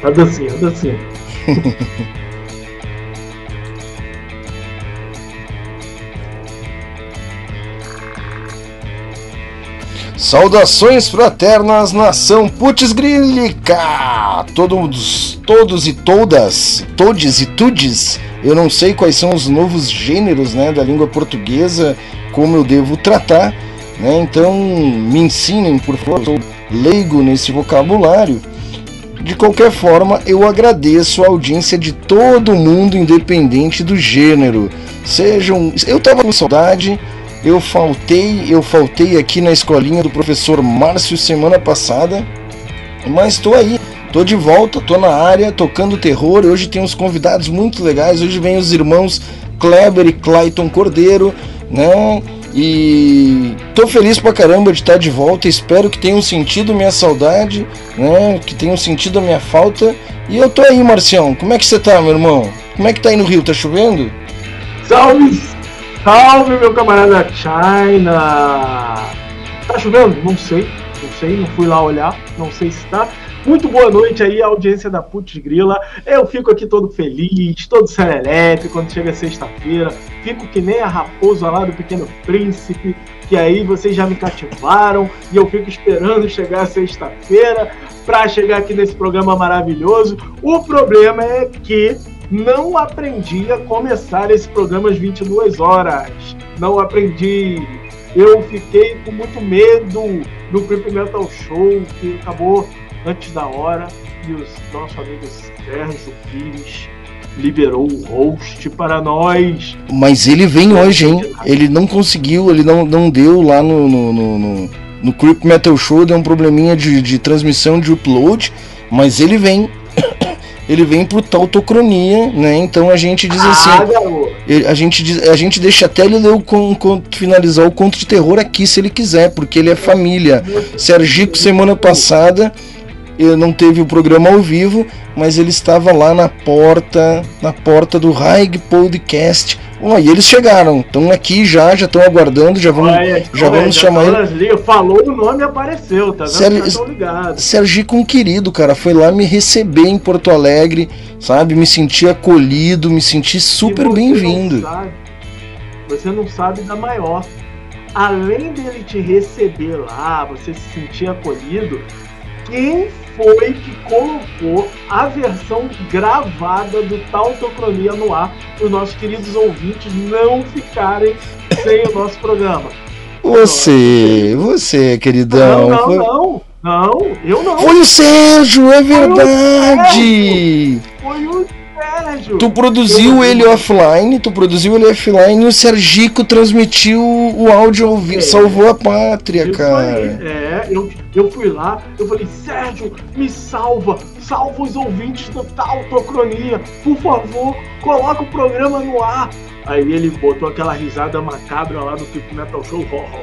A dancinha, a dancinha. Saudações fraternas, nação putz grílica! Todos e todas, todes e tudes, eu não sei quais são os novos gêneros, né, da língua portuguesa, como eu devo tratar, né? Então me ensinem, por favor, eu sou leigo nesse vocabulário. De qualquer forma, eu agradeço a audiência de todo mundo, independente do gênero. Eu tava com saudade. Eu faltei aqui na escolinha do professor Márcio semana passada, mas tô aí, tô de volta, tô na área, tocando terror. Hoje tem uns convidados muito legais, hoje vem os irmãos Kleber e Clayton Cordeiro, né? E tô feliz pra caramba de estar de volta, espero que tenham sentido minha saudade, né? Que tenham sentido a minha falta. E eu tô aí, Marcião, como é que você tá, meu irmão? Como é que tá aí no Rio, tá chovendo? Salve! Salve, meu camarada China! Tá chovendo? Não sei, não fui lá olhar, não sei se tá. Muito boa noite aí, audiência da Putz Grila. Eu fico aqui todo feliz, todo serelepe quando chega sexta-feira. Fico que nem a raposa lá do Pequeno Príncipe, que aí vocês já me cativaram e eu fico esperando chegar sexta-feira pra chegar aqui nesse programa maravilhoso. O problema é que não aprendi a começar esse programa às 22 horas. Não aprendi. Eu fiquei com muito medo do Creepy Metal Show, que acabou antes da hora. E o nosso amigo Sérgio Pires liberou o host para nós. Mas ele vem hoje, hein? Ele não conseguiu, ele não deu lá no Creepy Metal Show, deu um probleminha de transmissão, de upload, mas ele vem. Ele vem pro Tautocronia, né? Então a gente diz assim, a gente deixa até ele ler finalizar o conto de terror aqui, se ele quiser, porque ele é família. Sergico semana passada não teve o programa ao vivo, mas ele estava lá na porta do Haig Podcast. E eles chegaram, estão aqui já estão aguardando, já vamos chamar ele. Falou o nome e apareceu, tá vendo? Sergico, um querido, cara, foi lá me receber em Porto Alegre, sabe? Me senti acolhido, me senti super bem-vindo. Você não sabe da maior. Além dele te receber lá, você se sentir acolhido, quem foi que colocou a versão gravada do Tautocronia no ar para os nossos queridos ouvintes não ficarem sem o nosso programa? Você, queridão. Não, eu não. Foi o Sérgio, é verdade. Foi o Sérgio. Tu produziu ele offline e o Sergico transmitiu o áudio ao vivo, salvou a pátria, cara. Eu fui lá, eu falei, Sérgio, me salva os ouvintes do Tautocronia, por favor, coloca o programa no ar. Aí ele botou aquela risada macabra lá do Creepy Metal Show,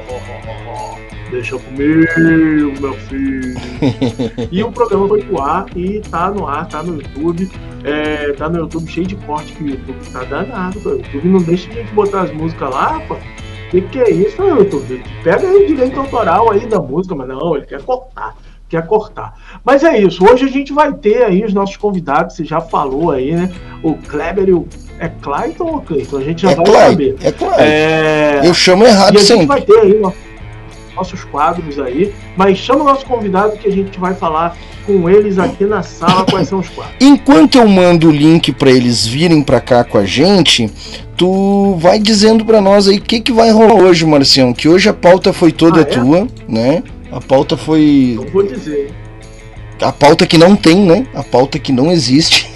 deixa comigo, meu filho. E o programa foi pro ar e tá no ar, tá no YouTube. Tá no YouTube cheio de corte, que o YouTube tá danado. O YouTube não deixa de botar as músicas lá, pô. Que é isso, YouTube? Pega aí o direito autoral aí da música, mas não, ele quer cortar. Mas é isso, hoje a gente vai ter aí os nossos convidados, você já falou aí, né? O Kleber e o... É Clayton ou Clayton? A gente já vai saber. É Clayton. Eu chamo errado sempre. A gente vai ter aí nossos quadros aí, mas chama o nosso convidado que a gente vai falar com eles aqui na sala quais são os quadros. Enquanto eu mando o link para eles virem para cá com a gente, tu vai dizendo para nós aí o que vai rolar hoje, Marcião, que hoje a pauta foi toda tua, né? A pauta foi... Eu vou dizer. A pauta que não tem, né? A pauta que não existe.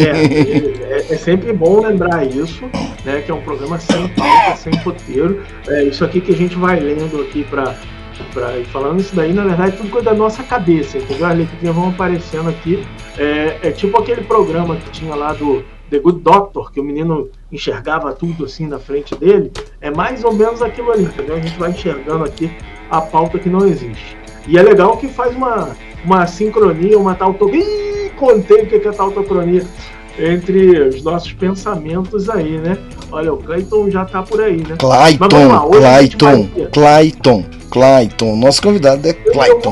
É sempre bom lembrar isso, né? Que é um programa sem pauta, sem roteiro. Isso aqui que a gente vai lendo aqui para ir falando, isso daí, na verdade, tudo coisa da nossa cabeça, entendeu? As letrinhas vão aparecendo aqui. É tipo aquele programa que tinha lá do The Good Doctor, que o menino enxergava tudo assim na frente dele. É mais ou menos aquilo ali, entendeu? A gente vai enxergando aqui a pauta que não existe. E é legal que faz uma sincronia, uma tautocronia. Contei o que é tautocronia entre os nossos pensamentos aí, né? Olha, o Clayton já tá por aí, né? Clayton. Nosso convidado é Clayton.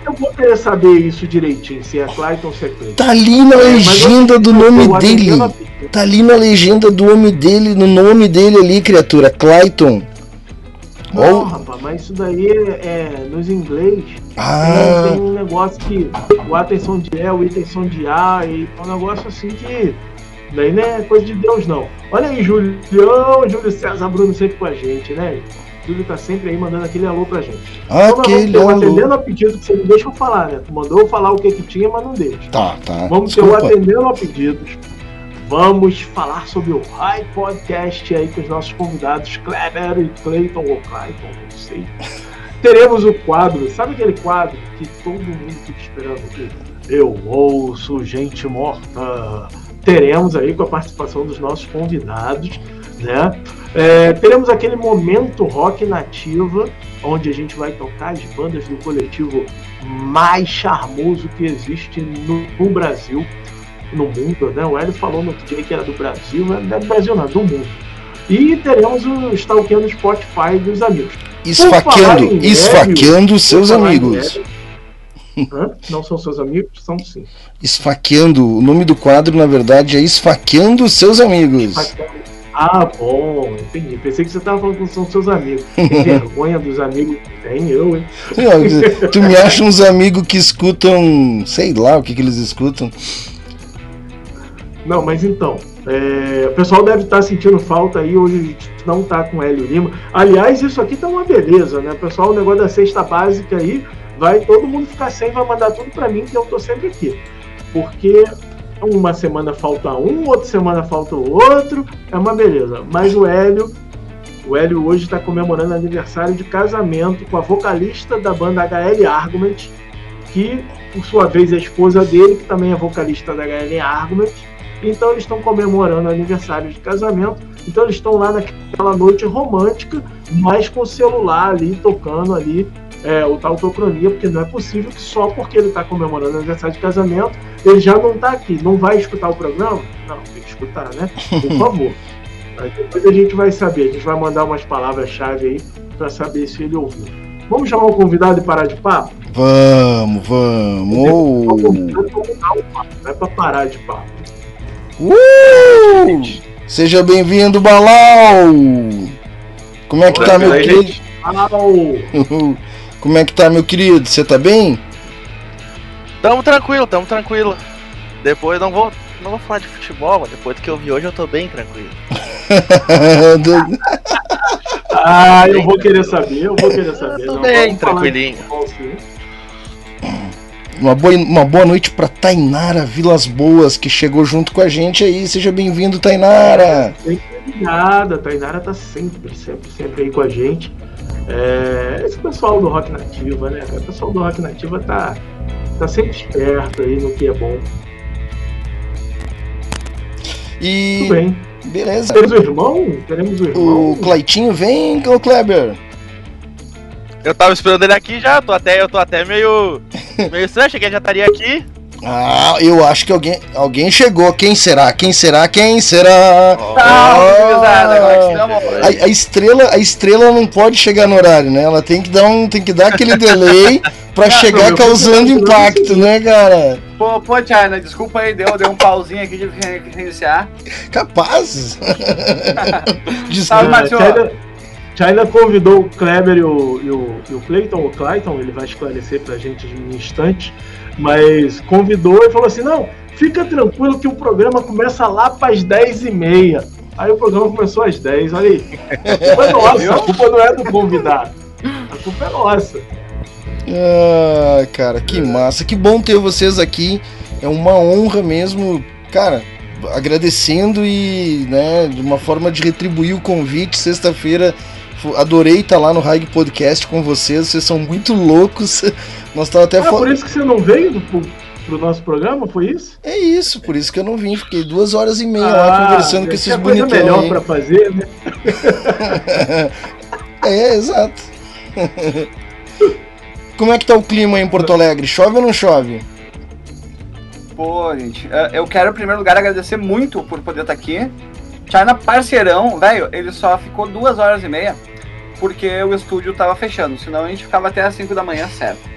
Eu vou querer saber isso direitinho, se é Clayton ou se é Clayton. Tá ali na legenda do nome dele. Tá ali na legenda do nome dele, no nome dele ali, criatura. Clayton. Não, rapaz, mas isso daí é nos inglês. Tem um negócio que o A tem som de E, o I tem som de A, e é um negócio assim que daí não é coisa de Deus, não. Olha aí, Júlio César Bruno sempre com a gente, né? O Júlio tá sempre aí mandando aquele alô pra gente. Aquele alô. Atendendo a pedido que você não deixa eu falar, né? Tu mandou eu falar o que tinha, mas não deixa. Tá. Vamos ter o atendendo a pedidos. Vamos falar sobre o High Podcast aí com os nossos convidados Kleber e Clayton, ou Clayton, não sei. Teremos o quadro, sabe aquele quadro que todo mundo fica esperando aqui? Eu ouço gente morta. Teremos aí com a participação dos nossos convidados, né? Teremos aquele momento rock nativa, onde a gente vai tocar as bandas do coletivo mais charmoso que existe no Brasil. No mundo, né? O Hélio falou no outro dia que era do Brasil, não é do Brasil não, do mundo. E teremos o Stalkeando Spotify dos amigos. Esfaqueando seus amigos. Não são seus amigos? São sim. Esfaqueando, o nome do quadro na verdade é Esfaqueando seus amigos. Ah, bom, entendi. Pensei que você estava falando que são seus amigos. Tem vergonha dos amigos que tem eu, hein? Não, tu me acha uns amigos que escutam, sei lá o que eles escutam. Não, mas então, o pessoal deve estar sentindo falta aí, hoje a gente não tá com o Hélio Lima. Aliás, isso aqui tá uma beleza, né? Pessoal, o negócio da cesta básica aí, vai todo mundo ficar sem, vai mandar tudo pra mim, que eu tô sempre aqui. Porque uma semana falta um, outra semana falta o outro, é uma beleza. Mas o Hélio hoje está comemorando aniversário de casamento com a vocalista da banda HL Argument, que, por sua vez, é a esposa dele, que também é vocalista da HL Argument. Então eles estão comemorando o aniversário de casamento. Então eles estão lá naquela noite romântica, mas com o celular ali, tocando ali o Tautocronia, porque não é possível que só porque ele está comemorando o aniversário de casamento, ele já não está aqui. Não vai escutar o programa? Não, tem que escutar, né? Por favor. Aí depois a gente vai saber, a gente vai mandar umas palavras-chave aí para saber se ele ouviu. Vamos chamar o convidado e parar de papo? Vamos. Não é para parar de papo. Seja bem-vindo, Balau! Como é que tá, meu querido? Como é que tá, meu querido? Você tá bem? Tamo tranquilo. Depois não vou falar de futebol, mas depois do que eu vi hoje eu tô bem tranquilo. Eu vou querer saber. Eu tô bem tranquilinho. Uma boa noite pra Tainara Vilas Boas, que chegou junto com a gente aí. Seja bem-vindo, Tainara. Obrigada, Tainara tá sempre aí com a gente. Esse pessoal do Rock Nativa, né? O pessoal do Rock Nativa tá sempre esperto aí no que é bom. E... Tudo bem. Beleza. Teremos o irmão? O Cleitinho vem, ô Kleber? Eu tava esperando ele aqui já, eu tô até meio estranho, achei que ele já estaria aqui. Eu acho que alguém chegou. Quem será? A estrela não pode chegar no horário, né? Ela tem que dar aquele delay pra chegar causando impacto, né, cara? Pô, China, desculpa aí, deu um pauzinho aqui de reiniciar. Capaz. Desculpa. China convidou o Kleber e o Clayton, ele vai esclarecer pra gente em um instante, mas convidou e falou assim, não, fica tranquilo que o programa começa lá pras 10h30. Aí o programa começou às 10, olha aí. A culpa é nossa, a culpa não é do convidado. A culpa é nossa. Cara, que massa, que bom ter vocês aqui. É uma honra mesmo, cara. Agradecendo e, né, de uma forma de retribuir o convite, sexta-feira adorei estar lá no High Podcast com vocês são muito loucos. Nós tava até por isso que você não veio pro nosso programa, foi isso? É isso, por isso que eu não vim, fiquei 2h30 lá conversando com esses bonitões. É melhor pra fazer, né? Exato. Como é que tá o clima aí em Porto Alegre? Chove ou não chove? Pô, gente, eu quero em primeiro lugar agradecer muito por poder estar aqui. China parceirão, velho, ele só ficou 2h30 porque o estúdio tava fechando, senão a gente ficava até às 5 da manhã, certo?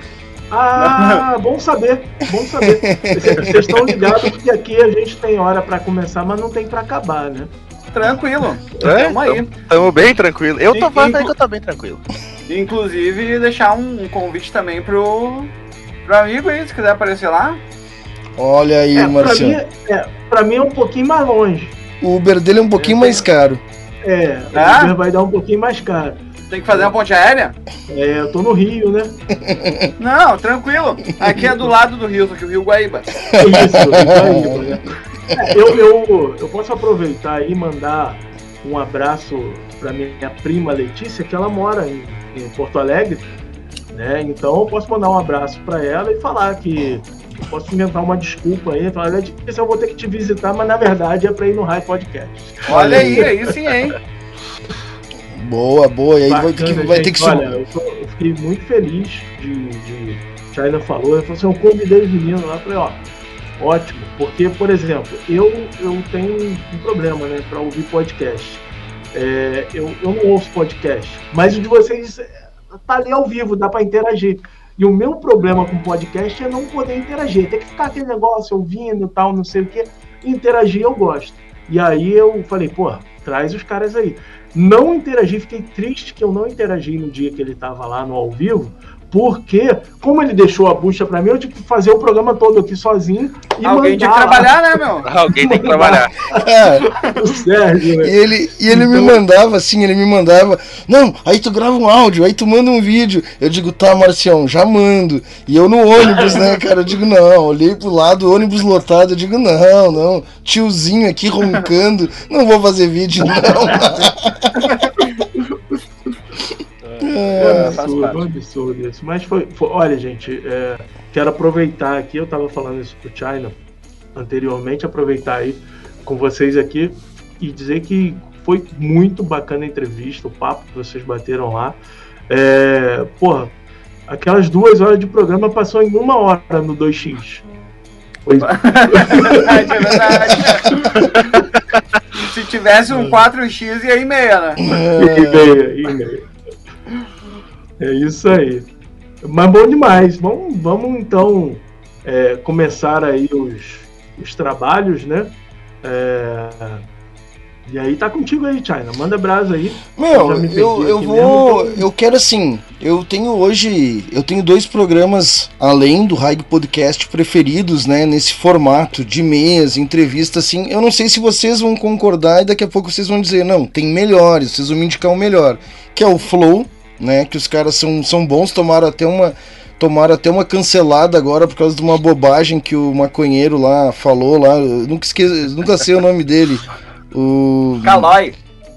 Ah, bom saber, bom saber. Vocês estão ligados porque aqui a gente tem hora pra começar, mas não tem pra acabar, né? Tranquilo. Tamo aí. Tamo bem tranquilo. Eu tô falando aí que eu tô bem tranquilo. Inclusive, deixar um convite também pro amigo aí, se quiser aparecer lá. Olha aí, Marcião. Pra mim é um pouquinho mais longe. O Uber dele é um pouquinho mais caro. O Uber vai dar um pouquinho mais caro. Tem que fazer uma ponte aérea? Eu tô no Rio, né? Não, tranquilo. Aqui é do lado do Rio, só que o Rio Guaíba. Isso, Guaíba, né? Eu posso aproveitar e mandar um abraço para minha prima Letícia, que ela mora em Porto Alegre, né? Então eu posso mandar um abraço para ela e falar que eu posso inventar uma desculpa aí, falar, Letícia, eu vou ter que te visitar, mas na verdade é para ir no Raio Podcast. Olha aí sim, hein? Boa. E aí vai ter que subir. Olha, eu fiquei muito feliz de China falou, ele falou assim, eu convidei os meninos lá, falei, ótimo, porque, por exemplo, eu tenho um problema, né, para ouvir podcast. Eu não ouço podcast, mas o de vocês tá ali ao vivo, dá para interagir. E o meu problema com podcast é não poder interagir, tem que ficar aquele negócio ouvindo e tal, não sei o que, interagir eu gosto. E aí eu falei, traz os caras aí. Não interagi, fiquei triste que eu não interagi no dia que ele tava lá no ao vivo, porque, como ele deixou a bucha pra mim, eu tive que fazer o programa todo aqui sozinho e alguém tinha que trabalhar, né, meu? Alguém tem que trabalhar. O Sérgio, né? E ele me mandava, não, aí tu grava um áudio, aí tu manda um vídeo. Eu digo, tá, Marcião, já mando. E eu no ônibus, né, cara, eu digo, não, olhei pro lado, ônibus lotado, eu digo, não, tiozinho aqui roncando, não vou fazer vídeo, não. Absurdo isso. Mas foi olha, gente, quero aproveitar aqui, eu tava falando isso pro China anteriormente, aproveitar aí com vocês aqui e dizer que foi muito bacana a entrevista, o papo que vocês bateram lá. Aquelas 2 horas de programa passou em 1 hora no 2x. É verdade. Se tivesse um 4x, ia ir meia, né? Ia meia. É isso aí. Mas bom demais. Vamos então começar aí os trabalhos, né? E aí tá contigo aí, China. Manda brasa aí. Eu quero assim, eu tenho 2 programas além do Raig Podcast preferidos, né, nesse formato de mesa, entrevista, assim. Eu não sei se vocês vão concordar e daqui a pouco vocês vão dizer, não, tem melhores, vocês vão me indicar o melhor, que é o Flow, né, que os caras são bons, tomaram até uma cancelada agora por causa de uma bobagem que o maconheiro lá falou lá, eu nunca sei o nome dele. O Calói.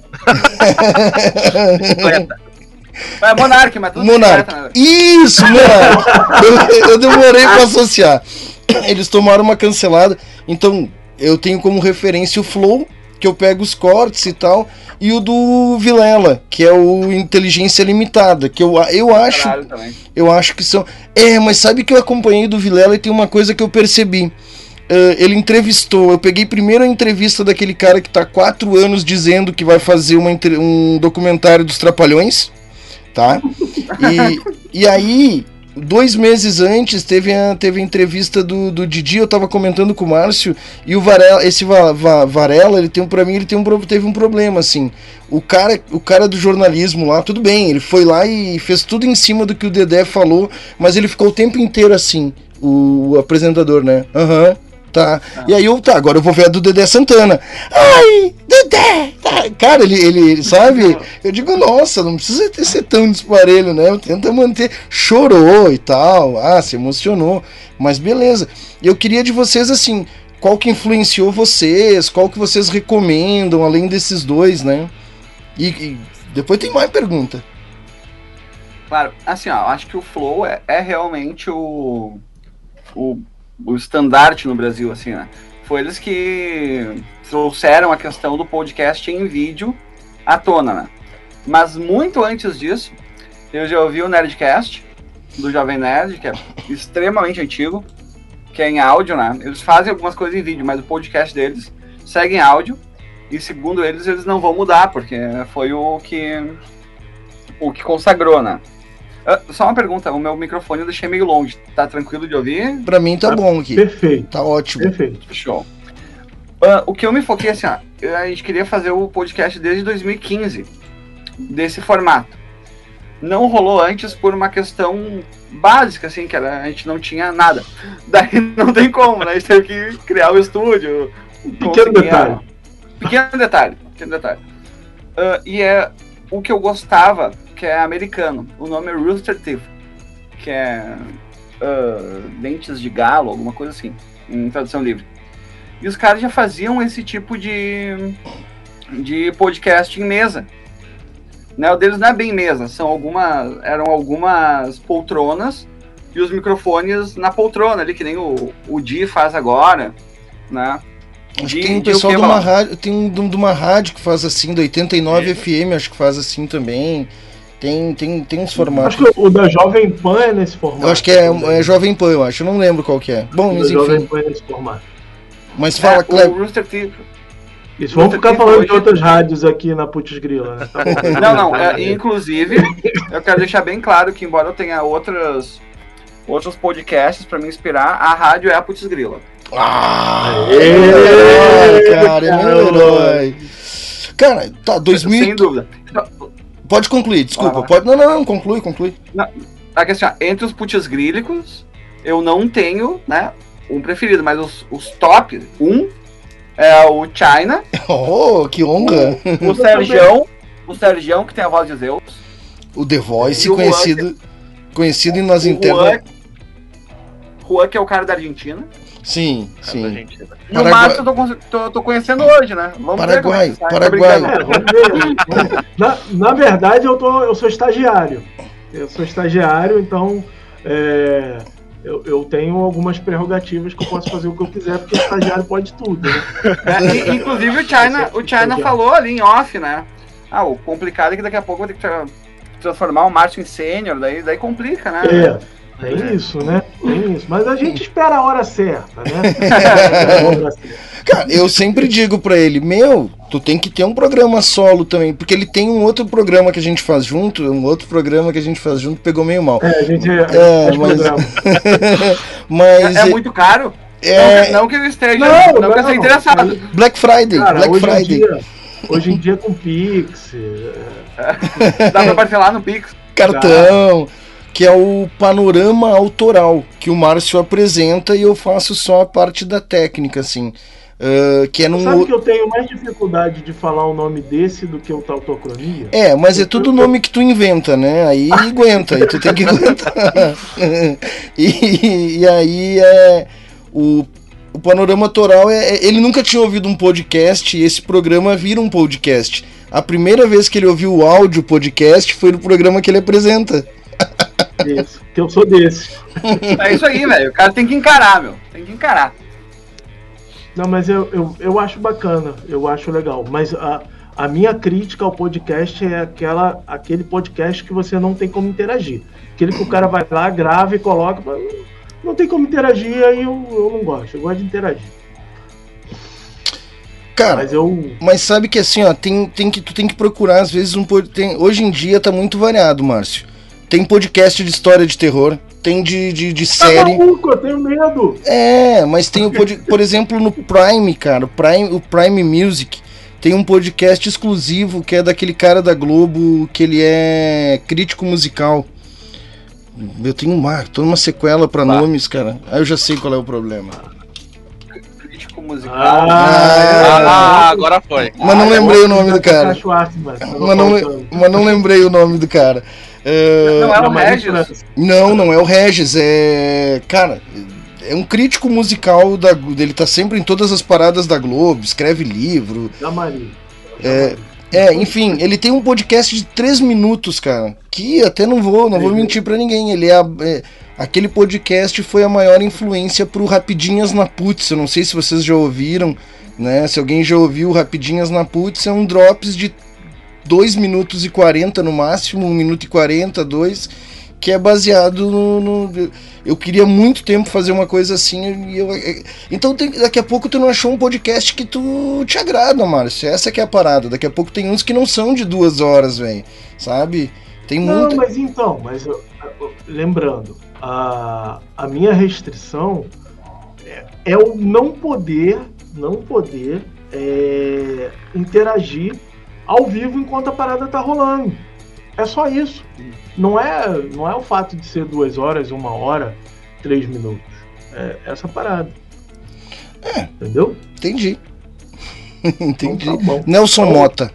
É Monark, mas tudo Monark. Né? Isso, Monark. eu demorei pra associar. Eles tomaram uma cancelada, então eu tenho como referência o Flow, que eu pego os cortes e tal, e o do Vilela, que é o Inteligência Limitada, que eu acho que são... mas sabe que eu acompanhei do Vilela e tem uma coisa que eu percebi. Ele entrevistou, eu peguei primeiro a entrevista daquele cara que tá há 4 anos dizendo que vai fazer um documentário dos Trapalhões, tá? E aí, 2 meses antes, teve a entrevista do Didi, eu tava comentando com o Márcio, e o Varela, Varela, ele teve um problema, assim. O cara do jornalismo lá, tudo bem, ele foi lá e fez tudo em cima do que o Dedé falou, mas ele ficou o tempo inteiro assim, o apresentador, né? Tá. E aí agora eu vou ver a do Dedé Santana. Ai, Dedé! Tá. Cara, ele sabe? Eu digo, nossa, não precisa ser tão disparelho, né? Tenta manter. Chorou e tal. Se emocionou. Mas beleza. Eu queria de vocês, assim, qual que influenciou vocês? Qual que vocês recomendam, além desses 2, né? E depois tem mais pergunta. Claro, assim, ó, acho que o Flow é realmente o estandarte no Brasil, assim, né? Foi eles que trouxeram a questão do podcast em vídeo à tona, né? Mas muito antes disso, eu já ouvi o Nerdcast, do Jovem Nerd, que é extremamente antigo, que é em áudio, né? Eles fazem algumas coisas em vídeo, mas o podcast deles segue em áudio, e segundo eles não vão mudar, porque foi o que consagrou, né? Só uma pergunta, o meu microfone eu deixei meio longe. Tá tranquilo de ouvir? Pra mim tá bom aqui. Perfeito. Tá ótimo. Perfeito. Show. O que eu me foquei assim, ó, a gente queria fazer o podcast desde 2015, desse formato. Não rolou antes por uma questão básica, assim, que era, a gente não tinha nada. Daí não tem como, né? A gente teve que criar o estúdio. Pequeno detalhe. Pequeno detalhe. E é o que eu gostava, que é americano. O nome é Rooster Teeth, que é dentes de galo, alguma coisa assim, em tradução livre. E os caras já faziam esse tipo de podcast em mesa. Né? O deles não é bem mesa, eram algumas poltronas e os microfones na poltrona ali, que nem o Di faz agora, né? Acho que tem um pessoal de uma rádio, de uma rádio que faz assim, do 89 FM, acho que faz assim também. Tem uns formatos. Acho que o da Jovem Pan é nesse formato. Eu acho que é Jovem Pan, eu acho. Eu não lembro qual que é. Bom, mas enfim. Jovem Pan é nesse formato. Mas fala, Cleber. O Rooster Teeth. Isso, vamos ficar falando de outras rádios aqui na Putz Grila, né? Tá não. Inclusive, eu quero deixar bem claro que, embora eu tenha outros podcasts pra me inspirar, a rádio é a Putz Grila. Cara, é meu herói. Cara, tá, 2000. Sem dúvida. Pode concluir, desculpa. Pode... Não, conclui. Não, aqui, assim, ó, entre os Putz Grílicos, eu não tenho, né, um preferido, mas os top, é o China. Oh, que honra! O Sergião, que tem a voz de Zeus. O The Voice, conhecido em nas internas. Juan, que é o cara da Argentina. Sim. E o Márcio eu tô conhecendo hoje, né? Vamos Paraguai. ver como é vamos ver. Na verdade, eu sou estagiário. Então eu tenho algumas prerrogativas que eu posso fazer o que eu quiser, porque estagiário pode tudo, né? Inclusive o China falou ali em off, né? O complicado é que daqui a pouco eu vou ter que transformar o Márcio em sênior, daí complica, né? Tem isso, né? Tem isso. Mas a gente espera a hora certa, né? Cara, eu sempre digo pra ele, tu tem que ter um programa solo também, porque ele tem um outro programa que a gente faz junto, pegou meio mal. A gente mas é muito caro? Não que eu esteja, não que eu seja interessado. Black Friday, cara, Black Friday. Hoje em dia com Pix. Dá pra parcelar no Pix. Cartão. Que é o panorama autoral, que o Márcio apresenta e eu faço só a parte da técnica, assim. Que é Sabe que eu tenho mais dificuldade de falar o nome desse do que o Tautocronia? Mas é tudo nome que tu inventa, né? Aí aguenta, aí tu tem que aguentar. E aí o panorama autoral ele nunca tinha ouvido um podcast e esse programa vira um podcast. A primeira vez que ele ouviu o áudio podcast foi no programa que ele apresenta. Isso, que eu sou desse. É isso aí, velho. O cara tem que encarar, meu. Tem que encarar. Não, mas eu acho bacana, eu acho legal. Mas a minha crítica ao podcast é aquele podcast que você não tem como interagir. Aquele que o cara vai lá, grava e coloca. Não tem como interagir, aí eu não gosto. Eu gosto de interagir. Cara, mas sabe que assim, ó, tu tem que procurar, às vezes, hoje em dia tá muito variado, Márcio. Tem podcast de história de terror, tem de série. Tá maluco, eu tenho medo. Mas tem por exemplo, no Prime, cara, o Prime Music, tem um podcast exclusivo que é daquele cara da Globo, que ele é crítico musical. Eu tenho tô numa sequela pra nomes, cara. Aí eu já sei qual é o problema. Crítico musical. Agora foi. Mas não lembrei o nome do cara. Mas não lembrei o nome do cara. Não é o Regis? Não é o Regis. Cara, é um crítico musical ele tá sempre em todas as paradas da Globo, escreve livro. Da Maria. Enfim, ele tem um podcast de 3 minutos, cara, que até não vou mentir pra ninguém. Ele aquele podcast foi a maior influência pro Rapidinhas na Putz. Eu não sei se vocês já ouviram, né? Se alguém já ouviu, Rapidinhas na Putz é um drops de 2 minutos e 40 no máximo, 1 minuto e 40, 2, que é baseado eu queria muito tempo fazer uma coisa assim, então daqui a pouco tu não achou um podcast que tu te agrada, Márcio, essa que é a parada. Daqui a pouco tem uns que não são de 2 horas, velho, sabe? Tem não, muito... mas lembrando, a minha restrição é o não poder interagir ao vivo enquanto a parada tá rolando. É só isso. Não é o fato de ser 2 horas, 1 hora, 3 minutos. É essa parada. Entendeu? Entendi. Entendi. Então tá bom. Nelson Mota.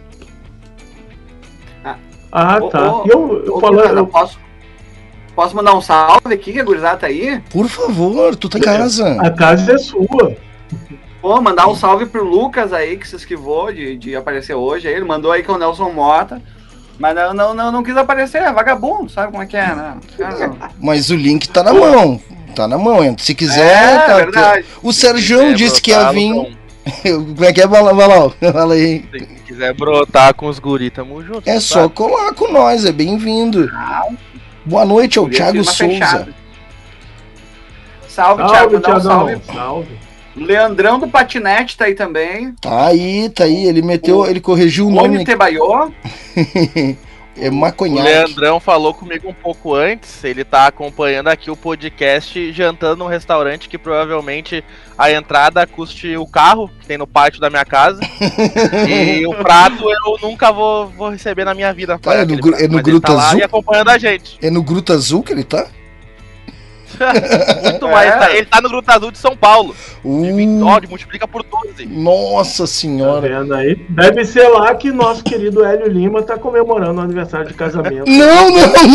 Tá. Eu falando. Posso mandar um salve aqui, que a gurizada tá aí? Por favor, tu tá em casa. A casa é sua. Pô, mandar um salve pro Lucas aí, que se esquivou de aparecer hoje. Aí ele mandou aí com o Nelson Mota. Mas não quis aparecer, é vagabundo, sabe como é que é, né? Mas o link tá na mão. Tá na mão, se quiser. É verdade. O Sergião disse que ia vir. Como é que é? Vai lá. Fala aí. Se quiser brotar com os guri, tamo junto. É só colar com nós, é bem-vindo. Boa noite ao Thiago Souza. Salve, Thiago. Dá um Salve. Leandrão do Patinete tá aí também. Tá aí. Ele corrigiu o nome. Tebaiô. É maconhaque. O Leandrão falou comigo um pouco antes. Ele tá acompanhando aqui o podcast jantando num restaurante que provavelmente a entrada custe o carro que tem no pátio da minha casa. E o prato eu nunca vou receber na minha vida. Tá, é no Gruta Azul? Azul? E acompanhando a gente. É no Gruta Azul que ele tá? Muito mais. Ele tá no Gruta Azul de São Paulo. Multiplica por 12. Nossa senhora. Tá vendo aí? Deve ser lá que nosso querido Hélio Lima tá comemorando o aniversário de casamento. Não.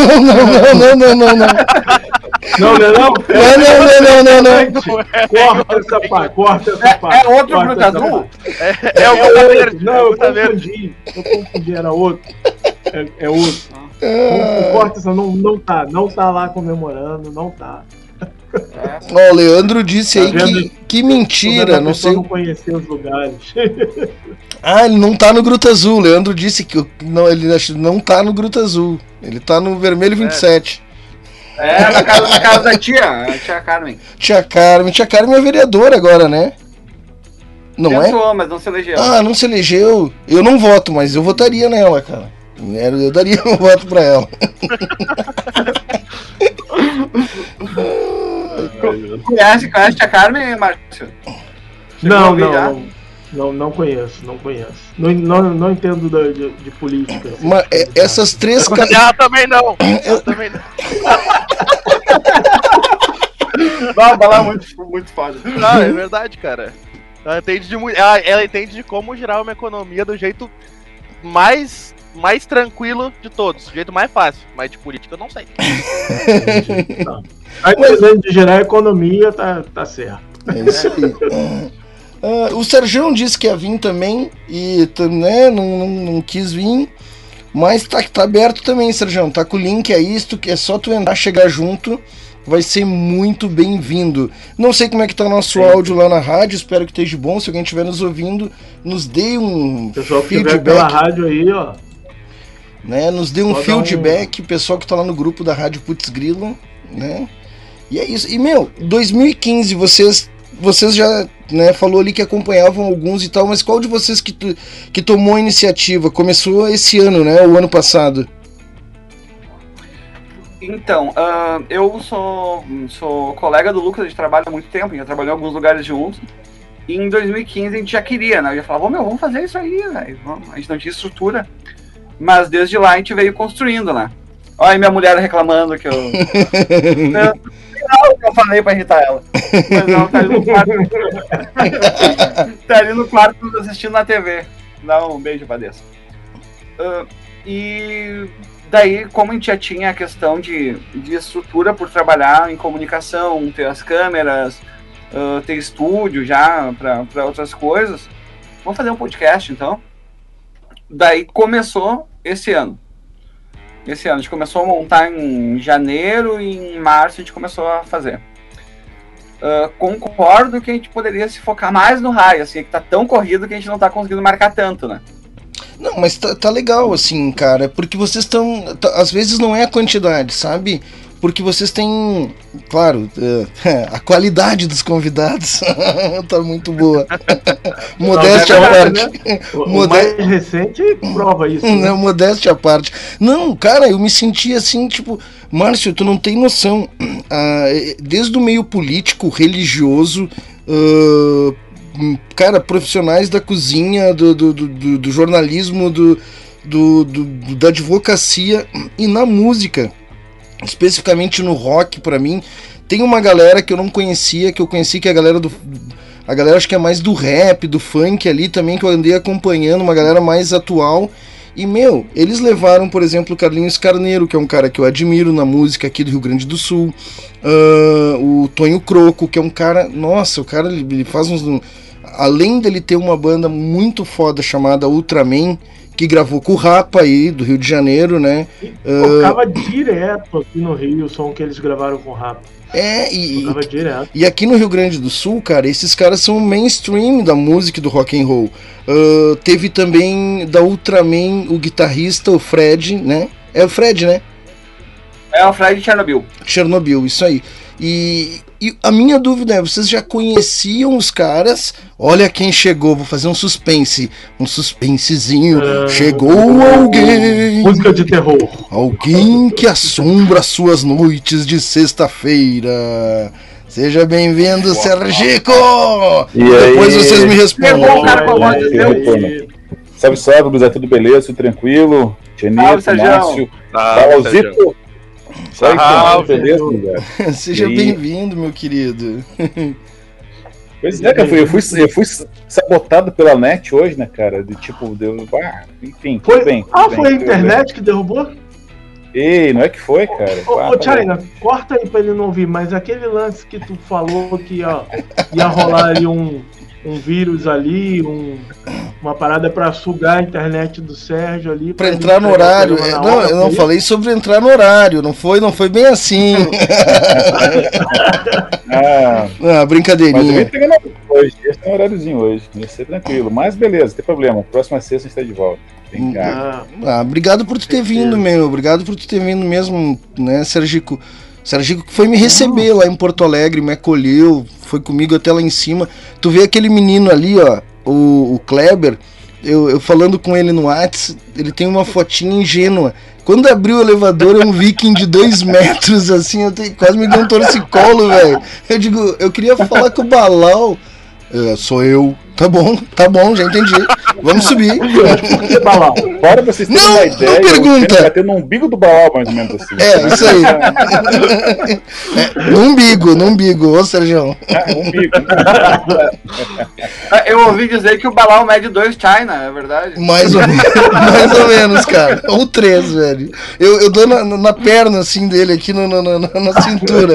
Corta essa parte. É outro Gruta Azul? É o Gruta Verde. Não, eu confundi, era outro. É outro. Corta essa, não tá lá comemorando, não tá. Ó, o Leandro disse aí que mentira, não sei. Não conhecer os lugares. Ele não tá no Gruta Azul. O Leandro disse que ele não tá no Gruta Azul. Ele tá no Vermelho 27. Na casa da tia Carmen. Tia Carmen é vereadora agora, né? Não Pensou, mas não se elegeu. Não se elegeu. Eu não voto, mas eu votaria nela, cara. Eu daria um voto pra ela. Conhece a tia Carmen, Márcio? Não conheço. Não entendo de política. Assim. Mas essas três... Ela também não. Ela é muito foda. Não, é verdade, cara. Ela entende de como girar uma economia do jeito mais tranquilo de todos, do jeito mais fácil, mas de política eu não sei. A questão de gerar economia tá certo. É isso aí. O Sergião disse que ia vir também e não quis vir, mas tá aberto também, Sergião. Tá com o link aí, é só tu entrar, chegar junto, vai ser muito bem-vindo. Não sei como é que tá o nosso áudio lá na rádio, espero que esteja bom. Se alguém estiver nos ouvindo, nos dê um pessoal que estiver pela rádio aí, ó. Nos dê um feedback, o pessoal que tá lá no grupo da Rádio Putz Grila, né? E é isso. E, 2015, vocês já, falou ali que acompanhavam alguns e tal, mas qual de vocês que tomou a iniciativa? Começou esse ano, né? O ano passado. Então, eu sou colega do Lucas, a gente trabalha há muito tempo, a gente já trabalhou em alguns lugares juntos. E em 2015 a gente já queria, né? Eu já falava, vamos fazer isso aí, velho. A gente não tinha estrutura. Mas desde lá a gente veio construindo, né? Olha aí minha mulher reclamando que eu... eu falei pra irritar ela. Mas não, tá ali no quarto. Tá ali no quarto assistindo na TV. Dá um beijo pra Deus. E daí, como a gente já tinha a questão de estrutura por trabalhar em comunicação, ter as câmeras, ter estúdio já pra outras coisas, vamos fazer um podcast então. Daí começou esse ano. A gente começou a montar em janeiro e em março a gente começou a fazer. Concordo que a gente poderia se focar mais no raio, assim, que tá tão corrido que a gente não tá conseguindo marcar tanto, né? Não, mas tá legal, assim, cara, porque vocês estão... Às vezes não é a quantidade, sabe? porque vocês têm, claro, a qualidade dos convidados tá muito boa. Modéstia à parte. Né? O mais recente prova isso. Né? Modéstia à parte. Não, cara, eu me senti assim, tipo, Márcio, tu não tem noção. Desde o meio político, religioso, cara, profissionais da cozinha, do jornalismo, da advocacia e na música, especificamente no rock, pra mim, tem uma galera que eu não conhecia, que eu conheci, que é a galera acho que é mais do rap, do funk ali também, que eu andei acompanhando, uma galera mais atual. E, eles levaram, por exemplo, o Carlinhos Carneiro, que é um cara que eu admiro na música aqui do Rio Grande do Sul, o Tonho Croco, que é um cara, nossa, o cara ele faz além dele ter uma banda muito foda chamada Ultraman, que gravou com o Rapa aí, do Rio de Janeiro, né? Tocava direto aqui no Rio o som que eles gravaram com o Rapa. E aqui no Rio Grande do Sul, cara, esses caras são o mainstream da música e do rock and roll. Teve também da Ultraman o guitarrista, o Fred, né? É o Fred, né? É o Fred de Chernobyl. Chernobyl, isso aí. E a minha dúvida é, vocês já conheciam os caras? Olha quem chegou, vou fazer um suspensezinho. Chegou alguém. Música de terror. Alguém que assombra suas noites de sexta-feira. Seja bem-vindo, Sergico! E depois aí? Vocês me respondem. Salve, salve, Luiz, tudo beleza? Tudo tranquilo? Tianito, Márcio, Paulzito. Beleza, seja bem-vindo, meu querido. Pois é, cara, eu fui sabotado pela net hoje, né, cara? Enfim, foi bem. Foi a internet que derrubou? Ei, não é que foi, cara? Ô, China, corta aí pra ele não ouvir, mas aquele lance que tu falou que ia rolar ali um vírus ali, uma parada pra sugar a internet do Sérgio ali. Pra entrar no horário. Não, eu não falei sobre entrar no horário, não foi bem assim. Brincadeirinha. Hoje, esse é um horáriozinho hoje, ia ser tranquilo, mas beleza, não tem problema, próxima sexta a gente tá de volta. Obrigado por tu ter vindo, obrigado por tu ter vindo mesmo, né, Sergico? Sergico que foi me receber lá em Porto Alegre, me acolheu, foi comigo até lá em cima. Tu vê aquele menino ali, ó, o Kleber, eu falando com ele no WhatsApp, ele tem uma fotinha ingênua. Quando abriu o elevador, é um viking de 2 metros, assim, quase me deu um torcicolo, velho. Eu digo, eu queria falar com o Balau. Sou eu. Tá bom, já entendi. Vamos subir. Balau. Bora pra vocês terem uma ideia. Não pergunta. Bater no umbigo do Balau, mais ou menos assim. Isso aí. No umbigo, ô Sérgio. Umbigo. Eu ouvi dizer que o Balau mede 2 China, é verdade? Mais ou menos, cara. Ou 3, velho. Eu dou na perna, assim, dele, aqui na cintura.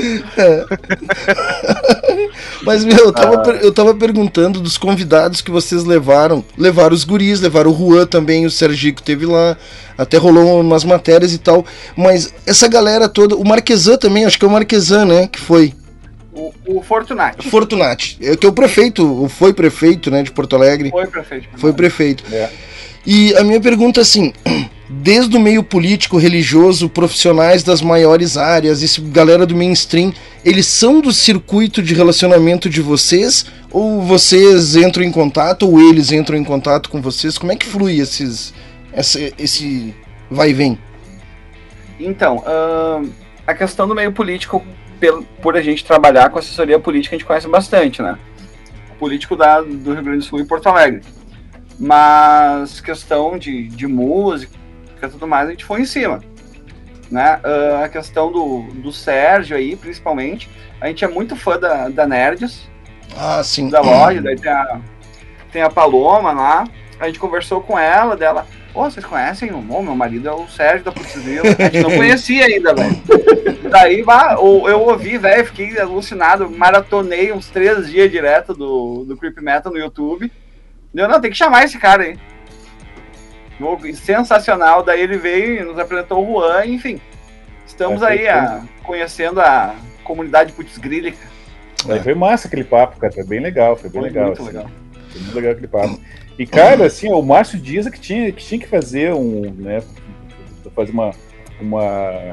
Mas, eu tava perguntando dos convidados que vocês levaram. Levaram os guris, levaram o Juan também, o Sergico teve lá. Até rolou umas matérias e tal. Mas essa galera toda, o Marquesan também, acho que é o Marquesan, né, que foi. O Fortunati. Fortunati, que é o prefeito, foi prefeito, né, de Porto Alegre. Foi prefeito. É. E a minha pergunta, assim, desde o meio político, religioso, profissionais das maiores áreas, esse galera do mainstream, eles são do circuito de relacionamento de vocês? Ou vocês entram em contato, ou eles entram em contato com vocês? Como é que flui esse vai e vem? Então, a questão do meio político, por a gente trabalhar com assessoria política, a gente conhece bastante, né? Político do Rio Grande do Sul e Porto Alegre. Mas questão de música e tudo mais, a gente foi em cima, né? A questão do Sérgio aí, principalmente, a gente é muito fã da Nerds, sim. da loja, daí tem a Paloma lá, a gente conversou com ela, dela, vocês conhecem o meu marido é o Sérgio da Putz Grila, a gente não conhecia ainda, velho. Daí, eu ouvi, velho, fiquei alucinado, maratonei uns 3 dias direto do Creep Metal no YouTube. Não, tem que chamar esse cara aí. Sensacional. Daí ele veio e nos apresentou o Juan, enfim. Estamos aí conhecendo a comunidade Putz Grilica. Foi massa aquele papo, cara. Foi bem legal. Foi legal. Foi muito legal aquele papo. E, cara, assim, o Márcio Dias que tinha que fazer fazer uma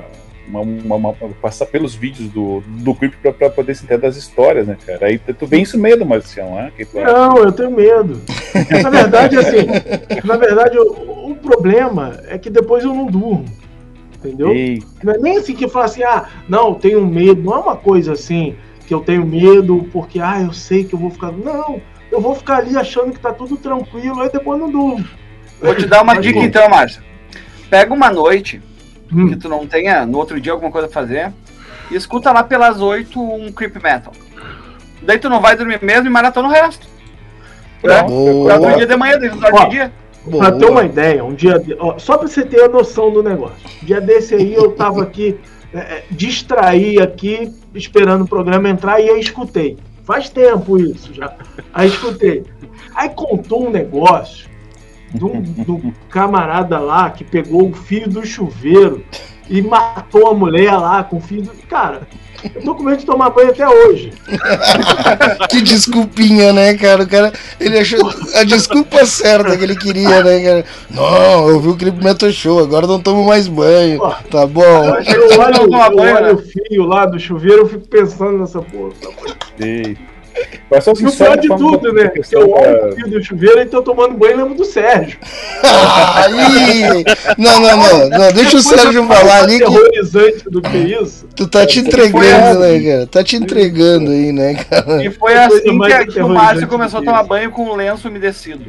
passar pelos vídeos do Creep pra poder se entender das histórias, né, cara? Aí tu vê isso medo, Marcião, né? Não, eu tenho medo. Na verdade, assim, o problema é que depois eu não durmo. Entendeu? Ei. Não é nem assim que eu falo assim, não, tenho medo. Não é uma coisa assim, que eu tenho medo porque, eu sei que eu vou ficar... Não, eu vou ficar ali achando que tá tudo tranquilo, aí depois não durmo. Vou te dar uma dica então, Márcio. Pega uma noite que tu não tenha no outro dia alguma coisa pra fazer e escuta lá pelas 8 um creep metal. Daí tu não vai dormir mesmo e maratona o resto. Pra outro dia de manhã, daí tu dorme de dia. Pra ter uma ideia, um dia... só pra você ter a noção do negócio. Um dia desse aí eu tava aqui, distraí aqui, esperando o programa entrar e aí escutei. Faz tempo isso já. Aí escutei. Aí contou um negócio do camarada lá que pegou o fio do chuveiro e matou a mulher lá com o fio do... Cara, eu tô com medo de tomar banho até hoje. Que desculpinha, né, cara? O cara, ele achou a desculpa certa que ele queria, né, cara? Não, eu vi o Creep Metal Show, agora não tomo mais banho. Pô, tá bom. Eu olho o fio lá do chuveiro, eu fico pensando nessa porra. Sim. E o pior de tudo, né? Que eu olho o fio do chuveiro e tô tomando banho e lembro do Sérgio. Aí! Não, deixa o Sérgio falar ali. Terrorizante do que isso. Tu tá te entregando, né, cara? Tá te entregando aí, né, cara? E foi assim que o Márcio começou a tomar banho com um lenço umedecido.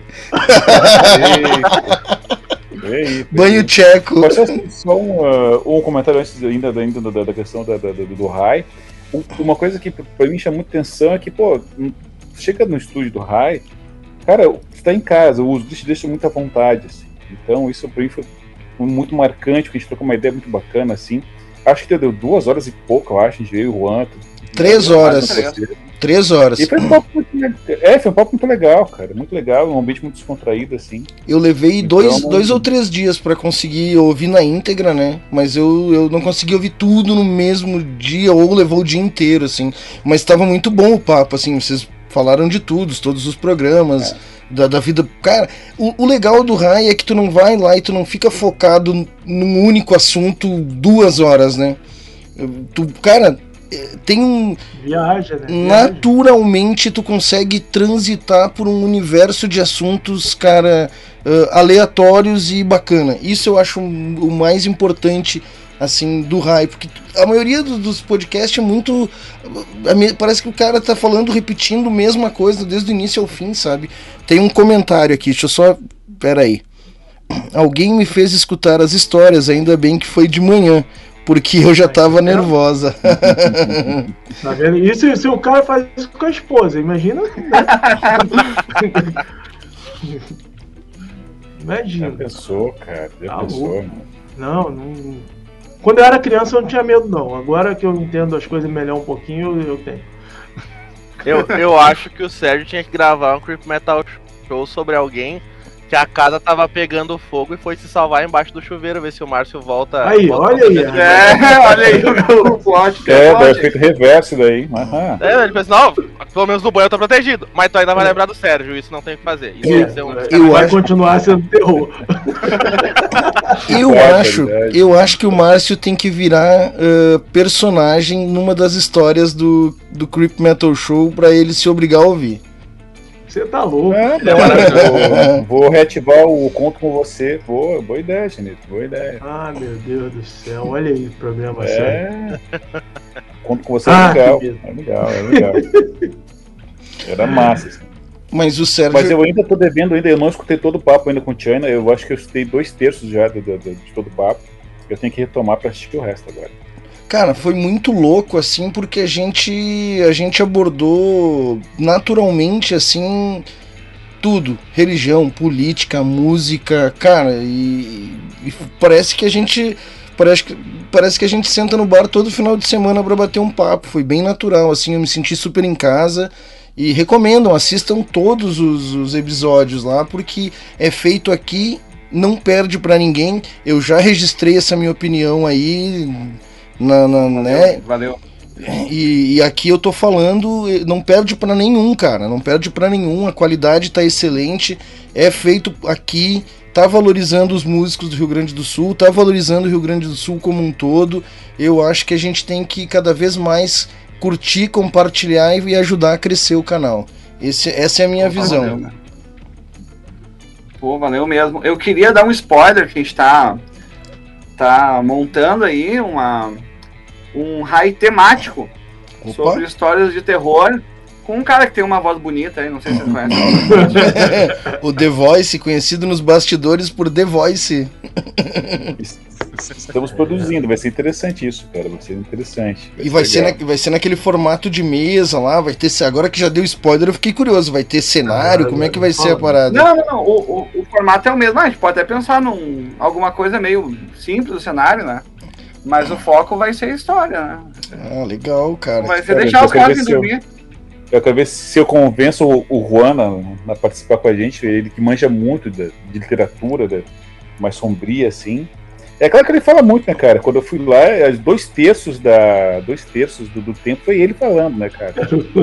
Banho tcheco. Só um comentário antes ainda da questão do Rai. Uma coisa que pra mim chama muita atenção é que, chega no estúdio do Rai, cara, você tá em casa, os te deixam muito à vontade, assim. Então isso pra mim foi muito marcante, porque a gente trocou uma ideia muito bacana, assim. Acho que deu 2 horas e pouco, eu acho, a gente veio o Juan. 3 horas. 3 horas. E foi um papo muito legal, cara. Muito legal, um ambiente muito descontraído, assim. Eu levei dois ou 3 dias pra conseguir ouvir na íntegra, né? Mas eu não consegui ouvir tudo no mesmo dia, ou levou o dia inteiro, assim. Mas tava muito bom o papo, assim. Vocês falaram de todos os programas, da vida. Cara, o legal do Rai é que tu não vai lá e tu não fica focado num único assunto 2 horas, né? Cara, tem um... Viaja, né? Naturalmente tu consegue transitar por um universo de assuntos, cara, aleatórios e bacana. Isso eu acho o mais importante, assim, do Rai, porque a maioria dos podcasts é muito... Parece que o cara tá falando, repetindo a mesma coisa desde o início ao fim, sabe? Tem um comentário aqui, deixa eu só... Pera aí. Alguém me fez escutar as histórias, ainda bem que foi de manhã, porque eu já tava nervosa. Tá vendo? Isso se o cara faz isso com a esposa, imagina. Né? Imagina. Já pensou, cara? Já pensou, mano? Não. Quando eu era criança eu não tinha medo, não. Agora que eu entendo as coisas melhor um pouquinho, eu tenho. Eu acho que o Sérgio tinha que gravar um Creep Metal Show sobre alguém que a casa tava pegando fogo e foi se salvar embaixo do chuveiro, ver se o Márcio volta. Aí, olha aí. Olha aí o plot. Deve feito reverso daí. Ele pensa, não, pelo menos no banho eu tô protegido. Mas tu ainda vai lembrar do Sérgio, isso não tem o que fazer. Isso vai continuar sendo terror. Eu acho que o Márcio tem que virar personagem numa das histórias do Creep Metal Show pra ele se obrigar a ouvir. Você tá louco. Vou reativar o conto com você. Boa ideia, Janito. Boa ideia. Meu Deus do céu. Olha aí o problema sério. Conto com você é legal. É legal. Era massa, assim. Mas o Sérgio... Mas eu ainda tô devendo, eu não escutei todo o papo ainda com o China. Eu acho que eu escutei 2/3 já de todo o papo. Eu tenho que retomar pra assistir o resto agora. Cara, foi muito louco, assim, porque a gente abordou naturalmente, assim, tudo. Religião, política, música, cara, e parece que a gente... Parece que a gente senta no bar todo final de semana pra bater um papo. Foi bem natural, assim, eu me senti super em casa. E recomendam, assistam todos os episódios lá, porque é feito aqui, não perde pra ninguém. Eu já registrei essa minha opinião aí... né? Valeu. E aqui eu tô falando, não perde pra nenhum, cara. Não perde pra nenhum. A qualidade tá excelente. É feito aqui. Tá valorizando os músicos do Rio Grande do Sul. Tá valorizando o Rio Grande do Sul como um todo. Eu acho que a gente tem que cada vez mais curtir, compartilhar e ajudar a crescer o canal. Essa é a minha visão. Pô, valeu mesmo. Eu queria dar um spoiler que a gente tá montando aí um raio temático sobre histórias de terror com um cara que tem uma voz bonita aí, não sei se vocês conhecem. O The Voice, conhecido nos bastidores por The Voice. Estamos produzindo, vai ser interessante isso, cara, vai ser interessante. E vai ser naquele formato de mesa lá, vai ter, agora que já deu spoiler, eu fiquei curioso, vai ter cenário, como é que vai ser a parada? Não, o formato é o mesmo, a gente pode até pensar alguma coisa meio simples do cenário, né? Mas o foco vai ser a história, né? Ah, legal, cara. Vai ser deixar os caras dormir. Eu quero ver se eu convenço o Juan a participar com a gente, ele que manja muito de literatura, mais sombria, assim. É claro que ele fala muito, né, cara? Quando eu fui lá, 2/3 do tempo foi ele falando, né, cara?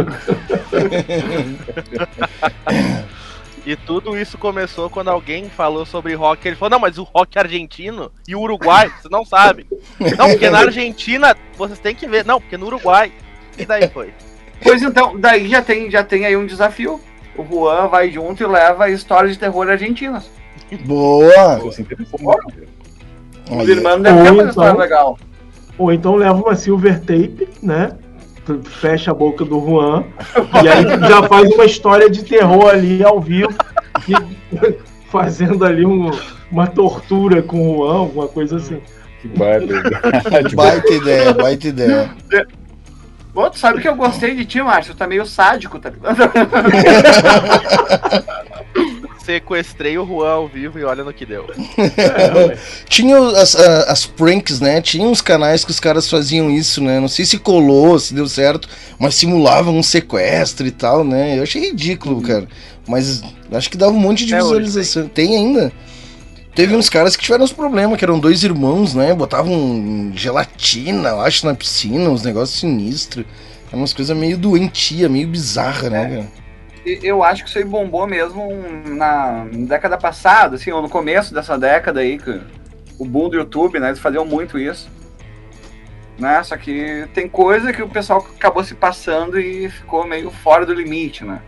E tudo isso começou quando alguém falou sobre rock. Ele falou, não, mas o rock argentino e o Uruguai, você não sabe. Não, porque na Argentina, vocês têm que ver. Não, porque no Uruguai. E daí foi. Pois então, daí já tem aí um desafio. O Juan vai junto e leva histórias de terror argentinas. Boa! Os irmãos devem ter uma história legal. Ou então leva uma silver tape, né? Fecha a boca do Juan e aí já faz uma história de terror ali ao vivo, fazendo ali uma tortura com o Juan, alguma coisa assim. Que baita ideia. Pô, tu sabe que eu gostei de ti, Márcio? Tu tá meio sádico, tá ligado? Sequestrei o Juan ao vivo e olha no que deu. Tinha as pranks, né? Tinha uns canais que os caras faziam isso, né? Não sei se colou, se deu certo, mas simulavam um sequestro e tal, né? Eu achei ridículo, cara. Mas acho que dava um monte de visualização. Tem ainda. Teve uns caras que tiveram uns problemas, que eram 2 irmãos, né? Botavam gelatina, eu acho, na piscina, uns negócios sinistros. Eram umas coisas meio doentia, meio bizarra, né, cara? Eu acho que isso aí bombou mesmo na década passada, assim, ou no começo dessa década aí, que o boom do YouTube, né? Eles faziam muito isso. Né? Só que tem coisa que o pessoal acabou se passando e ficou meio fora do limite, né?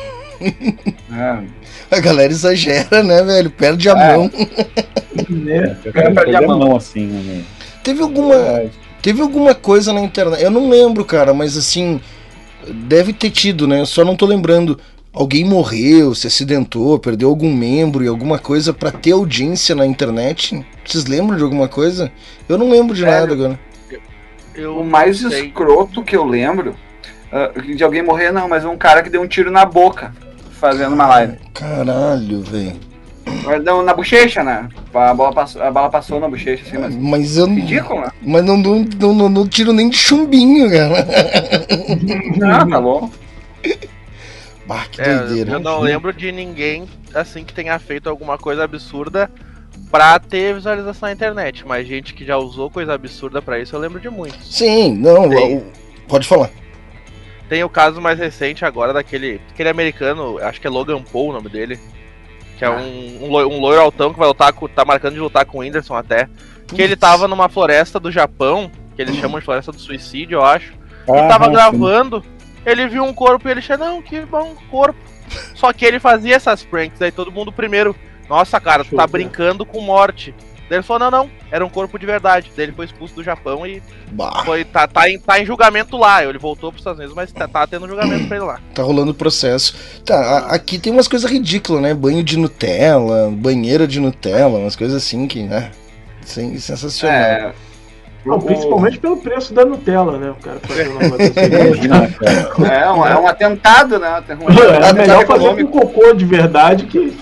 A galera exagera, né, velho? Perde a mão. Perde a mão, assim, né? Teve alguma coisa na internet, eu não lembro, cara, mas assim, deve ter tido, né? Eu só não tô lembrando. Alguém morreu, se acidentou, perdeu algum membro e alguma coisa pra ter audiência na internet. Vocês lembram de alguma coisa? Eu não lembro de nada agora. O mais escroto que eu lembro de alguém morrer, não, mas um cara que deu um tiro na boca fazendo uma live. Caralho, velho. Na bochecha, né? A bala passou na bochecha, assim, mas eu ridículo, né? Mas não tiro nem de chumbinho, cara. Não, tá bom. Bah, que doideira. Eu não lembro de ninguém, assim, que tenha feito alguma coisa absurda pra ter visualização na internet, mas gente que já usou coisa absurda pra isso, eu lembro de muitos. Sim, não, pode falar. Tem o caso mais recente agora daquele americano, acho que é Logan Paul o nome dele, que é um loiro altão que vai lutar tá marcando de lutar com o Whindersson até, que ele tava numa floresta do Japão, que eles chamam de floresta do suicídio, eu acho, e tava gravando, ele viu um corpo e ele achou, não, que bom corpo. Só que ele fazia essas pranks, aí todo mundo primeiro, nossa cara, tu tá brincando com morte. Daí ele falou, não, era um corpo de verdade. Daí ele foi expulso do Japão e tá em julgamento lá. Ele voltou pros Estados Unidos, mas tá tendo julgamento pra ele lá. Tá rolando o processo. Tá, aqui tem umas coisas ridículas, né? Banho de Nutella, banheira de Nutella, umas coisas assim que, né? Sensacional. Não, principalmente pelo preço da Nutella, né? O cara fazendo uma coisa é um atentado, né? É melhor fazer com cocô de verdade que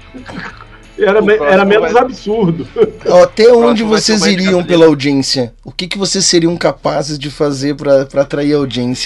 era menos absurdo. Até onde vocês iriam pela audiência? O que vocês seriam capazes de fazer pra atrair a audiência?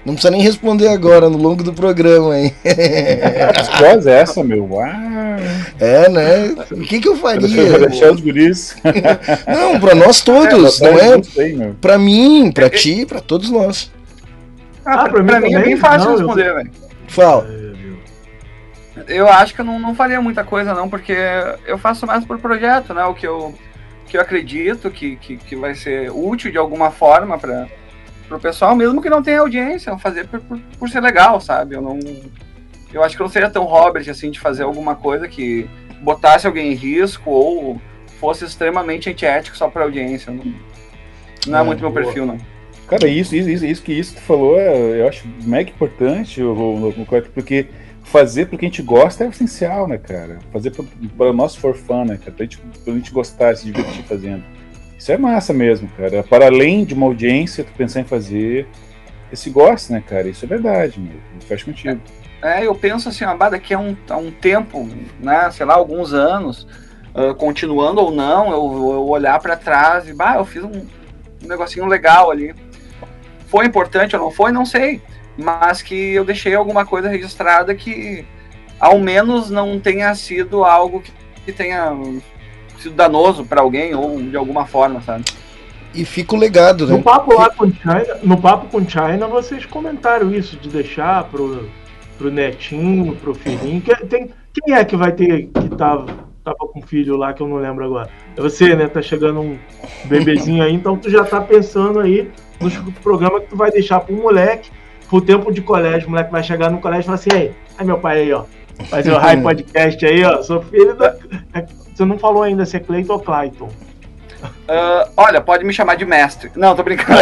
Não precisa nem responder agora, no longo do programa, hein? Que voz é essa, meu? Uau. É, né? O que eu faria? Vou deixar os guris. Não, pra nós todos, não é? Não sei, meu. Pra mim, pra ti, pra todos nós. Pra mim é bem fácil responder, velho. Fala. Eu acho que eu não faria muita coisa, não, porque eu faço mais por projeto, né? O que eu acredito que vai ser útil de alguma forma para o pessoal, mesmo que não tenha audiência, fazer por ser legal, sabe? Eu acho que eu não seria tão Robert assim de fazer alguma coisa que botasse alguém em risco ou fosse extremamente antiético só para audiência. Não é muito meu perfil, não. Cara, isso que tu falou, eu acho mega importante, porque fazer porque a gente gosta é essencial, né, cara? Fazer para nós for fun, né, cara? Pra gente gostar, se divertir fazendo. Isso é massa mesmo, cara. Para além de uma audiência, tu pensar em fazer esse gosto, né, cara? Isso é verdade, meu. Fecho contigo. Eu penso assim, daqui a um tempo, né, sei lá, alguns anos, continuando ou não, eu olhar para trás e, eu fiz um negocinho legal ali. Foi importante ou não foi, não sei. Mas que eu deixei alguma coisa registrada que ao menos não tenha sido algo que tenha sido danoso para alguém ou de alguma forma, sabe? E fica o legado, né? No papo lá com China, no papo com China, vocês comentaram isso, de deixar pro netinho, pro filhinho. Quem é que vai ter, que tava com filho lá, que eu não lembro agora? É você, né? Tá chegando um bebezinho aí, então tu já tá pensando aí nos programas que tu vai deixar pro moleque, pro tempo de colégio. O moleque vai chegar no colégio e falar assim, aí meu pai aí, ó, fazer o High Podcast aí, ó, sou filho da... Você não falou ainda se é Cleiton ou Clayton. Olha, pode me chamar de mestre. Não, tô brincando.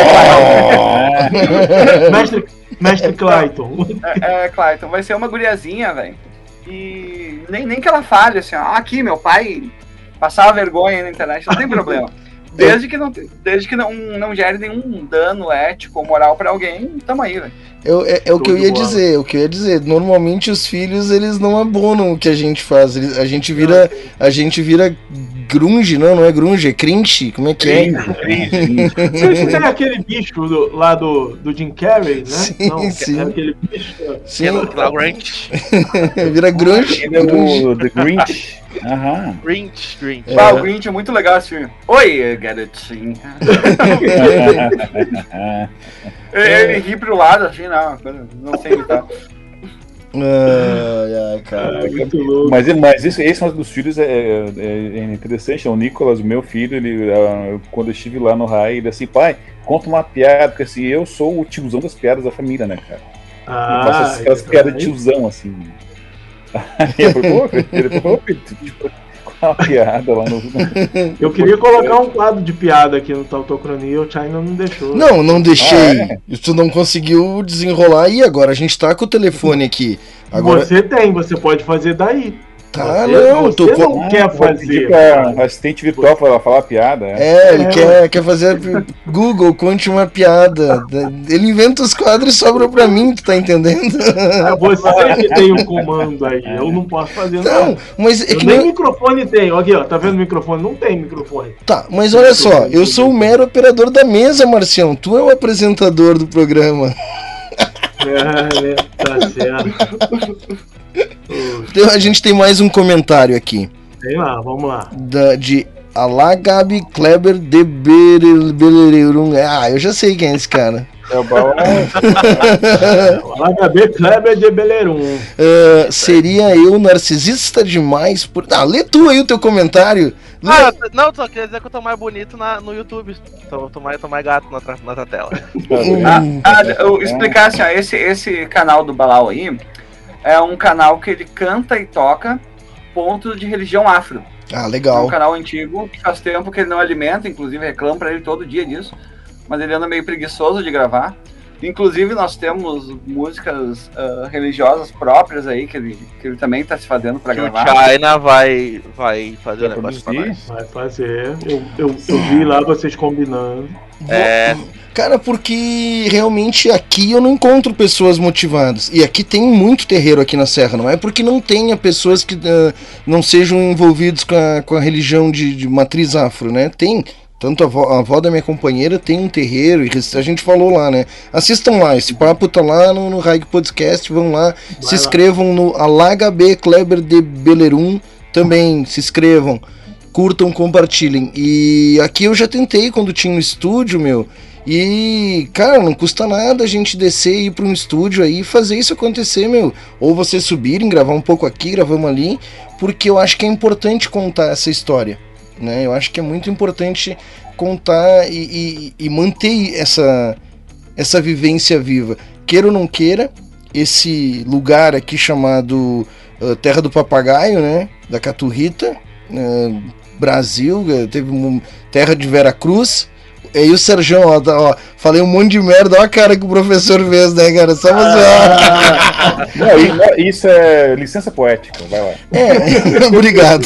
Mestre Clayton. Clayton, vai ser uma guriazinha, velho. E nem que ela fale assim, aqui meu pai passava vergonha aí na internet, não tem problema. Desde que não gere nenhum dano ético ou moral pra alguém, tamo aí, velho. O que eu ia dizer. Normalmente os filhos, eles não abonam o que a gente faz. A gente vira grunge, não é grunge, é cringe. Como é que é? Você tem aquele bicho lá do Jim Carrey, né? Sim. É aquele bicho. Sim. Grinch. Vira grunge. Ele é o The Grinch. Aham. Grinch. O Grinch é muito legal esse filme. Oi, garotinho. Ele ri pro lado, assim, não sei imitar. Cara. Muito louco. Mas esse dos filhos é interessante. O Nicolas, meu filho, quando eu estive lá no Rai, ele assim, pai, conta uma piada, porque assim, eu sou o tiozão das piadas da família, né, cara? Eu faço aquelas piadas de tiozão, assim. Ele falou, uma piada lá no... Eu queria colocar um quadro de piada aqui no Tautocronia, o China não deixou. Não deixei. Tu não conseguiu desenrolar e agora a gente tá com o telefone aqui. Agora... Você pode fazer daí. Tá, Você não quer fazer. Assistente virtual para falar a piada. Ele quer fazer Google, conte uma piada. Ele inventa os quadros e sobra pra mim, tu tá entendendo? Você que tem o comando aí, eu não posso fazer nada. Mas é que nem microfone tem. Aqui, ó, tá vendo o microfone? Não tem microfone. Tá, mas olha só, eu sou o mero operador da mesa, Marcião. Tu é o apresentador do programa. Tá certo. Então, a gente tem mais um comentário aqui. Vem lá, vamos lá. De Alá Gabi Kleber de Belerum. Eu já sei quem é esse cara. Alá Gabi Kleber de Belerum. Seria eu narcisista demais por... lê tu aí o teu comentário. Não, só queria dizer que eu tô mais bonito no YouTube. Tô mais gato na tela. Eu explicar assim, esse canal do Balau aí é um canal que ele canta e toca pontos de religião afro. Legal. É um canal antigo, que faz tempo que ele não alimenta, inclusive reclamo pra ele todo dia disso, mas ele anda meio preguiçoso de gravar. Inclusive nós temos músicas religiosas próprias aí, que ele também tá se fazendo pra gravar. O China vai fazer o negócio pra nós. Vai fazer. Eu vi lá vocês combinando. Cara, porque realmente aqui eu não encontro pessoas motivadas. E aqui tem muito terreiro aqui na Serra. Não é porque não tenha pessoas que não sejam envolvidos com a religião de matriz afro, né? Tanto a avó da minha companheira tem um terreiro, e a gente falou lá, né? Assistam lá, esse papo tá lá no Raik Podcast, vão lá, se inscrevam no HB Kleber de Belerum, também se inscrevam, curtam, compartilhem. E aqui eu já tentei quando tinha um estúdio, meu, e, cara, não custa nada a gente descer e ir para um estúdio aí e fazer isso acontecer, meu. Ou vocês subirem, gravar um pouco aqui, gravamos ali, porque eu acho que é importante contar essa história, né? Eu acho que é muito importante contar e manter essa vivência viva. Queira ou não queira, esse lugar aqui chamado Terra do Papagaio, né? Da Caturrita, Brasil, teve terra de Veracruz. E o Serjão, ó, falei um monte de merda, ó a cara que o professor fez, né, cara? Só pra zoar. Isso é licença poética, vai lá. Obrigado.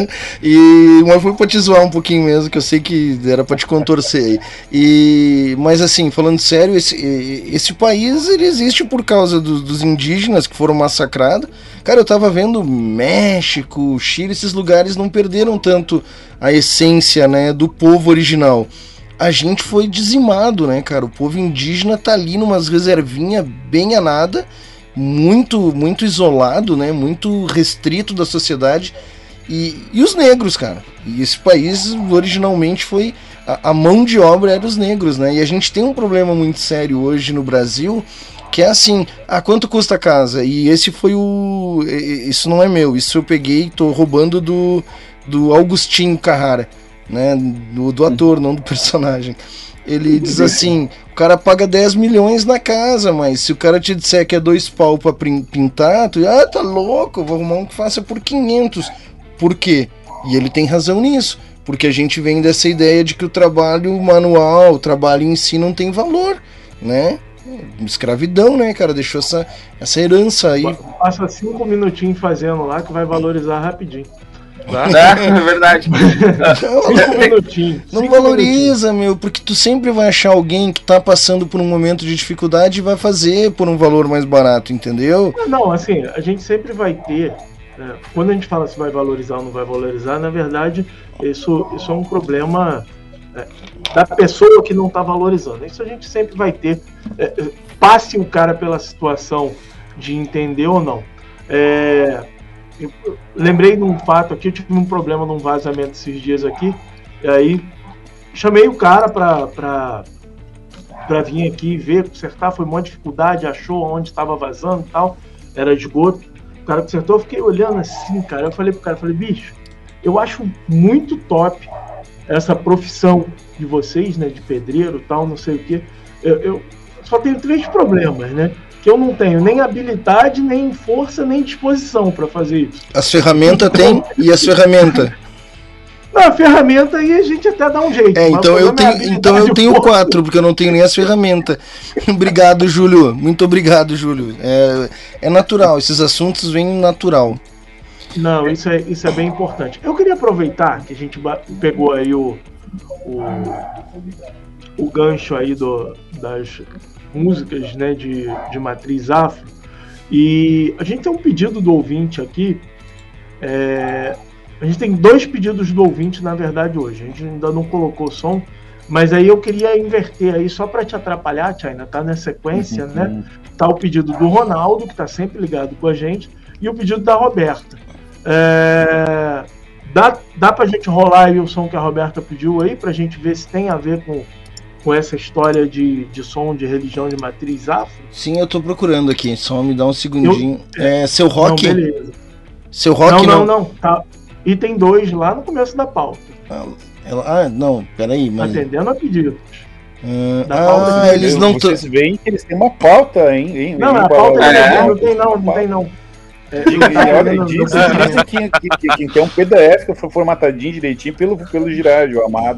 Mas foi pra te zoar um pouquinho mesmo, que eu sei que era pra te contorcer aí. Mas assim, falando sério, esse país, ele existe por causa dos indígenas que foram massacrados. Cara, eu tava vendo México, Chile, esses lugares não perderam tanto a essência, né, do povo original. A gente foi dizimado, né, cara? O povo indígena tá ali numas reservinhas bem a nada, muito, muito isolado, né? Muito restrito da sociedade. E os negros, cara. E esse país originalmente foi... A mão de obra era os negros, né? E a gente tem um problema muito sério hoje no Brasil, que é assim, quanto custa a casa? E esse foi isso não é meu, isso eu peguei, tô roubando do Augustinho Carrara, né, do ator, não do personagem. Ele diz assim, o cara paga 10 milhões na casa, mas se o cara te disser que é 2 pau pra pintar, tu tá louco, eu vou arrumar um que faça por 500. Por quê? E ele tem razão nisso, porque a gente vem dessa ideia de que o trabalho manual, o trabalho em si não tem valor, né? Escravidão, né, cara? Deixou essa herança aí. Passa 5 minutinhos fazendo lá que vai valorizar rapidinho. É verdade. Não valoriza, meu, porque tu sempre vai achar alguém que tá passando por um momento de dificuldade e vai fazer por um valor mais barato, entendeu? Não, assim, a gente sempre vai ter, quando a gente fala se vai valorizar ou não vai valorizar, na verdade, isso é um problema da pessoa que não tá valorizando. Isso a gente sempre vai ter. Passe o cara pela situação de entender ou não. Eu lembrei de um fato aqui, eu tive um problema num vazamento esses dias aqui, e aí chamei o cara pra vir aqui ver, consertar, foi uma dificuldade, achou onde estava vazando e tal, era esgoto, o cara consertou, eu fiquei olhando assim, cara, eu falei pro cara, bicho, eu acho muito top essa profissão de vocês, né, de pedreiro e tal, não sei o que, eu só tenho 3 problemas, né? Que eu não tenho nem habilidade, nem força, nem disposição para fazer isso. As ferramentas tem e as ferramentas? Não, a ferramenta aí a gente até dá um jeito. Então eu tenho 4, porque eu não tenho nem as ferramentas. Obrigado, Júlio. Muito obrigado, Júlio. É natural, esses assuntos vêm natural. Não, isso é bem importante. Eu queria aproveitar que a gente pegou aí o gancho aí das músicas, né, de matriz afro, e a gente tem um pedido do ouvinte aqui, a gente tem 2 pedidos do ouvinte na verdade hoje, a gente ainda não colocou som, mas aí eu queria inverter aí só para te atrapalhar, China, tá na sequência, né, tá o pedido do Ronaldo, que tá sempre ligado com a gente, e o pedido da Roberta. Dá pra gente rolar aí o som que a Roberta pediu aí, pra gente ver se tem a ver com essa história de som de religião de matriz afro? Sim, eu tô procurando aqui, só me dá um segundinho. Seu rock? Não, beleza. Seu rock não. Tá. Item 2 lá no começo da pauta. Não, peraí. Mas... Atendendo a pedidos. Eles não estão... Vocês veem que eles têm uma pauta, hein? Não, a pauta não tem não. Dizem que tem um PDF que foi formatadinho direitinho pelo Girardi, o amado.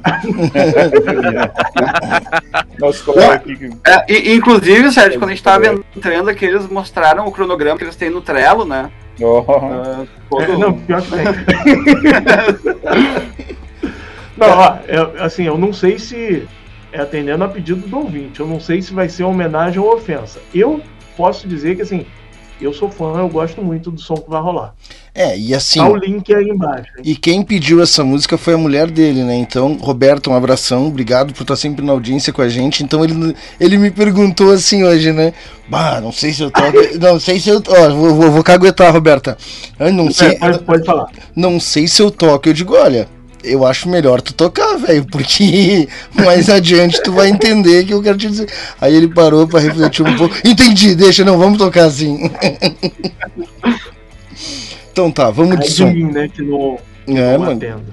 Nosso colega aqui. Inclusive, Sérgio, quando a gente estava entrando aqui, eles mostraram o cronograma que eles têm no Trello, né? Não, pior que tem. Não, assim, eu não sei se é atendendo a pedido do ouvinte, eu não sei se vai ser homenagem ou ofensa. Eu posso dizer que, assim, eu sou fã, eu gosto muito do som que vai rolar. E assim... Tá o link aí embaixo. Hein? E quem pediu essa música foi a mulher dele, né? Então, Roberto, um abração, obrigado por estar sempre na audiência com a gente. Então, ele me perguntou assim hoje, né? Não sei se eu toco... não sei se eu... vou caguetar, Roberta. Eu não sei... Pode falar. Não sei se eu toco. Eu digo, olha... Eu acho melhor tu tocar, velho, porque mais adiante tu vai entender o que eu quero te dizer. Aí ele parou pra refletir um pouco. Entendi, vamos tocar assim. Então tá, vamos de som. Né, que não mano. atendo.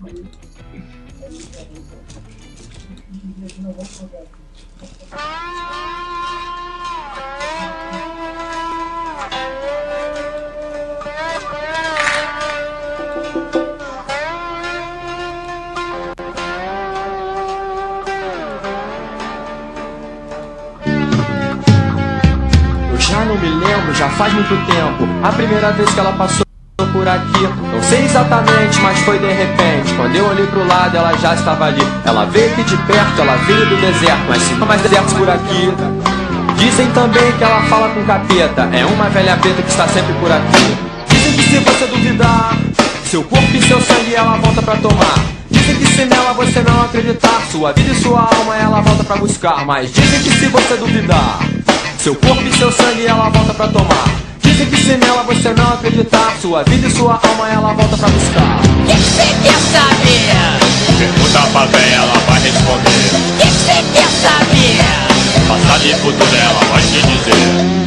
Já não me lembro, já faz muito tempo. A primeira vez que ela passou por aqui, não sei exatamente, mas foi de repente. Quando eu olhei pro lado, ela já estava ali. Ela veio aqui de perto, ela veio do deserto, mas se não mais desertos por aqui. Dizem também que ela fala com capeta, é uma velha preta que está sempre por aqui. Dizem que se você duvidar, seu corpo e seu sangue ela volta pra tomar. Dizem que se nela você não acreditar, sua vida e sua alma ela volta pra buscar. Mas dizem que se você duvidar, seu corpo e seu sangue ela volta pra tomar. Dizem que se nela você não acreditar, sua vida e sua alma ela volta pra buscar. O que você quer saber? Pergunta pra véia, ela vai responder. O que você quer saber? Passado e futuro ela vai te dizer.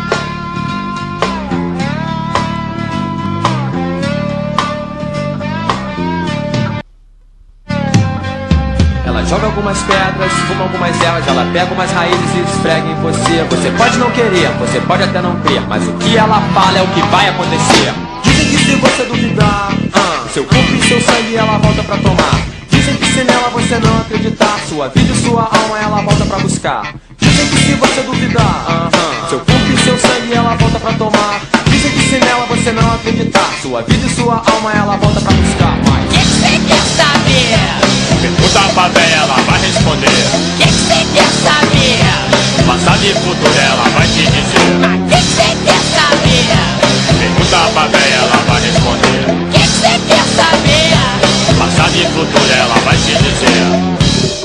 Ela joga algumas pedras, fuma algumas ervas, ela pega umas raízes e esfrega em você. Você pode não querer, você pode até não crer, mas o que ela fala é o que vai acontecer. Dizem que se você duvidar, seu corpo e seu sangue ela volta pra tomar. Dizem que se nela você não acreditar, sua vida e sua alma ela volta pra buscar. Dizem que se você duvidar, seu corpo e seu sangue ela volta pra tomar. Dizem que se nela você não acreditar, sua vida e sua alma ela volta pra buscar. Mas O que você quer saber? Pergunta pra véia, ela vai responder. O que você quer saber? Passado e futuro ela vai te dizer. O que você quer saber? Pergunta pra véia, ela vai responder. O que você quer saber? Passado e futuro ela vai te dizer.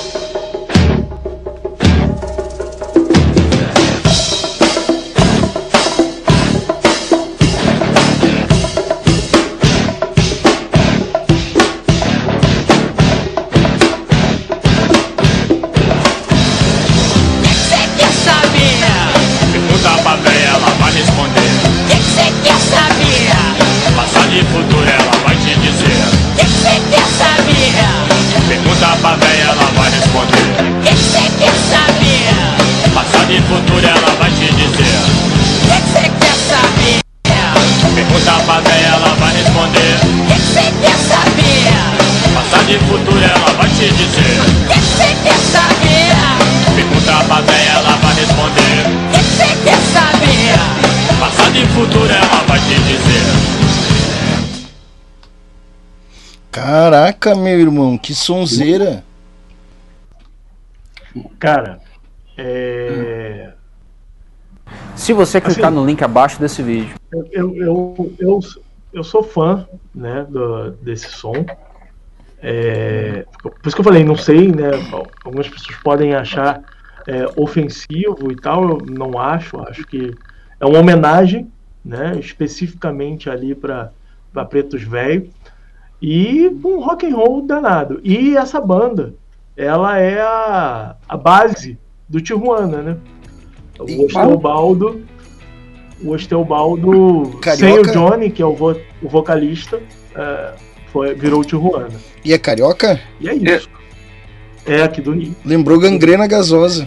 Caraca, meu irmão, que sonzeira. Cara, Se você clicar no link abaixo desse vídeo. Eu sou fã, né, desse som. Por isso que eu falei, não sei, né? Algumas pessoas podem achar ofensivo e tal. Eu não acho. Acho que é uma homenagem, né? Especificamente ali para pretos velhos e um rock and roll danado. E essa banda, ela é a base do Tijuana, né? O Osteobaldo sem o Johnny, que é o vocalista, virou o Tijuana. E é carioca? E é isso. É aqui do Rio. Lembrou Gangrena Gasosa.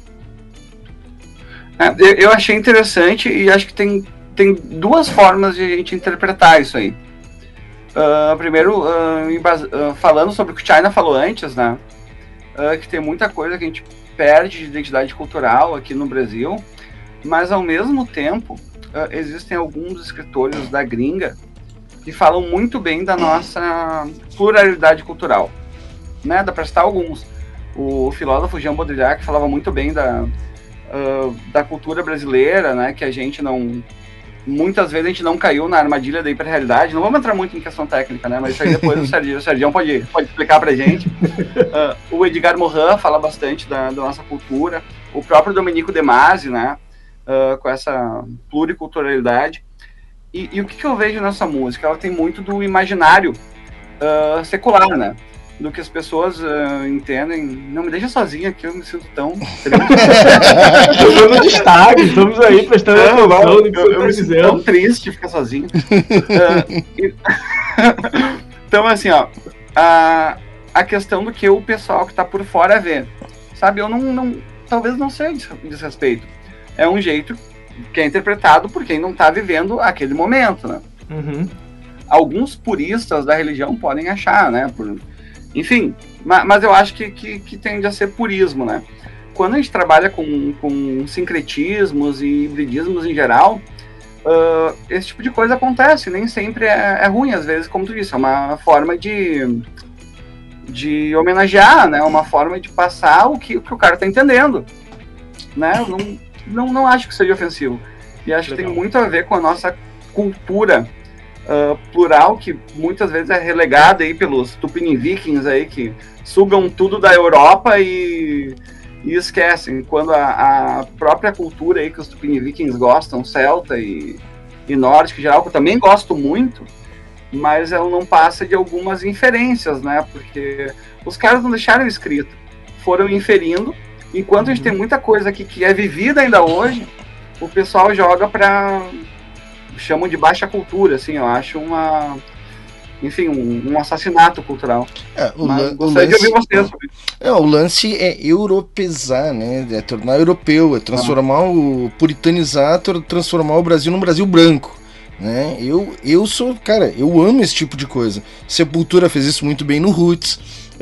Eu achei interessante e acho que tem duas formas de a gente interpretar isso aí. Primeiro, falando sobre o que o China falou antes, né? Que tem muita coisa que a gente perde de identidade cultural aqui no Brasil, mas ao mesmo tempo existem alguns escritores da gringa que falam muito bem da nossa pluralidade cultural, né? Dá para citar alguns. O filósofo Jean Baudrillard, que falava muito bem da cultura brasileira, né? Que a gente não muitas vezes a gente não caiu na armadilha da hiperrealidade. Não vamos entrar muito em questão técnica, né? Mas isso aí depois o Sergião pode explicar pra gente. O Edgar Morin fala bastante da nossa cultura. O próprio Domenico De Masi, né? Com essa pluriculturalidade. E o que eu vejo nessa música? Ela tem muito do imaginário secular, né? Do que as pessoas entendem. Não me deixa sozinha aqui, eu me sinto tão triste. Estamos no destaque, estamos aí prestando atenção no que você eu tá me sinto dizendo. tão triste ficar sozinho. Então, assim, ó, a questão do que o pessoal que tá por fora vê. Sabe, eu talvez não seja desrespeito. É um jeito que é interpretado por quem não tá vivendo aquele momento, né? Uhum. Alguns puristas da religião podem achar, né? Enfim, mas eu acho que tende a ser purismo, né? Quando a gente trabalha com sincretismos e hibridismos em geral, esse tipo de coisa acontece, nem sempre é ruim, às vezes, como tu disse, é uma forma de homenagear, né? Uma forma de passar o que o cara tá entendendo, né? Não acho que seja ofensivo. E acho que tem muito a ver com a nossa cultura plural, que muitas vezes é relegada aí pelos Tupinivikings aí, que sugam tudo da Europa e esquecem, quando a própria cultura aí que os Tupinivikings gostam, celta e nórdico em geral, que eu também gosto muito, mas ela não passa de algumas inferências, né? Porque os caras não deixaram escrito, foram inferindo, enquanto a gente tem muita coisa aqui que é vivida ainda hoje, o pessoal joga pra... chamam de baixa cultura, assim, eu acho enfim, um assassinato cultural. Gostaria de ouvir vocês sobre isso. O lance é europeizar, né? É tornar europeu, é transformar puritanizar, transformar o Brasil num Brasil branco, né? Eu sou, cara, eu amo esse tipo de coisa. Sepultura fez isso muito bem no Roots.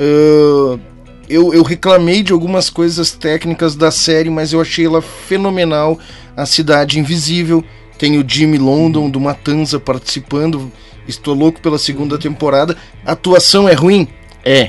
Eu reclamei de algumas coisas técnicas da série, mas eu achei ela fenomenal. A Cidade Invisível, tem o Jimmy London do Matanza participando. Estou louco pela segunda temporada. A atuação é ruim? É.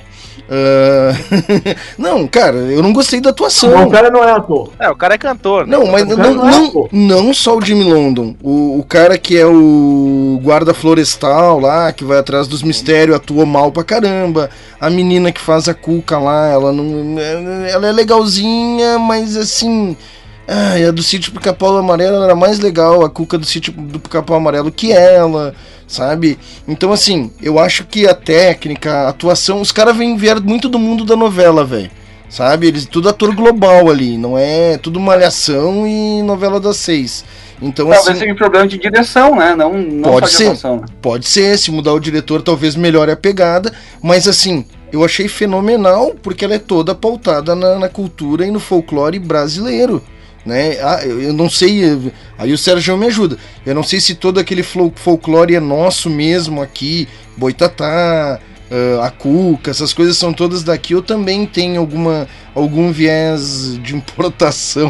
Não, cara, eu não gostei da atuação. Não, o cara não é ator. O cara é cantor. Né? Não, mas não só o Jimmy London. O cara que é o guarda florestal lá, que vai atrás dos mistérios, atua mal pra caramba. A menina que faz a Cuca lá, ela é legalzinha, mas assim... a do Sítio Pica-Pau Amarelo era mais legal, a Cuca do Sítio do Pica-Pau Amarelo, que ela, sabe? Então, assim, eu acho que a técnica, a atuação, os caras vieram muito do mundo da novela, velho, sabe? Eles tudo ator global ali, não é tudo Malhação e novela das 6. Então, talvez assim, seja um problema de direção, né? Não pode só de ser, atuação. pode ser, se mudar o diretor talvez melhore a pegada, mas assim, eu achei fenomenal porque ela é toda pautada na cultura e no folclore brasileiro. Né? Eu não sei, aí o Sérgio me ajuda. Eu não sei se todo aquele folclore é nosso mesmo aqui, Boitatá, a Cuca, essas coisas são todas daqui, ou também tem algum viés de importação.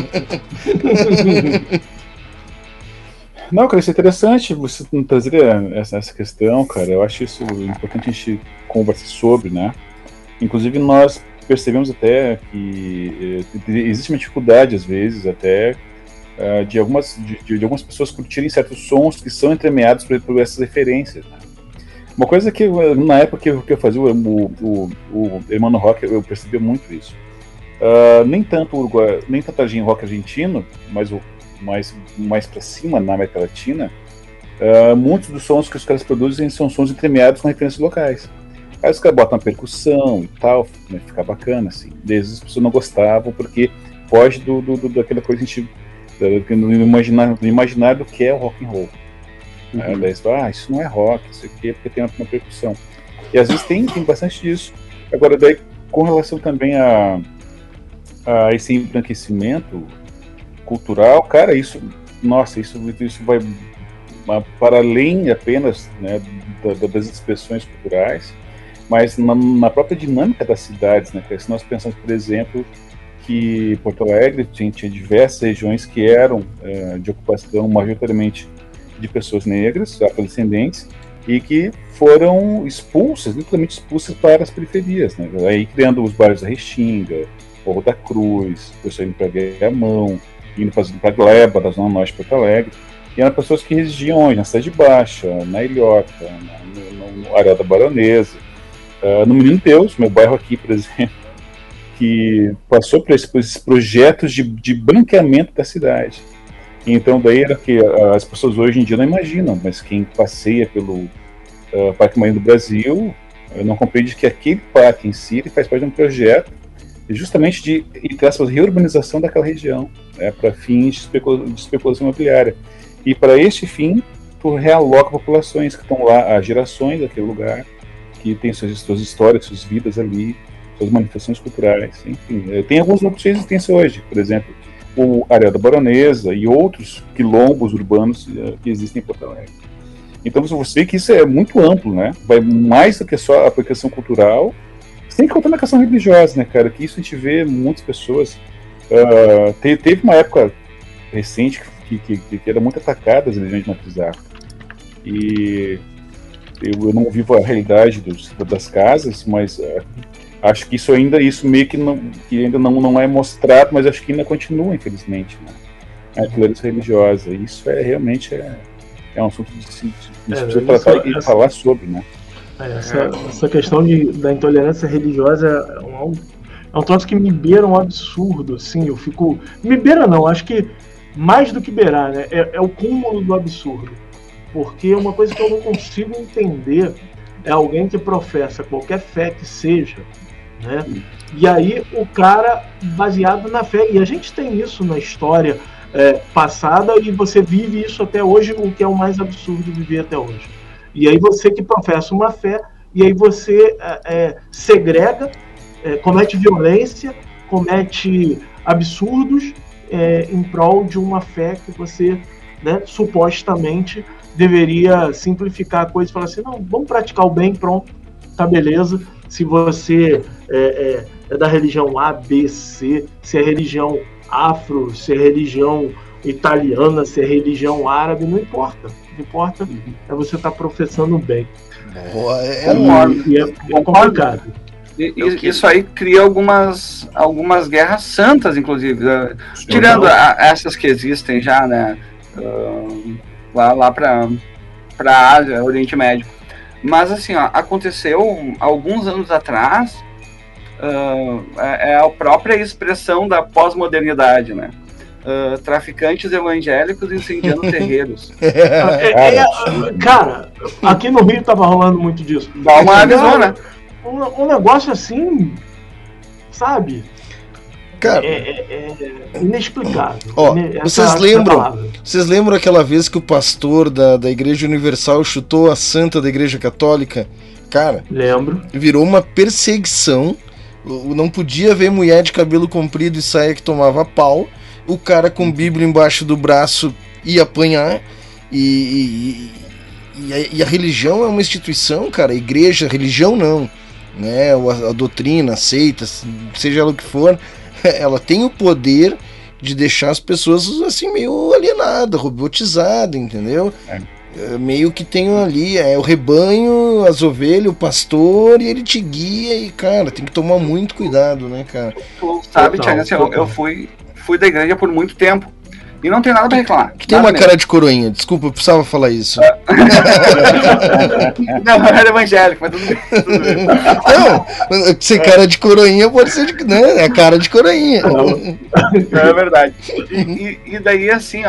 Não, cara, isso é interessante você trazer essa questão, cara. Eu acho isso importante a gente conversar sobre, né? Inclusive nós percebemos até que existe uma dificuldade, às vezes, até de algumas pessoas curtirem certos sons que são entremeados por essas referências. Né? Uma coisa que, na época que eu fazia o Hermano Rock, eu percebia muito isso. Nem tanto rock argentino, mas mais para cima, na América Latina, muitos dos sons que os caras produzem são sons entremeados com referências locais. Aí os caras botam uma percussão e tal, né, fica bacana, assim. Às vezes as pessoas não gostavam, porque foge daquela coisa no imaginário do que é o rock and roll. Daí você fala, isso não é rock, isso aqui é porque tem uma percussão. E às vezes tem bastante disso. Agora, daí, com relação também a esse embranquecimento cultural, cara, isso vai para além apenas, né, das expressões culturais, mas na própria dinâmica das cidades, né? Se nós pensamos, por exemplo, que Porto Alegre tinha diversas regiões que eram de ocupação majoritariamente de pessoas negras, afrodescendentes, e que foram literalmente expulsas para as periferias, né? Aí criando os bairros da Restinga, Morro da Cruz, o pessoal indo para Viamão, indo para Gleba, da Zona Norte de Porto Alegre. E eram pessoas que residiam onde? Na Cidade Baixa, na Ilhota, no Areal da Baronesa, no Menino Deus, meu bairro aqui, por exemplo, que passou por esses projetos de branqueamento da cidade. Então daí era que as pessoas hoje em dia não imaginam, mas quem passeia pelo Parque Marinho do Brasil não compreende que aquele parque em si ele faz parte de um projeto justamente de, entre aspas, reurbanização daquela região, né, para fins de especulação imobiliária. E para este fim, tu realoca populações que estão lá há gerações daquele lugar, que tem suas histórias, suas vidas ali, suas manifestações culturais, enfim. Tem alguns núcleos de existência hoje, por exemplo, o Areal da Baronesa e outros quilombos urbanos que existem em Porto Alegre. Então você vê que isso é muito amplo, né? Vai mais do que só a aplicação cultural, sem contar na questão religiosa, né, cara? Que isso a gente vê muitas pessoas. Teve uma época recente que era muito atacada as religiões de matriz afro. E eu não vivo a realidade das casas, mas acho que isso meio que ainda não é mostrado, mas acho que ainda continua, infelizmente, né? A intolerância religiosa. Isso realmente é um assunto de se tratar e falar sobre, né? Essa questão da intolerância religiosa é um troço que me beira um absurdo, assim, eu fico... Me beira não, acho que mais do que beirar, né? É o cúmulo do absurdo. Porque uma coisa que eu não consigo entender é alguém que professa qualquer fé que seja, né? E aí o cara baseado na fé. E a gente tem isso na história passada e você vive isso até hoje, o que é o mais absurdo viver até hoje. E aí você que professa uma fé, e aí você segrega, comete violência, comete absurdos em prol de uma fé que você, né, supostamente deveria simplificar a coisa e falar assim, não, vamos praticar o bem, pronto, tá beleza. Se você é da religião A, B, C, se é religião afro, se é religião italiana, se é religião árabe, não importa. O que importa é você estar professando o bem. E é complicado. Isso aí cria algumas guerras santas, inclusive. Tirando essas que existem já, né? Lá para a Ásia, Oriente Médio. Mas assim, aconteceu alguns anos atrás, a própria expressão da pós-modernidade, né? Traficantes evangélicos incendiando terreiros. Cara, aqui no Rio tava rolando muito disso. Dá uma visão, né? Um negócio assim, sabe? Cara, inexplicável. Ó, vocês lembram aquela vez que o pastor da Igreja Universal chutou a santa da Igreja Católica? Cara, lembro. Virou uma perseguição. Não podia ver mulher de cabelo comprido e saia que tomava pau. O cara com Bíblia embaixo do braço ia apanhar. E a religião é uma instituição, cara. A igreja, religião não, né? A doutrina, a seita, seja ela o que for, ela tem o poder de deixar as pessoas assim meio alienadas, robotizadas, entendeu? Meio que tem ali o rebanho, as ovelhas, o pastor, e ele te guia e, cara, tem que tomar muito cuidado, né, cara? Tu sabe, Thiago, assim, eu fui da igreja por muito tempo e não tem nada pra reclamar. Que tem uma cara de coroinha, desculpa, eu precisava falar isso. Não, era evangélico, mas tudo bem. Não, ser cara de coroinha pode ser né? É cara de coroinha. É verdade. E daí, assim,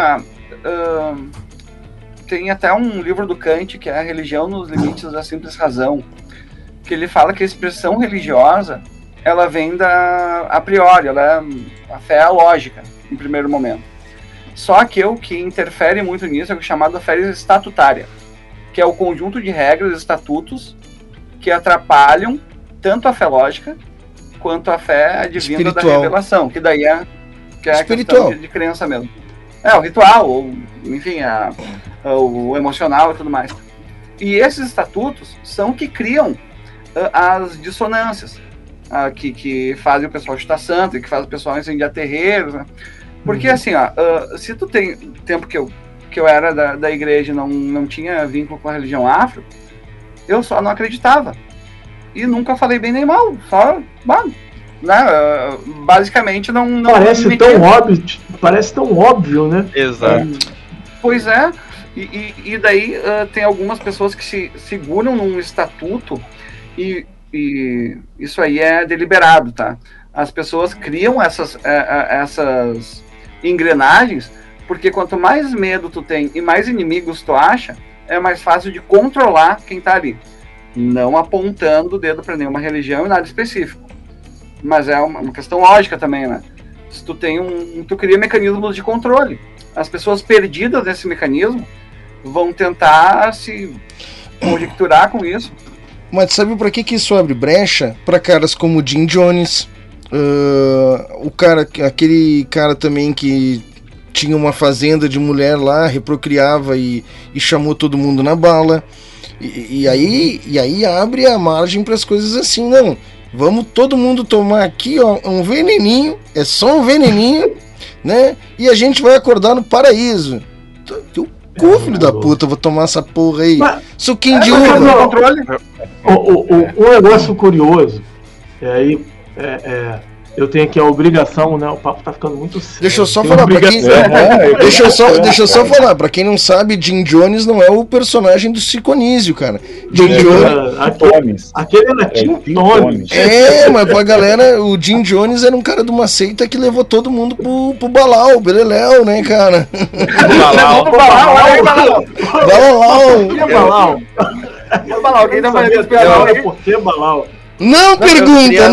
tem até um livro do Kant, que é A Religião nos Limites da Simples Razão, que ele fala que a expressão religiosa, ela vem a priori, a fé é a lógica, em primeiro momento. Só que o que interfere muito nisso é o chamado fé estatutária, que é o conjunto de regras e estatutos que atrapalham tanto a fé lógica quanto a fé advinda da revelação, que daí é a questão de crença mesmo. O ritual, ou enfim, o emocional e tudo mais. E esses estatutos são que criam as dissonâncias, que fazem o pessoal chutar santo e que fazem o pessoal incendiar terreiros, né? Porque assim, se tu tem tempo que eu era da igreja e não tinha vínculo com a religião afro, eu só não acreditava. E nunca falei bem nem mal, só, né, basicamente não parece tão óbvio, né? Exato. Pois é, e daí tem algumas pessoas que se seguram num estatuto e isso aí é deliberado, tá? As pessoas criam essas engrenagens porque quanto mais medo tu tem e mais inimigos tu acha, é mais fácil de controlar quem tá ali. Não apontando o dedo para nenhuma religião e nada específico. Mas é uma questão lógica também, né? Se tu tem tu cria mecanismos de controle. As pessoas perdidas nesse mecanismo vão tentar se conjecturar com isso. Mas sabe pra que isso abre brecha? Pra caras como o Jim Jones, aquele cara também que tinha uma fazenda de mulher lá, reprocriava e chamou todo mundo na bala. E aí abre a margem para as coisas assim, não. Vamos todo mundo tomar aqui, ó, um veneninho, é só um veneninho, né? E a gente vai acordar no paraíso. Teu cu, filho da puta, eu vou tomar essa porra aí. Suquinho de uva. Um negócio curioso, aí eu tenho aqui a obrigação, né? O papo tá ficando muito sério. Deixa eu só falar pra quem... Deixa eu só falar, pra quem não sabe, Jim Jones não é o personagem do Ciconísio, cara. Jim Jones... Aquele era Tim Tones. Mas pra galera, o Jim Jones era um cara de uma seita que levou todo mundo pro Balau, Beleléu, né, cara? Balau. Quem tá fazendo esse Balau? Por que Balau? Não pergunta.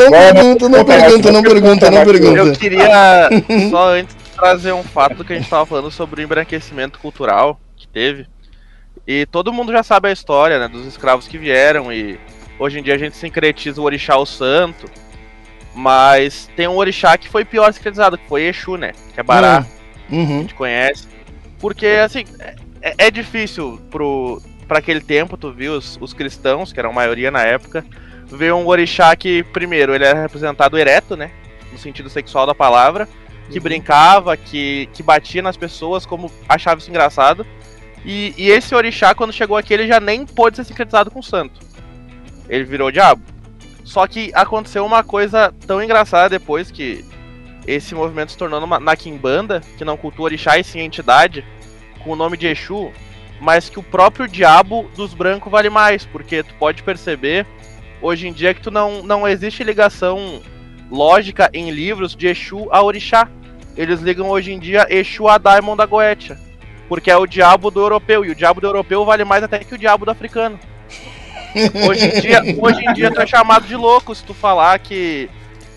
Eu queria só antes trazer um fato que a gente tava falando sobre o embranquecimento cultural que teve. E todo mundo já sabe a história, né, dos escravos que vieram e hoje em dia a gente sincretiza o orixá o santo. Mas tem um orixá que foi pior sincretizado, que foi Exu, né, que é Bará, que a gente conhece. Porque, assim, é difícil pra aquele tempo, tu viu, os cristãos, que eram a maioria na época, ver um orixá que, primeiro, ele era representado ereto, né? No sentido sexual da palavra, que brincava, que batia nas pessoas como achava isso engraçado. E esse orixá, quando chegou aqui, ele já nem pôde ser sincretizado com o santo. Ele virou diabo. Só que aconteceu uma coisa tão engraçada depois que esse movimento se tornou na Quimbanda, que não cultua orixá e sim entidade, com o nome de Exu, mas que o próprio diabo dos brancos vale mais, porque tu pode perceber hoje em dia que não existe ligação lógica em livros de Exu a orixá. Eles ligam hoje em dia Exu a Daimon da Goetia, porque é o diabo do europeu, e o diabo do europeu vale mais até que o diabo do africano. Hoje em dia tu é chamado de louco se tu falar que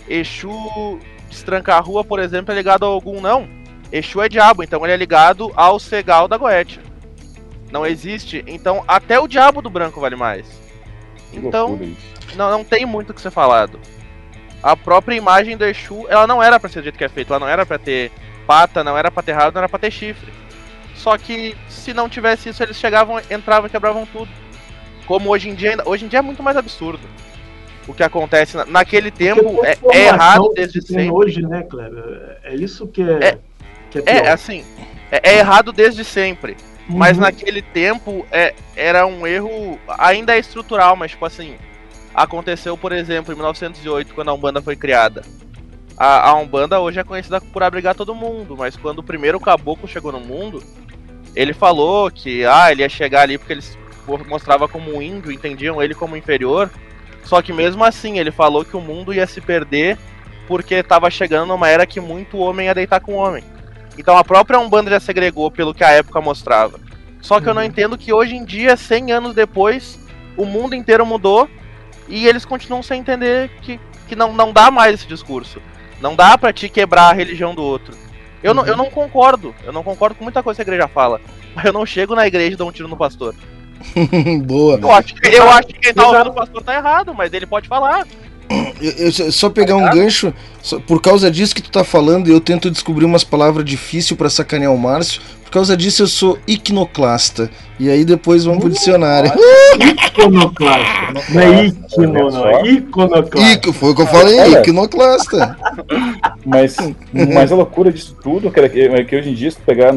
Exu destrancar a rua, por exemplo, é ligado a algum não. Exu é diabo, então ele é ligado ao Segal da Goetia. Não existe, então até o diabo do branco vale mais. Então, não tem muito o que ser falado. A própria imagem do Exu, ela não era pra ser do jeito que é feito. Ela não era pra ter pata, não era pra ter rabo, não era pra ter chifre. Só que, se não tivesse isso, eles chegavam, entravam e quebravam tudo. Como hoje em dia é muito mais absurdo. O que acontece naquele tempo é errado desde sempre. Hoje, né, Kleber? É isso que é pior. Assim, é errado desde sempre. Mas naquele tempo era um erro, ainda é estrutural, mas tipo assim, aconteceu, por exemplo, em 1908, quando a Umbanda foi criada. A Umbanda hoje é conhecida por abrigar todo mundo, mas quando o primeiro caboclo chegou no mundo, ele falou que ele ia chegar ali porque ele se mostrava como um índio, entendiam ele como inferior. Só que mesmo assim, ele falou que o mundo ia se perder porque estava chegando numa era que muito homem ia deitar com homem. Então a própria Umbanda já segregou pelo que a época mostrava. Só que eu não entendo que hoje em dia, 100 anos depois, o mundo inteiro mudou e eles continuam sem entender que não dá mais esse discurso. Não dá pra te quebrar a religião do outro. Eu não concordo. Eu não concordo com muita coisa que a igreja fala. Mas eu não chego na igreja e dou um tiro no pastor. Boa. Eu acho que quem tá ouvindo o pastor tá errado, mas ele pode falar. Eu só pegar um gancho, por causa disso que tu tá falando, eu tento descobrir umas palavras difíceis pra sacanear o Márcio. Por causa disso eu sou iconoclasta. E aí depois vamos pro dicionário. Iconoclasta. Não é iquino, não. É iconoclasta. Foi o que eu falei, iconoclasta. Mas a loucura disso tudo, cara, é que hoje em dia, se tu pegar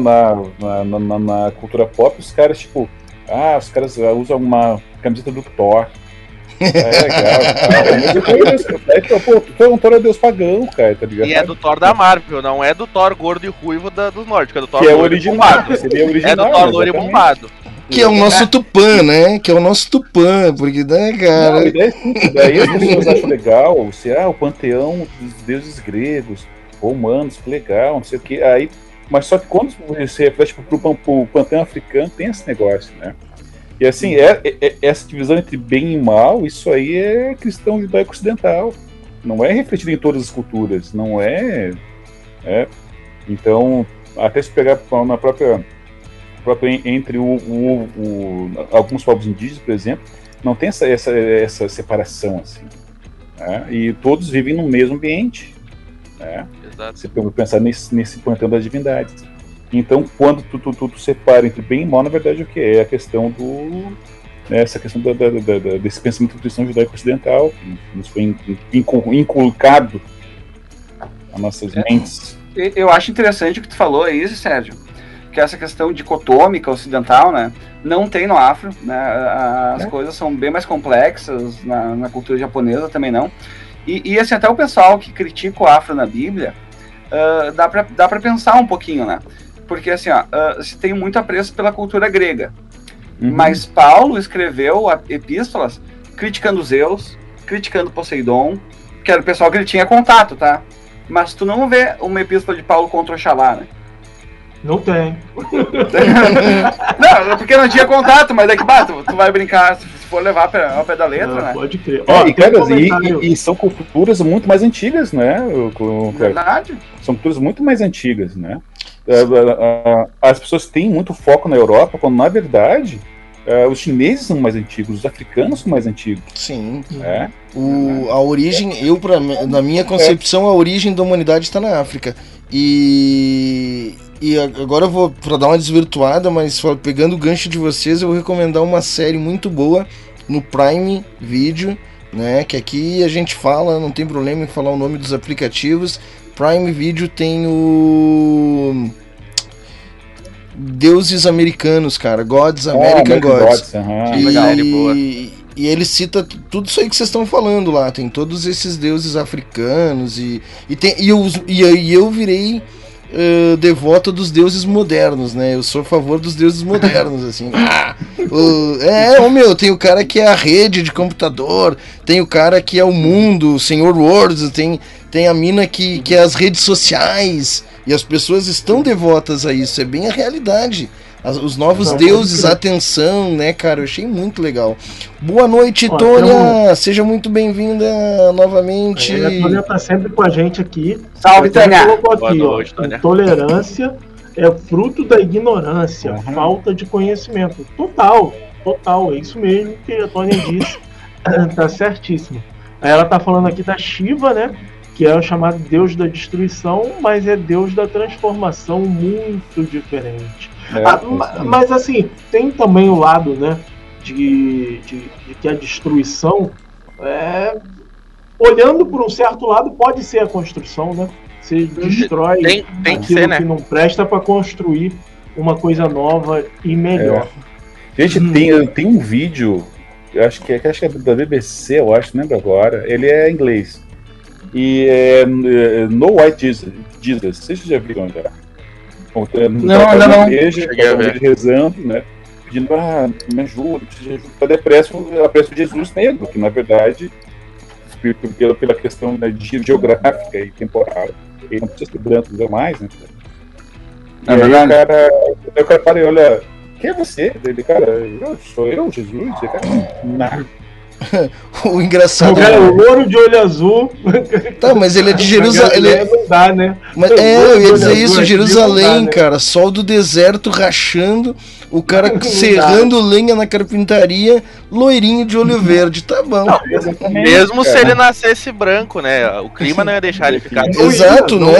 na cultura pop, os caras, tipo, os caras usam uma camiseta do Thor. É legal, cara. Mas o Thor é Deus pagão, cara, tá ligado? E é do Thor da Marvel, não é do Thor gordo e ruivo dos nórdicos, é do Thor Que é o loiro e original, bombado. seria original. É do Thor loiro e exatamente. bombado. Que é o nosso Tupã, né? Que é o nosso Tupã, porque, né, Não, cara... a ideia é simples, daí as pessoas acham legal, o panteão dos deuses gregos, romanos, que legal, não sei o que. Aí, mas só que quando você reflete pro panteão africano, tem esse negócio, né? E assim, essa divisão entre bem e mal, isso aí é cristão judaico ocidental. Não é refletido em todas as culturas, não é. Então, até se pegar na própria entre alguns povos indígenas, por exemplo, não tem essa separação assim, né? E todos vivem no mesmo ambiente, né? Exato. Você pode pensar nesse panteão das divindades. Então, quando tu separa entre bem e mal, na verdade, o que é a questão essa questão desse pensamento cristão judaico ocidental que nos foi inculcado nas nossas mentes. Eu acho interessante o que tu falou aí, Sérgio, que essa questão dicotômica ocidental, né, não tem no afro, né, as coisas são bem mais complexas, na cultura japonesa também não, e assim, até o pessoal que critica o afro na Bíblia, dá pra pensar um pouquinho, né, porque assim, se tem muito apreço pela cultura grega, mas Paulo escreveu epístolas criticando Zeus, criticando Poseidon, que era o pessoal que ele tinha contato, tá, mas tu não vê uma epístola de Paulo contra Oxalá, né? Não tem. Não, porque não tinha contato, mas é que tu vai brincar, se for levar ao pé da letra, né? Pode crer. E são culturas muito mais antigas, né? Verdade. São culturas muito mais antigas, né? As pessoas têm muito foco na Europa, quando na verdade os chineses são mais antigos, os africanos são mais antigos. Sim. É? A origem, na minha concepção, a origem da humanidade está na África. E agora eu vou, para dar uma desvirtuada, mas pegando o gancho de vocês, eu vou recomendar uma série muito boa no Prime Video, né? Que aqui a gente fala, não tem problema em falar o nome dos aplicativos. Prime Video tem o Deuses Americanos, cara, Gods, American Gods. E ele cita tudo isso aí que vocês estão falando lá, tem todos esses deuses africanos e eu virei devoto dos deuses modernos, né? Eu sou a favor dos deuses modernos, assim. Tem o cara que é a rede de computador, tem o cara que é o mundo, o Senhor Words, tem a mina que é as redes sociais, e as pessoas estão devotas a isso, é bem a realidade. Os novos deuses, a atenção, né, cara? Eu achei muito legal. Boa noite, Tônia! Seja muito bem-vinda novamente. A Tônia tá sempre com a gente aqui. Salve, Tônia! Boa noite, Tônia. Intolerância é fruto da ignorância, falta de conhecimento. Total, é isso mesmo que a Tônia disse. Tá certíssimo. Ela tá falando aqui da Shiva, né? Que é o chamado Deus da destruição, mas é Deus da transformação, muito diferente. Mas assim, tem também o lado, né, de que a destruição, olhando por um certo lado, pode ser a construção, né? Você destrói tem aquilo que ser, né? que não presta para construir uma coisa nova e melhor. Gente, tem um vídeo, acho que é da BBC, eu acho, não lembro agora, ele é em inglês. E é No White Jesus, vocês já viram já? Não. Igreja, rezando, né? Pedindo, me ajuda, a depressão de Jesus negro, que na verdade, pela questão, né, geográfica e temporal, ele não precisa ser branco mais, né? E aí o cara para e olha, quem é você? Ele, cara, sou eu, Jesus? Ele, cara, não. O engraçado o louro de olho azul. Tá, mas ele é de Jerusalém. Não dá, né? Mas eu ia dizer isso, Jerusalém, cara. Sol do deserto rachando, o cara serrando lenha na carpintaria, loirinho de olho verde. Tá bom. Mesmo se ele nascesse branco, né? O clima não ia deixar ele ficar. Exato, né?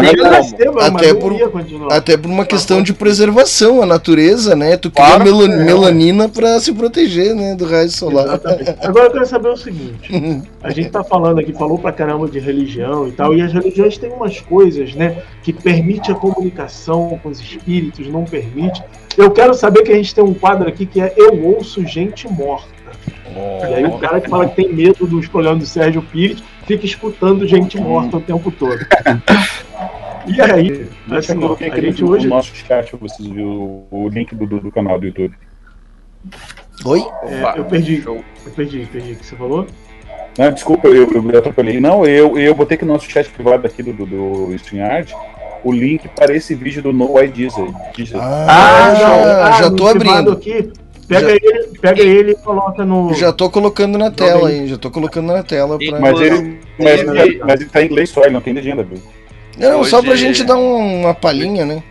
Até por uma questão de preservação, a natureza, né? Tu cria melanina pra se proteger, né? Do raio solar. Exatamente. Agora eu quero saber o seguinte, a gente tá falando aqui, falou pra caramba de religião e tal, e as religiões têm umas coisas, né, que permite a comunicação com os espíritos, não permite. Eu quero saber que a gente tem um quadro aqui que é Eu Ouço Gente Morta. E aí o cara que fala que tem medo dos programas do Sérgio Pires fica escutando gente morta o tempo todo. E aí, assim, ó, a gente hoje... no nosso chat pra vocês verem o link do canal do YouTube. Oi? Eu perdi o que você falou? Não, desculpa, eu atrapalhei. Não, eu botei aqui no nosso chat privado aqui do StreamYard o link para esse vídeo do No Ideas aí. Já tô abrindo. Aqui, pega ele e coloca no... Já tô colocando na tela aí, pra... Mas ele tá em inglês só, ele não tem legenda, viu? Não, Hoje... só pra gente dar uma palhinha, né?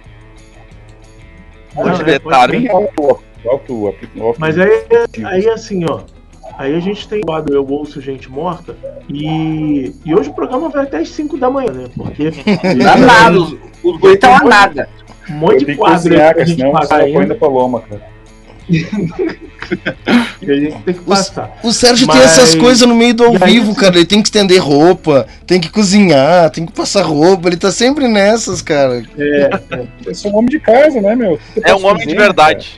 Hoje detalhe. Mas aí assim, ó. Aí a gente tem o quadro Eu Ouço Gente Morta e hoje o programa vai até as 5 da manhã, né? Porque... Danado, os dois estão a nada. Um monte de quadro aí pra gente senão passar você ainda. põe da Paloma, cara. E a gente tem que passar. O Sérgio tem essas coisas no meio do ao vivo, cara. Ele tem que estender roupa, tem que cozinhar, tem que passar roupa. Ele tá sempre nessas, cara. Eu sou um homem de casa, né, meu? É um homem de verdade.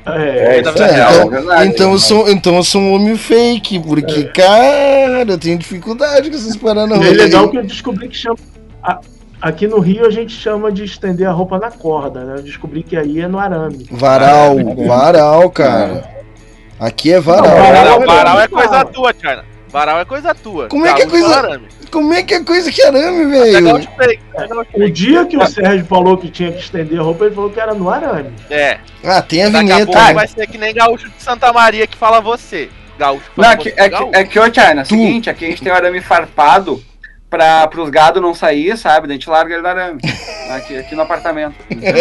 Então eu sou um homem fake, porque, cara, eu tenho dificuldade com essas paradas. É legal que eu descobri que chama. Aqui no Rio a gente chama de estender a roupa na corda, né? Eu descobri que aí é no arame. Varal, cara. Aqui é varal. Varal é coisa tua, China. Varal é coisa tua. Como é que é coisa? Como é que é coisa que arame, velho? O dia que o Sérgio falou que tinha que estender a roupa, ele falou que era no arame. É. Ah, tem a Daqui vinheta. A pouco vai ser que nem gaúcho de Santa Maria que fala você. Gaúcho não, é que, ô China, seguinte, aqui a gente tem o arame farpado para os gados não sair, sabe? Daí a gente larga ele no arame. Aqui no apartamento.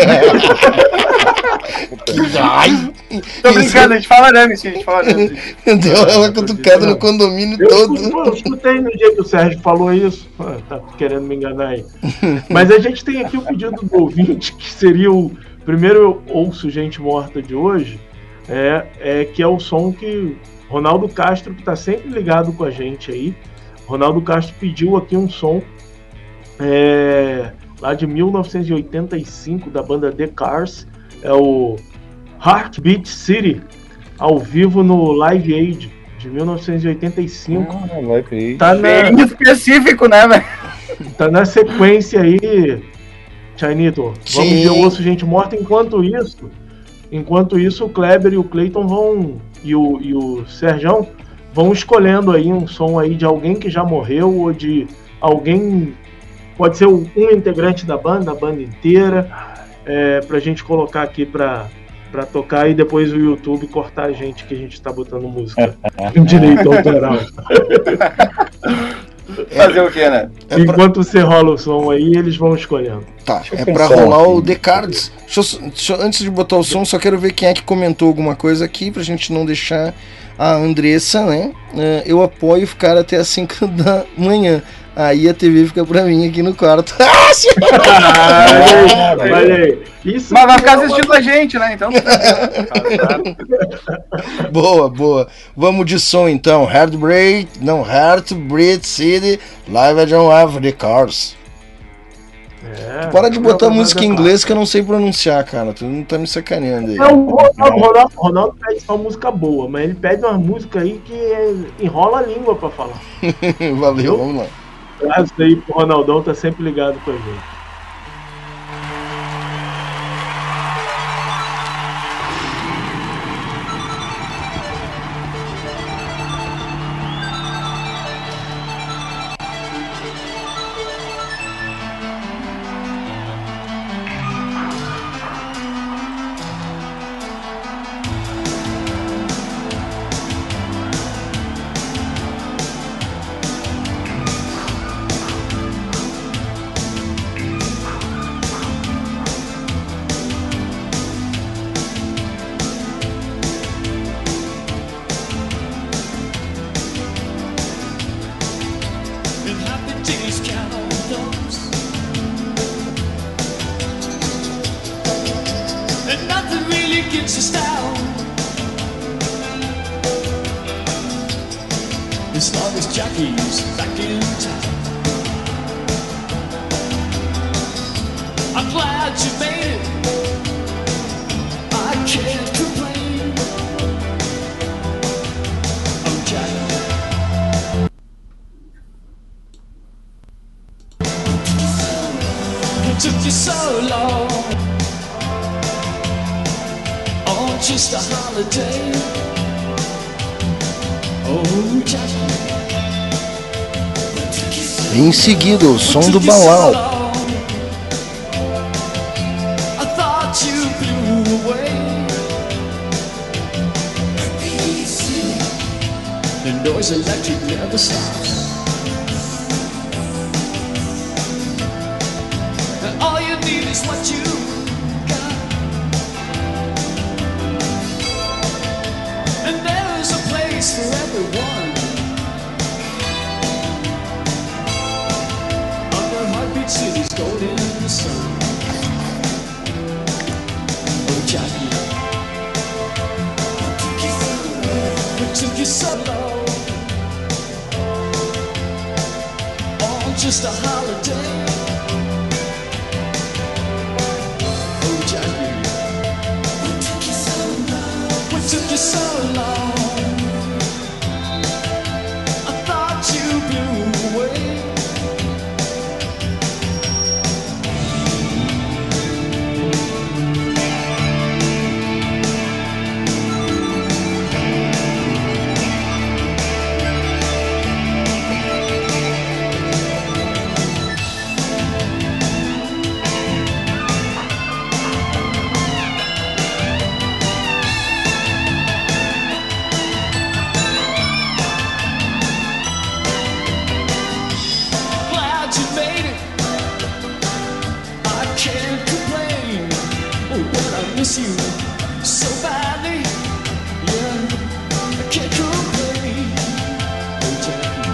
Tô brincando, a gente fala arame, sim, a gente fala arame. Deu uma cutucada no condomínio todo. Eu escutei no dia que o Sérgio falou isso. Tá querendo me enganar aí. Mas a gente tem aqui o pedido do ouvinte, que seria o primeiro Eu Ouço Gente Morta de hoje, que é o som que Ronaldo Castro, que tá sempre ligado com a gente aí. Ronaldo Castro pediu aqui um som lá de 1985 da banda The Cars, é o Heartbeat City, ao vivo no Live Aid de 1985. Live Aid. Tá bem específico, né, velho? Tá na sequência aí, Chainito. Vamos ver o Osso Gente Morta. Enquanto isso, o Kleber e o Cleiton vão e o Serjão vão escolhendo aí um som aí de alguém que já morreu ou de alguém, pode ser um integrante da banda, a banda inteira, pra gente colocar aqui pra tocar e depois o YouTube cortar a gente que a gente tá botando música em direito autoral. Fazer o que, né? Enquanto você rola o som aí, eles vão escolhendo. Tá, pra rolar o The Cards. Antes de botar o som, só quero ver quem é que comentou alguma coisa aqui, pra gente não deixar a Andressa, né? Eu apoio ficar até as 5 da manhã. Aí a TV fica pra mim aqui no quarto. Olha aí. Isso, mas vai ficar assistindo a gente, né? Então. Boa. Vamos de som então. Heartbeat City, Live at John Ave, The Cars. Para de botar música em inglês que eu não sei pronunciar, cara. Tu não tá me sacaneando aí. O Ronaldo pede só música boa, mas ele pede uma música aí que enrola a língua pra falar. Valeu, vamos lá. Isso aí pro Ronaldão, tá sempre ligado com a gente. took you so long on just a holiday? Oh, Jackie. Em seguida, o som do Balau. I thought you blew away. The noise electric never stops. And all you need is what you got. And there is a place for everyone. Under Heartbeat City's golden sun. Oh, Jackie, what took you so long on just a holiday? Oh, Jackie, what took you so long? I thought you blew away. Glad you made it. I can't complain. Oh, but I miss you so badly. Yeah, I can't complain. Oh, Jackie,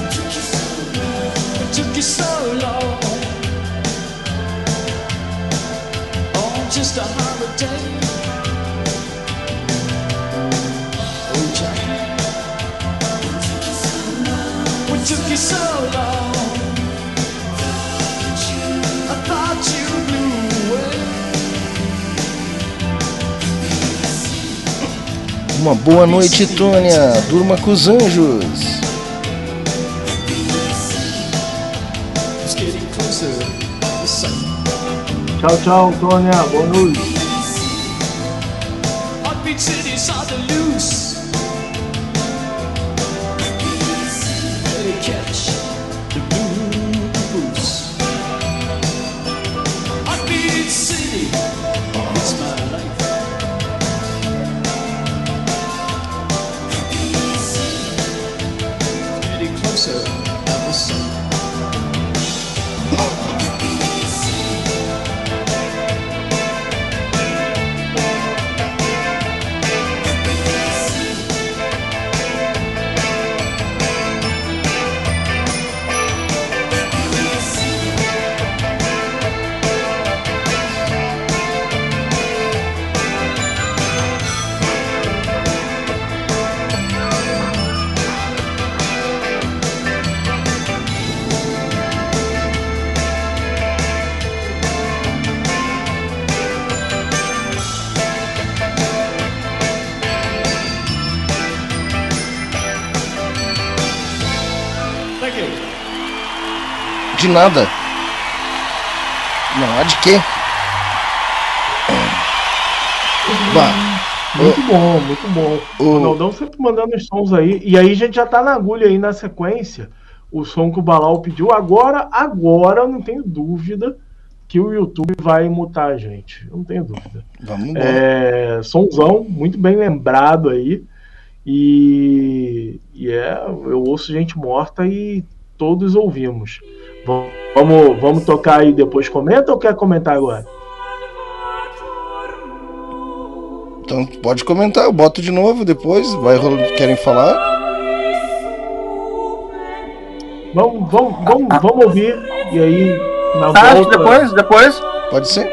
it took you so long on just a holiday. Oh, Jackie, what took you so long? I thought you blew away. Uma boa noite, Tônia. Durma com os anjos. It's getting closer. The sun. Tchau, tchau, Tônia. Boa noite. Heartbeat City's on the loose. Better catch the blues. Heartbeat City, it's my life. Getting closer, the sun. Thank you. De nada. Não há de quê. Bah, Muito bom, muito bom. O Ronaldão sempre mandando os sons aí. E aí a gente já tá na agulha aí na sequência. O som que o Balau pediu. Agora, eu não tenho dúvida que o YouTube vai mutar a gente. Eu não tenho dúvida. vamos embora. Sonzão, muito bem lembrado aí. Eu ouço gente morta e todos ouvimos. Vamos tocar aí depois, comenta ou quer comentar agora? Então pode comentar, eu boto de novo depois. Querem falar? Vamos ouvir. E aí, na Tá, volta... depois. Pode ser?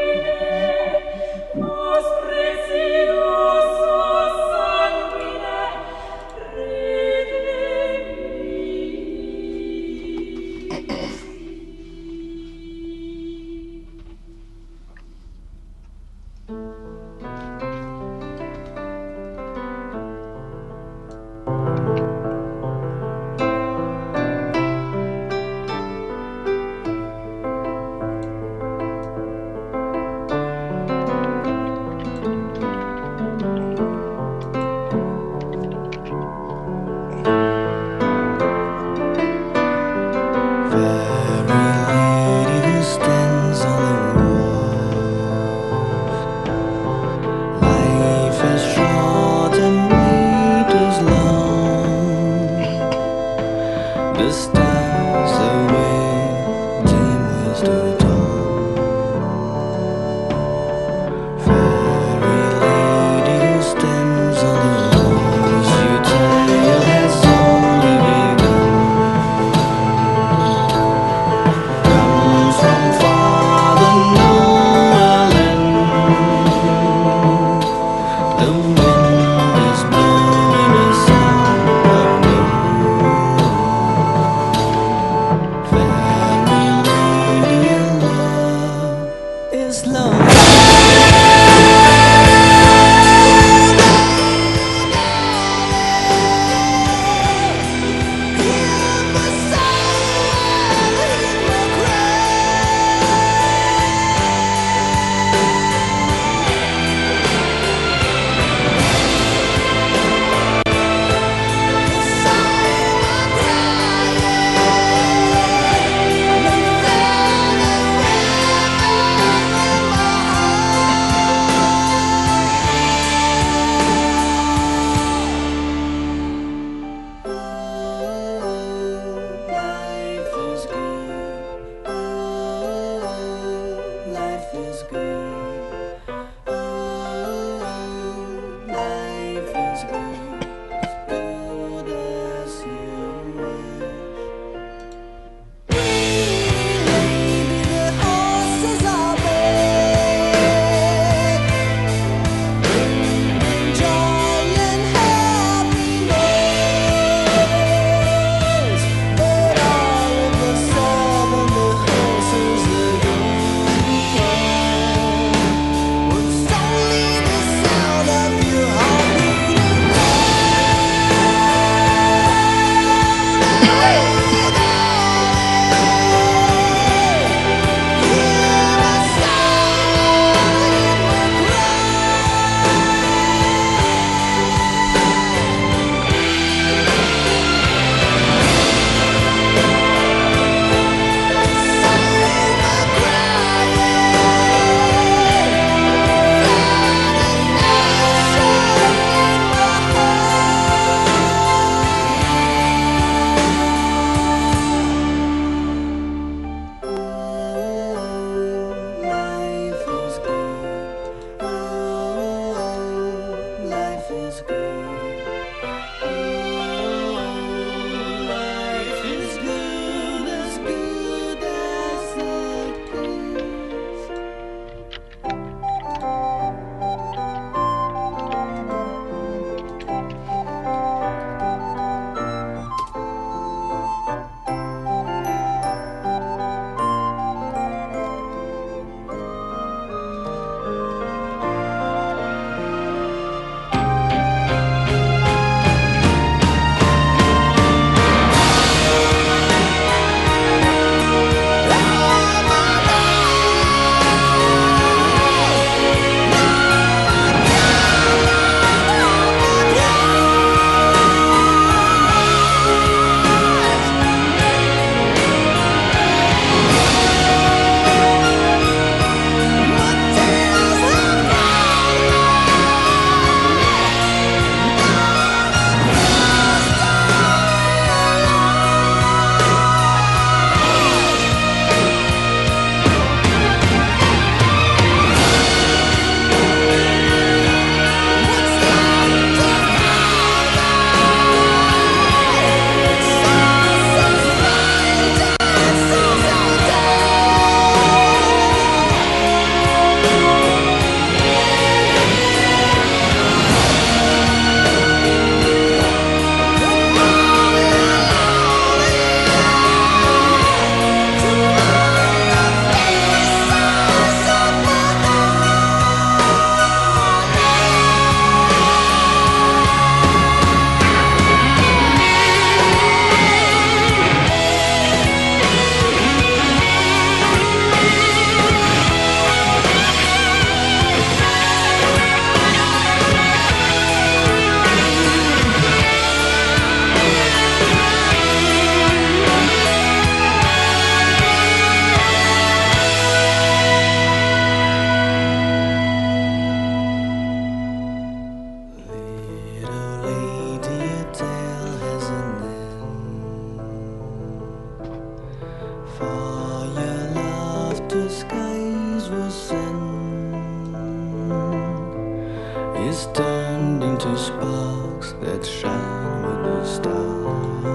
that shine with the stars.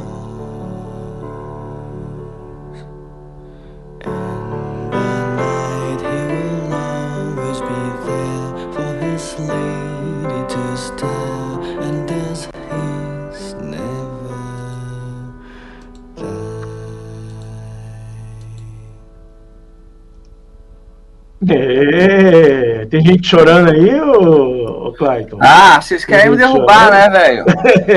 And by night he will always be there for his lady to stare, and as he's never Tem gente chorando aí, ô Clayton? Ah, vocês querem me derrubar, né, velho?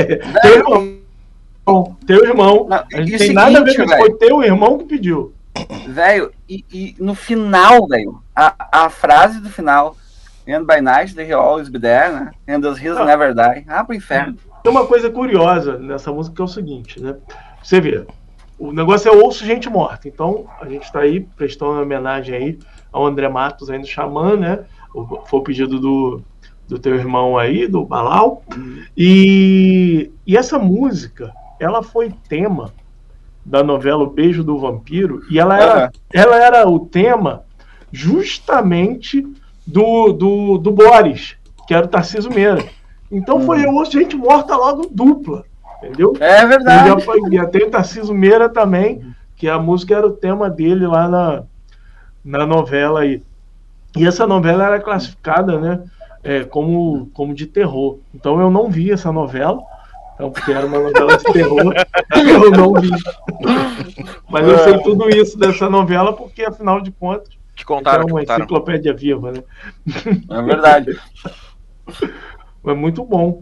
Teu irmão. Não, A gente e tem o nada a ver seguinte, com isso. Foi teu irmão que pediu. Velho, e no final, velho, a frase do final, And by night they will always be there, né? And the hills never die. Ah, pro inferno. Tem uma coisa curiosa nessa música que é o seguinte, né? Você vê, o negócio é ouço gente morta. Então, a gente tá aí prestando uma homenagem aí ao André Matos aí do Xamã, né? Foi o pedido do teu irmão aí, do Balau. E essa música, ela foi tema da novela O Beijo do Vampiro, e ela era o tema justamente do Boris, que era o Tarcísio Meira. Então foi eu ouço gente morta logo dupla, entendeu? É verdade. E tem o Tarcísio Meira também, que a música era o tema dele lá na novela aí. E essa novela era classificada, né, como de terror. Então eu não vi essa novela, então, porque era uma novela de terror, eu não vi. Mas eu sei tudo isso dessa novela, porque afinal de contas, Te contaram, é uma enciclopédia viva, né? É verdade. É muito bom.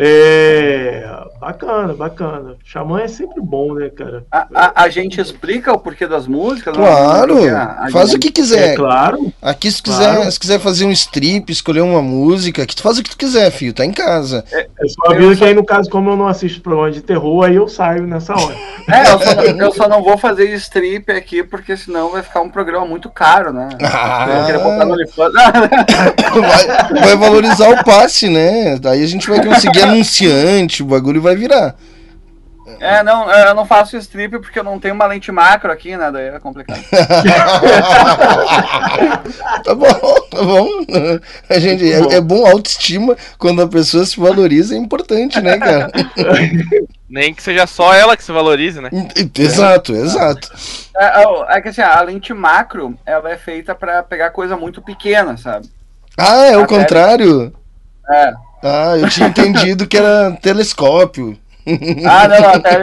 Bacana. Xamã é sempre bom, né, cara? A gente explica o porquê das músicas? Claro, faz gente... o que quiser. Claro. Aqui, se claro. quiser fazer um strip, escolher uma música, que tu faz o que tu quiser, filho, tá em casa. Só aviso que aí, no caso, como eu não assisto programa de terror, aí eu saio nessa hora. Eu só não vou fazer strip aqui, porque senão vai ficar um programa muito caro, né? Eu queria botar no OnlyFans. Vai valorizar o passe, né? Daí a gente vai conseguir anunciante, o bagulho vai virar. Eu não faço strip porque eu não tenho uma lente macro aqui, né? Daí é complicado. Tá bom. A gente, é bom autoestima quando a pessoa se valoriza, é importante, né, cara? Nem que seja só ela que se valorize, né? Exato. É que assim, a lente macro, ela é feita pra pegar coisa muito pequena, sabe? Ah, é o contrário? É. Ah, eu tinha entendido que era telescópio. Ah, não, até.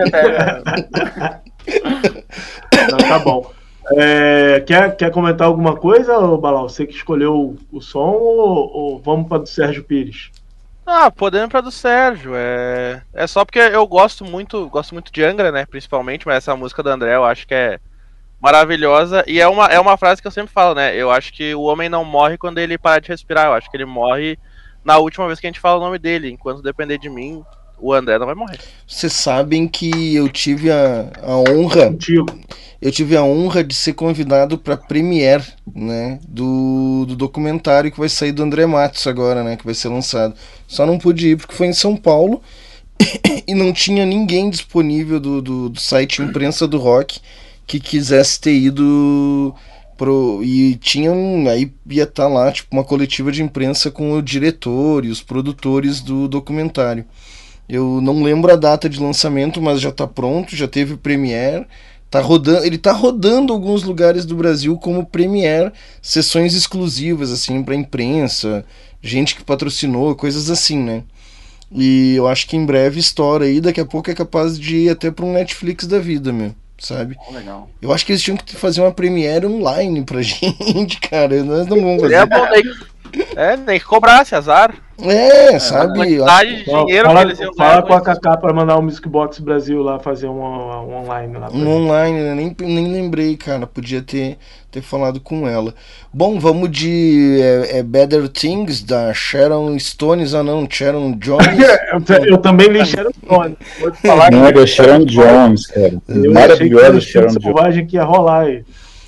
Então, tá bom. Quer comentar alguma coisa, Balau? Você que escolheu o som ou vamos para do Sérgio Pires? Ah, podemos para do Sérgio. É só porque eu gosto muito de Angra, né? Principalmente, mas essa música do André eu acho que é maravilhosa. E é uma frase que eu sempre falo, né? Eu acho que o homem não morre quando ele parar de respirar. Eu acho que ele morre na última vez que a gente fala o nome dele. Enquanto depender de mim, o André não vai morrer. Vocês sabem que eu tive a honra. Eu tive a honra de ser convidado para premiere, né, do documentário que vai sair do André Matos agora, né, que vai ser lançado. Só não pude ir porque foi em São Paulo e não tinha ninguém disponível do site Imprensa do Rock que quisesse ter ido e aí ia estar lá tipo uma coletiva de imprensa com o diretor e os produtores do documentário. Eu não lembro a data de lançamento, mas já tá pronto, já teve premiere. Ele tá rodando alguns lugares do Brasil como premiere, sessões exclusivas assim para imprensa, gente que patrocinou, coisas assim, né? E eu acho que em breve estoura aí, daqui a pouco é capaz de ir até para um Netflix da vida, meu, sabe? Legal. Eu acho que eles tinham que fazer uma premiere online pra gente, cara. Nós não vamos fazer. É bom, nem que cobrasse, azar. Sabe? Fala com a Kaká para mandar o Music Box Brasil lá fazer um online lá. Online, né? Nem lembrei, cara. Podia ter falado com ela. Bom, vamos de Better Things da Sharon Stones, Sharon Jones. Eu também li Sharon Stones. Não, é Sharon Jones, cara. Maravilhosa Sharon Jones. Selvagem que ia rolar aí.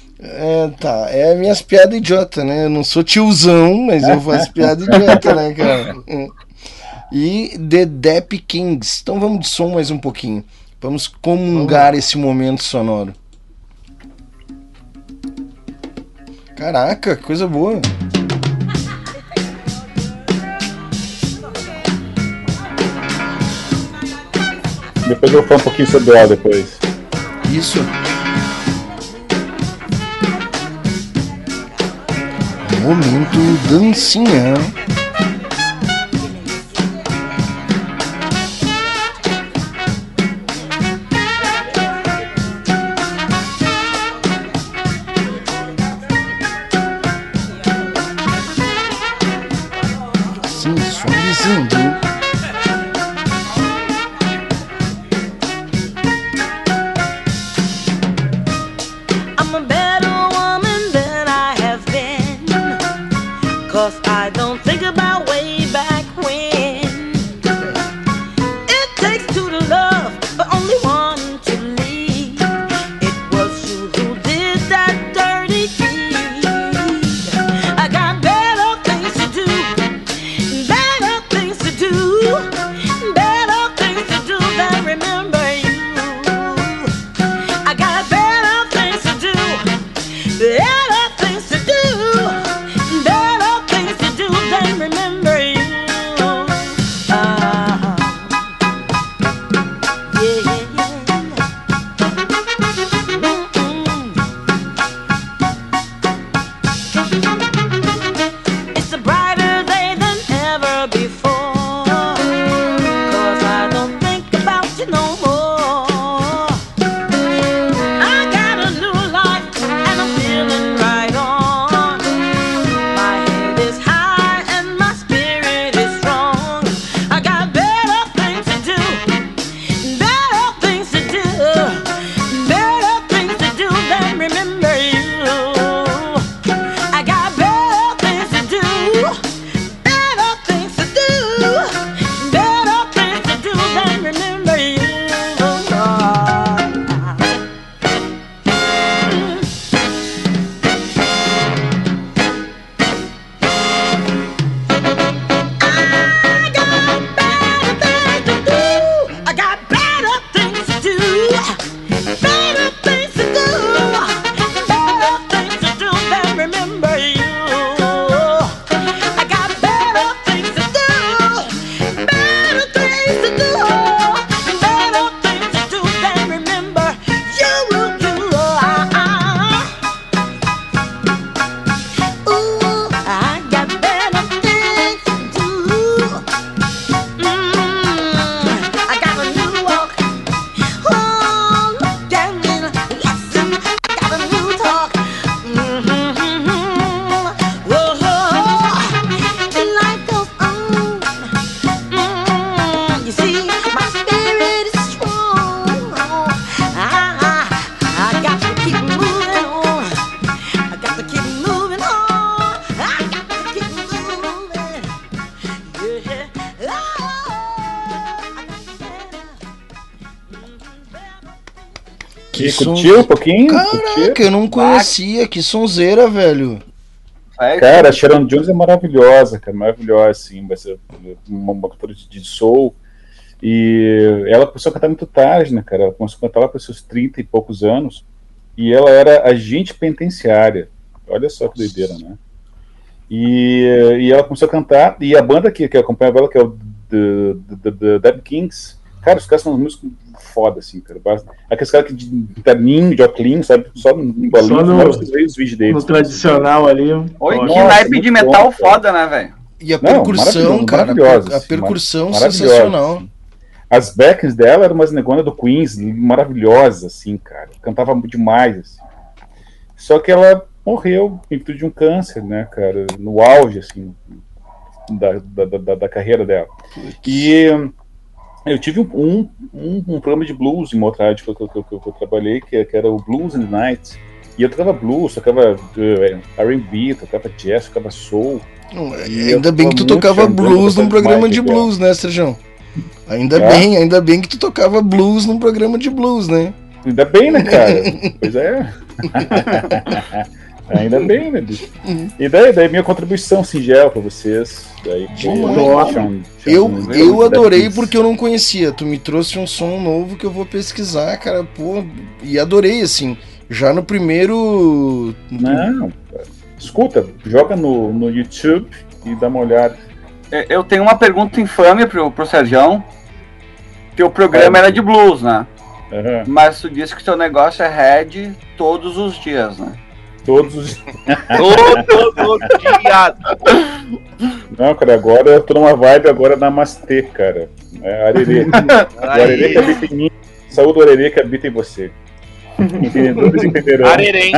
É minhas piadas idiota, né? Eu não sou tiozão, mas eu faço piada idiota, né, cara? E The Depp Kings. Então vamos de som mais um pouquinho. Vamos comungar esse momento sonoro. Caraca, coisa boa. Depois eu vou falar um pouquinho sobre ela depois. Isso. Momento dancinha. Sensualizando. I'm a better woman than I have been, 'cause I don't think about way back when. It takes two to love, but only one to leave. It was you who did that dirty deed. I got better things to do, better things to do, better things to do than remember you. I got better things to do, better things to do, better things to do than remember you. It's a brighter day than ever before, 'cause I don't think about you no more. I got a new life and I'm feeling right on. My head is high and my spirit is strong. I got better things to do, better things to do, better things to do than remember you. I got better things to do, better things to do, better things to do than remember you. I got better things to do, better things to do, better things to do than remember you. I got better things to do, better things to do, better things to do than remember you. Ooh, I got better things to do. I got a new walk. Oh, look at me, listen. I got a new talk. Whoa, life goes on. You see, my spirit is strong. I got to keep moving on. I got to keep moving on. I got to keep moving. Yeah. E curtiu um pouquinho? Caraca, eu não conhecia. Que sonzeira, velho. Cara, a Sharon Jones é maravilhosa, cara, maravilhosa, assim, vai ser uma cantora de soul. E ela começou a cantar muito tarde, né, cara? Ela começou a cantar lá para os seus 30 e poucos anos. E ela era agente penitenciária. Olha só que doideira, né? E ela começou a cantar. E a banda que acompanhava ela, que é o The Dead Kings, cara, os caras são músicos foda, assim, cara. Aqueles caras que de terninho, de óculos, sabe? Só no balinho, os vídeos deles. No tradicional ali. Oi, que naipe de metal foda, né, velho? E a percussão, cara, a percussão sensacional. As backings dela eram umas negonas do Queens, maravilhosas, assim, cara. Cantava demais, assim. Só que ela morreu em virtude de um câncer, né, cara? No auge, assim, da carreira dela. E eu tive um programa de blues em uma outra rádio que eu trabalhei, que era o Blues and Nights. E eu tocava blues, tocava R&B, tocava jazz, tocava soul. Ainda bem que tu tocava blues num programa de blues, né, Sérgio? Ainda bem que tu tocava blues num programa de blues, né? Ainda bem, né, cara? Pois é. Ainda bem, né, bicho? E daí minha contribuição singela pra vocês. Daí, eu adorei porque eu não conhecia. Tu me trouxe um som novo que eu vou pesquisar, cara. Pô, e adorei, assim. Já no primeiro... Não, escuta, joga no YouTube e dá uma olhada. Eu tenho uma pergunta infame pro Sergião. Teu programa era de blues, né? Uhum. Mas tu disse que teu negócio é Red todos os dias, né? Todos os Todo dia. Não, cara, agora eu tô numa vibe agora namastê, cara. É arerê. O arerê que habita em mim, saúde do arerê que habita em você. Entendedores entenderão. Arerém.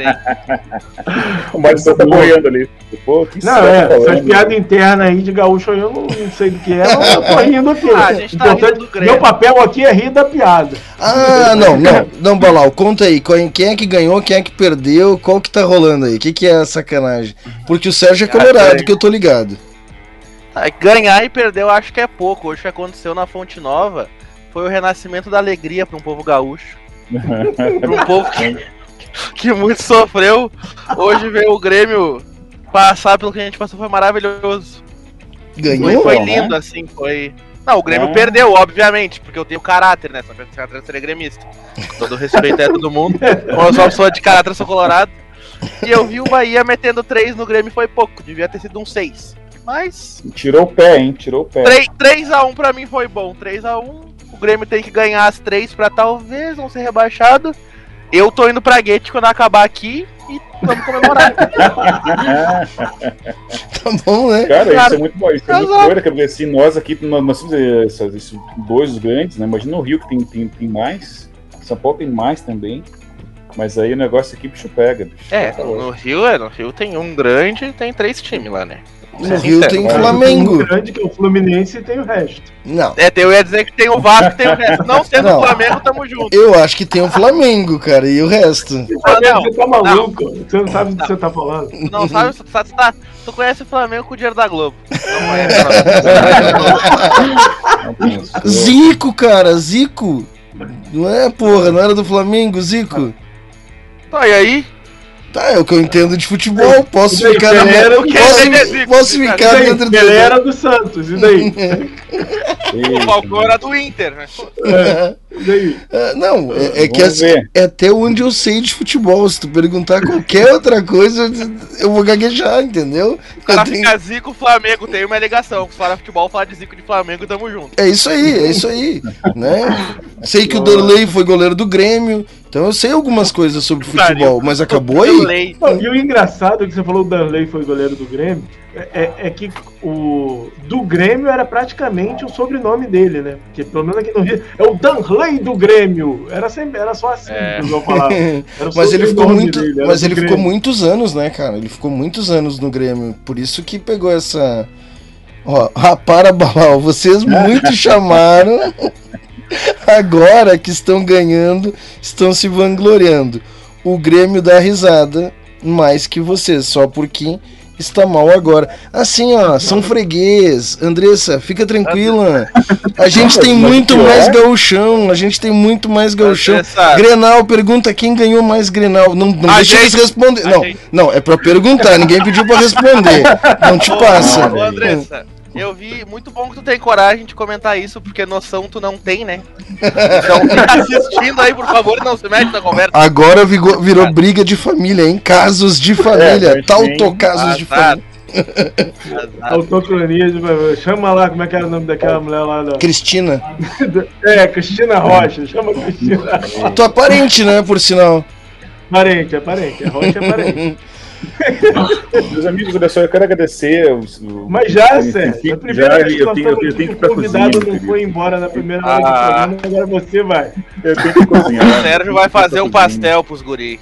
O Marcelo tá boiando ali. Pô, que Não, essas piadas internas aí de gaúcho eu não sei do que é, mas eu tô rindo aqui. A gente tá rindo do Grêmio. Meu papel aqui é rir da piada. Ah, não, Balau, conta aí, quem é que ganhou, quem é que perdeu, qual que tá rolando aí, o que é a sacanagem? Porque o Sérgio é colorado, que eu tô ligado. Ganhar e perder eu acho que é pouco. Hoje o que aconteceu na Fonte Nova foi o renascimento da alegria para um povo gaúcho. Para um povo que muito sofreu. Hoje veio o Grêmio passar pelo que a gente passou, foi maravilhoso. Ganhou? Foi lindo, assim, foi... Não, o Grêmio perdeu, obviamente, porque eu tenho caráter, né? Só que eu seria gremista. Todo respeito é todo mundo. Como eu sou uma pessoa de caráter, eu sou colorado. E eu vi o Bahia metendo 3 no Grêmio, foi pouco. Devia ter sido um 6. Mas... Tirou o pé, hein? Tirou o pé. 3-1 pra mim foi bom. 3-1. O Grêmio tem que ganhar as 3 pra talvez não ser rebaixado. Eu tô indo pra Guete quando acabar aqui e vamos comemorar. Tá bom, né? Cara, isso é muito bom. Isso é muito doido, porque assim, nós aqui, nós temos esses dois grandes, né? Imagina o Rio que tem mais. São Paulo tem mais também. Mas aí o negócio aqui, bicho pega. Bicho. No Rio tem um grande e tem 3 times lá, né? No Rio tem Flamengo. Tem um grande que é o Fluminense e tem o resto. Não. Eu ia dizer que tem o Vasco e tem o resto. Não sendo o Flamengo, tamo junto. Eu acho que tem o Flamengo, cara, e o resto. Você tá maluco? Você não sabe do que você tá falando. Não sabe? Tu conhece o Flamengo com o dinheiro da Globo. Não conhece o Zico, cara, Zico. Não é, porra, não era do Flamengo, Zico? Tá, e aí? Tá, é o que eu entendo de futebol. Posso ficar dentro do... Ele era do Santos, e daí? O Falcão era do Inter, né? E daí? Não, é que é até onde eu sei de futebol. Se tu perguntar qualquer outra coisa, eu vou gaguejar, entendeu? O cara fica Zico, Flamengo, tem uma ligação. Se fala futebol, fala de Zico de Flamengo, tamo junto. É isso aí, né? Sei que o Darley foi goleiro do Grêmio, então eu sei algumas coisas sobre futebol, mas acabou aí. E o engraçado que você falou, o Darley foi goleiro do Grêmio, é que o do Grêmio era praticamente o sobrenome dele, né? Porque pelo menos aqui no Rio é o Darley do Grêmio. Era só assim que eu falava. Mas ele ficou muitos anos, né, cara? Ele ficou muitos anos no Grêmio, por isso que pegou essa... Ó, para Balau, vocês muito chamaram. Agora que estão ganhando, estão se vangloriando. O Grêmio dá risada mais que vocês, só porque está mal agora. Assim, ó, são freguês. Andressa, fica tranquila. A gente tem muito mais gauchão. Grenal, pergunta quem ganhou mais Grenal. Não deixa eles responder. Não, é pra perguntar. Ninguém pediu pra responder. Não te passa. Ô, Andressa, eu vi, muito bom que tu tem coragem de comentar isso, porque noção tu não tem, né? Então fica assistindo aí, por favor, e não se mete na conversa. Agora virou briga de família, hein? Casos de família, casos de família. Autocronia de família. Chama lá, como é que era o nome daquela mulher lá? Cristina. Cristina Rocha, chama Cristina Rocha. Tua parente, né, por sinal. Parente, Rocha é parente. Meus amigos, olha só, eu quero agradecer. Mas já, Sérgio, a primeira vez que eu tenho que ir pra cozinha. O convidado não foi embora na primeira hora do programa, agora você vai. Eu tenho que cozinhar. O Sérgio vai fazer um pastel pros guri.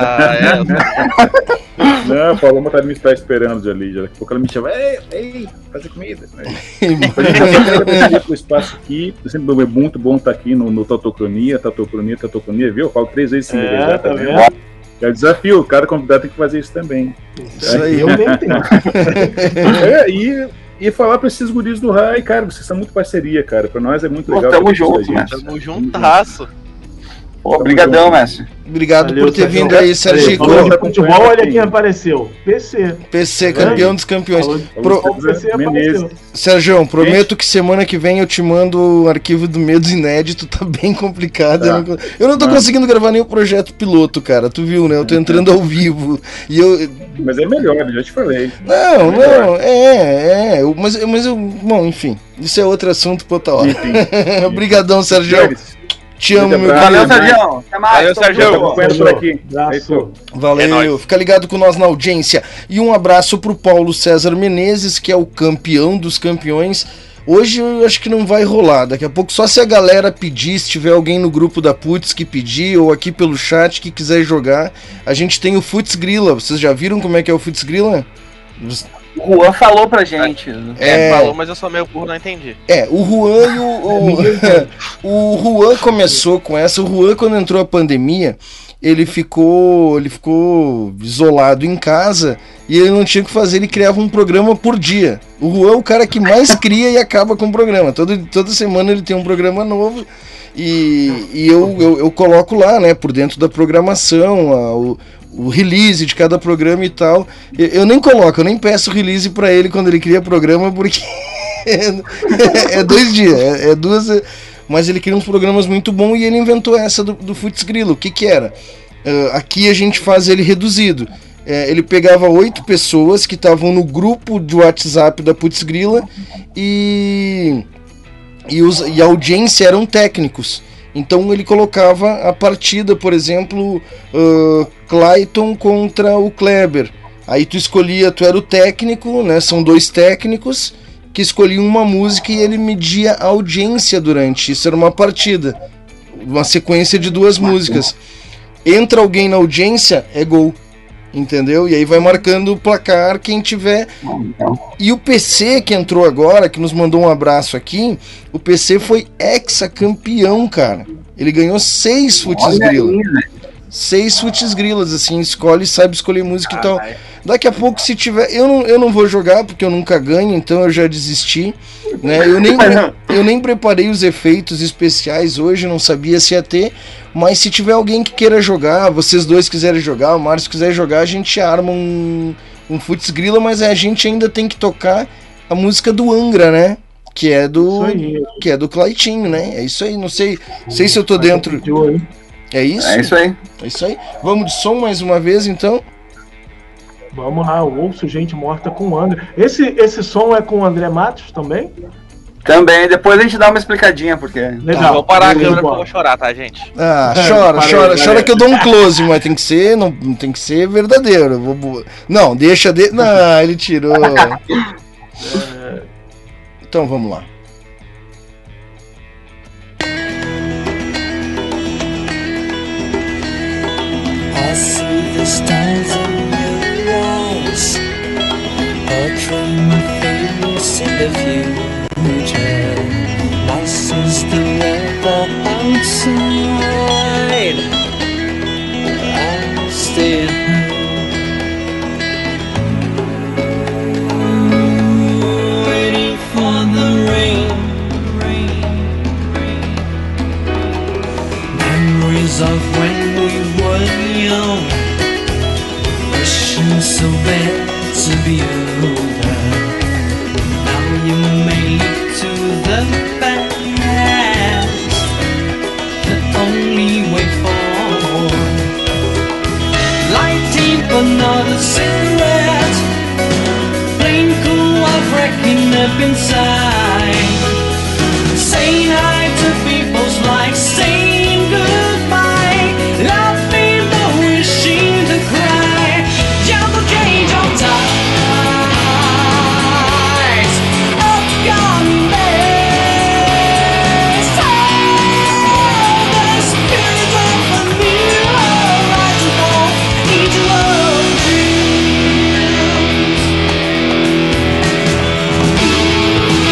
Não, a Paloma tá me esperando ali. Daqui a pouco ela me chama, ei, fazer comida. Eu quero agradecer pelo espaço aqui. Sempre é muito bom estar aqui no Tautocronia, viu? Eu falo 3 vezes sem já, tá vendo? É o desafio, cada convidado tem que fazer isso também. Isso aí, eu nem tenho. E falar pra esses guris do Rai, cara, vocês são muito parceria, cara. Pra nós é muito legal. Tamo junto, Tamo juntasso. Obrigadão, Messi. Obrigado Valeu, por ter Sérgio. vindo aí, Sergico. Falou de futebol, olha quem apareceu. PC. PC, campeão dos campeões. Falou de Pro- futebol, PC apareceu. Sérgio, prometo que semana que vem eu te mando o arquivo do Medos Inédito, tá bem complicado. Tá. Eu não tô conseguindo gravar nem o projeto piloto, cara. Tu viu, né? Eu tô entrando ao vivo. E eu. Mas é melhor, eu já te falei. Não, mas eu. Bom, enfim. Isso é outro assunto pra outra hora. Obrigadão, Sérgio. Te amo, meu Valeu, querido. Sérgio. Até mais. Valeu, Tamo Sérgio. junto. Acompanha por aqui. Abraço. É isso. Valeu, É nóis. fica ligado com nós na audiência. E um abraço pro Paulo César Menezes, que é o campeão dos campeões. Hoje eu acho que não vai rolar. Daqui a pouco, só se a galera pedir, se tiver alguém no grupo da Putz que pedir, ou aqui pelo chat que quiser jogar, a gente tem o Futs Grilla. Vocês já viram como é que é o Futs Grilla? O Juan falou pra gente. Falou, mas eu sou meio burro, não entendi. O Juan e o Juan começou com essa. O Juan, quando entrou a pandemia, ele ficou isolado em casa e ele não tinha o que fazer, ele criava um programa por dia. O Juan é o cara que mais cria e acaba com o programa. Toda semana ele tem um programa novo e eu coloco lá, né, por dentro da programação, o release de cada programa e tal. Eu nem coloco, eu nem peço release pra ele quando ele cria programa, porque é 2 dias, é 2. Mas ele cria uns programas muito bons e ele inventou essa do Futs Grilo. O que era? Aqui a gente faz ele reduzido. Ele pegava 8 pessoas que estavam no grupo de WhatsApp da Putz Grila e a audiência eram técnicos. Então ele colocava a partida, por exemplo, Clayton contra o Kleber. Aí tu escolhia, tu era o técnico, né? São 2 técnicos que escolhiam uma música e ele media a audiência durante. Isso era uma partida, uma sequência de 2 músicas. Entra alguém na audiência, é gol. Entendeu? E aí vai marcando o placar quem tiver. E o PC que entrou agora, que nos mandou um abraço aqui, o PC foi hexacampeão, cara. Ele ganhou 6 Futs Grila. 6 Futs Grilas, assim, sabe escolher música e tal. Daqui a pouco, se tiver... Eu não vou jogar, porque eu nunca ganho, então eu já desisti. Né? Eu nem preparei os efeitos especiais hoje, não sabia se ia ter. Mas se tiver alguém que queira jogar, vocês dois quiserem jogar, o Márcio quiser jogar, a gente arma um Futs Grila, mas a gente ainda tem que tocar a música do Angra, né? Que é do Claitinho, né? É isso aí, não sei se eu tô dentro. É isso? É isso aí. É isso aí. Vamos de som mais uma vez, então? Vamos lá, eu ouço gente morta com o Angra. Esse som é com o André Matos também? Também, depois a gente dá uma explicadinha, porque... Legal. Vou parar a câmera porque eu vou chorar, tá, gente? Chora que eu dou um close, mas tem que ser, não tem que ser verdadeiro. Não, deixa de... Não, ele tirou. Então vamos lá. I see the stars in your eyes, portray my face in the future. Nice is the weather outside, I'll stay at home, waiting for the rain. Memories of when we were young, wishing so bad to be older. Now you may look to the past, the only way forward. Lighting another cigarette, plain cool of wrecking up inside. Saying hi to people's like saying goodbye, laughing but wishing to cry. Jungle change on tides of gone days. The spirit of a new horizon for each love dreams.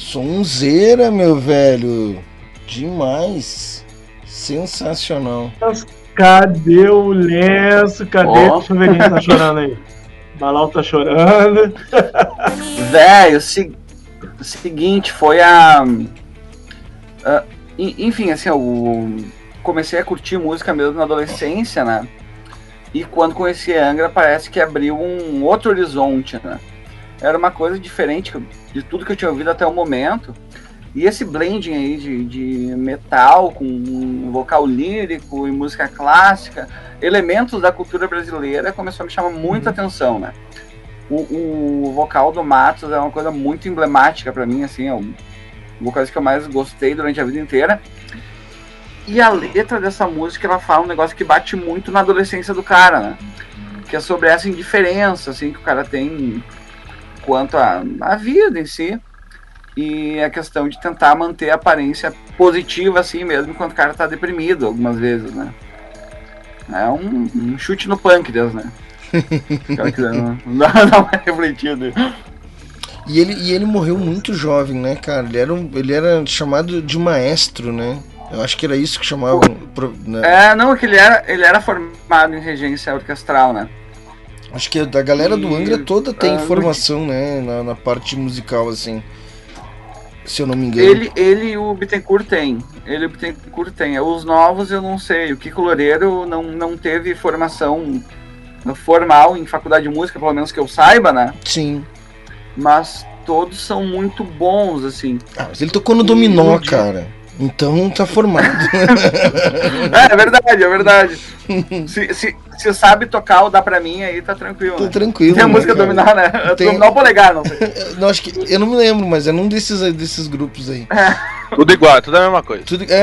Sonzeira, meu velho. Demais. Sensacional. Mas cadê o lenço? Cadê? Deixa eu ver quem tá chorando aí. Balau tá chorando. Velho, seguinte, foi enfim, assim, eu comecei a curtir música mesmo na adolescência, né? E quando conheci Angra, parece que abriu um outro horizonte, né? Era uma coisa diferente de tudo que eu tinha ouvido até o momento. E esse blending aí de metal com vocal lírico e música clássica, elementos da cultura brasileira, começou a me chamar muita atenção, né? O vocal do Matos é uma coisa muito emblemática pra mim, assim, é o vocalista que eu mais gostei durante a vida inteira. E a letra dessa música, ela fala um negócio que bate muito na adolescência do cara, né? Que é sobre essa indiferença, assim, que o cara tem quanto à vida em si. E a questão de tentar manter a aparência positiva, assim mesmo, enquanto o cara tá deprimido algumas vezes, né? É um chute no pâncreas, né? Dá uma refletida. E ele morreu muito jovem, né, cara? Ele era chamado de maestro, né? Eu acho que era isso que chamavam. Né? Não, é que ele era formado em regência orquestral, né? Acho que a galera do Angra toda tem formação, né? Na parte musical, assim. Se eu não me engano. Ele e o Bittencourt tem. Os novos eu não sei. O Kiko Loureiro não teve formação formal em faculdade de música, pelo menos que eu saiba, né? Sim. Mas todos são muito bons, assim. Mas ele tocou no Dominó, cara. Então tá formado. É verdade. Se sabe tocar o Dá Pra Mim, aí tá tranquilo. Tá tranquilo. Tem a música Dominó, né? Dominó polegar, não sei. Não, acho que. Eu não me lembro, mas é num desses grupos aí. Tudo igual, tudo a mesma coisa.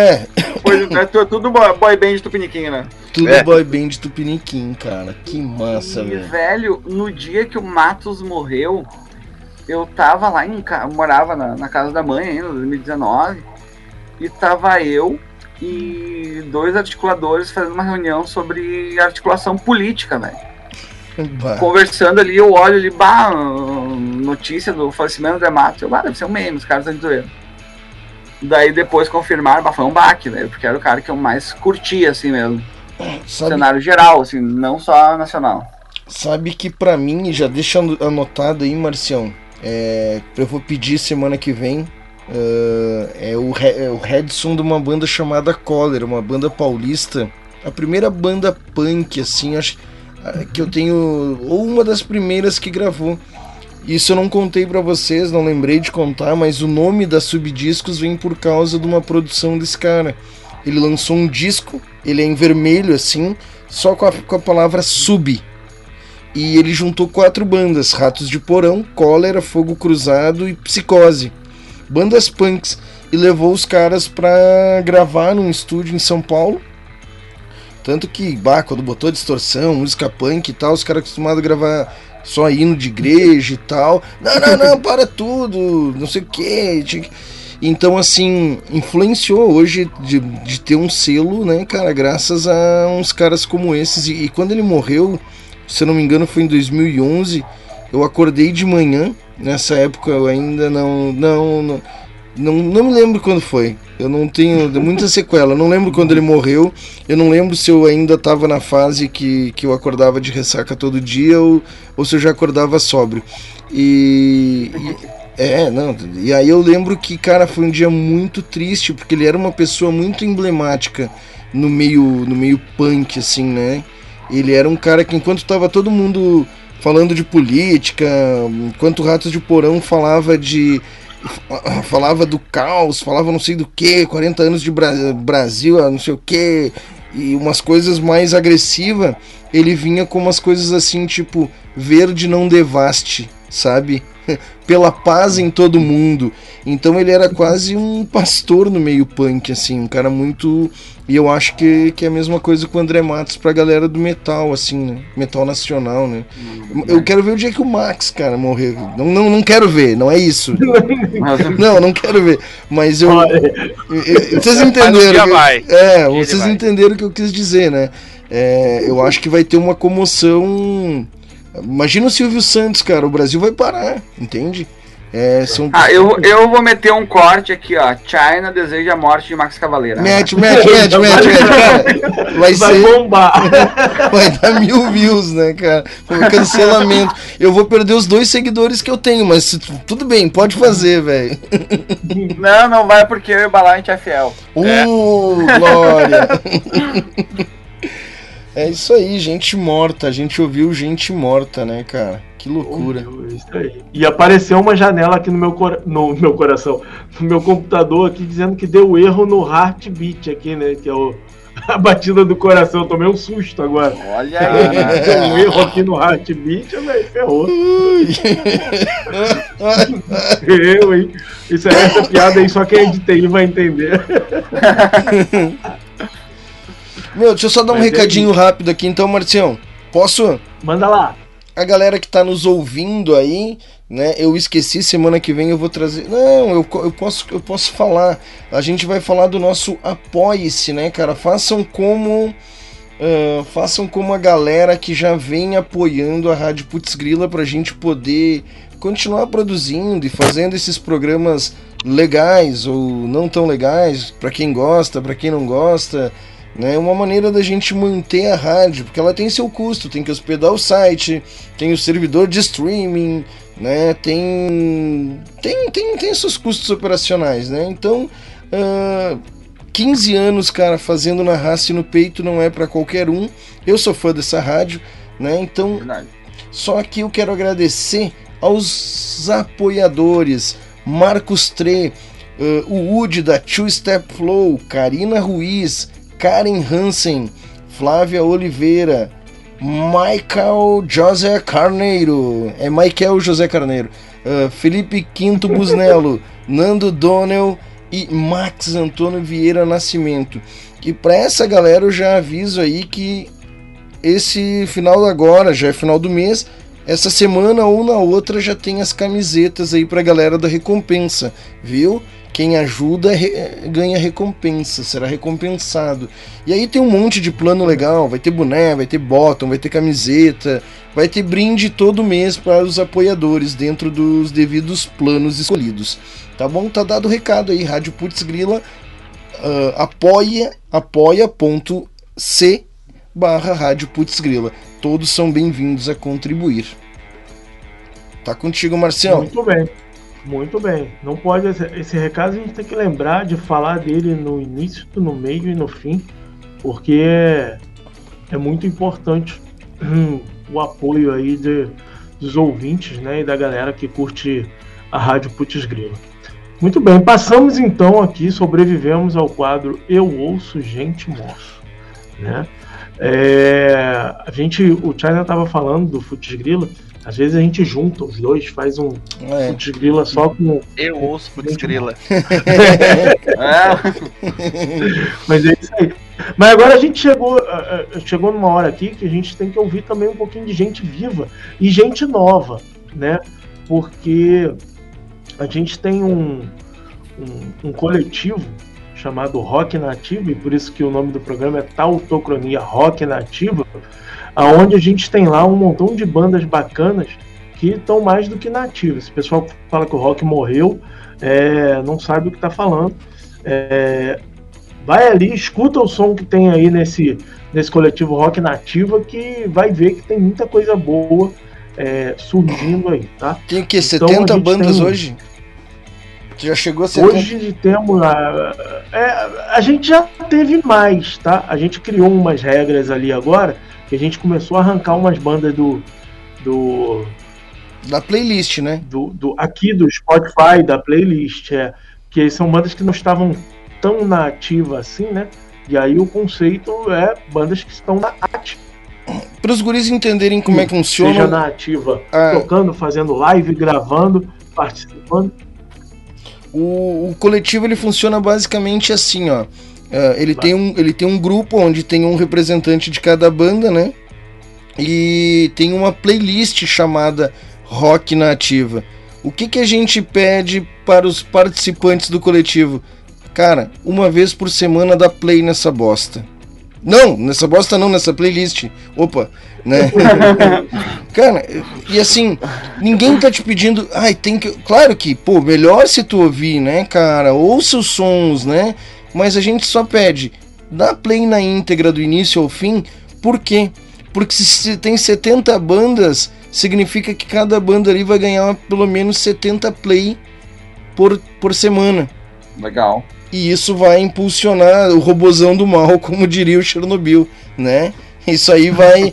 Tudo boy band de Tupiniquim, né? Tudo boy band de Tupiniquim, cara. Que massa, velho. Velho, no dia que o Matos morreu, eu tava lá morava na casa da mãe ainda, em 2019. E tava eu e 2 articuladores fazendo uma reunião sobre articulação política, velho. Conversando ali, eu olho ali, notícia do falecimento do Matos. Deve ser um meme, os caras estão doendo. Daí depois confirmaram, foi um baque, velho, porque era o cara que eu mais curtia, assim mesmo. Cenário geral, assim, não só nacional. Sabe que pra mim, já deixa anotado aí, Marcião, eu vou pedir semana que vem. É o headson de uma banda chamada Cólera, uma banda paulista, a primeira banda punk, assim, acho que eu tenho, ou uma das primeiras que gravou. Isso eu não contei pra vocês, não lembrei de contar, mas o nome da Subdiscos vem por causa de uma produção desse cara. Ele lançou um disco, ele é em vermelho assim, só com a palavra Sub. E ele juntou 4 bandas: Ratos de Porão, Cólera, Fogo Cruzado e Psicose. Bandas punks, e levou os caras pra gravar num estúdio em São Paulo. Tanto que, quando botou distorção, música punk e tal, os caras acostumados a gravar só hino de igreja e tal. Não, para tudo, não sei o que. Então, assim, influenciou hoje de ter um selo, né, cara, graças a uns caras como esses. E quando ele morreu, se eu não me engano, foi em 2011, eu acordei de manhã. Nessa época eu ainda não me lembro quando foi. Eu não tenho muita sequela. Eu não lembro quando ele morreu. Eu não lembro se eu ainda estava na fase que eu acordava de ressaca todo dia ou se eu já acordava sóbrio. E aí eu lembro que, cara, foi um dia muito triste, porque ele era uma pessoa muito emblemática no meio punk, assim, né? Ele era um cara que, enquanto tava todo mundo falando de política, enquanto o Ratos de Porão falava do caos, falava não sei do que, 40 anos de Brasil, não sei o que, e umas coisas mais agressivas, ele vinha com umas coisas assim, tipo, verde não devaste, sabe? Pela paz em todo mundo. Então ele era quase um pastor no meio punk, assim, um cara muito... E eu acho que é a mesma coisa com o André Matos pra galera do metal, assim, né? Metal nacional, né? Eu quero ver o dia que o Max, cara, morrer. Não quero ver, não é isso. Não quero ver. Mas vocês entenderam. Vocês entenderam o que eu quis dizer, né? Eu acho que vai ter uma comoção. Imagina o Silvio Santos, cara, o Brasil vai parar, entende? Eu vou meter um corte aqui, ó. China deseja a morte de Max Cavaleira. Mete, cara. Vai bombar. Vai dar 1000 views, né, cara? Foi um cancelamento. Eu vou perder os 2 seguidores que eu tenho, mas tudo bem, pode fazer, velho. Não vai porque eu e o Balá a gente é fiel. Glória! É isso aí, gente morta. A gente ouviu gente morta, né, cara? Que loucura. Isso aí. E apareceu uma janela aqui no meu coração, no meu computador aqui, dizendo que deu erro no Heartbeat aqui, né? Que é a batida do coração. Eu tomei um susto agora. Olha aí. Deu um erro aqui no Heartbeat, velho, ferrou. Hein? Essa piada aí só quem é de TI vai entender. Meu, deixa eu só dar um recadinho rápido aqui então, Marcião. Posso? Manda lá. A galera que tá nos ouvindo aí, né? Eu esqueci, semana que vem eu vou trazer. Não, eu posso falar. A gente vai falar do nosso Apoie-se, né, cara? Façam como a galera que já vem apoiando a Rádio Putz Grila pra gente poder continuar produzindo e fazendo esses programas legais ou não tão legais, pra quem gosta, pra quem não gosta. Né, uma maneira da gente manter a rádio, porque ela tem seu custo, tem que hospedar o site, tem o servidor de streaming, né, tem seus custos operacionais, né, então 15 anos, cara, fazendo na raça e no peito não é para qualquer um. Eu sou fã dessa rádio, né, então só que eu quero agradecer aos apoiadores, Marcos Tre, o Woody da Two Step Flow, Karina Ruiz, Karen Hansen, Flávia Oliveira, Michael José Carneiro, Michael José Carneiro, Felipe Quinto Busnello, Nando Donnell e Max Antônio Vieira Nascimento. E para essa galera eu já aviso aí que esse final agora, já é final do mês, essa semana ou na outra já tem as camisetas aí pra galera da recompensa, viu? Quem ajuda ganha recompensa, será recompensado. E aí tem um monte de plano legal, vai ter boné, vai ter bottom, vai ter camiseta, vai ter brinde todo mês para os apoiadores dentro dos devidos planos escolhidos. Tá bom? Tá dado o recado aí, Rádio Putz Grila, apoia.c/Rádio Putz Grila. Todos são bem-vindos a contribuir. Tá contigo, Marcião. Muito bem. Muito bem. Não pode. Esse recado a gente tem que lembrar de falar dele no início, no meio e no fim, porque é muito importante o apoio aí dos ouvintes, né, e da galera que curte a Rádio Putz Grila. Muito bem, passamos então aqui, sobrevivemos ao quadro Eu Ouço Gente Moço, né? O China estava falando do Putz Grila. Às vezes a gente junta os dois, faz um Putz Grila só com... Eu ouço Putz Grila. Mas é isso aí. Mas agora a gente chegou numa hora aqui que a gente tem que ouvir também um pouquinho de gente viva e gente nova, né? Porque a gente tem um coletivo chamado Rock Nativo, e por isso que o nome do programa é Tautocronia Rock Nativa, aonde a gente tem lá um montão de bandas bacanas que estão mais do que nativas. Esse pessoal que fala que o rock morreu, não sabe o que está falando. Vai ali, escuta o som que tem aí nesse coletivo Rock Nativa, que vai ver que tem muita coisa boa surgindo aí, tá? Tem o que, 70 então, bandas hoje? Já chegou a 70? Hoje temos... a gente já teve mais, tá? A gente criou umas regras ali agora, que a gente começou a arrancar umas bandas da playlist, né? Aqui do Spotify, da playlist, que são bandas que não estavam tão na ativa assim, né? E aí o conceito é bandas que estão na ativa. Para os guris entenderem como é que funciona. Seja na ativa, tocando, fazendo live, gravando, participando. O coletivo ele funciona basicamente assim, ó. Ele tem um grupo onde tem um representante de cada banda, né? E tem uma playlist chamada Rock Nativa. O que a gente pede para os participantes do coletivo? Cara, uma vez por semana dá play nessa bosta. Não, nessa bosta não, nessa playlist. Opa, né? Cara, e assim, ninguém tá te pedindo. Ai, tem que. Claro que, pô, melhor se tu ouvir, né, cara? Ouça os sons, né? Mas a gente só pede, dá play na íntegra do início ao fim. Por quê? Porque se tem 70 bandas, significa que cada banda ali vai ganhar pelo menos 70 play por semana. Legal. E isso vai impulsionar o robozão do mal, como diria o Chernobyl, né? Isso aí vai...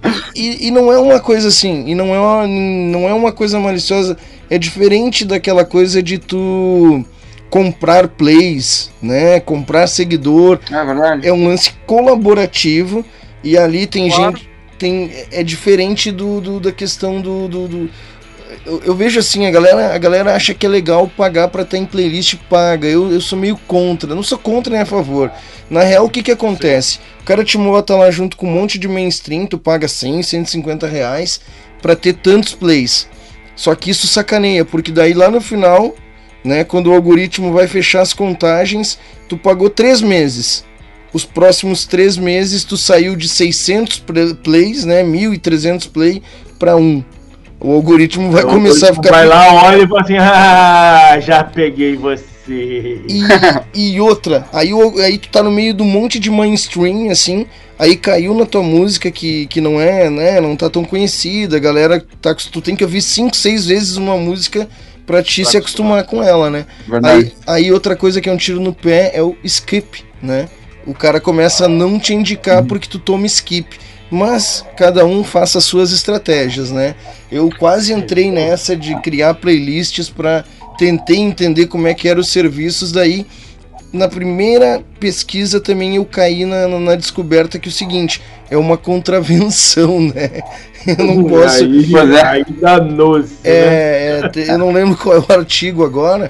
E não é uma coisa assim, e não é uma coisa maliciosa, é diferente daquela coisa de tu comprar plays, né? Comprar seguidor. É verdade. É um lance colaborativo, e ali tem gente... é diferente da questão do eu vejo assim, a galera acha que é legal pagar pra estar em playlist, paga. Eu sou meio contra, não sou contra nem a favor. Na real, o que acontece? O cara te bota lá junto com um monte de mainstream, tu paga 100, 150 reais pra ter tantos plays. Só que isso sacaneia, porque daí lá no final, né, quando o algoritmo vai fechar as contagens, tu pagou 3 meses. Os próximos 3 meses tu saiu de 600 plays, né, 1.300 play pra 1. O algoritmo vai começar a ficar... Vai lá, olha e fala assim, já peguei você. E outra, aí tu tá no meio de um monte de mainstream, assim, aí caiu na tua música que não é, né, não tá tão conhecida, a galera, tu tem que ouvir 5, 6 vezes uma música pra te se acostumar com ela, né? Aí outra coisa que é um tiro no pé é o skip, né? O cara começa a não te indicar porque tu toma skip. Mas cada um faça as suas estratégias, né? Eu quase entrei nessa de criar playlists para tentar entender como é que eram os serviços. Daí, na primeira pesquisa também eu caí na descoberta que é o seguinte, é uma contravenção, né? Eu não posso... Aí danou-se, né? Eu não lembro qual é o artigo agora.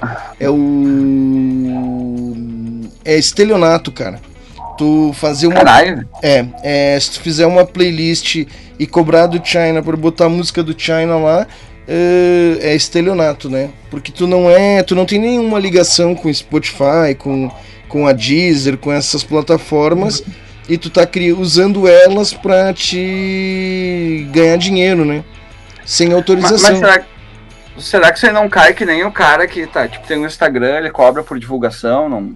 É estelionato, cara. Tu fazer uma... Caralho. Se tu fizer uma playlist e cobrar do China por botar a música do China lá, é estelionato, né? Porque tu não tem nenhuma ligação com Spotify, com a Deezer, com essas plataformas, e tu tá usando elas pra te ganhar dinheiro, né? Sem autorização. Mas será que você não cai que nem o cara que tem um Instagram, ele cobra por divulgação, não...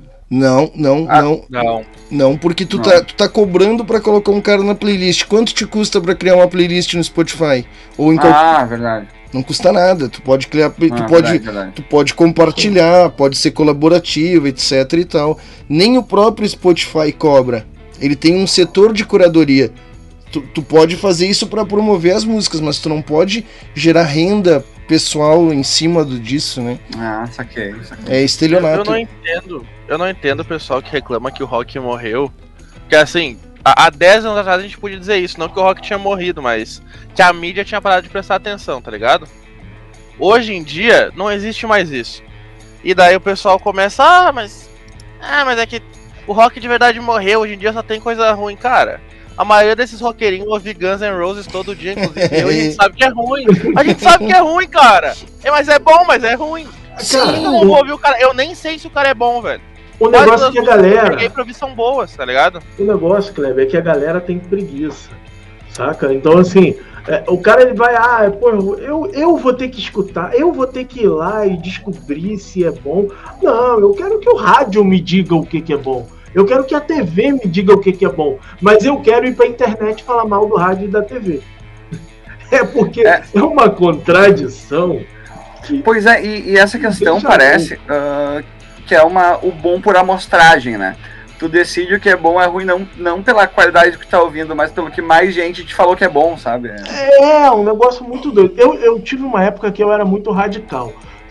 Não, porque tu tá cobrando pra colocar um cara na playlist. Quanto te custa pra criar uma playlist no Spotify? Ou em verdade. Não custa nada. Tu pode criar, tu pode compartilhar, pode ser colaborativo, etc e tal. Nem o próprio Spotify cobra. Ele tem um setor de curadoria. Tu pode fazer isso pra promover as músicas, mas tu não pode gerar renda pessoal em cima disso, né? Saquei. É estelionato. Eu não entendo o pessoal que reclama que o Rock morreu. Porque assim, há 10 anos atrás a gente podia dizer isso, não que o Rock tinha morrido, mas que a mídia tinha parado de prestar atenção, tá ligado? Hoje em dia não existe mais isso. E daí o pessoal começa, mas é que o Rock de verdade morreu, hoje em dia só tem coisa ruim, cara. A maioria desses roqueirinhos ouve Guns N' Roses todo dia, inclusive eu, e a gente sabe que é ruim. A gente sabe que é ruim, cara. Mas é bom, mas é ruim. Cara, eu não vou ouvir o cara. Eu nem sei se o cara é bom, velho. O negócio é que a galera... Eu peguei pra ouvir são boas, tá ligado? O negócio, Kleber, é que a galera tem preguiça, saca? Então, assim, o cara ele vai, eu vou ter que escutar, eu vou ter que ir lá e descobrir se é bom. Não, eu quero que o rádio me diga o que é bom. Eu quero que a TV me diga o que é bom. Mas eu quero ir pra internet falar mal do rádio e da TV. Porque é uma contradição. Pois é, e essa questão parece que é o bom por amostragem, né? Tu decide o que é bom ou é ruim, não pela qualidade do que tá ouvindo, mas pelo que mais gente te falou que é bom, sabe? É um negócio muito doido. Eu tive uma época que eu era muito radical.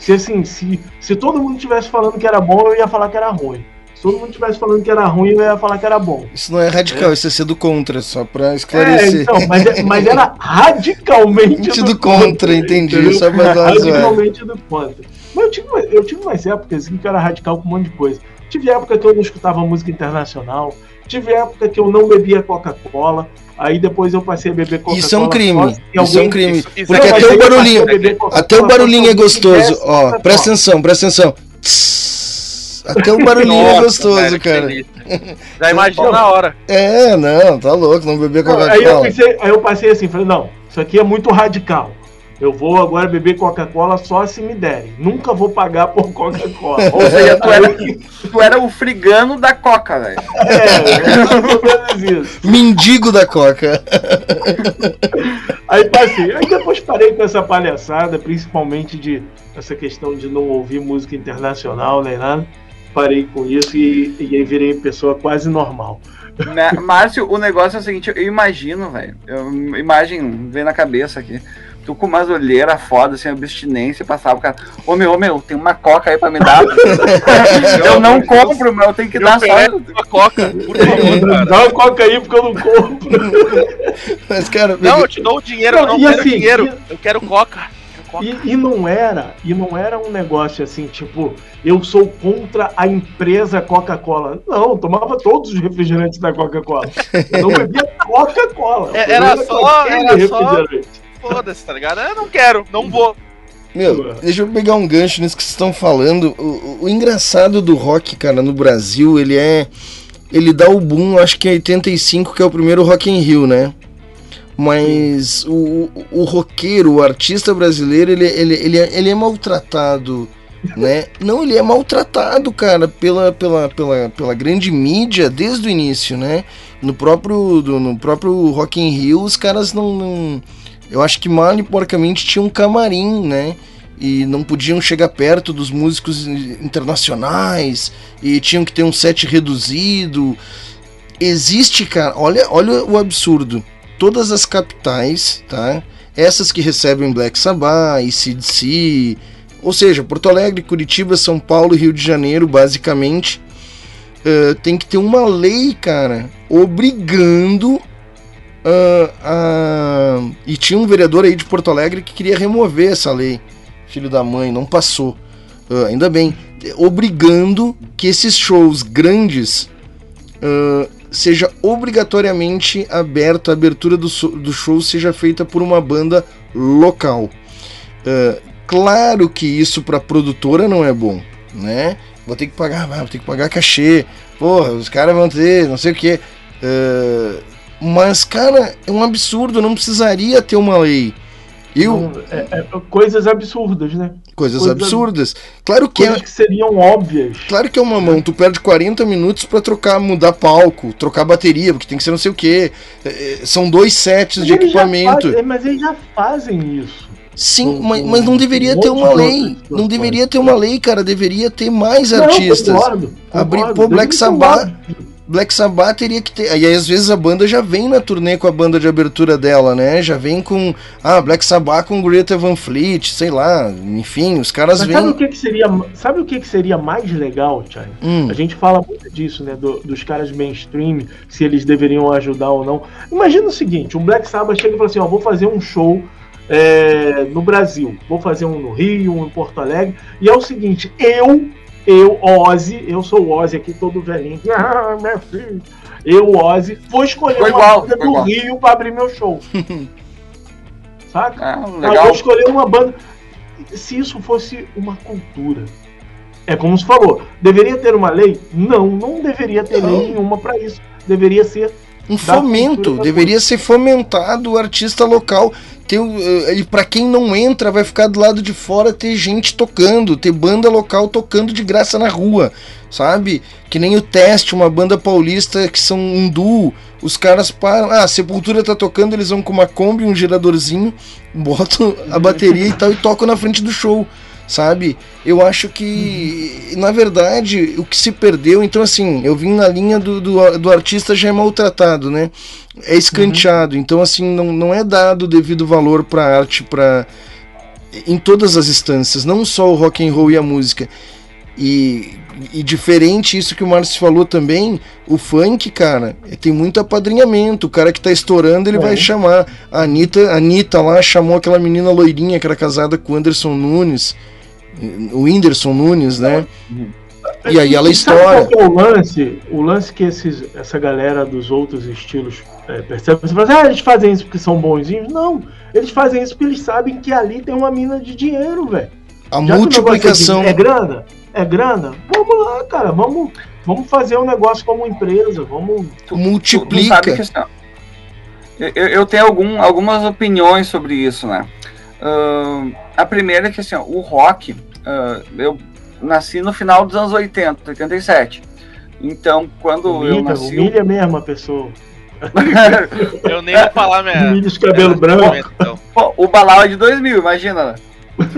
Se todo mundo estivesse falando que era bom, eu ia falar que era ruim. Se todo mundo estivesse falando que era ruim, eu ia falar que era bom. Isso não é radical, isso é ser do contra, só pra esclarecer. Então, mas era radicalmente do contra, entendi. Entendeu? Só pra dar radicalmente do contra. Mas eu tive umas épocas em que eu era radical com um monte de coisa. Tive época que eu não escutava música internacional. Tive época que eu não bebia Coca-Cola. Aí depois eu passei a beber Coca-Cola. Isso é um crime. Isso é um crime. Porque até o barulhinho é gostoso. Ó, presta atenção. Até o barulhinho é Nossa, gostoso, velho, que cara. delícia. Já imagina na hora. Não, tá louco, não beber Não, Coca-Cola. aí eu passei assim, falei, não, isso aqui é muito radical. Eu vou agora beber Coca-Cola só se me derem. Nunca vou pagar por Coca-Cola. Ou seja, tu era o frigano da Coca, velho. Isso. Mendigo da Coca. Aí passei. Aí depois parei com essa palhaçada, principalmente de essa questão de não ouvir música internacional nem nada. Parei com isso e aí virei pessoa quase normal. Márcio, o negócio é o seguinte, eu imagino, velho. Imagem vem na cabeça aqui. Tu com umas olheiras foda, assim, abstinência, passava o cara. Ô meu, tem uma Coca aí pra me dar. Eu não compro, mas eu tenho que dar só. Uma Coca, por favor, cara. Dá uma Coca aí porque eu não compro. Mas, cara, Não, eu te dou o dinheiro, eu não quero dinheiro. Eu quero Coca. E não era um negócio assim, tipo, eu sou contra a empresa Coca-Cola. Não, eu tomava todos os refrigerantes da Coca-Cola. Eu não bebia Coca-Cola. Era só foda-se, tá ligado? Eu não quero, não vou. Meu, deixa eu pegar um gancho nisso que vocês estão falando. O engraçado do rock, cara, no Brasil, ele dá o boom, acho que em 85, que é o primeiro Rock in Rio, né? Mas o roqueiro, o artista brasileiro, ele é maltratado, né? Não, ele é maltratado, cara, pela grande mídia desde o início, né? No próprio Rock in Rio, os caras não eu acho que mal e porcamente tinham um camarim, né? E não podiam chegar perto dos músicos internacionais, e tinham que ter um set reduzido. Existe, cara, olha o absurdo. Todas as capitais, tá? Essas que recebem Black Sabbath, AC/DC, ou seja, Porto Alegre, Curitiba, São Paulo, Rio de Janeiro, basicamente, tem que ter uma lei, cara, obrigando e tinha um vereador aí de Porto Alegre que queria remover essa lei, filho da mãe, não passou, ainda bem, obrigando que esses shows grandes seja obrigatoriamente aberto, a abertura do show seja feita por uma banda local. Claro que isso para produtora não é bom, né? Vou ter que pagar cachê, porra, os caras vão ter, não sei o que. Mas, cara, é um absurdo, não precisaria ter uma lei. Coisas absurdas, né? Coisas absurdas. Claro que que seriam óbvias. Claro que é uma mão, tu perde 40 minutos pra mudar palco, trocar bateria, porque tem que ser não sei o que. São 2 sets de equipamento. Mas eles já fazem isso. Sim, mas não deveria ter uma lei. Não deveria ter uma lei, cara. Deveria ter mais artistas. Concordo. Pô, Black Sabbath teria que ter. E aí, às vezes, a banda já vem na turnê com a banda de abertura dela, né? Já vem com. Black Sabbath com Greta Van Fleet, sei lá. Enfim, os caras vêm. Sabe o que seria mais legal, Thiago? A gente fala muito disso, né? Dos caras mainstream, se eles deveriam ajudar ou não. Imagina o seguinte: um Black Sabbath chega e fala assim: ó, vou fazer um show no Brasil, vou fazer um no Rio, um em Porto Alegre. E é o seguinte: Ozzy, eu sou o Ozzy aqui todo velhinho. Meu filho. Ozzy, vou escolher uma banda do Rio pra abrir meu show. Saca? Legal. Vou escolher uma banda. Se isso fosse uma cultura, é como se falou, deveria ter uma lei? Não deveria ter lei nenhuma pra isso. Deveria ser um fomento, deveria ser fomentado o artista local. E pra quem não entra, vai ficar do lado de fora, ter gente tocando, ter banda local tocando de graça na rua, sabe? Que nem o Teste, uma banda paulista que são um duo. Os caras param, a Sepultura tá tocando, eles vão com uma Kombi, um geradorzinho, botam a bateria e tal e tocam na frente do show, sabe? Eu acho que, na verdade, o que se perdeu, então assim, eu vim na linha do artista já é maltratado, né? É escanteado, então assim, não é dado o devido valor pra arte, em todas as instâncias, não só o rock and roll e a música. E diferente isso que o Márcio falou também, o funk, cara, tem muito apadrinhamento. O cara que tá estourando, ele vai chamar. A Anitta lá chamou aquela menina loirinha que era casada com o Anderson Nunes, o Whindersson Nunes, né? E aí ela estoura. O lance que essa galera dos outros estilos percebe, você fala, eles fazem isso porque são bonzinhos? Não, eles fazem isso porque eles sabem que ali tem uma mina de dinheiro, velho. A multiplicação. É grana? É grana? Vamos lá, cara. Vamos fazer um negócio como empresa. Vamos. Multiplica. Tu sabe que, assim, ó, eu tenho algumas opiniões sobre isso, né? A primeira é que, assim, ó, o rock, eu nasci no final dos anos 80, 87. Então, quando eu nasci... Humilha mesmo a pessoa. Eu nem vou falar minha... Humilha os cabelos brancos. Então. Pô, o Balau é de 2000, imagina, né?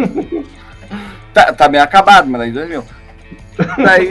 tá bem acabado, mas é de 2000. Daí...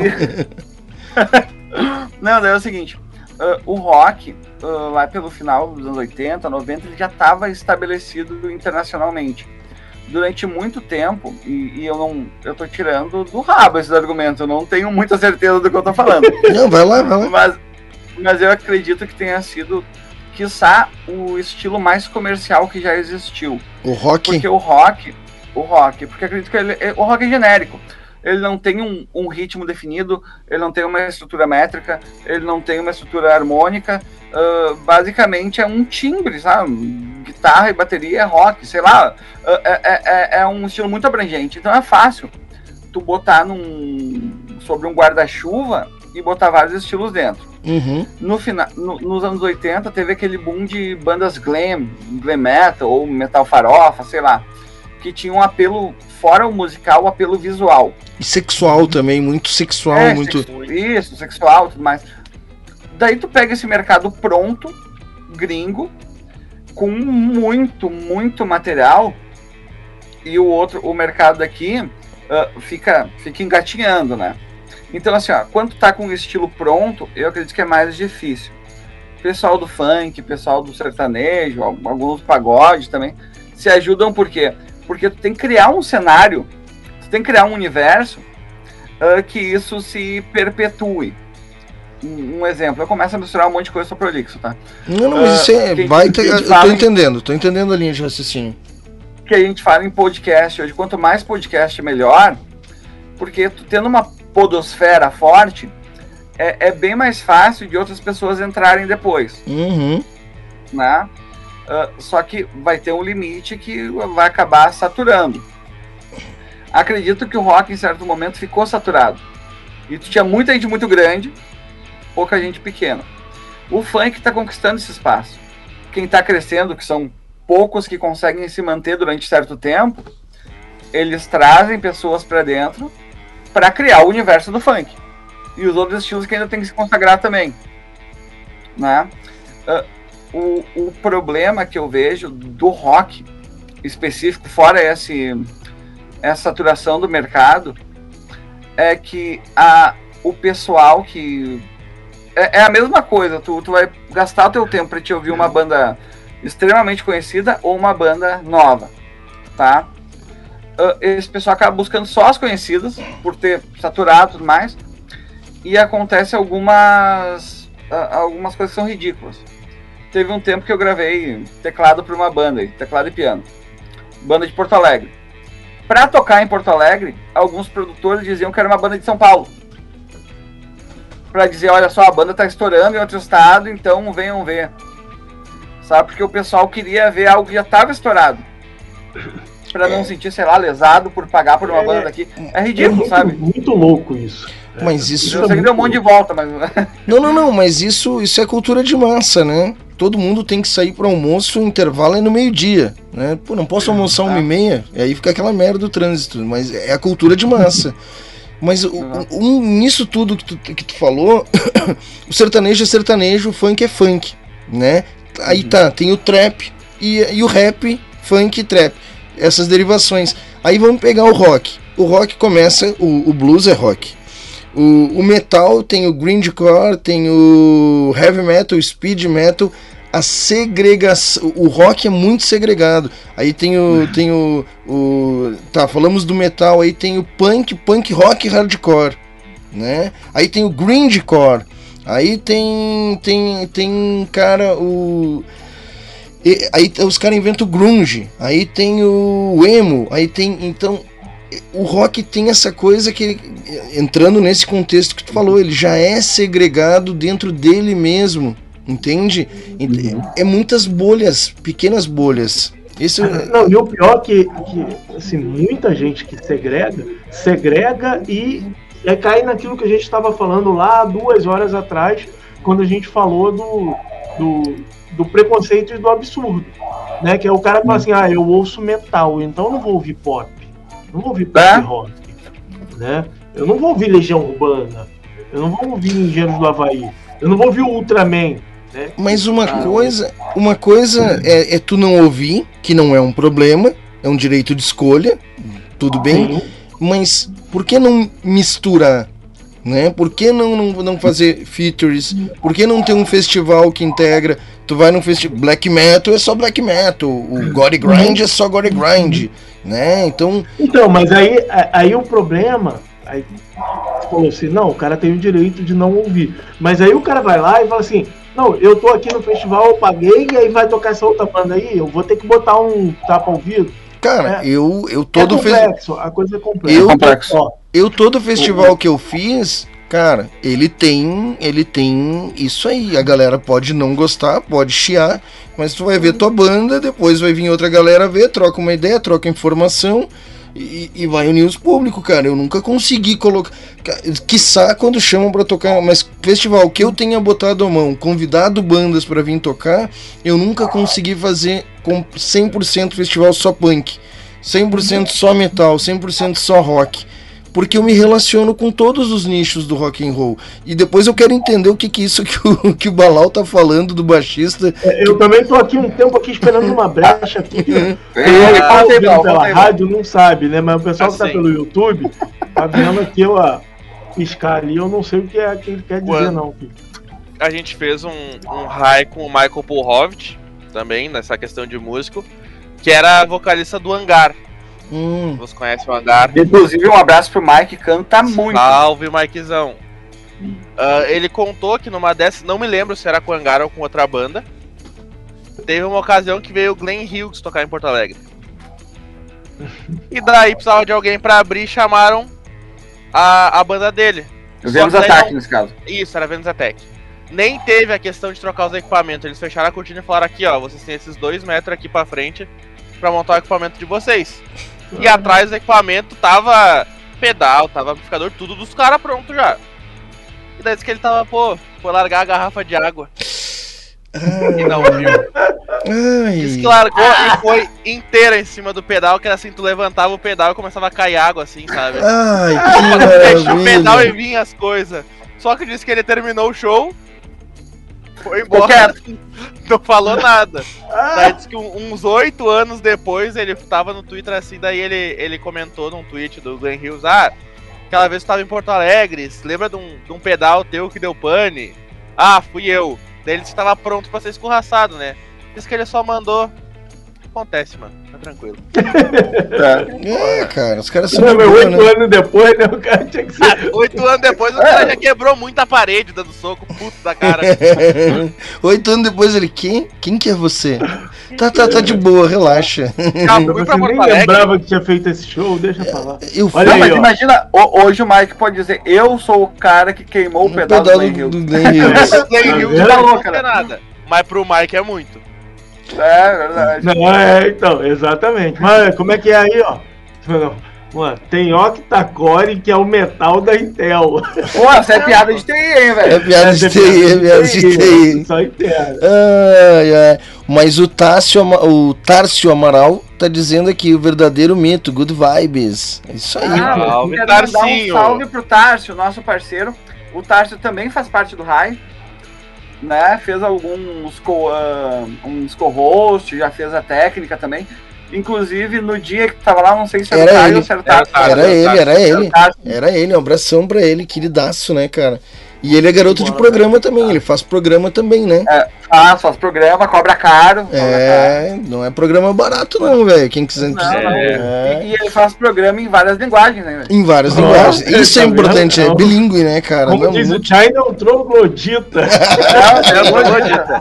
Não, daí é o seguinte, o rock, lá pelo final dos anos 80, 90, ele já estava estabelecido internacionalmente. Durante muito tempo, e eu tô tirando do rabo esses argumentos, eu não tenho muita certeza do que eu tô falando. Não, vai lá. Mas eu acredito que tenha sido, quiçá, o estilo mais comercial que já existiu. O rock? Porque o rock, porque acredito que o rock é genérico. Ele não tem um ritmo definido, ele não tem uma estrutura métrica, ele não tem uma estrutura harmônica. Basicamente é um timbre, sabe? Guitarra e bateria é rock, sei lá. É um estilo muito abrangente. Então é fácil tu botar sobre um guarda-chuva e botar vários estilos dentro. Uhum. Nos anos 80 teve aquele boom de bandas glam metal ou metal farofa, sei lá, que tinha um apelo, fora o musical, o apelo visual. E sexual também, muito sexual. Isso, sexual e tudo mais. Daí tu pega esse mercado pronto, gringo, com muito material, e o mercado daqui fica engatinhando, né? Então, assim, ó, quando tu tá com o estilo pronto, eu acredito que é mais difícil. Pessoal do funk, pessoal do sertanejo, alguns do pagode também, se ajudam por quê? Porque tu tem que criar um cenário, tu tem que criar um universo que isso se perpetue. Um exemplo, eu começo a misturar um monte de coisa só prolixo, tá? Não, mas isso eu tô entendendo a linha de raciocínio. Que a gente fala em podcast hoje, quanto mais podcast melhor, porque tu tendo uma podosfera forte, é bem mais fácil de outras pessoas entrarem depois. Uhum. Né? Só que vai ter um limite que vai acabar saturando. Acredito que o rock em certo momento ficou saturado. E tu tinha muita gente muito grande, pouca gente pequena. O funk está conquistando esse espaço. Quem está crescendo, que são poucos que conseguem se manter durante certo tempo, eles trazem pessoas para dentro para criar o universo do funk. E os outros estilos que ainda tem que se consagrar também. Né? O problema que eu vejo do rock específico, fora essa saturação do mercado, é que o pessoal que... É a mesma coisa, tu vai gastar o teu tempo para te ouvir uma banda extremamente conhecida ou uma banda nova, tá? Esse pessoal acaba buscando só as conhecidas, por ter saturado e tudo mais, e acontece algumas coisas que são ridículas. Teve um tempo que eu gravei teclado para uma banda, teclado e piano, banda de Porto Alegre. Para tocar em Porto Alegre, alguns produtores diziam que era uma banda de São Paulo. Para dizer, olha só, a banda tá estourando em outro estado, então venham ver. Sabe? Porque o pessoal queria ver algo que já estava estourado. Para não sentir, sei lá, lesado por pagar por uma banda daqui. É ridículo, sabe? Muito louco isso. Mas isso... Eu sei que deu um monte de volta, mas... Não, mas isso é cultura de massa, né? Todo mundo tem que sair para almoço, o intervalo é no meio-dia, né? Pô, não posso almoçar 1h30, e aí fica aquela merda do trânsito, mas é a cultura de massa. Mas nisso tudo que tu falou, o sertanejo é sertanejo, o funk é funk, né? Aí tem o trap e o rap, funk e trap, essas derivações. Aí vamos pegar o rock. O rock começa, o blues é rock. O metal tem o grindcore, tem o heavy metal, o speed metal, a segregação, o rock é muito segregado. Aí tem falamos do metal, aí tem o punk rock hardcore, né? Aí tem o grindcore, aí tem cara, aí os caras inventam o grunge, aí tem o emo, aí tem, então o rock tem essa coisa que, entrando nesse contexto que tu falou, ele já é segregado dentro dele mesmo, entende? É muitas bolhas, pequenas bolhas. Isso Não, e o pior que assim, muita gente que segrega e cai naquilo que a gente estava falando lá 2 horas atrás, quando a gente falou do preconceito e do absurdo, né? Que é o cara que fala assim, eu ouço metal, então eu não vou ouvir pop, não vou ouvir pop rock, né? Eu não vou ouvir Legião Urbana, eu não vou ouvir Engenheiros do Havaí, eu não vou ouvir Ultraman, né? Mas uma coisa é tu não ouvir, que não é um problema, é um direito de escolha, tudo bem, mas por que não misturar? Né? Por que não fazer features? Por que não ter um festival que integra? Tu vai num festival, black metal é só black metal, o gore grind é só gore grind, né? Então, mas aí o problema, aí você falou assim, não, o cara tem o direito de não ouvir, mas aí o cara vai lá e fala assim, não, eu tô aqui no festival, eu paguei, e aí vai tocar essa outra banda aí, eu vou ter que botar um tapa-ouvido. Cara, eu todo complexo, a coisa é complexa. Eu todo festival que eu fiz, cara, ele tem isso aí. A galera pode não gostar, pode chiar, mas tu vai ver tua banda, depois vai vir outra galera ver, troca uma ideia, troca informação e vai unir os públicos, cara. Eu nunca consegui colocar, quiçá quando chamam pra tocar, mas festival que eu tenha botado a mão, convidado bandas pra vir tocar, eu nunca consegui fazer com 100% festival só punk, 100% só metal, 100% só rock, porque eu me relaciono com todos os nichos do rock and roll. E depois eu quero entender o que é isso que o Balau tá falando do baixista. Eu também tô aqui um tempo aqui esperando uma brecha aqui. Quem tá ouvindo pela rádio não sabe, né? Mas o pessoal que tá pelo YouTube tá vendo aqui eu piscar ali, eu não sei o que ele quer dizer, não. A gente fez um high com o Michael Polhovic também, nessa questão de músico, que era vocalista do Hangar. Você conhece o Hangar? Inclusive, um abraço pro Mike, canta muito. Salve, Mikezão. Ele contou que numa dessas, não me lembro se era com o Hangar ou com outra banda, teve uma ocasião que veio o Glenn Hughes tocar em Porto Alegre. E daí precisava de alguém pra abrir e chamaram a banda dele. O Venus Attack, nesse caso. Isso, era Venus Attack. Nem teve a questão de trocar os equipamentos. Eles fecharam a cortina e falaram aqui, ó, vocês têm esses 2 metros aqui pra frente pra montar o equipamento de vocês. E atrás do equipamento tava pedal, tava amplificador, tudo dos caras pronto já. E daí disse que ele tava, foi largar a garrafa de água. E não viu. Diz que largou e foi inteira em cima do pedal, que era assim, tu levantava o pedal e começava a cair água assim, sabe? Fechou o pedal e vinha as coisas. Só que disse que ele terminou o show, foi embora, não falou nada. Daí disse que uns 8 anos depois ele tava no Twitter assim, daí ele comentou num tweet do Glenn Hughes, aquela vez que tava em Porto Alegre, lembra de um pedal teu que deu pane? Fui eu. Daí ele estava pronto pra ser escorraçado, né? Diz que ele só mandou. Acontece, mano. Tá tranquilo. Cara, os caras são. 8 anos depois, né? O cara tinha que ser. 8 anos depois, o cara já quebrou muita parede dando soco, puto da cara. 8 anos depois ele, quem que é você? Tá de boa, relaxa. Fui pra Porto Alegre. Lembrava que tinha feito esse show, deixa pra lá. Olha aí, mas imagina, hoje o Mike pode dizer, eu sou o cara que queimou o pedal do Glenn Hughes. O Glenn Hughes tá louco, não é nada. Mas pro Mike é muito. É verdade. Não, então, exatamente. Mas como é que é aí, ó? Mano, tem octa-core, que é o metal da Intel. Pô, essa é piada de TI, hein, velho? É piada de TI. Só entendo. Mas o Tárcio Amaral tá dizendo aqui, o verdadeiro mito, good vibes. É isso aí. Quero mandar um salve pro Tárcio, nosso parceiro. O Tárcio também faz parte do High, né? Fez alguns co-host, já fez a técnica também. Inclusive, no dia que tava lá, não sei se era o Caio ou se era o Tárcio. Era ele, um abração pra ele, queridaço, né, cara? E ele é garoto de programa também, ele faz programa também, né? Faz programa, cobra caro. Não é programa barato não, velho, quem quiser... E ele faz programa em várias linguagens, né, velho? Em várias linguagens, isso é importante, é bilíngue, né, cara? Como diz o China, é um troglodita. É um troglodita.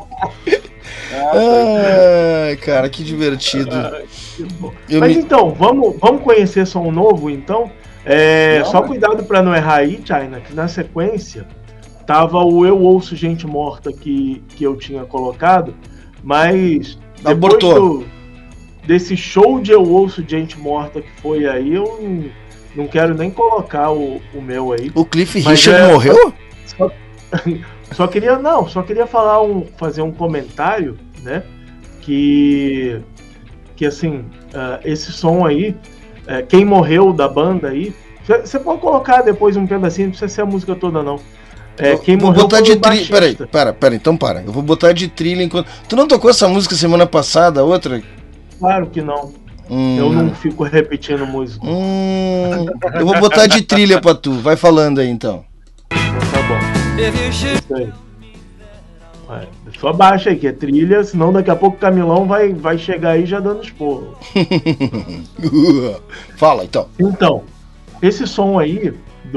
Ai, cara, que divertido. Mas então, vamos conhecer som novo, então? Só cuidado pra não errar aí, China, que na sequência tava o Eu Ouço Gente Morta que eu tinha colocado, mas abortou. desse show de Eu Ouço Gente Morta que foi aí, eu não quero nem colocar o meu aí. O Cliff Mas Richard morreu? Só queria fazer um comentário, né? Que assim, esse som aí, quem morreu da banda aí, você pode colocar depois um pedacinho, não precisa ser a música toda não. Quem vou morreu botar foi de o trilha. baixista. Peraí, então para. Eu vou botar de trilha enquanto. Tu não tocou essa música semana passada, outra? Claro que não. Eu não fico repetindo música. Eu vou botar de trilha pra tu. Vai falando aí então. Tá bom. Isso aí. Só baixa aí, que é trilha, senão daqui a pouco o Camilão vai chegar aí já dando esporro. Fala então. Então, esse som aí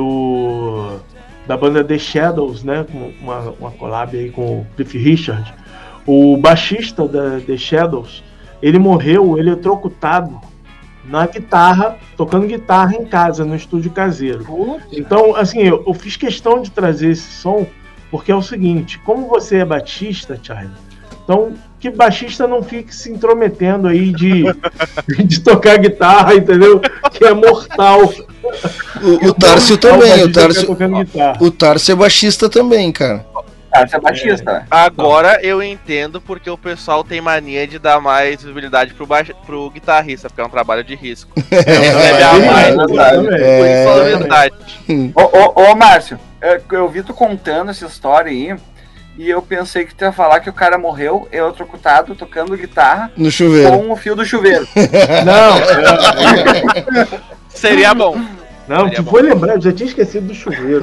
da banda The Shadows, né? Com uma collab aí com o Cliff Richard. O baixista da The Shadows, ele morreu eletrocutado na guitarra, tocando guitarra em casa, no estúdio caseiro. Então, assim, eu fiz questão de trazer esse som, porque é o seguinte, como você é baixista, Charlie, então que baixista não fique se intrometendo aí de tocar guitarra, entendeu? Que é mortal. O Tárcio também, o Tárcio é baixista também, cara. Você é baixista. Agora eu entendo porque o pessoal tem mania de dar mais visibilidade pro guitarrista, porque é um trabalho de risco. Ô, Márcio, eu vi tu contando essa história aí, e eu pensei que tu ia falar que o cara morreu eletrocutado tocando guitarra no chuveiro, com o fio do chuveiro. Não, seria bom. Não, tu foi lembrar, eu já tinha esquecido do chuveiro.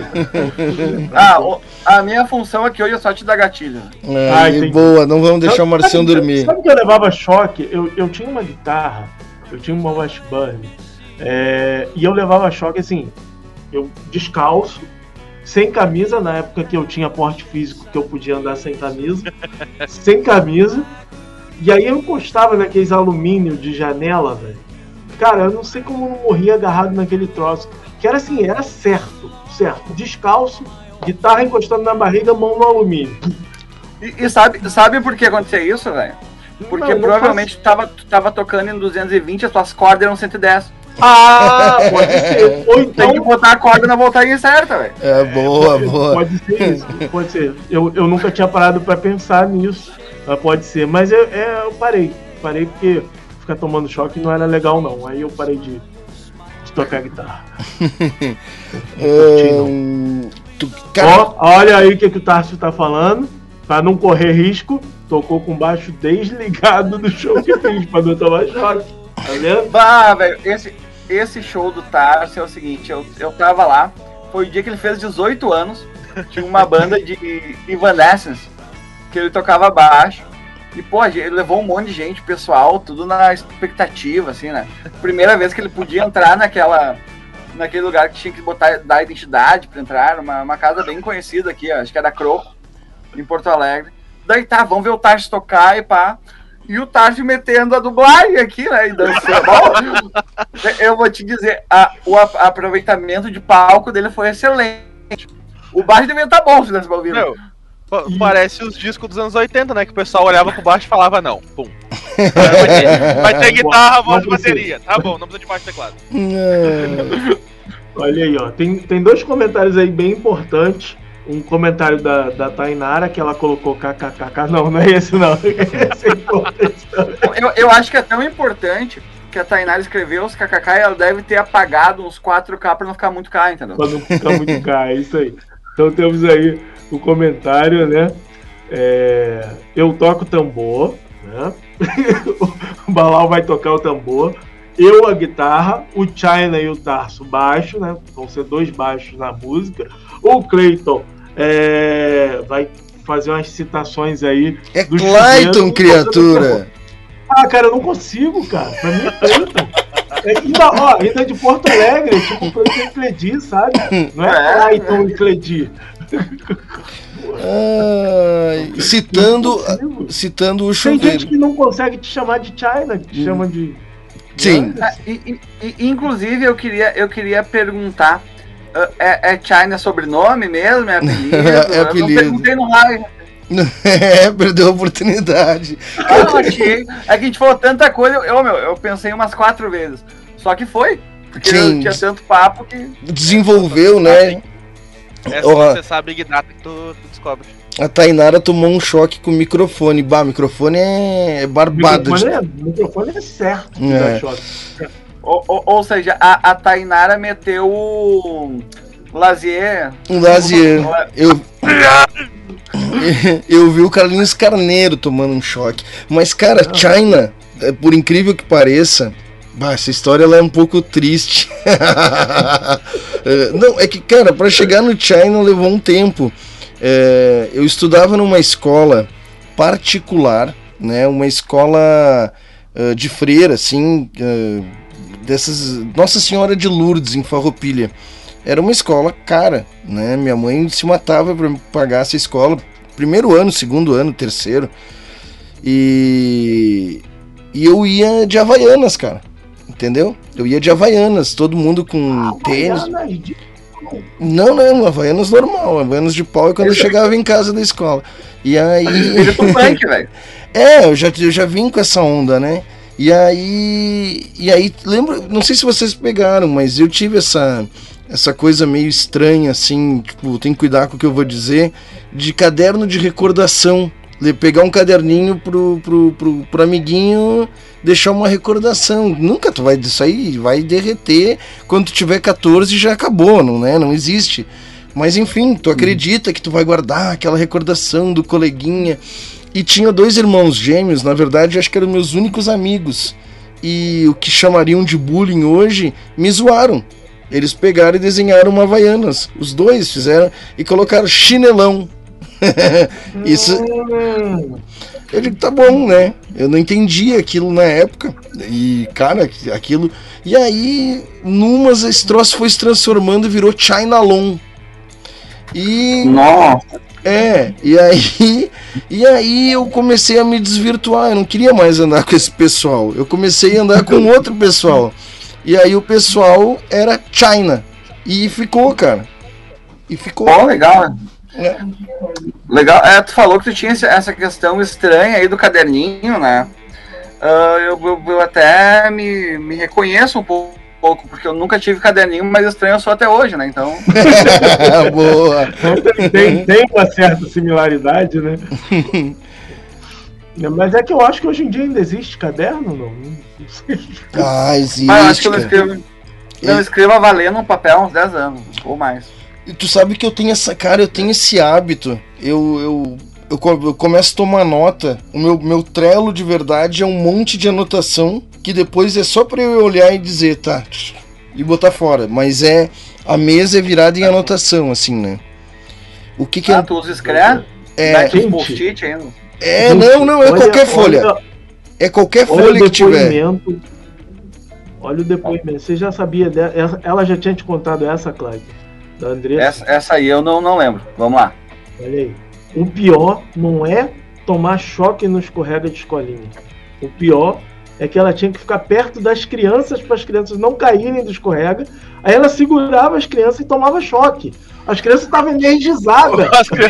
A minha função aqui hoje é só te dar gatilho. Boa, não vamos deixar o Marcião dormir. Sabe que eu levava choque? Eu tinha uma guitarra, eu tinha uma Washburn, e eu levava choque assim, eu descalço, sem camisa, na época que eu tinha porte físico que eu podia andar sem camisa, e aí eu encostava naqueles alumínio de janela, velho. Cara, eu não sei como eu não morria agarrado naquele troço. Que era assim, era certo. Descalço, guitarra encostando na barriga, mão no alumínio. E sabe por que aconteceu isso, velho? Porque provavelmente tu tava tocando em 220 e as tuas cordas eram 110. Pode ser. Ou então... Tem que botar a corda na voltagem certa, velho. Boa. Pode ser isso, pode ser. Eu nunca tinha parado pra pensar nisso. Mas pode ser. Mas eu parei. Parei porque ficar tomando choque não era legal, não. Aí eu parei de tocar guitarra. Olha aí o que o Tárcio tá falando. Pra não correr risco, tocou com baixo desligado do show que fiz, pra não tomar choque. Tá vendo? Velho, esse show do Tárcio é o seguinte, eu tava lá, foi o dia que ele fez 18 anos, tinha uma banda de Evanescence, que ele tocava baixo, e pô, ele levou um monte de gente, pessoal, tudo na expectativa, assim, né? Primeira vez que ele podia entrar naquele lugar que tinha que dar identidade pra entrar, uma casa bem conhecida aqui, acho que era Croco, em Porto Alegre. Daí vamos ver o Tárcio tocar e pá. E o Tárcio metendo a dublagem aqui, né? E dançando. Eu vou te dizer, o aproveitamento de palco dele foi excelente. O baixo devia estar bom, se nós ouviram. Parece os discos dos anos 80, né? Que o pessoal olhava pro baixo e falava não. Pum. Vai ter guitarra, voz e bateria. Tá bom, não precisa de baixo teclado. Olha aí, ó. Tem dois comentários aí bem importantes. Um comentário da Tainara, que ela colocou kkkk. Não é esse não. Esse é importante também. Eu acho que é tão importante que a Tainara escreveu os kkk e ela deve ter apagado uns 4K pra não ficar muito K, entendeu? Pra não ficar muito K, é isso aí. Então temos aí o comentário, né? Eu toco tambor, né? O Balau vai tocar o tambor. Eu a guitarra, o China e o Tarso baixo, né? Vão ser dois baixos na música. O Clayton vai fazer umas citações aí. Do Clayton, criatura! Cara, eu não consigo, cara. Pra mim é Clayton. Ainda de Porto Alegre, tipo Clayton e Cledi, sabe? Não é Clayton e Cledi. Citando o chuveiro. Tem gente que não consegue te chamar de China, que te chama de... Sim. Inclusive, eu queria perguntar, é China sobrenome mesmo? É apelido? É apelido. Eu não perguntei no live. Perdeu a oportunidade. Não, é que a gente falou tanta coisa, eu pensei umas 4 vezes. Só que foi. Porque Sim. tinha tanto papo que. Desenvolveu, né? É Ó, só acessar a Big Data que tu descobre. a Tainara tomou um choque com o microfone. Bah, microfone é barbado. O microfone é certo de dar choque. Ou seja, a Tainara meteu o Lazier. Um lazier. Eu vi o Carlinhos Carneiro tomando um choque. Mas, cara, China, por incrível que pareça, essa história ela é um pouco triste. Não, é que, cara, pra chegar no China levou um tempo. Eu estudava numa escola particular, né? Uma escola de freira, assim, dessas Nossa Senhora de Lourdes, em Farroupilha. Era uma escola cara, né? Minha mãe se matava para pagar essa escola. Primeiro ano, segundo ano, terceiro. E eu ia de Havaianas, cara. Entendeu? Eu ia de Havaianas, todo mundo com tênis. Não, Havaianas normal. Havaianas de pau é quando eu chegava em casa da escola. E aí... eu já vim com essa onda, né? E aí, lembro, não sei se vocês pegaram, mas eu tive essa coisa meio estranha, assim, tipo, tem que cuidar com o que eu vou dizer, de caderno de recordação, de pegar um caderninho pro amiguinho deixar uma recordação. Nunca tu vai disso aí, vai derreter quando tu tiver 14 já acabou, não existe. Mas enfim, tu acredita que tu vai guardar aquela recordação do coleguinha. E tinha 2 irmãos gêmeos, na verdade acho que eram meus únicos amigos. E o que chamariam de bullying hoje, me zoaram. Eles pegaram e desenharam uma Havaianas. Os 2 fizeram e colocaram chinelão. Isso. Eu digo, tá bom, né? Eu não entendi aquilo na época. E, cara, aquilo. E aí, numas, esse troço foi se transformando e virou Chinalon. E. Nossa! E aí eu comecei a me desvirtuar. Eu não queria mais andar com esse pessoal. Eu comecei a andar com outro pessoal. E aí o pessoal era China. E ficou, cara. E ficou. Legal. Legal. Tu falou que tu tinha essa questão estranha aí do caderninho, né? Eu até me reconheço um pouco, porque eu nunca tive caderninho, mas estranho eu sou até hoje, né? Então. Boa. Tem uma certa similaridade, né? Mas é que eu acho que hoje em dia ainda existe caderno, não sei. Existe. Eu acho que eu escrevo a valer num papel há uns 10 anos, ou mais. E tu sabe que eu tenho esse hábito. Eu começo a tomar nota. O meu Trello de verdade é um monte de anotação que depois é só pra eu olhar e dizer, tá, e botar fora. Mas a mesa é virada em anotação, assim, né? O que é... tu usa Scrap? Tipo post-it ainda? Não, é qualquer folha. É qualquer folha que tiver. Olha o depoimento. Você já sabia dela? Ela já tinha te contado essa, Cláudia? Da Andressa? Essa aí eu não lembro. Vamos lá. Olha aí. O pior não é tomar choque no escorrega de escolinha. O pior é que ela tinha que ficar perto das crianças para as crianças não caírem do escorrega. Aí ela segurava as crianças e tomava choque. As crianças estavam energizadas.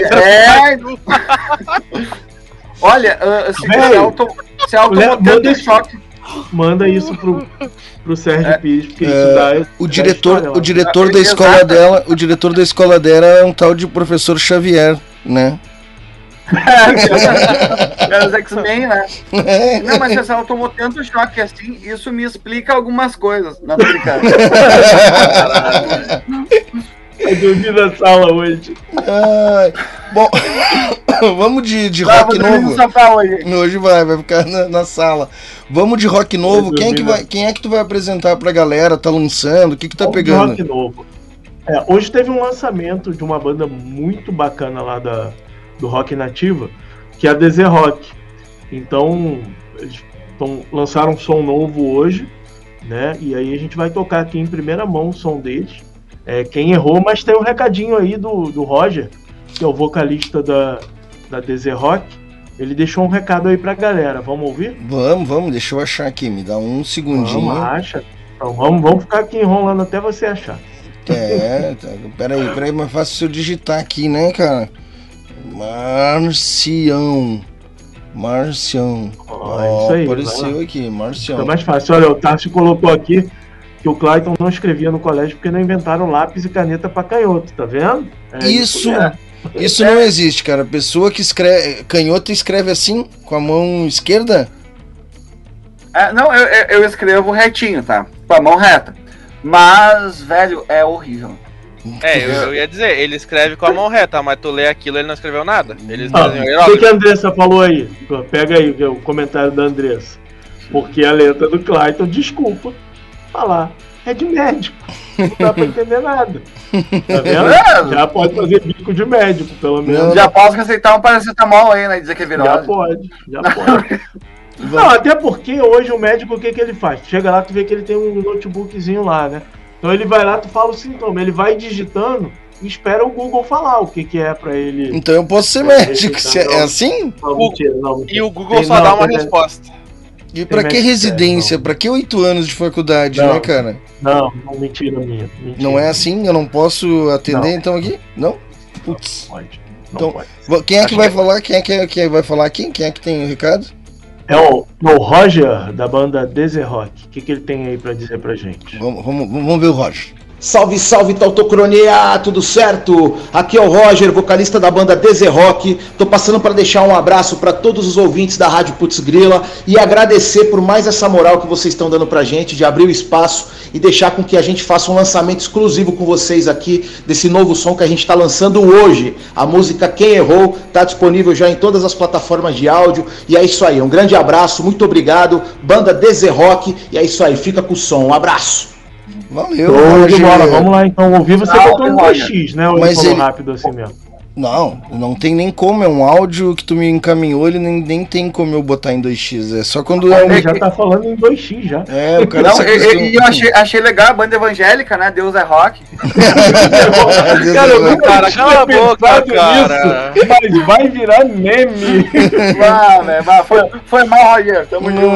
Olha, se ela tomou tanto choque. Manda isso pro Sérgio Pires, porque isso dá. O diretor da escola dela, o diretor da escola dela é um tal de professor Xavier, né? Os X-Men, né? Não, mas se ela tomou tanto choque assim, isso me explica algumas coisas. Não, tô brincando. Eu dormi na sala hoje. Bom, vamos de rock novo. Hoje vai ficar na sala. Vamos de rock novo. Quem é que tu vai apresentar pra galera? Tá lançando? O que tá pegando? Rock novo. Hoje teve um lançamento de uma banda muito bacana lá do Rock Nativa, que é a DZ Rock. Então, eles lançaram um som novo hoje, né? E aí a gente vai tocar aqui em primeira mão o som deles. Quem errou, mas tem um recadinho aí do Roger, que é o vocalista da DZ Rock. Ele deixou um recado aí pra galera. Vamos ouvir? Vamos, deixa eu achar aqui, me dá um segundinho. Acha. Então vamos ficar aqui enrolando até você achar. Peraí, mas fácil se eu digitar aqui, né, cara? Marcião. Isso aí, apareceu aqui, Marcião. Fica mais fácil. Olha, o Tarso colocou aqui que o Clayton não escrevia no colégio porque não inventaram lápis e caneta pra canhoto, tá vendo? Isso não existe, cara. A pessoa que escreve canhoto escreve assim, com a mão esquerda? Não, eu escrevo retinho, tá? Com a mão reta. Mas, velho, é horrível. Eu ia dizer, ele escreve com a mão reta, mas tu lê aquilo, ele não escreveu nada. Ele O escreveu que a Andressa falou aí? Pega aí o comentário da Andressa. Porque a letra do Clayton, desculpa falar, é de médico. Não dá pra entender nada. Tá vendo? Já pode fazer bico de médico, pelo menos. Já posso aceitar um paracetamol aí, né? Dizer que é virose. Já pode. Não, até porque hoje o médico, o que ele faz? Chega lá, tu vê que ele tem um notebookzinho lá, né? Então ele vai lá, tu fala o sintoma, ele vai digitando e espera o Google falar o que é pra ele. Então eu posso ser médico, é assim? Não, mentira. E o Google só dá uma resposta. E pra que residência? Pra que 8 anos de faculdade, né, cara? Não, mentira minha. Não é assim? Eu não posso atender então aqui? Não? Putz. Não pode. Quem é que vai falar? Quem é que vai falar aqui? Quem é que tem o recado? É o Roger, da banda Deserrock. O que ele tem aí pra dizer pra gente? Vamos ver o Roger. Salve, salve, Tautocronia, tudo certo? Aqui é o Roger, vocalista da banda Deserrock. Tô passando para deixar um abraço para todos os ouvintes da Rádio Putz Grila e agradecer por mais essa moral que vocês estão dando pra gente, de abrir o espaço e deixar com que a gente faça um lançamento exclusivo com vocês aqui, desse novo som que a gente tá lançando hoje. A música Quem Errou tá disponível já em todas as plataformas de áudio. E é isso aí, um grande abraço, muito obrigado, banda Deserrock. E é isso aí, fica com o som, um abraço. Valeu, vamos lá então. Ouvir você botou no 2x, né? Ou mas ele rápido assim mesmo? Não tem nem como, é um áudio que tu me encaminhou, ele nem tem como eu botar em 2x, é só quando ele já tá falando em 2x já. O cara eu achei legal a banda evangélica, né? Deus é rock. Cara, cala a boca, cara. Mas vai virar meme. Foi mal, Roger, tamo junto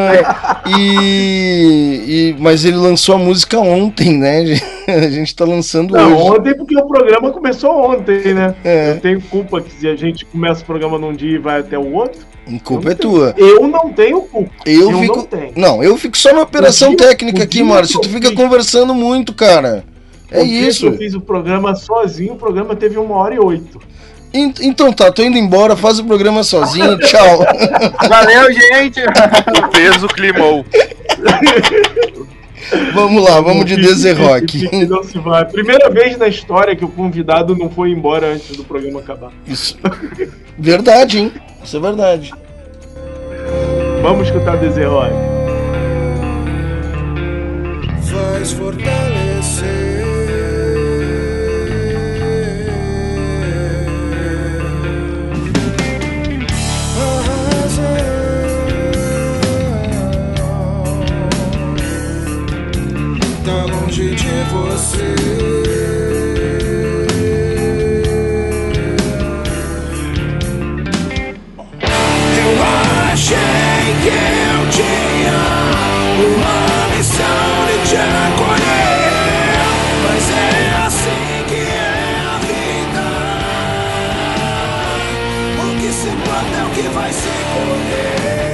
aí. Mas ele lançou a música ontem, né? A gente tá lançando hoje. Ontem porque o programa começou ontem, né? Eu tenho culpa que se a gente começa o programa num dia e vai até o outro. A culpa é tua. Eu não tenho culpa. Eu fico só na operação técnica aqui, Márcio. Tu fica conversando muito, cara. É isso. Eu fiz o programa sozinho, o programa teve 1h08. Então tá, tô indo embora, faz o programa sozinho, tchau. Valeu, gente. O peso climou. Vamos lá, vamos de Deserrock. Não se vai. Primeira vez na história que o convidado não foi embora antes do programa acabar. Isso. Verdade, hein? Isso é verdade. Vamos escutar Deserrock. Faz fortalecer tá longe de você. Eu achei que eu tinha uma missão de te acolher, mas é assim que é a vida. O que se planta é o que vai se colher.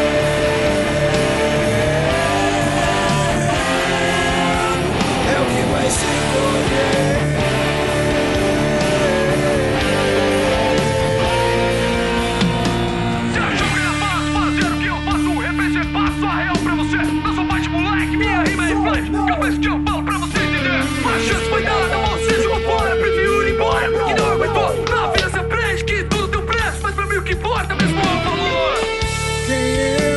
Capaz que eu falo pra você entender. A chance foi dada, você jogou fora. Prefiro ir embora porque não aguentou. Na vida você aprende que tudo tem um preço, mas pra mim o que importa mesmo é o valor. Quem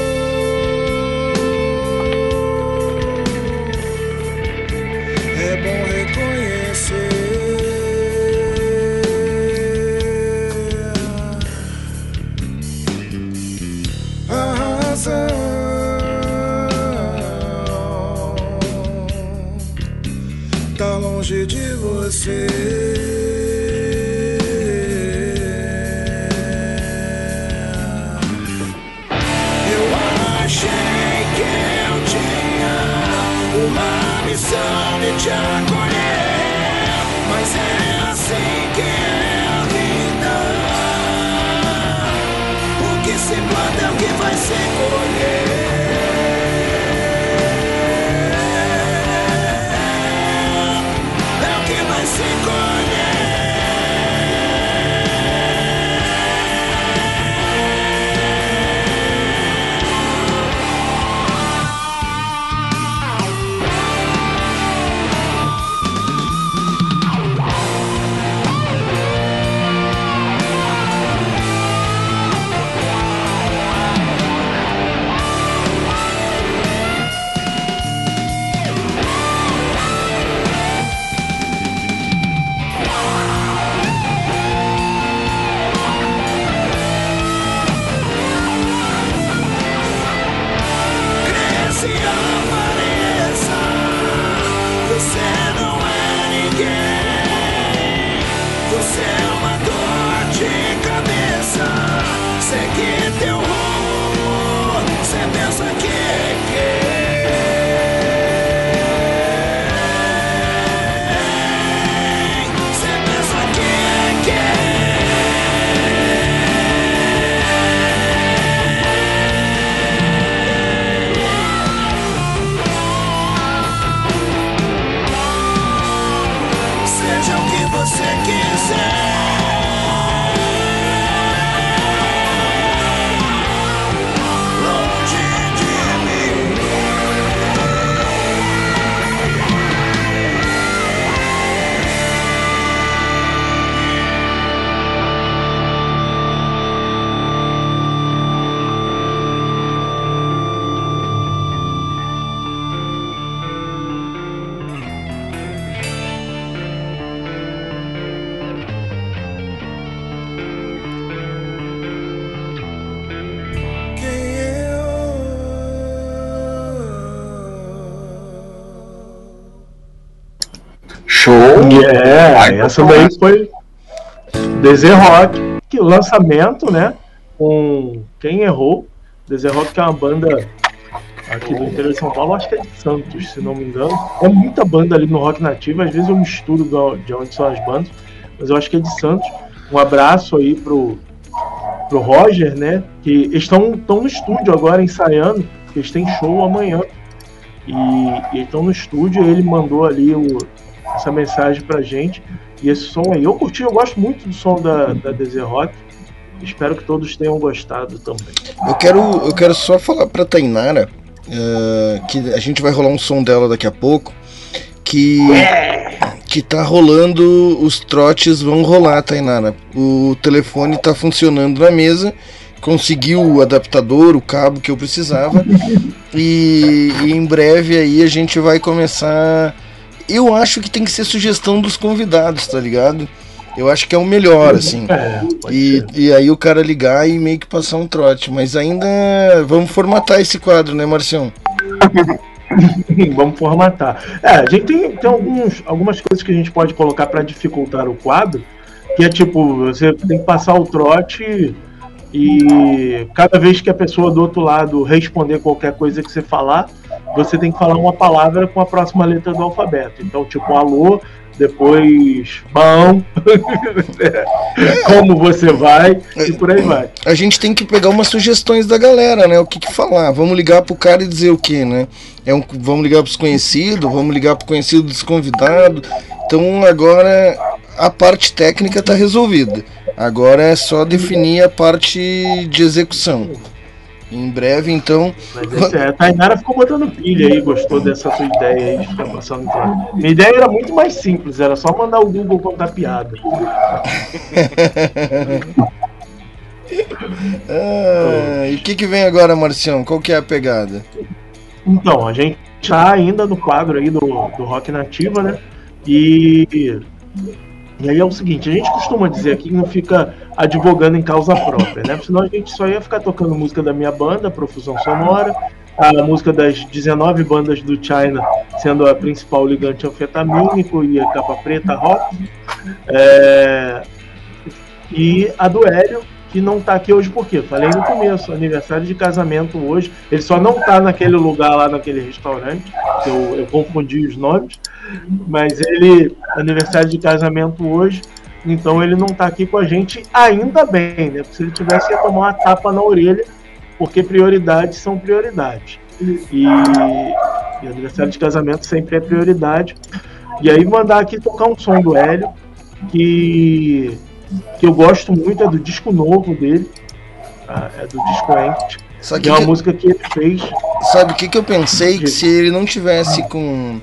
é bom reconhecer. A razão tá longe de você. Eu achei que eu tinha uma missão de te acolher, mas é assim que é a vida. o que vai se colher. É o que vai se colher. Se apareça, você não é ninguém. Você é uma dor de cabeça. Segue teu rumo, você pensa que é quem? Você pensa que é quem? Seja o que você quiser. Longe de mim. Show! Essa daí foi Desert Rock, que o lançamento, né? Com Quem Errou. Desert Rock, que é uma banda aqui do interior de São Paulo, acho que é de Santos, se não me engano. É muita banda ali no rock nativo, às vezes eu misturo de onde são as bandas, mas eu acho que é de Santos. Um abraço aí pro Roger, né? Que estão no estúdio agora ensaiando, porque eles têm show amanhã. E estão no estúdio, ele mandou ali essa mensagem pra gente. E esse som aí, eu gosto muito do som da Desert Rock. Espero que todos tenham gostado também. Eu quero só falar pra Tainara que a gente vai rolar um som dela daqui a pouco. Que tá rolando, os trotes vão rolar, Tainara. O telefone tá funcionando na mesa. Consegui o adaptador, o cabo que eu precisava. E em breve aí a gente vai começar. Eu acho que tem que ser sugestão dos convidados, tá ligado? Eu acho que é o melhor, assim. E aí o cara ligar e meio que passar um trote. Mas ainda vamos formatar esse quadro, né, Marcião? Vamos formatar. A gente tem algumas coisas que a gente pode colocar para dificultar o quadro, que é tipo, você tem que passar o trote e cada vez que a pessoa do outro lado responder qualquer coisa que você falar, você tem que falar uma palavra com a próxima letra do alfabeto. Então, tipo, alô, depois bom, como você vai, e por aí vai. A gente tem que pegar umas sugestões da galera, né? O que falar? Vamos ligar pro cara e dizer o que, né? Vamos ligar pros conhecidos, vamos ligar pro conhecido dos convidados. Então agora a parte técnica tá resolvida. Agora é só definir a parte de execução. Em breve, então. Mas a Tainara ficou botando pilha aí, gostou dessa sua ideia aí de ficar passando pra... Minha ideia era muito mais simples, era só mandar o Google contar piada. E o que vem agora, Marcião? Qual que é a pegada? Então, a gente tá ainda no quadro aí do Rock Nativa, né? E aí é o seguinte, a gente costuma dizer aqui que não fica advogando em causa própria, né? Senão a gente só ia ficar tocando música da minha banda, Profusão Sonora, a música das 19 bandas do China, sendo a principal ligante anfetamínico e a capa preta rock, e a do Hélio, que não tá aqui hoje por quê? Falei no começo, aniversário de casamento hoje, ele só não tá naquele lugar lá, naquele restaurante, que eu confundi os nomes, mas ele, aniversário de casamento hoje, então ele não tá aqui com a gente, ainda bem, né? Porque se ele tivesse, ia tomar uma tapa na orelha, porque prioridades são prioridades. E aniversário de casamento sempre é prioridade. E aí mandar aqui tocar um som do Hélio, que eu gosto muito, é do disco novo dele, é do disco Empty, que é uma música que ele fez. Sabe o que eu pensei? Que se ele não tivesse com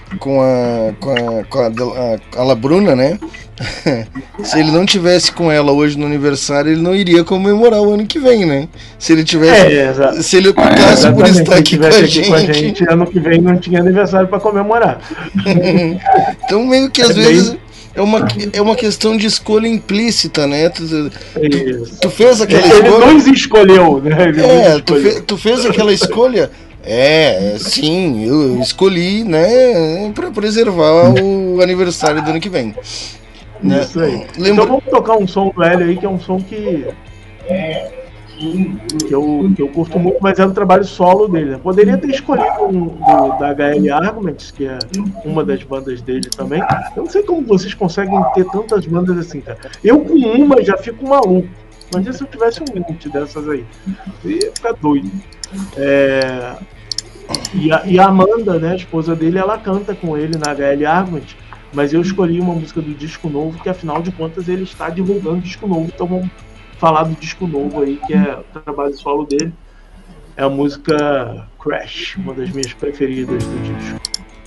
a Labruna, né? Se ele não tivesse com ela hoje no aniversário, ele não iria comemorar o ano que vem, né? Se ele tivesse, se ele optasse por estar aqui com a gente, ano que vem não tinha aniversário para comemorar. Então meio que às vezes é uma questão de escolha implícita, né? Tu fez aquela escolha. Ele não escolheu, né? Tu fez aquela escolha. Sim, eu escolhi, né, para preservar o aniversário do ano que vem. Isso aí. Então vamos tocar um som do Hélio aí, que é um som que eu curto muito, mas é do trabalho solo dele, né? Poderia ter escolhido da HL Arguments, que é uma das bandas dele também. Eu não sei como vocês conseguem ter tantas bandas assim, cara. Eu com uma já fico maluco. Imagina se eu tivesse um monte dessas aí. Eu ia ficar doido. E a Amanda, né, a esposa dele, ela canta com ele na HL Argument, mas eu escolhi uma música do disco novo, que afinal de contas ele está divulgando disco novo, então vamos falar do disco novo aí, que é o trabalho solo dele. É a música Crash, uma das minhas preferidas do disco.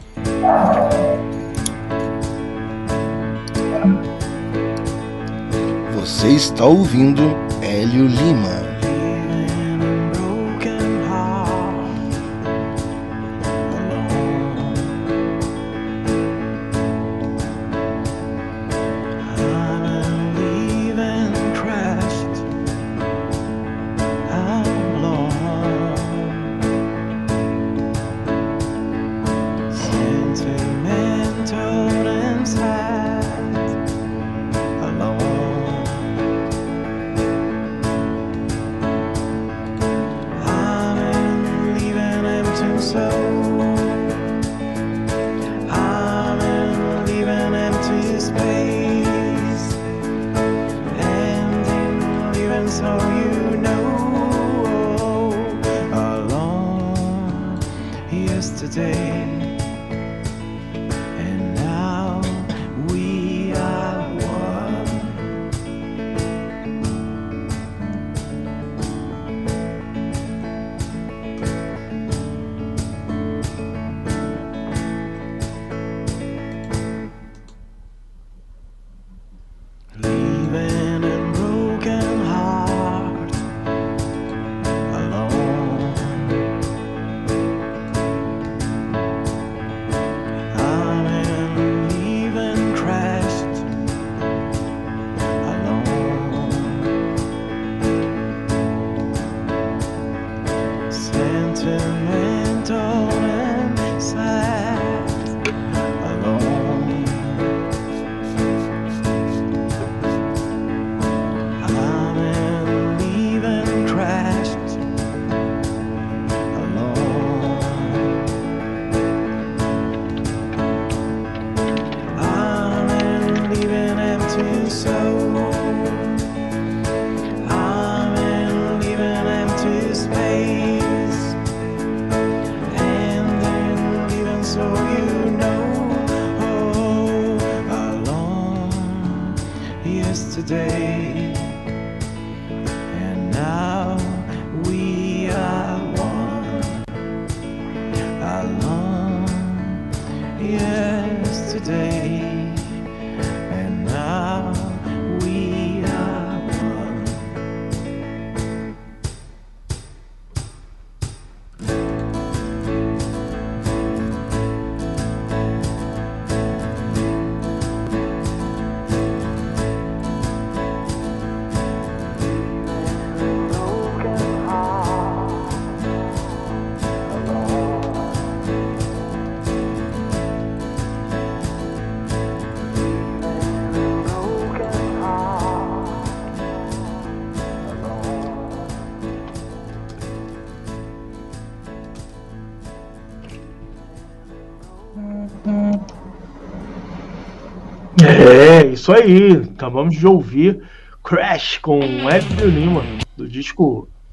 Você está ouvindo Hélio Lima. Isso aí, acabamos de ouvir Crash com Hélio Lima, do disco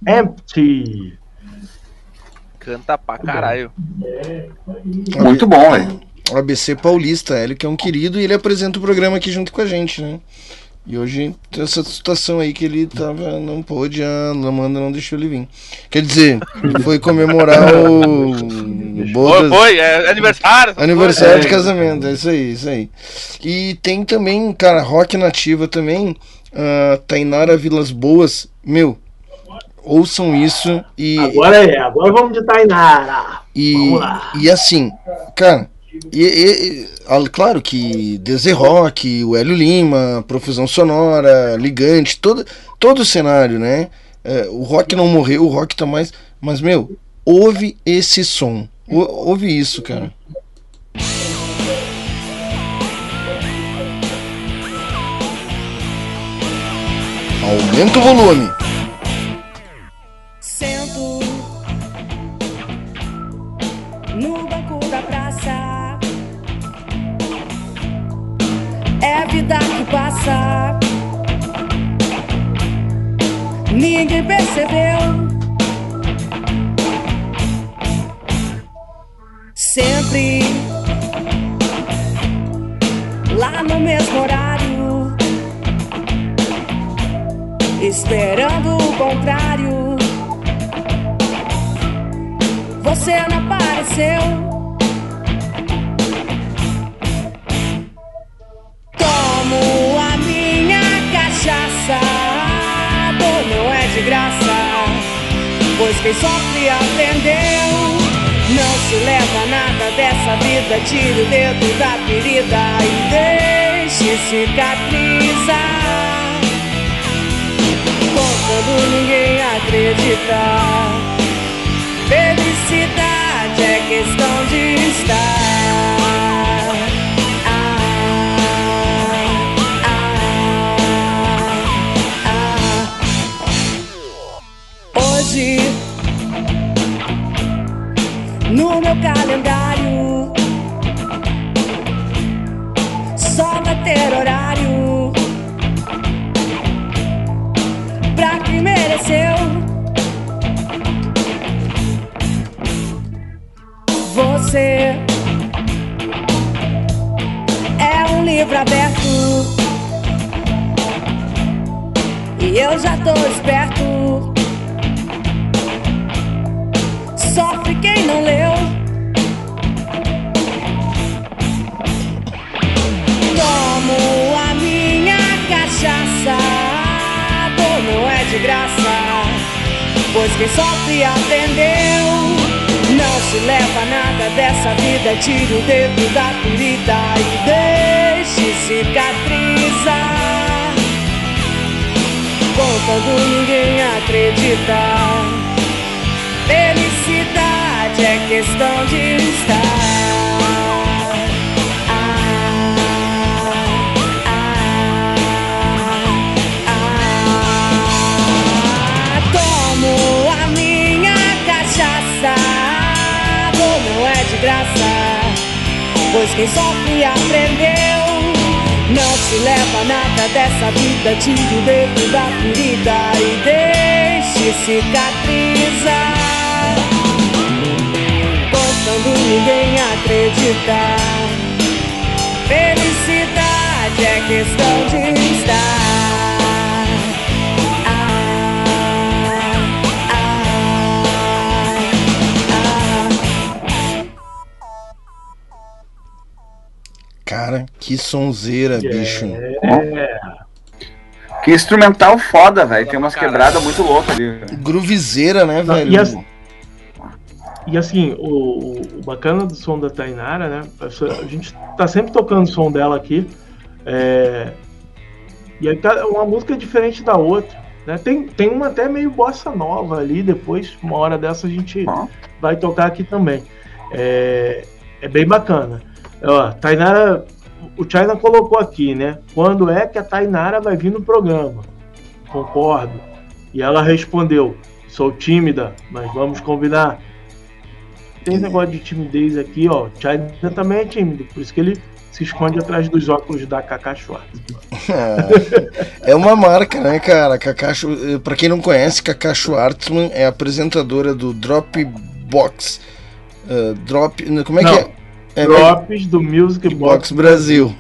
Empty. Canta pra caralho. Muito bom, velho. O ABC Paulista, ele que é um querido e ele apresenta o programa aqui junto com a gente, né? E hoje tem essa situação aí que ele tava, não pôde, a Amanda não deixou ele vir. Quer dizer, ele foi comemorar o bodas, é aniversário. Aniversário de casamento, é isso aí. E tem também, cara, rock nativa também, Tainara Vilas Boas, meu, ouçam isso e... Agora vamos de Tainara. Vamos lá. E assim, cara... claro que Deze Rock, o Hélio Lima, Profusão Sonora, Ligante, todo o cenário, né? O rock não morreu, o rock tá mais. Mas, meu, ouve esse som. Ouve isso, cara. Aumenta o volume. Sento no banco da praça. É vida que passa. Ninguém percebeu. Sempre lá no mesmo horário, esperando o contrário. Você não apareceu. Tomo a minha cachaça, a dor não é de graça, pois quem sofre aprendeu. Não se leva nada dessa vida, tire o dedo da ferida e deixe cicatrizar. Quando ninguém acredita, felicidade é questão de estar. Hoje, no meu calendário, só vai ter horário pra quem mereceu. Você é um livro aberto e eu já tô esperto. Sofre quem não leu. Tomo a minha cachaça, a dor não é de graça, pois quem sofre aprendeu. Não se leva nada dessa vida, tire o dedo da ferida e deixe cicatrizar. Quando ninguém acredita, felicidade é questão de estar. Tomo a minha cachaça, a dor não é de graça, pois quem sofre aprendeu. Não se leva nada dessa vida, tire o dedo da ferida e deixe cicatrizar. Quando ninguém acredita, felicidade é questão de estar. Cara, que sonzeira, bicho. Que instrumental foda, velho. Tem umas quebradas muito loucas ali. Groovezeira, né, velho? E assim, o bacana do som da Tainara, né? A gente tá sempre tocando o som dela aqui. E aí tá uma música diferente da outra, né? Tem uma até meio bossa nova ali. Depois, uma hora dessa, a gente vai tocar aqui também. É bem bacana. Ó, Tainara, o China colocou aqui, né? Quando é que a Tainara vai vir no programa? Concordo. E ela respondeu: sou tímida, mas vamos combinar. Tem negócio de timidez aqui, ó. O China também é tímido, por isso que ele se esconde atrás dos óculos da Cacá Schwartz. É uma marca, né, cara? Pra quem não conhece, Cacá Schwartzman é apresentadora do Dropbox. Como é que é? Drops do Music Box Brasil.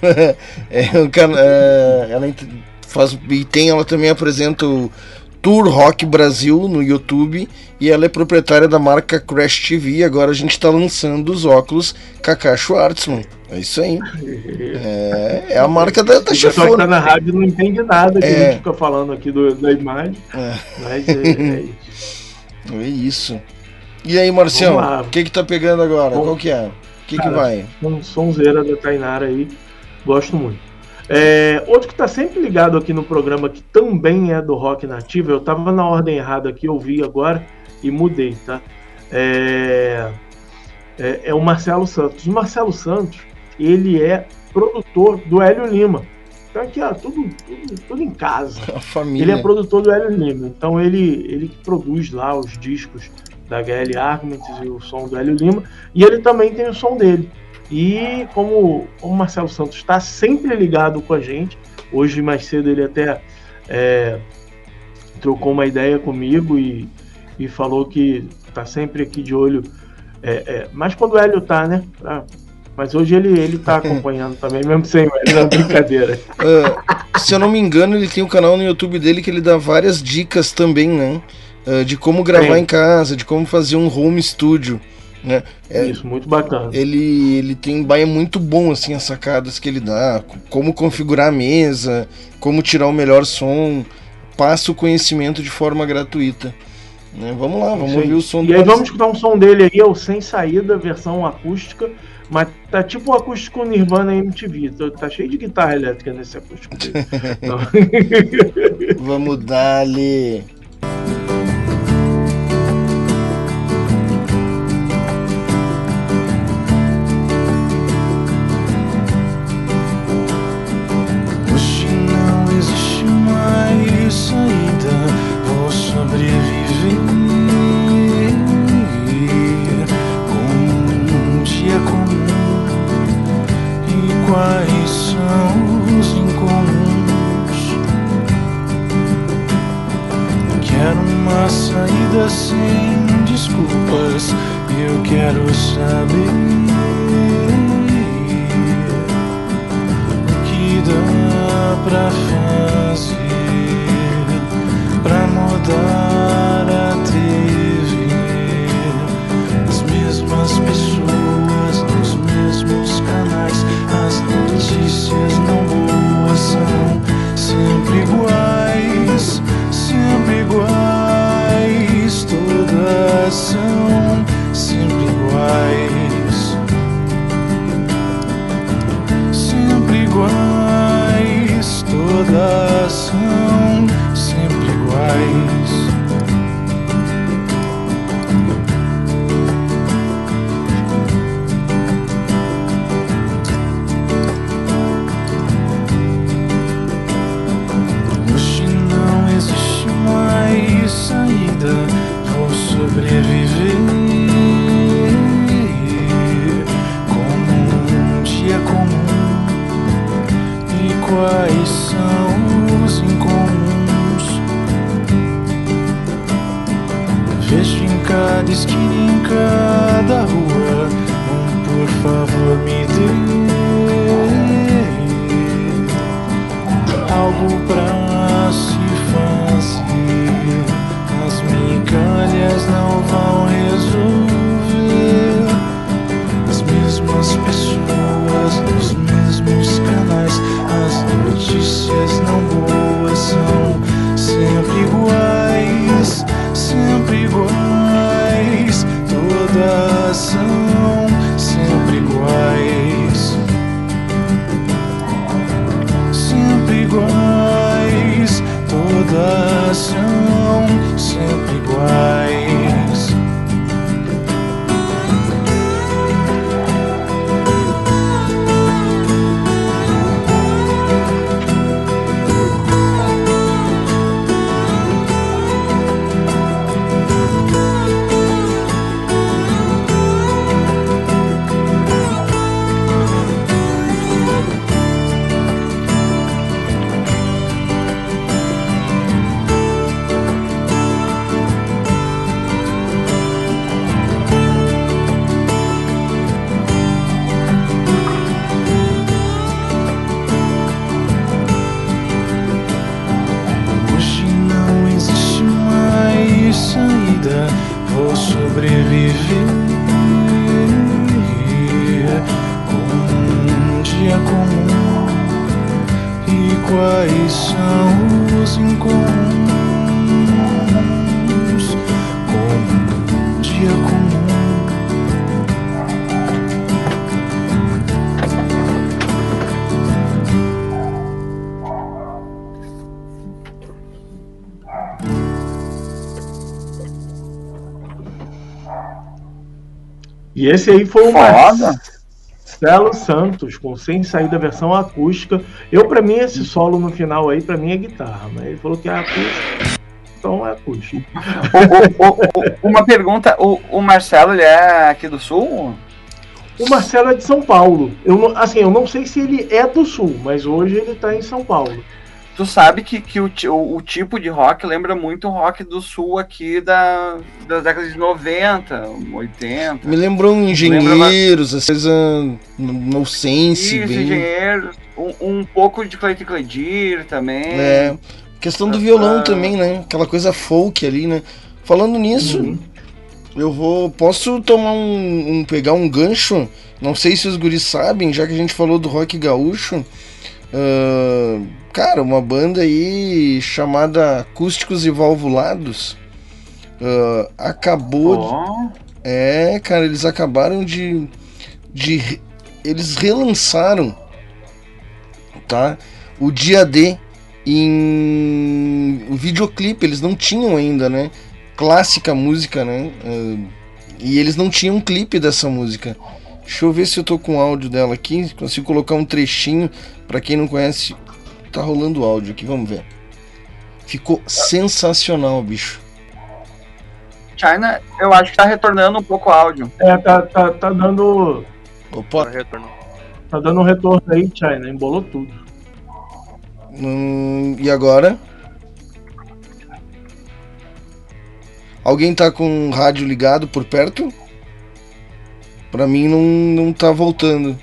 Ela também apresenta o Tour Rock Brasil no YouTube e ela é proprietária da marca Crash TV. Agora a gente tá lançando os óculos Cacá Schwartzman. É isso aí. É a marca da chefona. O pessoal que tá na rádio não entende nada que a gente fica falando aqui da imagem. Mas é isso. É isso. E aí, Marcião, o que tá pegando agora? Qual que é? O que vai? Sonzeira da Tainara aí. Gosto muito. Outro que tá sempre ligado aqui no programa, que também é do rock nativo, eu tava na ordem errada aqui, eu vi agora e mudei, tá? É o Marcelo Santos. O Marcelo Santos, ele é produtor do Hélio Lima. Então aqui, ó, tudo em casa. A família. Ele é produtor do Hélio Lima, então ele que produz lá os discos da HL Arguments e o som do Hélio Lima, e ele também tem o som dele. E como o Marcelo Santos está sempre ligado com a gente, hoje mais cedo ele até trocou uma ideia comigo e falou que está sempre aqui de olho, mas quando o Hélio tá, né? Mas hoje ele tá acompanhando também, mesmo sem o Hélio, na brincadeira. Se eu não me engano, ele tem um canal no YouTube dele que ele dá várias dicas também, né? De como gravar em casa, de como fazer um home studio. Né? Isso, muito bacana. Ele é muito bom assim as sacadas que ele dá, como configurar a mesa, como tirar o melhor som, passa o conhecimento de forma gratuita. Né? Vamos lá, vamos ouvir o som do. E aí vamos escutar um som dele aí, o Sem Saída, versão acústica, mas tá tipo o acústico Nirvana MTV, tá cheio de guitarra elétrica nesse acústico dele. Vamos dar-lhe. Quais são os incomuns? Quero uma saída sem desculpas. Eu quero saber o que dá pra fazer pra mudar a TV. As mesmas pessoas nos mesmos canais. As notícias não boas são sempre iguais, sempre iguais. Todas são sempre iguais, sempre iguais. Todas são sempre iguais. Vou sobreviver como um dia comum. E quais são os incomuns? Vejo em cada esquina, em cada rua, por favor me dê algo pra se fazer. As migalhas não vão resolver. As mesmas pessoas nos mesmos canais. As notícias não boas são sempre iguais, sempre iguais. Todas são sempre iguais, sempre iguais. Todas são sempre iguais. sobreviver com um dia comum. E quais são os incomuns como um dia comum? E esse aí foi o Marcelo Santos, com Sem Saída, versão acústica. Pra mim, esse solo no final aí, pra mim é guitarra, mas ele falou que é acústica, então é acústica. Uma pergunta, o Marcelo, ele é aqui do Sul? O Marcelo é de São Paulo. Eu não sei se ele é do Sul, mas hoje ele tá em São Paulo. Tu sabe que o tipo de rock lembra muito o rock do Sul aqui das décadas de 90, 80. Me lembrou Engenheiros, essa coisa no sense. Isso, bem... Engenheiros, um pouco de Cleiton Cleidir também. É, questão do violão também, né? Aquela coisa folk ali, né? Falando nisso, posso tomar pegar um gancho, não sei se os guris sabem, já que a gente falou do rock gaúcho. Cara, uma banda aí chamada Acústicos e Valvulados acabou cara, eles acabaram de eles relançaram, tá, o Dia D em videoclipe. Eles não tinham ainda, né, clássica música, né, e eles não tinham um clipe dessa música. Deixa eu ver se eu tô com o áudio dela aqui, consigo colocar um trechinho. Pra quem não conhece, tá rolando o áudio aqui, vamos ver. Ficou sensacional, bicho. China, eu acho que tá retornando um pouco o áudio. Tá dando... Opa. Tá dando um retorno aí, China, embolou tudo. E agora? Alguém tá com o rádio ligado por perto? Pra mim não tá voltando.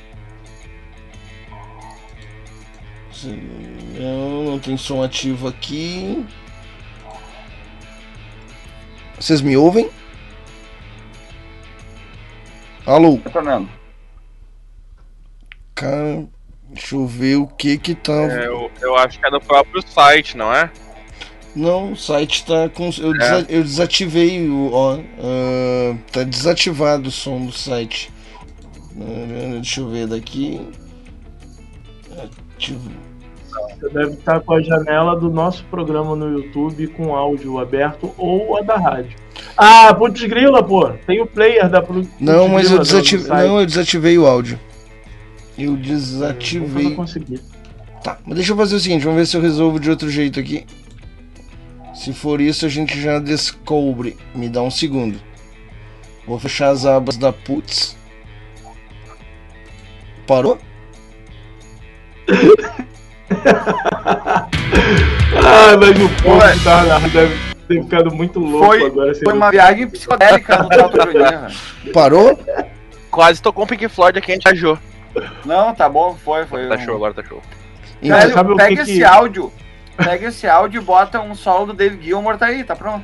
Não tem som ativo aqui. Vocês me ouvem? Alô? Cara, deixa eu ver o que tá... Eu acho que é do próprio site, não é? Não, o site tá com... Eu desativei tá desativado o som do site. Deixa eu ver daqui. Você deve estar com a janela do nosso programa no YouTube com áudio aberto ou a da rádio. Putz grila, pô. Tem o player da Putz Não, mas grila eu desativei o áudio. Eu desativei. Eu não consegui. Tá, mas deixa eu fazer o seguinte, vamos ver se eu resolvo de outro jeito aqui. Se for isso, a gente já descobre. Me dá um segundo. Vou fechar as abas da Putz. Parou? Mas o povo deve ter ficado muito louco agora. Foi uma viagem psicodélica no Salto Juninho. Parou? Quase tocou um Pink Floyd aqui, a gente viajou. Não, tá bom, foi. Tá show, agora tá show. Velho, pega esse áudio. Pega esse áudio e bota um solo do Dave Gilmour, tá aí, tá pronto.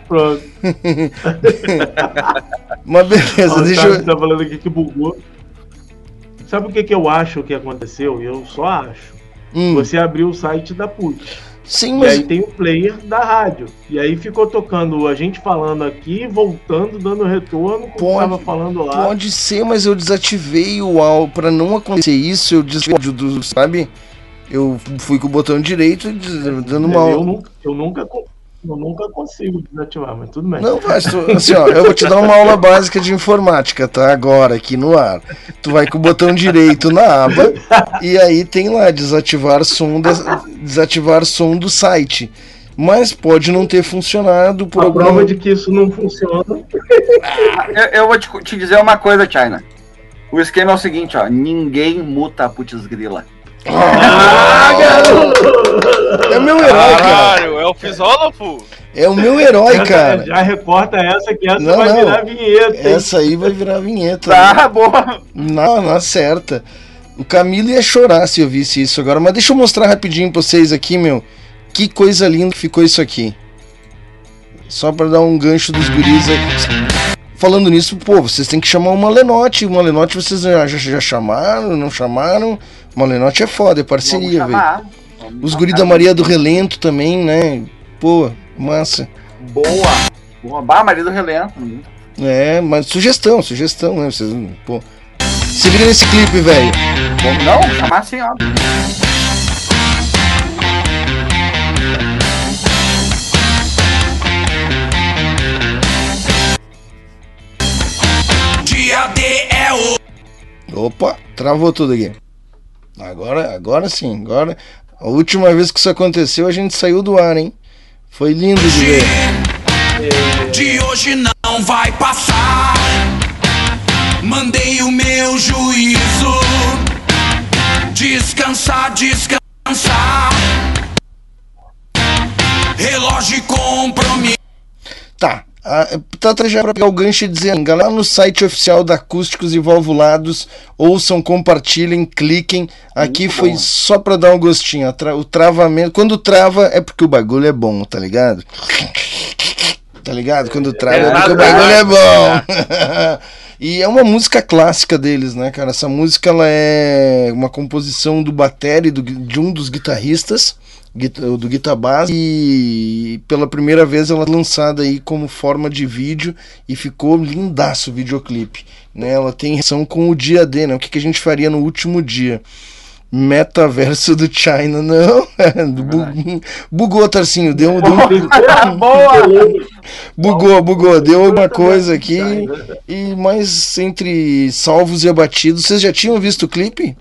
Mas beleza, deixa eu... Tá falando aqui que bugou. Sabe o que eu acho que aconteceu? Eu só acho. Você abriu o site da Putz. Sim, mas... E aí tem o player da rádio. E aí ficou tocando a gente falando aqui, voltando, dando retorno, como tava falando lá. Pode ser, mas eu desativei o áudio. Pra não acontecer isso, eu desativei o áudio do... Sabe? Eu fui com o botão direito dando uma... Eu nunca consigo desativar, mas tudo bem. Não, mas assim, ó, eu vou te dar uma aula básica de informática, tá? Agora, aqui no ar. Tu vai com o botão direito na aba e aí tem lá desativar som do site. Mas pode não ter funcionado por alguma... prova de que isso não funciona. Eu vou te dizer uma coisa, China. O esquema é o seguinte, ó. Ninguém muta a Putz grila. Garoto! É o meu herói, cara. É o Fisólogo? É o meu herói, cara. Já recorta essa que vai virar vinheta. Hein? Essa aí vai virar vinheta. Tá, boa. Não acerta. O Camilo ia chorar se eu visse isso agora. Mas deixa eu mostrar rapidinho pra vocês aqui, meu. Que coisa linda que ficou isso aqui. Só pra dar um gancho dos guris aí. falando nisso, pô, vocês têm que chamar o Malenotti. O Malenotti vocês já chamaram, não chamaram? O Malenotti é foda, é parceria, velho. Os guri da Maria do Relento também, né? Pô, massa. Boa. Bah, Maria do Relento. É, mas sugestão, né? Vocês, pô. Se vira nesse clipe, velho. Não, chamar assim, ó. Dia D é o... Opa, travou tudo aqui. Agora sim, agora... A última vez que isso aconteceu, a gente saiu do ar, hein? Foi lindo de ver. De hoje não vai passar. Mandei o meu juízo descansar. Relógio e compromisso. Tá. Tata já para pegar o gancho e dizer, galera, no site oficial da Acústicos e Valvulados, ouçam, compartilhem, cliquem. Aqui foi só pra dar um gostinho. O travamento, quando trava é porque o bagulho é bom, tá ligado? Tá ligado? Quando trava é porque o bagulho é bom. E é uma música clássica deles, né, cara? Essa música ela é uma composição do batera e de um dos guitarristas, do Guitar Bass, e pela primeira vez ela é lançada aí como forma de vídeo e ficou lindaço o videoclipe, né? Ela tem relação com o dia D, né? O que a gente faria no último dia? Metaverso do China, não? Bugou, Tarcinho, deu bugou, deu alguma coisa aqui. E mais entre salvos e abatidos, vocês já tinham visto o clipe?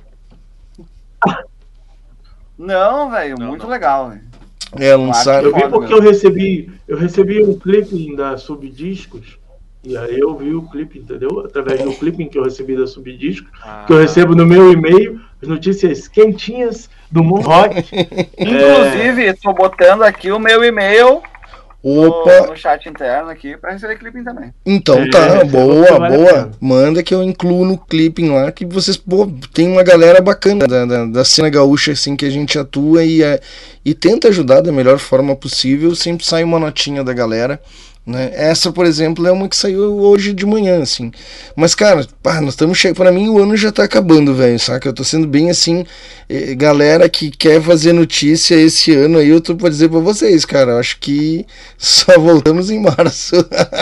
Não, velho, muito legal, velho. Lançaram. Eu vi porque eu recebi um clipping da Subdiscos, e aí eu vi o clipe, entendeu? Através do clipping que eu recebi da Subdiscos, que eu recebo no meu e-mail, as notícias quentinhas do mundo rock. Inclusive, estou botando aqui o meu e-mail no chat interno aqui para receber clipping também. Então tá, boa. Manda que eu incluo no clipping lá, que vocês, pô, tem uma galera bacana da cena gaúcha assim que a gente atua e tenta ajudar da melhor forma possível. Sempre sai uma notinha da galera, né? Essa, por exemplo, é uma que saiu hoje de manhã, assim. Mas, cara, nós estamos chegando. Pra mim, o ano já tá acabando, velho, saca? Eu tô sendo bem assim. Galera que quer fazer notícia esse ano aí, eu tô pra dizer pra vocês, cara. Eu acho que só voltamos em março.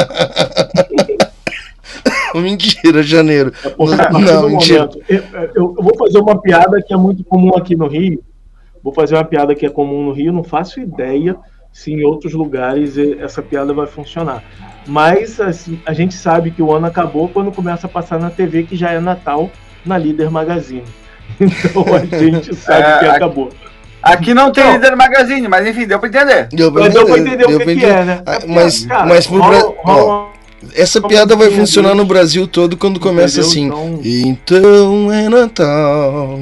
Mentira, janeiro. Não, mentira. Eu vou fazer uma piada que é muito comum aqui no Rio. Vou fazer uma piada que é comum no Rio, não faço ideia se em outros lugares essa piada vai funcionar. Mas assim, a gente sabe que o ano acabou quando começa a passar na TV, que já é Natal, na Líder Magazine. Então a gente sabe que acabou. Aqui não tem Líder Magazine, mas enfim, deu pra entender. Deu pra entender o que é, né? Mas essa piada vai funcionar no Brasil todo quando começa assim. Então é Natal.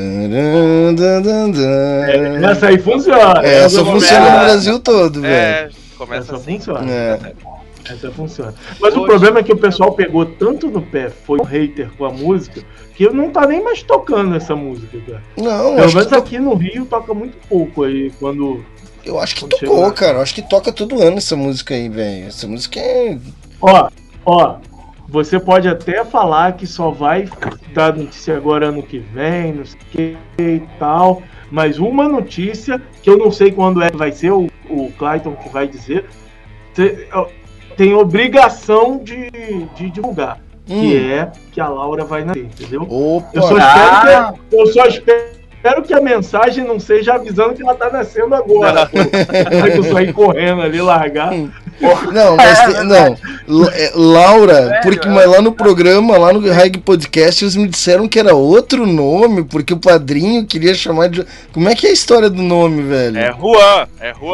Essa aí funciona. Essa funciona no Brasil todo, velho. Começa assim. Essa funciona. Mas o problema é que o pessoal pegou tanto no pé, foi um hater com a música, que não tá nem mais tocando essa música, cara. Não, pelo menos aqui no Rio toca muito pouco aí, quando... Eu acho que tocou, cara. Eu acho que toca todo ano essa música aí, velho. Essa música é... Ó, você pode até falar que só vai dar notícia agora ano que vem, não sei o que e tal, mas uma notícia, que eu não sei quando é que vai ser, o Clayton que vai dizer, tem obrigação de divulgar, que é que a Laura vai nascer, entendeu? Eu só espero que a mensagem não seja avisando que ela tá nascendo agora. Vai sair correndo ali, largar. Não, mas Laura, porque mas lá no programa, lá no Reg Podcast, eles me disseram que era outro nome, porque o padrinho queria chamar de... Como é que é a história do nome, velho? É Juan.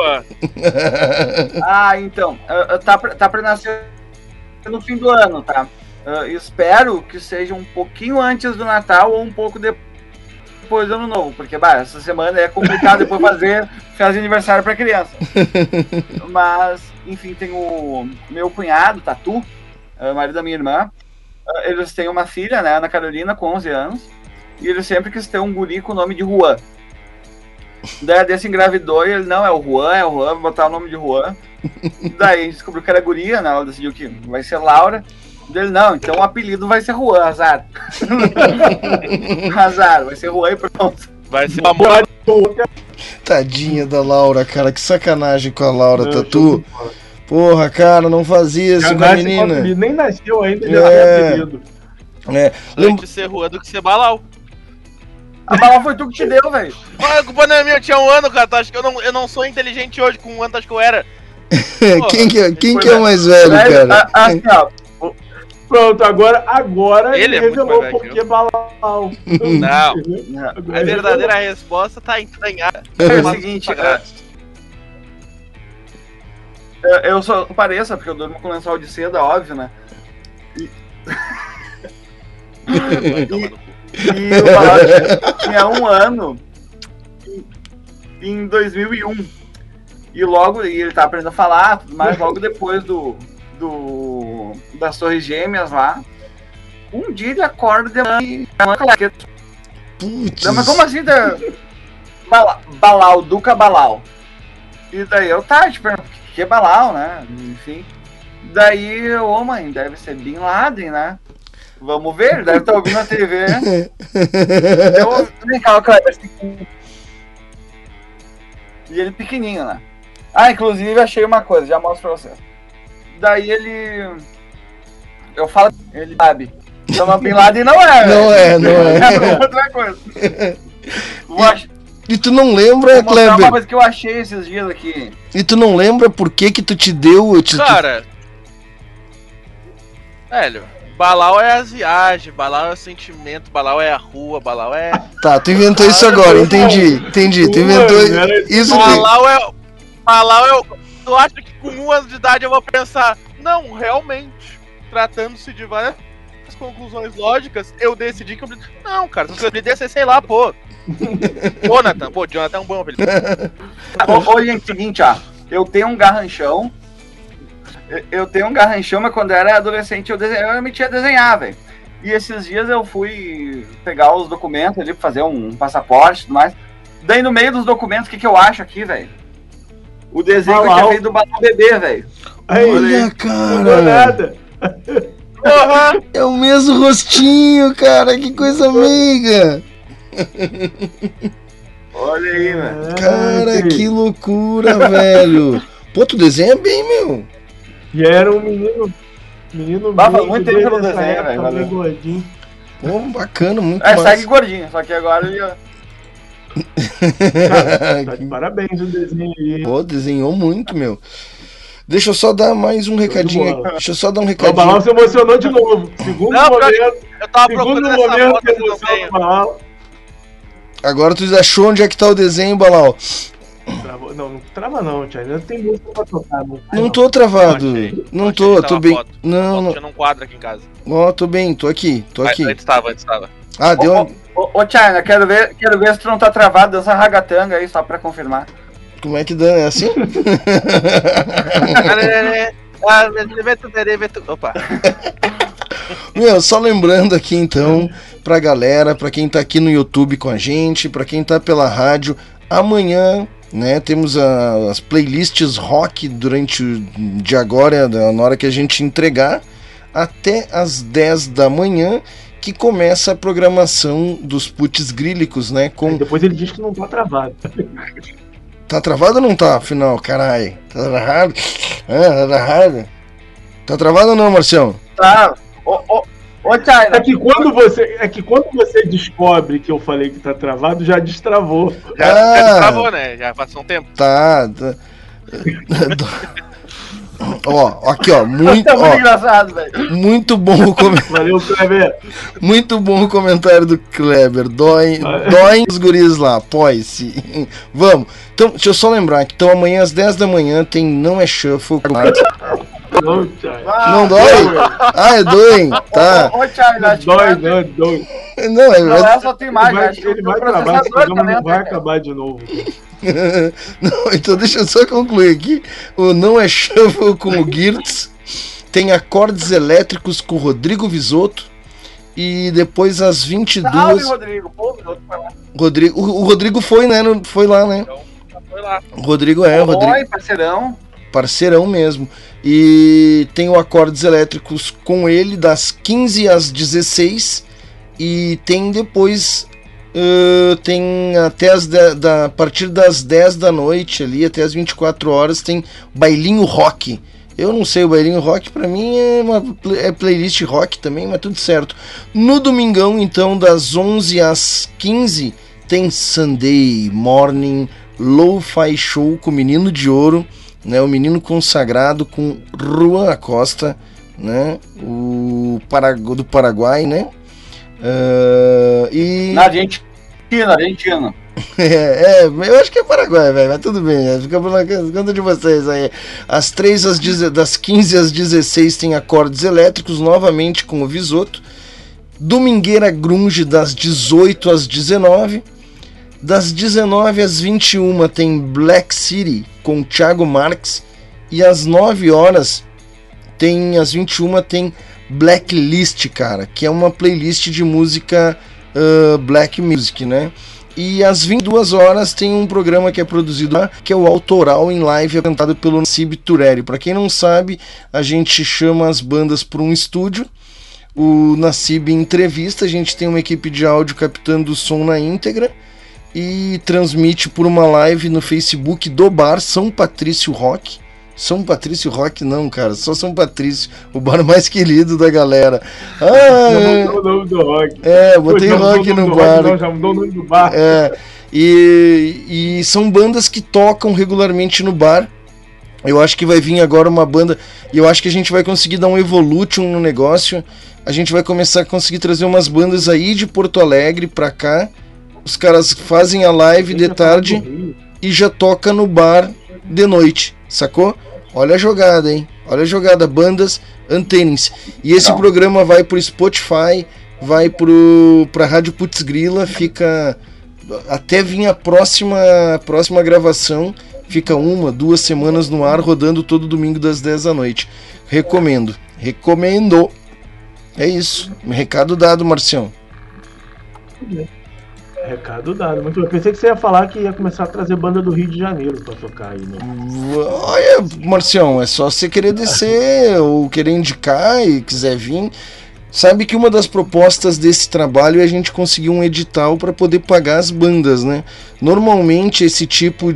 Então, tá pra nascer no fim do ano, tá? Espero que seja um pouquinho antes do Natal ou um pouco depois do Ano Novo, porque essa semana é complicado depois fazer aniversário pra criança. Mas, enfim, tem o meu cunhado, Tatu, marido da minha irmã. Eles têm uma filha, né, Ana Carolina, com 11 anos, e eles sempre quis ter um guri com o nome de Juan. Daí desse engravidou e ele, não, é o Juan, vou botar o nome de Juan. Daí descobriu que era guria, né, ela decidiu que vai ser Laura. Dele, não, então o apelido vai ser Juan, azar. Azar, vai ser Juan e pronto. Vai ser amor. Tadinha da Laura, cara, que sacanagem com a Laura, Tatu. Porra, cara, não fazia isso com a menina. Nem nasceu ainda, já é apelido. Antes de ser Juan do que ser Balau. A Balau foi tu que te deu, velho. A culpa não é minha, eu tinha 1 ano, cara. Tu acha que eu não sou inteligente hoje, com 1 ano, tu acha que eu era? Quem que é o mais velho, cara? Assim, ó. Pronto, agora ele é revelou muito mais porque Balau. Não. A verdadeira resposta tá entranhada. É o seguinte, eu só pareço, porque eu durmo com lençol de seda, óbvio, né? E o Balau tinha 1 ano em 2001. E logo ele tá aprendendo a falar, tudo mais, logo depois das Torres Gêmeas lá. Um dia ele acorda e mas como assim? Balau, Duca Balau. E daí eu tipo, o que é Balau, né? Enfim. Daí eu, mãe, deve ser Bin Laden, né? Vamos ver, ele deve estar ouvindo na TV. Vem cá, Kleber. E ele pequenininho, né? Inclusive achei uma coisa, já mostro pra vocês. Daí eu falo, ele sabe. Então Bin Laden não é. Não é. É outra coisa. E tu não lembra, Kleber? Uma coisa que eu achei esses dias aqui. E tu não lembra por que tu te deu? Cara, velho, Balau é as viagens, Balau é o sentimento, Balau é a rua, Balau é... Tá, tu inventou isso agora, entendi. Tu inventou isso. Balau é o... Tu acha que com 1 ano de idade eu vou pensar, não, realmente, tratando-se de várias conclusões lógicas, eu decidi que eu... Não, cara, se eu decidi, sei lá, pô. Jonathan é um bom apelido. Ô, gente, seguinte, eu tenho um garranchão. Mas quando eu era adolescente eu me tinha a desenhar, velho. E esses dias eu fui pegar os documentos ali pra fazer um passaporte e tudo mais. Daí no meio dos documentos, o que eu acho aqui, velho? O desenho que eu tinha feito do Balau bebê, velho. Olha, cara. Não deu nada. É o mesmo rostinho, cara. Que coisa meiga. Olha aí, velho. Cara, que loucura, velho. Pô, tu desenha bem, meu. E era um menino faz muito tempo pelo desenho, velho. Valeu. Gordinho. Pô, bacana, muito massa. Segue gordinho, só que agora ele... Tá de parabéns o desenho aí. Pô, desenhou muito, meu. Deixa eu só dar mais um recadinho aqui. Deixa eu só dar um recadinho. O Balau se emocionou de novo. Segundo momento. Eu tava procurando essa foto do desenho. Agora tu achou onde é que tá o desenho, Balau? Não trava não, Thiago. Ainda tem música pra tocar. Não tô travado. Não tô bem. Não. Eu não quadro aqui em casa. Ó, tô bem, tô aqui. Antes tava. Deu. Ô, Thiago, quero ver se tu não tá travado. Dança ragatanga aí, só pra confirmar. Como é que dá? É assim? Opa. Meu, só lembrando aqui então, pra galera, pra quem tá aqui no YouTube com a gente, pra quem tá pela rádio, amanhã, né, temos as playlists rock durante o de agora, na hora que a gente entregar, até as 10 da manhã, que começa a programação dos Putz Grílicos, né, com... Depois ele diz que não tá travado. Tá travado ou não tá, afinal? Caralho, tá travado? Tá travado? Tá travado ou não, Marcião? Tá. Ô, China. É que quando você descobre que eu falei que tá travado, já destravou. Já destravou, né? Já passou um tempo. Tá. Ó, aqui, ó. Muito, tá muito engraçado, velho. Muito bom o comentário. Valeu, Kleber. Muito bom o comentário do Kleber. Dói os guris lá, apoie-se. Vamos. Então, deixa eu só lembrar que então, amanhã às 10 da manhã tem Não é Shuffle. Não dói? É doi. Tá. Ô, China, dói. Não, só tem mais, ele vai trabalhar, esse programa não vai acabar de novo. Não, então deixa eu só concluir aqui. O Não é Shuffle com o Girtz. Tem Acordes Elétricos com o Rodrigo Visoto. E depois às 22. Rodrigo. Pô, foi lá. O Rodrigo foi, né? Foi lá, né? Então, foi lá. O Rodrigo é, o Rodrigo. Oi, parceirão. parceirão mesmo. E tem o Acordes Elétricos com ele das 15 às 16 e tem depois tem até a partir das 10 da noite ali até as 24 horas tem Bailinho Rock. Eu não sei, o Bailinho Rock pra mim é playlist rock também, mas tudo certo. No domingão, então, das 11 às 15, tem Sunday Morning Lo-Fi Show com o Menino de Ouro, né, o Menino Consagrado com Juan Acosta, né, do Paraguai, né, e... Na Argentina. Eu acho que é Paraguai, velho, mas tudo bem, fica por conta de vocês aí. Das 15 às 16 tem Acordes Elétricos, novamente com o Visoto. Domingueira Grunge das 18 às 19. Das 19 às 21 tem Black City com Thiago Marques. E às 9 horas, às 21 tem Blacklist, cara, que é uma playlist de música Black Music, né? E às 22 horas tem um programa que é produzido lá, que é o Autoral em Live, apresentado pelo Nassib Tureri. Para quem não sabe, a gente chama as bandas para um estúdio, o Nassib entrevista, a gente tem uma equipe de áudio captando o som na íntegra e transmite por uma live no Facebook do bar São Patrício Rock. São Patrício Rock não, cara, só São Patrício, o bar mais querido da galera. Mudou o nome do rock. Botei rock no bar. Já mudou o nome do bar. E são bandas que tocam regularmente no bar. Eu acho que vai vir agora uma banda, e eu acho que a gente vai conseguir dar um evolution no negócio. A gente vai começar a conseguir trazer umas bandas aí de Porto Alegre pra cá. Os caras fazem a live de tarde e já toca no bar de noite, sacou? Olha a jogada, hein? Olha a jogada, bandas, antenem-se. E esse programa vai pro Spotify, vai pra Rádio Putz Grila, fica... Até vir a próxima gravação, fica 1-2 semanas no ar, rodando todo domingo das 10 da noite. Recomendo. É isso. Recado dado, Marcião. Recado dado. Muito bem. Pensei que você ia falar que ia começar a trazer banda do Rio de Janeiro pra tocar aí, né? Olha, Marcião, é só você querer descer ou querer indicar e quiser vir. Sabe que uma das propostas desse trabalho é a gente conseguir um edital para poder pagar as bandas, né? Normalmente esse tipo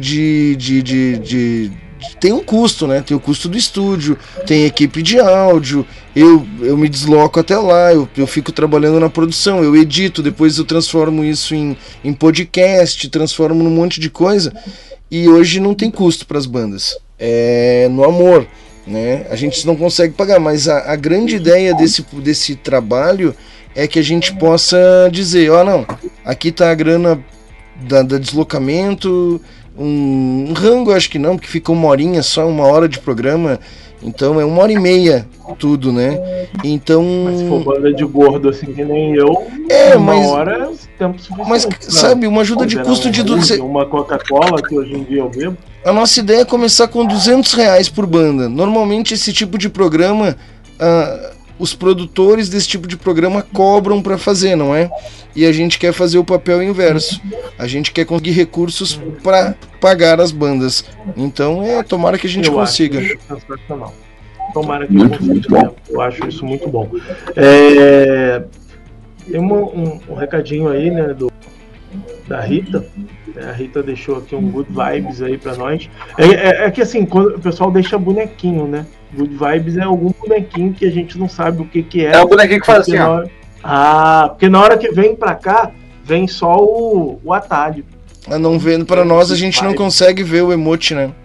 tem um custo, né? Tem o custo do estúdio, tem equipe de áudio, eu me desloco até lá, eu fico trabalhando na produção, eu edito, depois eu transformo isso em podcast, transformo num monte de coisa, e hoje não tem custo para as bandas, é no amor, né? A gente não consegue pagar, mas a grande ideia desse trabalho é que a gente possa dizer, não, aqui tá a grana da deslocamento, um rango acho que não, porque fica 1 horinha só, 1 hora de programa, então é 1h30 tudo, né? Então... Mas se for banda de gordo assim que nem eu, 1 hora é tempo suficiente. Mas sabe, uma ajuda de custo de... Uma Coca-Cola que hoje em dia eu bebo. A nossa ideia é começar com R$200 por banda. Normalmente esse tipo de programa, os produtores desse tipo de programa cobram para fazer, não é? E a gente quer fazer o papel inverso. A gente quer conseguir recursos para pagar as bandas. Então tomara que a gente consiga. Acho sensacional. Tomara que consiga. Eu acho isso muito bom. Tem um recadinho aí, né, da Rita. A Rita deixou aqui um good vibes aí pra nós. É que assim, quando o pessoal deixa bonequinho, né? Good vibes é algum bonequinho que a gente não sabe o que é. É o bonequinho que faz assim, ó. Porque na hora que vem pra cá, vem só o atalho. Não vendo pra nós, a gente não consegue ver o emote, né?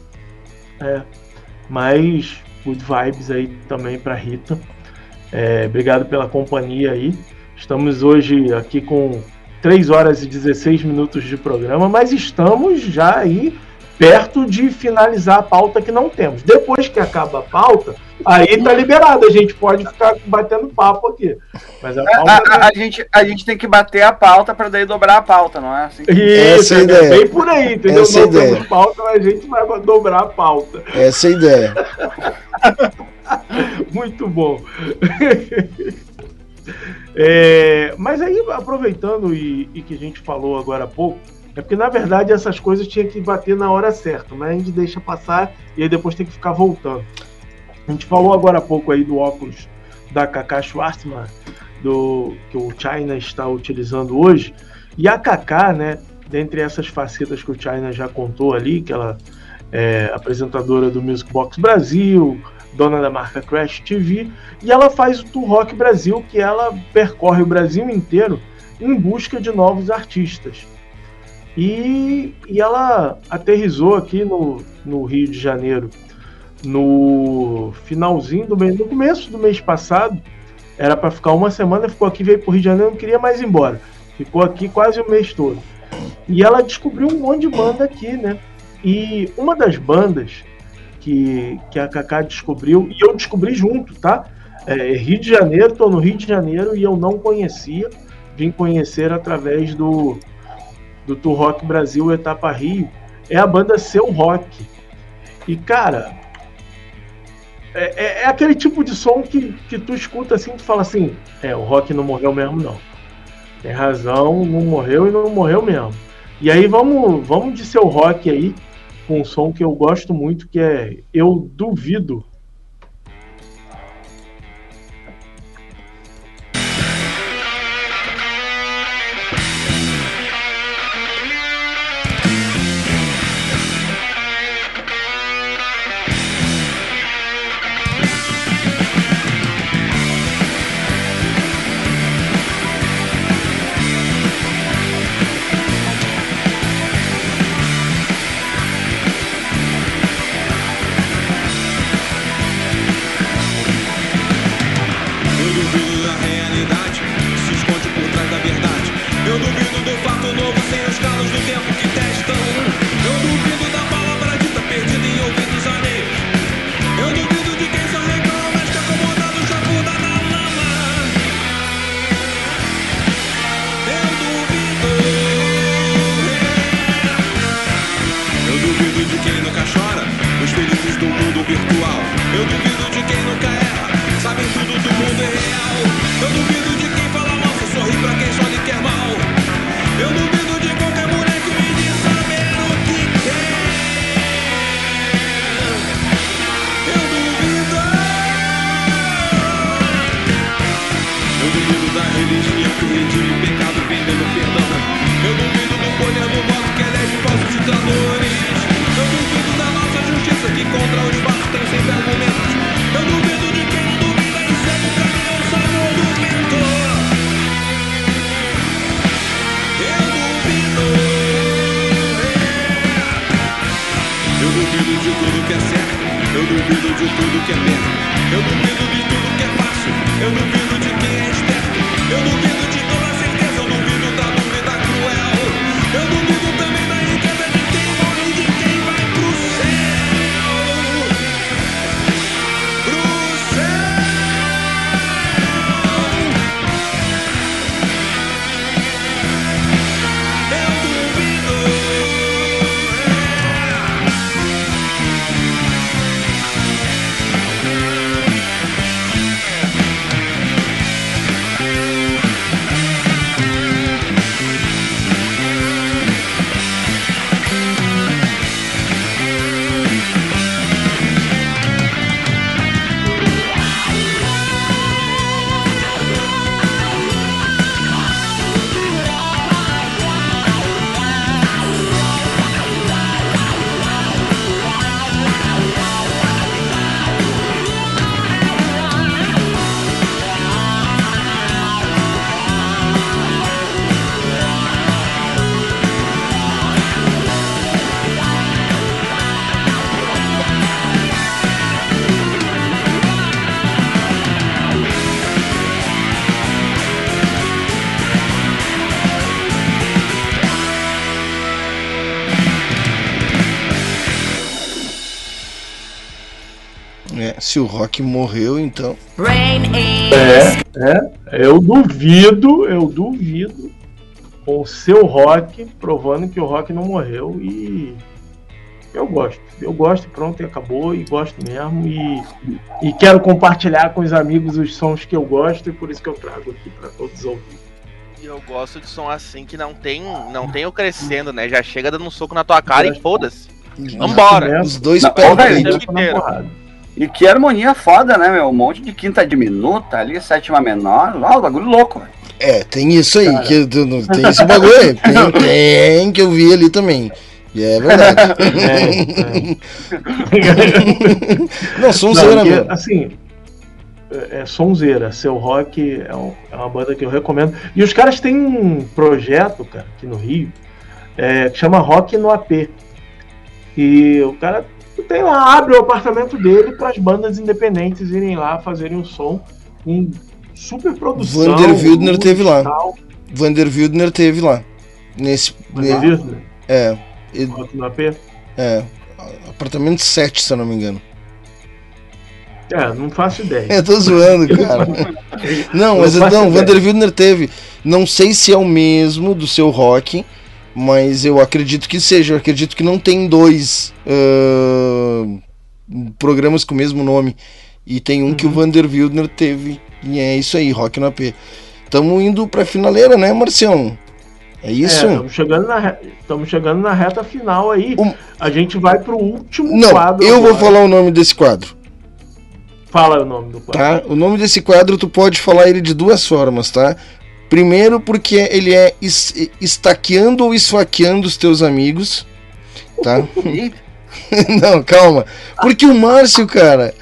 Mas good vibes aí também pra Rita. Obrigado pela companhia aí. Estamos hoje aqui com 3 horas e 16 minutos de programa, mas estamos já aí perto de finalizar a pauta que não temos. Depois que acaba a pauta, aí tá liberado, a gente pode ficar batendo papo aqui. Mas a gente tem que bater a pauta para daí dobrar a pauta, não é assim? Isso, é bem por aí, entendeu? Não temos pauta, mas a gente vai dobrar a pauta. Essa é a ideia. Muito bom. Mas aí, aproveitando e que a gente falou agora há pouco, É porque, na verdade, essas coisas tinha que bater na hora certa, mas a gente deixa passar e aí depois tem que ficar voltando. A gente falou agora há pouco aí do óculos da Kaká Schwartzman, que o China está utilizando hoje. E a Kaká, né, dentre essas facetas que o China já contou ali, que ela é apresentadora do Music Box Brasil, dona da marca Crash TV, e ela faz o Tour Rock Brasil, que ela percorre o Brasil inteiro em busca de novos artistas. E ela aterrissou aqui no Rio de Janeiro no finalzinho do mês, no começo do mês passado. Era para ficar uma semana, ficou aqui, veio para o Rio de Janeiro, não queria mais ir embora. Ficou aqui quase o mês todo. E ela descobriu um monte de banda aqui, né? E uma das bandas que a Kaká descobriu, e eu descobri junto, tá? Rio de Janeiro, tô no Rio de Janeiro e eu não conhecia, vim conhecer através do Tour Rock Brasil Etapa Rio, é a banda Seu Rock. E, cara, é aquele tipo de som que tu escuta assim, tu fala assim, o rock não morreu mesmo não. Tem razão, não morreu e não morreu mesmo. E aí vamos de Seu Rock aí, com um som que eu gosto muito, que é Eu Duvido. Se o rock morreu, então. Eu duvido com o Seu Rock provando que o rock não morreu. E eu gosto, pronto, e acabou, e gosto mesmo, e quero compartilhar com os amigos os sons que eu gosto, e por isso que eu trago aqui para todos ouvir. E eu gosto de som assim que não tem o crescendo, né? Já chega dando um soco na tua cara e foda-se. Vambora. Os dois Não, pés. velho, O tempo inteiro. E que harmonia foda, né, meu? Um monte de quinta diminuta ali, sétima menor. Ó, bagulho louco, velho. É, tem isso aí, tem esse bagulho aí. Tem que eu vi ali também. E é verdade. Não, sonzeira mesmo. Assim, sonzeira. Seu Rock é uma banda que eu recomendo. E os caras têm um projeto, cara, aqui no Rio, que chama Rock no AP. E o cara tem lá, abre o apartamento dele para as bandas independentes irem lá fazerem um som com super produção. Vander Wildner teve lá. Vander Wildner teve lá. Rock no AP? Apartamento 7, se eu não me engano. Não faço ideia. Eu tô zoando, cara. Não, mas não, o Vander Wildner teve. Não sei se é o mesmo do Seu Rock, mas eu acredito que seja. Eu acredito que não tem dois programas com o mesmo nome. E tem um que o Vander Wildner teve. E é isso aí, Rock no AP. Tamo indo pra finaleira, né, Marcião? É isso? Estamos chegando na reta final aí. A gente vai pro último quadro. Eu vou falar o nome desse quadro. Fala o nome do quadro. Tá? O nome desse quadro tu pode falar ele de duas formas, tá? Primeiro porque ele é estaqueando ou esfaqueando os teus amigos, tá? Não, calma. Porque o Márcio, cara,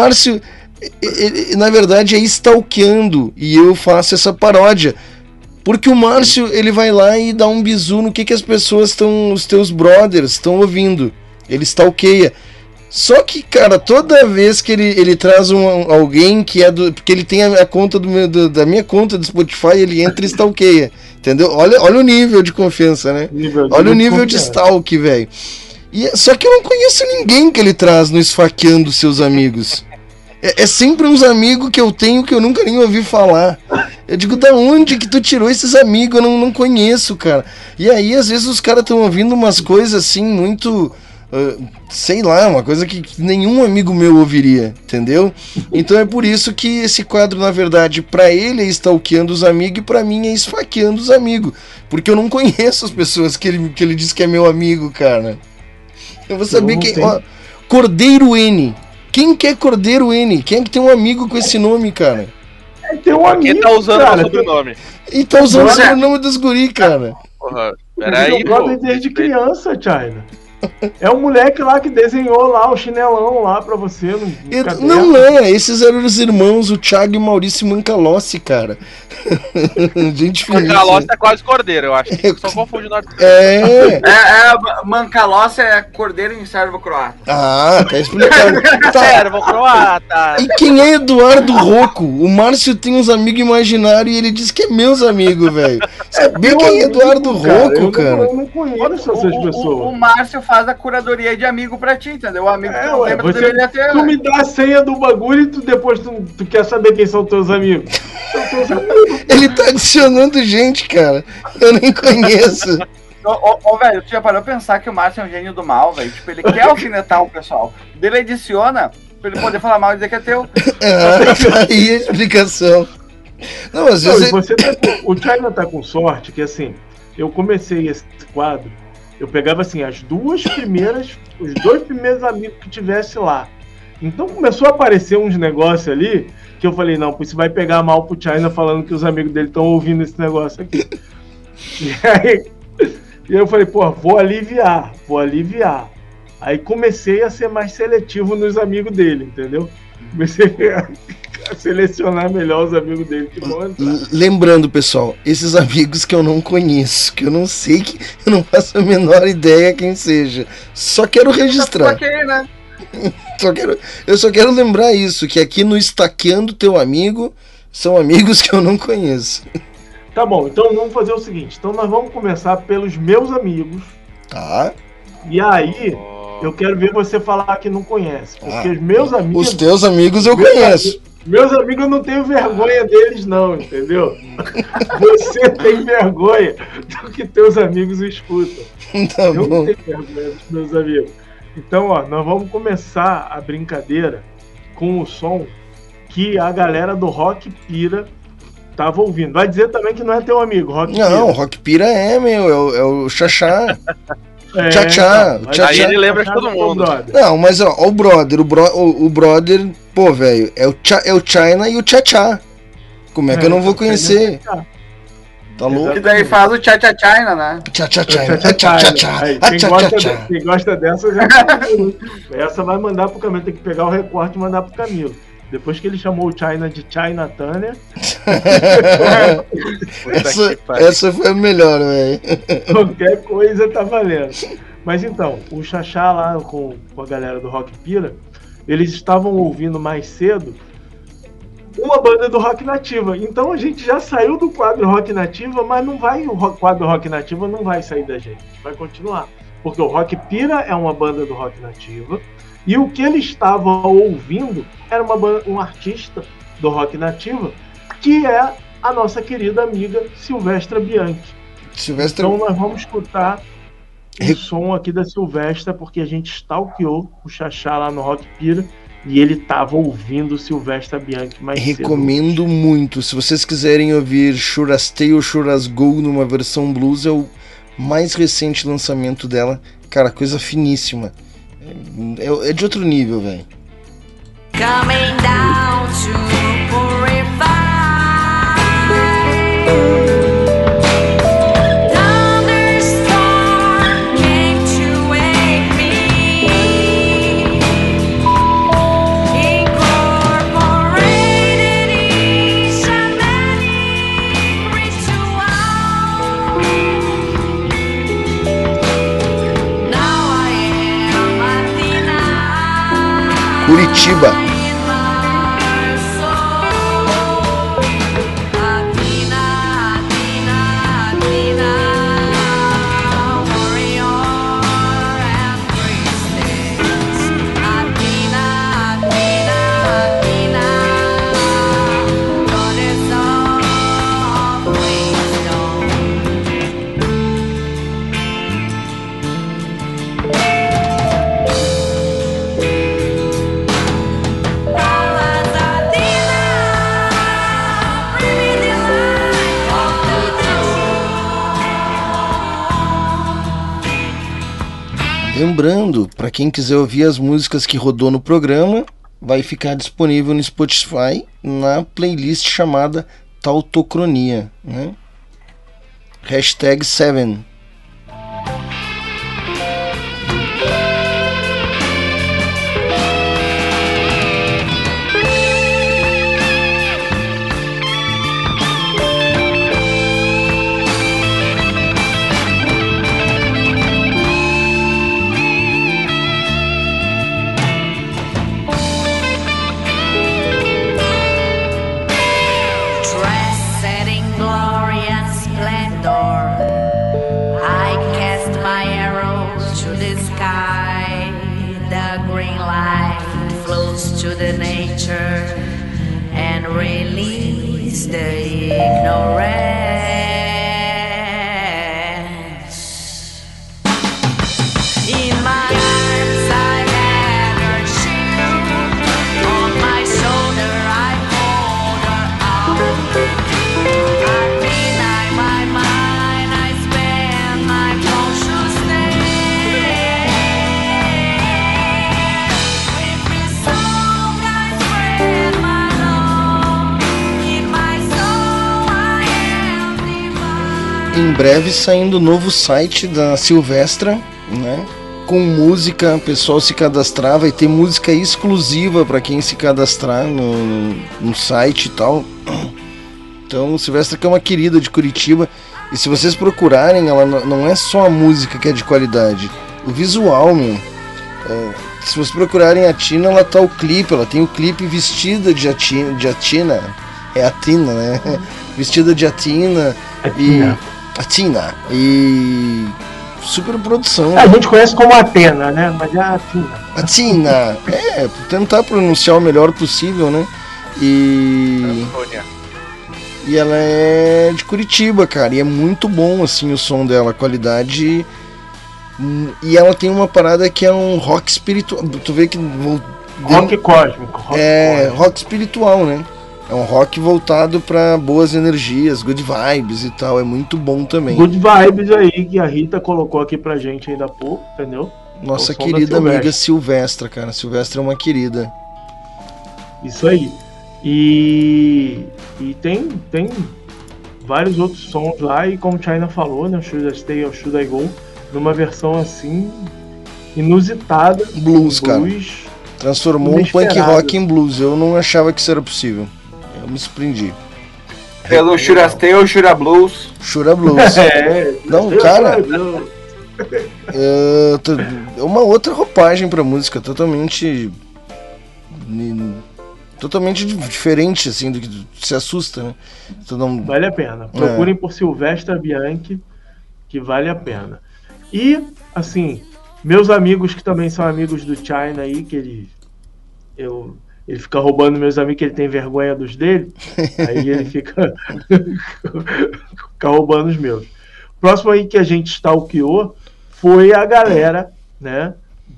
ele, na verdade é stalkeando e eu faço essa paródia. Porque o Márcio, ele vai lá e dá um bizu no que as pessoas estão, os teus brothers estão ouvindo. Ele stalkeia. Só que, cara, toda vez que ele traz alguém que é do... Porque ele tem a conta da minha conta do Spotify, ele entra e stalkeia. Entendeu? Olha o nível de confiança, né? Olha o nível de stalk, velho. Só que eu não conheço ninguém que ele traz no Esfaqueando Seus Amigos. É sempre uns amigos que eu tenho que eu nunca nem ouvi falar. Eu digo, da onde que tu tirou esses amigos? Eu não conheço, cara. E aí, às vezes, os caras estão ouvindo umas coisas assim, muito... sei lá, uma coisa que nenhum amigo meu ouviria, entendeu? Então é por isso que esse quadro, na verdade, pra ele é stalkeando os amigos e pra mim é esfaqueando os amigos. Porque eu não conheço as pessoas que ele diz que é meu amigo, cara. Eu vou saber quem... Ó, Cordeiro N. Quem que é Cordeiro N? Quem é que tem um amigo com esse nome, cara? Tem um amigo, quem tá usando o sobrenome? E tá usando o sobrenome dos guri, cara. Porra, peraí, pô. Desde criança, China. É um moleque lá que desenhou lá o chinelão lá pra você. Não é, esses eram os irmãos, o Thiago e Maurício Mancalossi, cara. Gente finíssima. Mancalossi é quase cordeiro, eu acho. Só confunde nós. Mancalossi é cordeiro em servo-croata. Ah, tá explicado. Tá. Servo-croata. E quem é Eduardo Rocco? O Márcio tem uns amigos imaginários e ele diz que é meus amigos, velho. Sabia quem é Eduardo Rocco, cara? Eu não conheço essas pessoas. O Márcio faz a curadoria de amigo pra ti, entendeu? O amigo que não lembra, tu deveria ter. Tu me dá a senha do bagulho e depois tu quer saber quem são teus amigos. São teus amigos. Ele tá adicionando gente, cara. Eu nem conheço. Velho, tu já parou pra pensar que o Márcio é um gênio do mal, velho? Tipo, ele quer alfinetar o pessoal. Ele adiciona pra ele poder falar mal e dizer que é teu. Tá aí a explicação. Não, às vezes. O China tá com sorte que, assim, eu comecei esse quadro. Eu pegava assim, os dois primeiros amigos que tivesse lá. Então começou a aparecer uns negócios ali que eu falei, não, isso vai pegar mal pro China falando que os amigos dele estão ouvindo esse negócio aqui. E aí eu falei, pô, vou aliviar. Aí comecei a ser mais seletivo nos amigos dele, entendeu? Comecei a selecionar melhor os amigos dele que vão entrar. Lembrando, pessoal, esses amigos que eu não conheço, que eu não sei, que eu não faço a menor ideia quem seja. Só quero registrar. Né? Eu só quero lembrar isso, que aqui no Estaqueando Teu Amigo são amigos que eu não conheço. Tá bom, então vamos fazer o seguinte. Então nós vamos começar pelos meus amigos. Tá. E aí, eu quero ver você falar que não conhece. Porque os meus amigos... Os teus amigos eu conheço. Meus amigos eu não tenho vergonha deles não, entendeu? Você tem vergonha do que teus amigos escutam. Tá eu bom. não tenho vergonha dos meus amigos. Então, ó, nós vamos começar a brincadeira com o som que a galera do rock pira tava ouvindo. Vai dizer também que não é teu amigo, Rock Pira. Não, Rock Pira meu, é o Xaxá. Tchá-tchá. Aí ele lembra de todo mundo. Não, mas ó, o brother, pô, velho, é o China e o Tchá-tchá. Como é que eu não vou conhecer? Tá louco? Que daí faz o Tchá-Tchá-China, né? Tchá-tchá-tchá. Quem gosta dessa, já essa vai mandar pro Camilo. Tem que pegar o recorte e mandar pro Camilo. Depois que ele chamou o China de China Tânia. essa foi a melhor, velho. Qualquer coisa tá valendo. Mas então, o Xaxá lá com a galera do Rock Pira, eles estavam ouvindo mais cedo uma banda do Rock Nativa. Então a gente já saiu do quadro Rock Nativa, mas não vai, o quadro Rock Nativa não vai sair da gente. Vai continuar. Porque o Rock Pira é uma banda do Rock Nativa. E o que ele estava ouvindo era um artista do Rock Nativa, que é a nossa querida amiga Silvestra Bianchi. Então nós vamos escutar o som aqui da Silvestra, porque a gente stalkeou o Xaxá lá no Rock Pira e ele estava ouvindo Silvestra Bianchi mais Recomendo cedo. muito. Se vocês quiserem ouvir Churastei ou Churasgou numa versão blues, é o mais recente lançamento dela. Cara, coisa finíssima. É de outro nível, velho. Coming down to purify. Thunderstorm came to wake me. Incorporated in shamanic ritual. Now I am Athena. Curitiba. Lembrando, para quem quiser ouvir as músicas que rodou no programa, vai ficar disponível no Spotify na playlist chamada Tautocronia, né? #7. The ignorance. In my arms I had her shield. On my shoulder I hold her out. I deny my mind, I spend my consciousness. With this song I spread my love. In my soul I am divine. Em breve saindo o novo site da Silvestra, né? Com música, o pessoal se cadastrar, vai ter música exclusiva para quem se cadastrar no site e tal. Então, Silvestra, que é uma querida de Curitiba, e se vocês procurarem, ela não é só a música que é de qualidade, o visual, meu. Se vocês procurarem a Tina, ela tá o clipe, ela tem o clipe vestida de Atina, é Atina, né? Vestida de Atina e super produção. A gente conhece como Atena, né? Mas é a Atina. Atina, por tentar pronunciar o melhor possível, né? E ela é de Curitiba, cara, e é muito bom, assim, o som dela, a qualidade. E ela tem uma parada que é um rock espiritual. Tu vê que... Rock cósmico. Rock espiritual, né? É um rock voltado pra boas energias, good vibes e tal. É muito bom também. Good vibes aí, que a Rita colocou aqui pra gente ainda há pouco, entendeu? Nossa É o som querida da amiga Silvestra, cara. Silvestra é uma querida. Isso aí. E tem vários outros sons lá, e como China falou, né? Should I Stay or Should I Go? Numa versão assim, inusitada. Blues, cara. Transformou um punk inesperado. rock em blues. Eu não achava que isso era possível. Eu me surpreendi. Pelo Shurastei ou Shura Blues. Shura Blues. Não, cara. É uma outra roupagem pra música, totalmente diferente, assim, do que se assusta, né? Então, Vale a pena. Procurem por Silvestra Bianchi, que vale a pena. E, assim, meus amigos que também são amigos do China aí, que ele fica roubando meus amigos, que ele tem vergonha dos dele, aí ele fica roubando os meus. Próximo aí que a gente stalkeou foi a galera, né,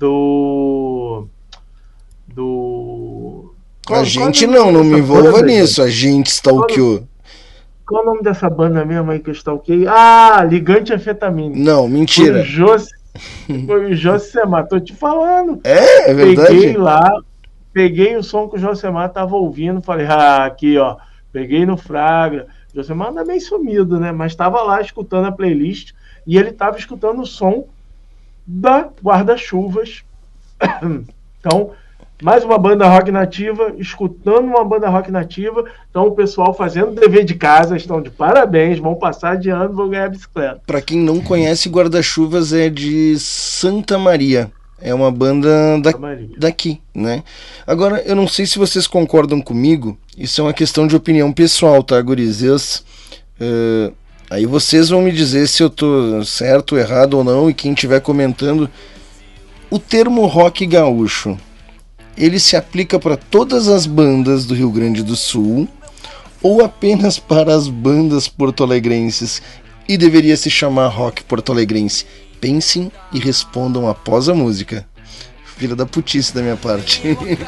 a gente não me envolva nisso, a gente stalkeou. Qual é o nome dessa banda mesmo aí que eu stalkeei? Ah, Ligante Anfetamina. Não, mentira. Foi o Josemar, tô te falando. É verdade? Peguei lá, peguei o som que o Josemar tava ouvindo, falei, aqui ó, peguei no Fraga. O Josemar anda meio sumido, né? Mas tava lá escutando a playlist e ele tava escutando o som da Guarda-Chuvas. Então, mais uma banda rock nativa, escutando uma banda rock nativa. Então, o pessoal fazendo dever de casa, estão de parabéns, vão passar de ano, vão ganhar bicicleta. Pra quem não conhece, Guarda-Chuvas é de Santa Maria. É uma banda daqui, né? Agora, eu não sei se vocês concordam comigo, isso é uma questão de opinião pessoal, tá, gurizes? Aí vocês vão me dizer se eu tô certo, errado ou não, e quem estiver comentando. O termo rock gaúcho, ele se aplica para todas as bandas do Rio Grande do Sul ou apenas para as bandas porto-alegrenses e deveria se chamar rock porto-alegrense? Pensem e respondam após a música. Filha da putice da minha parte.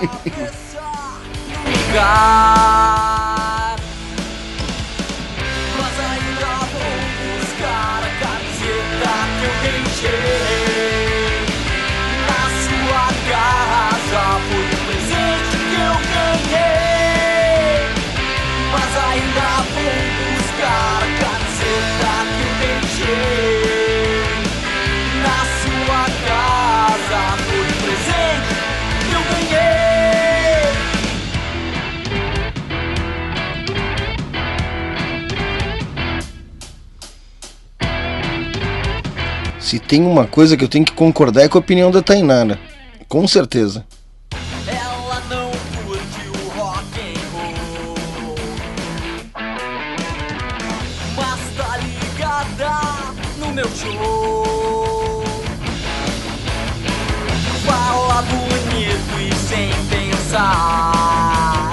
Mas ainda vou buscar a camiseta que eu deixei na sua casa. Foi o presente que eu ganhei. Mas ainda vou buscar a camiseta que eu deixei na sua casa. Foi o presente que eu ganhei. Se tem uma coisa que eu tenho que concordar é com a opinião da Tainara. Com certeza. Ela não curte o rock and roll, mas tá ligada no meu show. Fala bonito e sem pensar,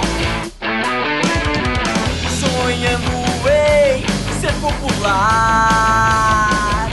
sonhando em ser popular.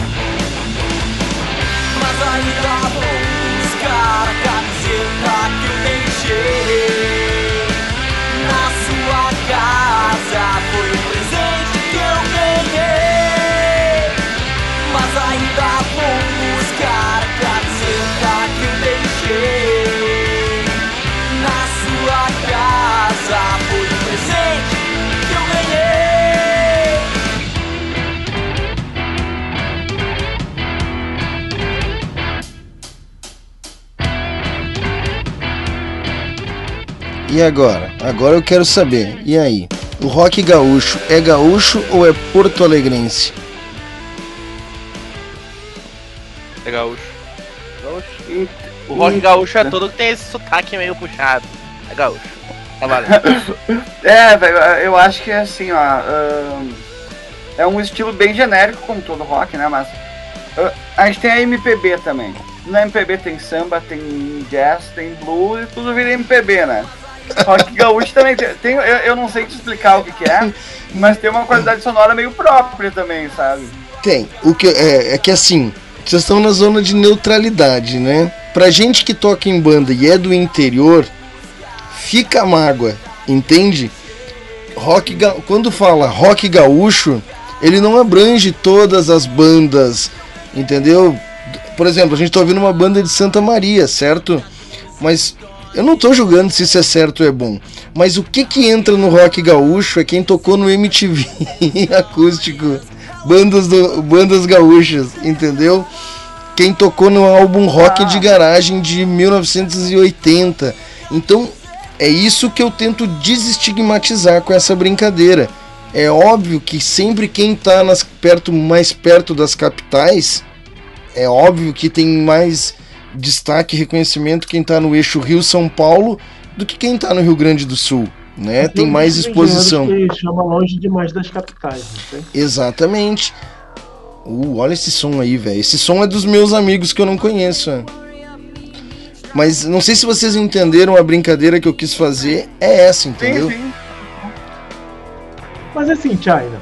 Mas ainda vou buscar a camiseta que eu deixei na sua casa. Foi o presente que eu ganhei. Mas ainda vou buscar a camiseta que eu deixei na sua casa. Foi o presente que eu ganhei. E agora? Agora eu quero saber. E aí? O rock gaúcho é gaúcho ou é porto-alegrense? É gaúcho. O rock gaúcho é todo que tem esse sotaque meio puxado. É gaúcho. Tá valendo. Velho, eu acho que é assim, ó. É um estilo bem genérico, como todo rock, né? Mas a gente tem a MPB também. Na MPB tem samba, tem jazz, tem blues e tudo vira MPB, né? Rock gaúcho também tem, eu não sei te explicar o que é, mas tem uma qualidade sonora meio própria também, sabe? Tem. O que é que assim, vocês estão na zona de neutralidade, né? Pra gente que toca em banda e é do interior, fica a mágoa, entende? quando fala rock gaúcho, ele não abrange todas as bandas, entendeu? Por exemplo, a gente tá ouvindo uma banda de Santa Maria, certo? Mas eu não tô julgando se isso é certo ou é bom. Mas o que entra no rock gaúcho é quem tocou no MTV acústico, bandas gaúchas, entendeu? Quem tocou no álbum Rock de Garagem de 1980. Então, é isso que eu tento desestigmatizar com essa brincadeira. É óbvio que sempre quem tá mais perto das capitais, é óbvio que tem mais destaque e reconhecimento quem tá no eixo Rio-São Paulo do que quem tá no Rio Grande do Sul, né? Tem mais exposição. Que chama longe demais das capitais, né? Exatamente. Olha esse som aí, velho. Esse som é dos meus amigos que eu não conheço. Mas não sei se vocês entenderam a brincadeira que eu quis fazer. É essa, entendeu? Sim. Mas assim, China,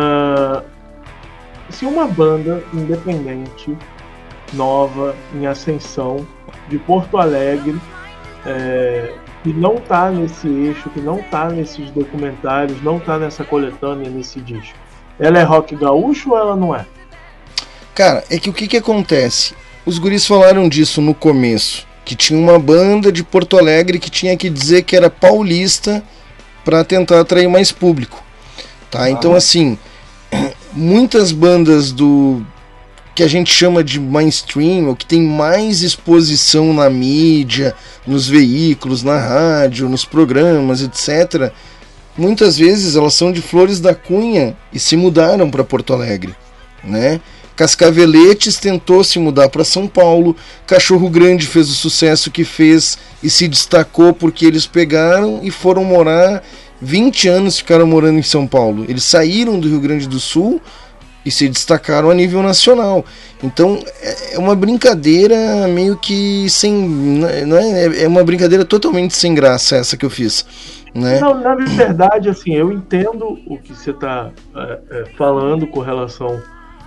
se uma banda independente, nova, em ascensão, de Porto Alegre, que não tá nesse eixo, que não tá nesses documentários, não tá nessa coletânea, nesse disco, ela é rock gaúcho ou ela não é? Cara, é que o que acontece? Os guris falaram disso no começo, que tinha uma banda de Porto Alegre que tinha que dizer que era paulista para tentar atrair mais público, tá? Então assim, muitas bandas do que a gente chama de mainstream, ou que tem mais exposição na mídia, nos veículos, na rádio, nos programas, etc., muitas vezes elas são de Flores da Cunha e se mudaram para Porto Alegre, né? Cascaveletes tentou se mudar para São Paulo, Cachorro Grande fez o sucesso que fez e se destacou porque eles pegaram e foram morar, 20 anos ficaram morando em São Paulo. Eles saíram do Rio Grande do Sul e se destacaram a nível nacional. Então é uma brincadeira meio que sem... Não é uma brincadeira totalmente sem graça essa que eu fiz, né? Não, na verdade, assim, eu entendo o que você está falando com relação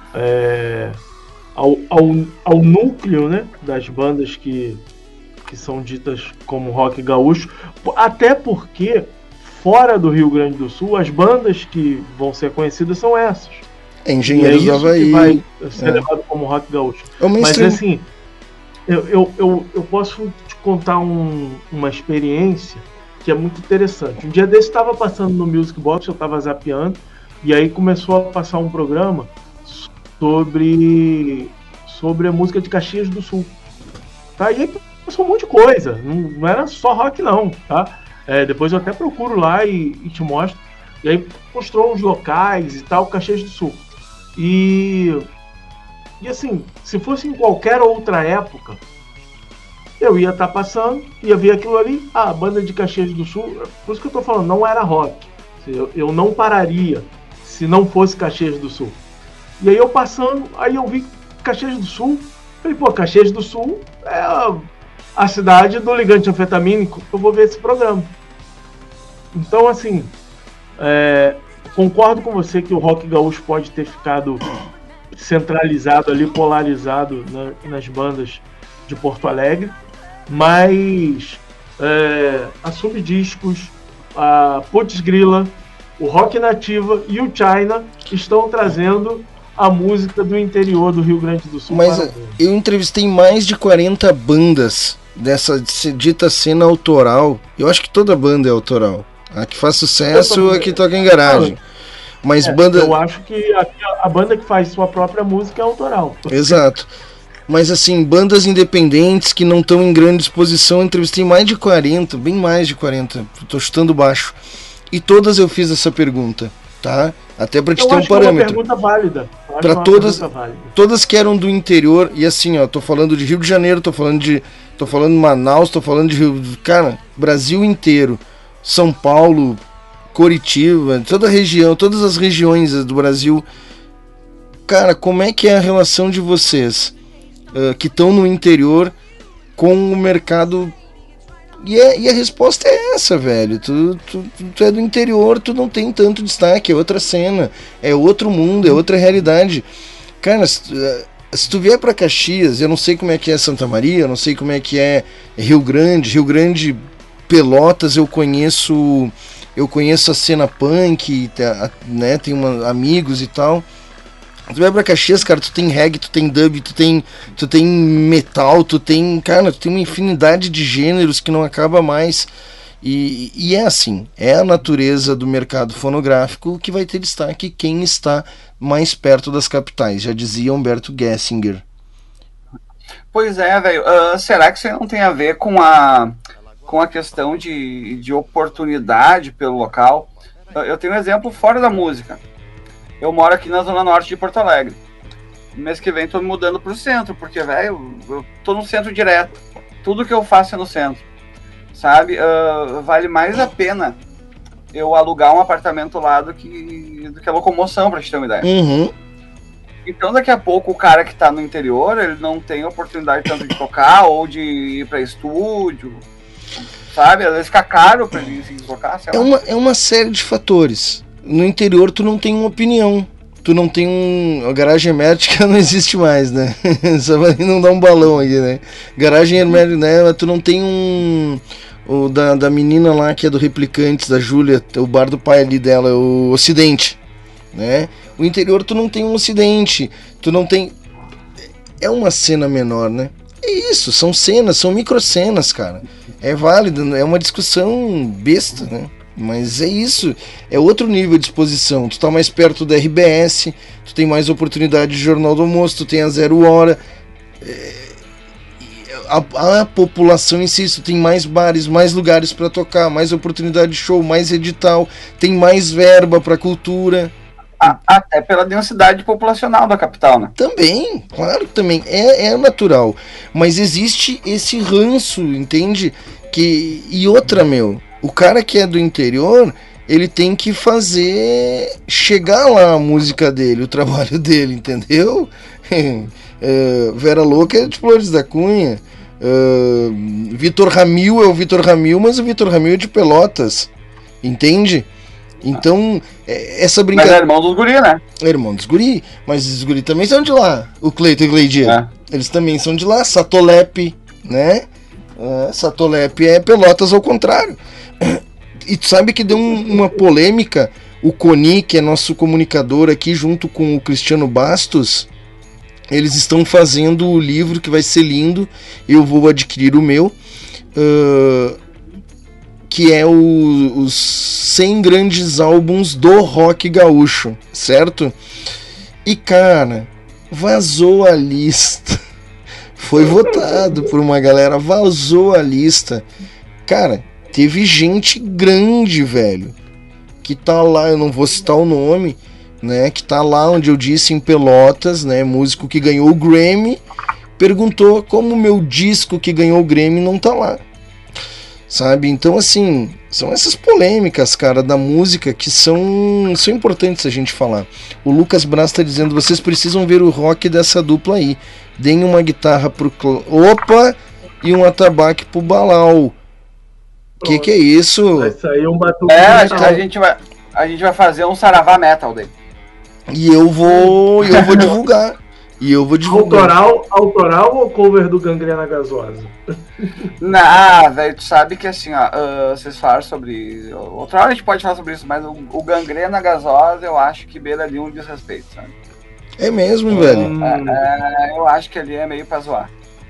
ao núcleo, né, das bandas que são ditas como rock gaúcho, até porque fora do Rio Grande do Sul as bandas que vão ser conhecidas são essas. Engenheiros do Havaí, que vai ser levado como rock gaúcho. Mas assim, eu posso te contar uma experiência que é muito interessante. Um dia desse estava passando no Music Box, eu estava zapeando, e aí começou a passar um programa sobre a música de Caxias do Sul. Tá? E aí passou um monte de coisa, não era só rock não, tá? Depois eu até procuro lá e te mostro. E aí mostrou uns locais e tal, Caxias do Sul. E assim, se fosse em qualquer outra época, eu ia estar passando, ia ver aquilo ali, a banda de Caxias do Sul, por isso que eu tô falando, não era rock. Eu não pararia se não fosse Caxias do Sul. E aí eu passando, aí eu vi Caxias do Sul, falei, pô, Caxias do Sul é a cidade do ligante anfetamínico, eu vou ver esse programa. Então, assim, concordo com você que o rock gaúcho pode ter ficado centralizado ali, polarizado nas bandas de Porto Alegre, mas a Subdiscos, a Putz Grila, o Rock Nativa e o China estão trazendo a música do interior do Rio Grande do Sul. Mas eu entrevistei mais de 40 bandas dessa dita cena autoral. Eu acho que toda banda é autoral. A que faz sucesso, a que toca em garagem. Mas banda... Eu acho que a banda que faz sua própria música é autoral. Exato. Mas assim, bandas independentes que não estão em grande exposição, eu entrevistei mais de 40, bem mais de 40. Tô chutando baixo. E todas eu fiz essa pergunta, tá? Até para te ter um parâmetro. É uma pergunta válida. Para todas que eram do interior, e assim, ó, tô falando de Rio de Janeiro, tô falando de Manaus, tô falando de Rio, cara, Brasil inteiro, São Paulo, Coritiba, toda a região, todas as regiões do Brasil. Cara, como é que é a relação de vocês que estão no interior com o mercado? E a resposta é essa, velho. Tu é do interior, tu não tem tanto destaque, é outra cena, é outro mundo, é outra realidade. Cara, se tu vier pra Caxias, eu não sei como é que é Santa Maria, eu não sei como é que é Rio Grande, Pelotas, eu conheço eu conheço a cena punk, né, tenho amigos e tal. Tu vai pra Caxias, cara, tu tem reggae, tu tem dub, tu tem metal, tu tem uma infinidade de gêneros que não acaba mais. E é assim, é a natureza do mercado fonográfico que vai ter destaque quem está mais perto das capitais, já dizia Humberto Gessinger. Pois é, velho. Será que isso não tem a ver com a questão de oportunidade pelo local? Eu tenho um exemplo fora da música. Eu moro aqui na zona norte de Porto Alegre. No mês que vem tô me mudando pro centro, porque, velho, eu tô no centro direto. Tudo que eu faço é no centro. Sabe? Vale mais a pena eu alugar um apartamento lá do que a locomoção, pra te ter uma ideia. Uhum. Então daqui a pouco o cara que tá no interior, ele não tem oportunidade tanto de tocar ou de ir pra estúdio, sabe? Às vezes fica caro pra ele se deslocar, sei lá. É uma série de fatores. No interior tu não tem uma opinião. Tu não tem a garagem hermética não existe mais, né? Só vai não dar um balão aí, né? Garagem hermética, né? Tu não tem o da menina lá que é do Replicantes, da Júlia, o bar do pai ali dela, o Ocidente, né? O interior tu não tem um Ocidente, tu não tem... É uma cena menor, né? É isso, são cenas, são microcenas, cara. É válido, é uma discussão besta, né? Mas é isso, é outro nível de exposição. Tu tá mais perto da RBS, tu tem mais oportunidade de Jornal do Almoço, tu tem a 0 Hora. A população em si, tu tem mais bares, mais lugares para tocar, mais oportunidade de show, mais edital, tem mais verba para cultura. Até pela densidade populacional da capital, né? Também, claro que também, é natural. Mas existe esse ranço, entende? E outra, o cara que é do interior, ele tem que fazer chegar lá a música dele, o trabalho dele, entendeu? Vera Louca é de Flores da Cunha. Vitor Ramil é o Vitor Ramil, mas o Vitor Ramil é de Pelotas, entende? Então, essa brincadeira... Mas é irmão dos guri, né? É irmão dos guri, mas os guri também são de lá. O Cleiton e o Gleidir. Eles também são de lá. Satolepe, né? Satolepe é Pelotas ao contrário. E tu sabe que deu uma polêmica. O Coni, que é nosso comunicador aqui, junto com o Cristiano Bastos, eles estão fazendo o livro que vai ser lindo. Eu vou adquirir o meu. Que é os 100 grandes álbuns do rock gaúcho, certo? E, cara, vazou a lista. Foi votado por uma galera, vazou a lista. Cara, teve gente grande, velho, que tá lá, eu não vou citar o nome, né? Que tá lá onde eu disse, em Pelotas, né? Músico que ganhou o Grammy, perguntou como o meu disco que ganhou o Grammy não tá lá. Sabe? Então, assim, são essas polêmicas, cara, da música que são importantes a gente falar. O Lucas Braz tá dizendo, vocês precisam ver o rock dessa dupla aí. Deem uma guitarra pro Opa e um atabaque pro Balau. Que é isso? Vai sair um batuque. A gente vai fazer um saravá metal dele. E eu vou divulgar. Autoral ou cover do Gangrena Gasosa? Não, velho, tu sabe que assim, ó, vocês falaram sobre... Outra hora a gente pode falar sobre isso, mas o Gangrena Gasosa eu acho que beira ali um desrespeito, sabe? É mesmo, velho? Eu acho que ali é meio pra zoar.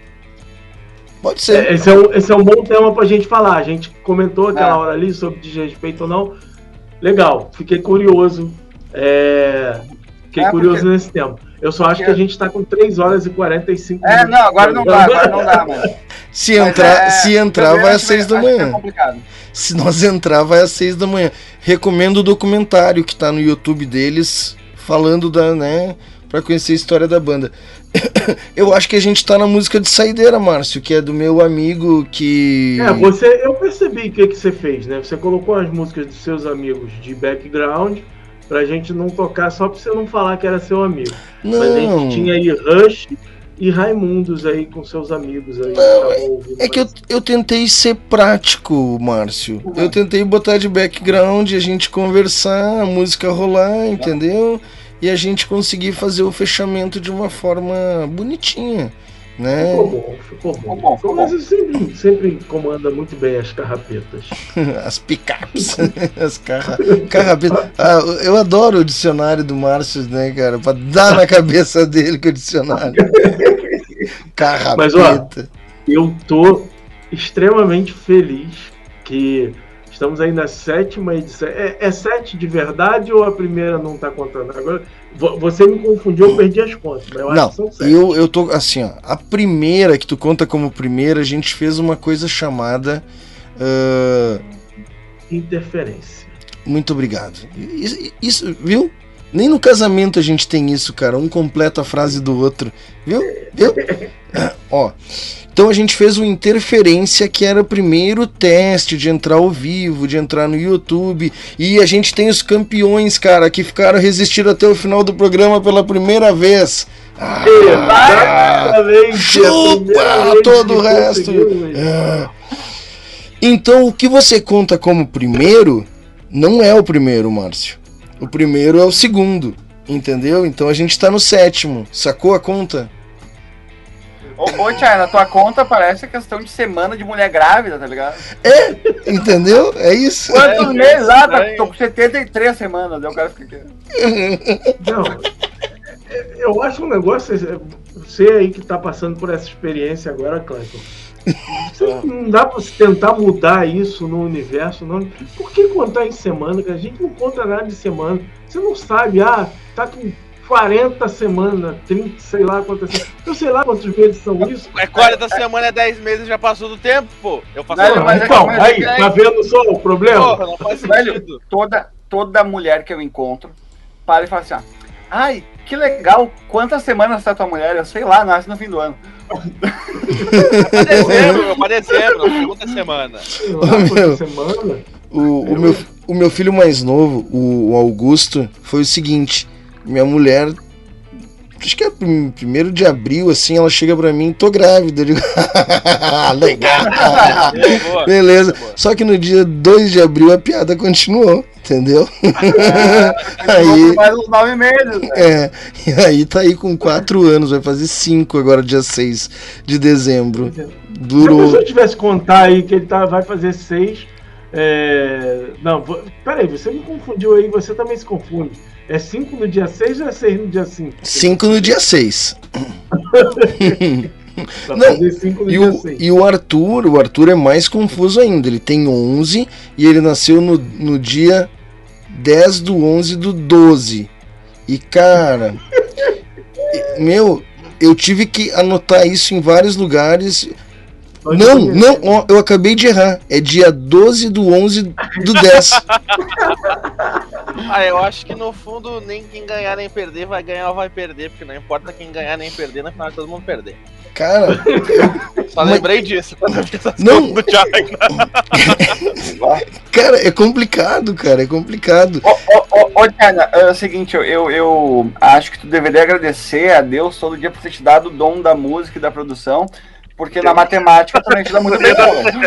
Pode ser. Esse é um bom tema pra gente falar. A gente comentou aquela hora ali sobre desrespeito ou não. Legal, fiquei curioso. Curioso nesse tempo. Eu só acho que a gente tá com 3 horas e 45 minutos. Não, agora não dá, mano. Se entrar vai às 6 da manhã. Se nós entrar, vai às 6 da manhã. Recomendo o documentário que tá no YouTube deles, falando pra conhecer a história da banda. Eu acho que a gente tá na música de saideira, Márcio, que é do meu amigo que... Eu percebi o que você fez, né? Você colocou as músicas dos seus amigos de background pra gente não tocar, só pra você não falar que era seu amigo. Não. Mas a gente tinha aí Rush e Raimundos aí com seus amigos aí. É que eu tentei ser prático, Márcio. Eu tentei botar de background, a gente conversar, a música rolar, entendeu? E a gente conseguir fazer o fechamento de uma forma bonitinha. né? Ficou bom. Mas ele sempre comanda muito bem as carrapetas. As picapes. As carrapetas. Eu adoro o dicionário do Márcio, né, cara? Pra dar na cabeça dele com o dicionário. Carrapeta. Mas, ó, eu tô extremamente feliz que estamos aí na 7ª edição. É 7 de verdade ou a primeira não tá contando? Agora, você me confundiu, eu perdi as contas. Mas eu acho que são 7. eu tô assim, ó. A primeira que tu conta como primeira, a gente fez uma coisa chamada interferência. Muito obrigado. Isso, viu? Nem no casamento a gente tem isso, cara. Um completa a frase do outro. Viu? Ó. Então a gente fez uma interferência, que era o primeiro teste de entrar ao vivo, de entrar no YouTube. E a gente tem os campeões, cara, que ficaram resistindo até o final do programa pela primeira vez. Chupa todo o resto. Então o que você conta como primeiro não é o primeiro, Márcio. O primeiro é o segundo, entendeu? Então a gente tá no 7º. Sacou a conta? Ô, Tchai, na tua conta parece a questão de semana de mulher grávida, tá ligado? Entendeu? É isso. Quantos meses lá? Tô com 73 semanas, daí o cara fica aqui. Não, eu acho um negócio, você aí que tá passando por essa experiência agora, Clayton, não dá pra tentar mudar isso no universo, não. Por que contar em semana? Que a gente não conta nada de semana. Você não sabe, tá com 40 semanas, 30, sei lá quantas semanas. Eu sei lá quantos meses são isso. 40 semanas é 10 meses, já passou do tempo, pô. Eu faço então, aí, tá vendo só o problema? Porra, não faz Velho, sentido. toda mulher que eu encontro para e fala assim, ai, que legal, quantas semanas tá tua mulher? Eu sei lá, nasce no fim do ano. Pra dezembro, segunda semana. O meu filho mais novo, o Augusto, foi o seguinte: minha mulher, acho que é 1º de abril, assim, ela chega pra mim, tô grávida. Eu digo, legal. Beleza. Só que no dia 2 de abril a piada continuou, entendeu? Aí, mais uns 9 meses. E aí tá aí com 4 anos, vai fazer 5 agora, dia 6 de dezembro. Durou. Se eu tivesse contar aí que ele vai fazer 6. Não, peraí, você me confundiu aí, você também se confunde. É 5 no dia 6 ou é 6 no dia 5? 5 no dia 6. E o Arthur é mais confuso ainda. Ele tem 11 e ele nasceu no dia 10 do 11 do 12. E cara, eu tive que anotar isso em vários lugares. Não, eu acabei de errar. É dia 12 do 11 do 10. Eu acho que no fundo nem quem ganhar nem perder vai ganhar ou vai perder, porque não importa quem ganhar nem perder, no final todo mundo perder. Cara, só lembrei disso quando eu fiz não. Do Thiago. Cara, é complicado, cara, é complicado. Ô, Tiana, é o seguinte, eu acho que tu deveria agradecer a Deus todo dia por ter te dado o dom da música e da produção, porque na matemática também te dá muito bem.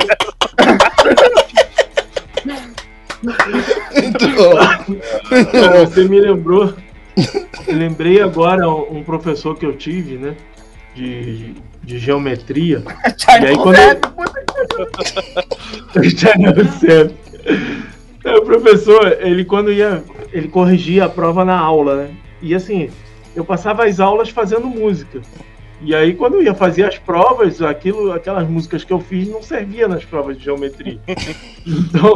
Você me lembrou. Eu lembrei agora um professor que eu tive, né? De geometria. E aí quando o professor, ele corrigia a prova na aula, né? E assim, eu passava as aulas fazendo música. E aí quando eu ia fazer as provas, aquelas músicas que eu fiz não servia nas provas de geometria. Então,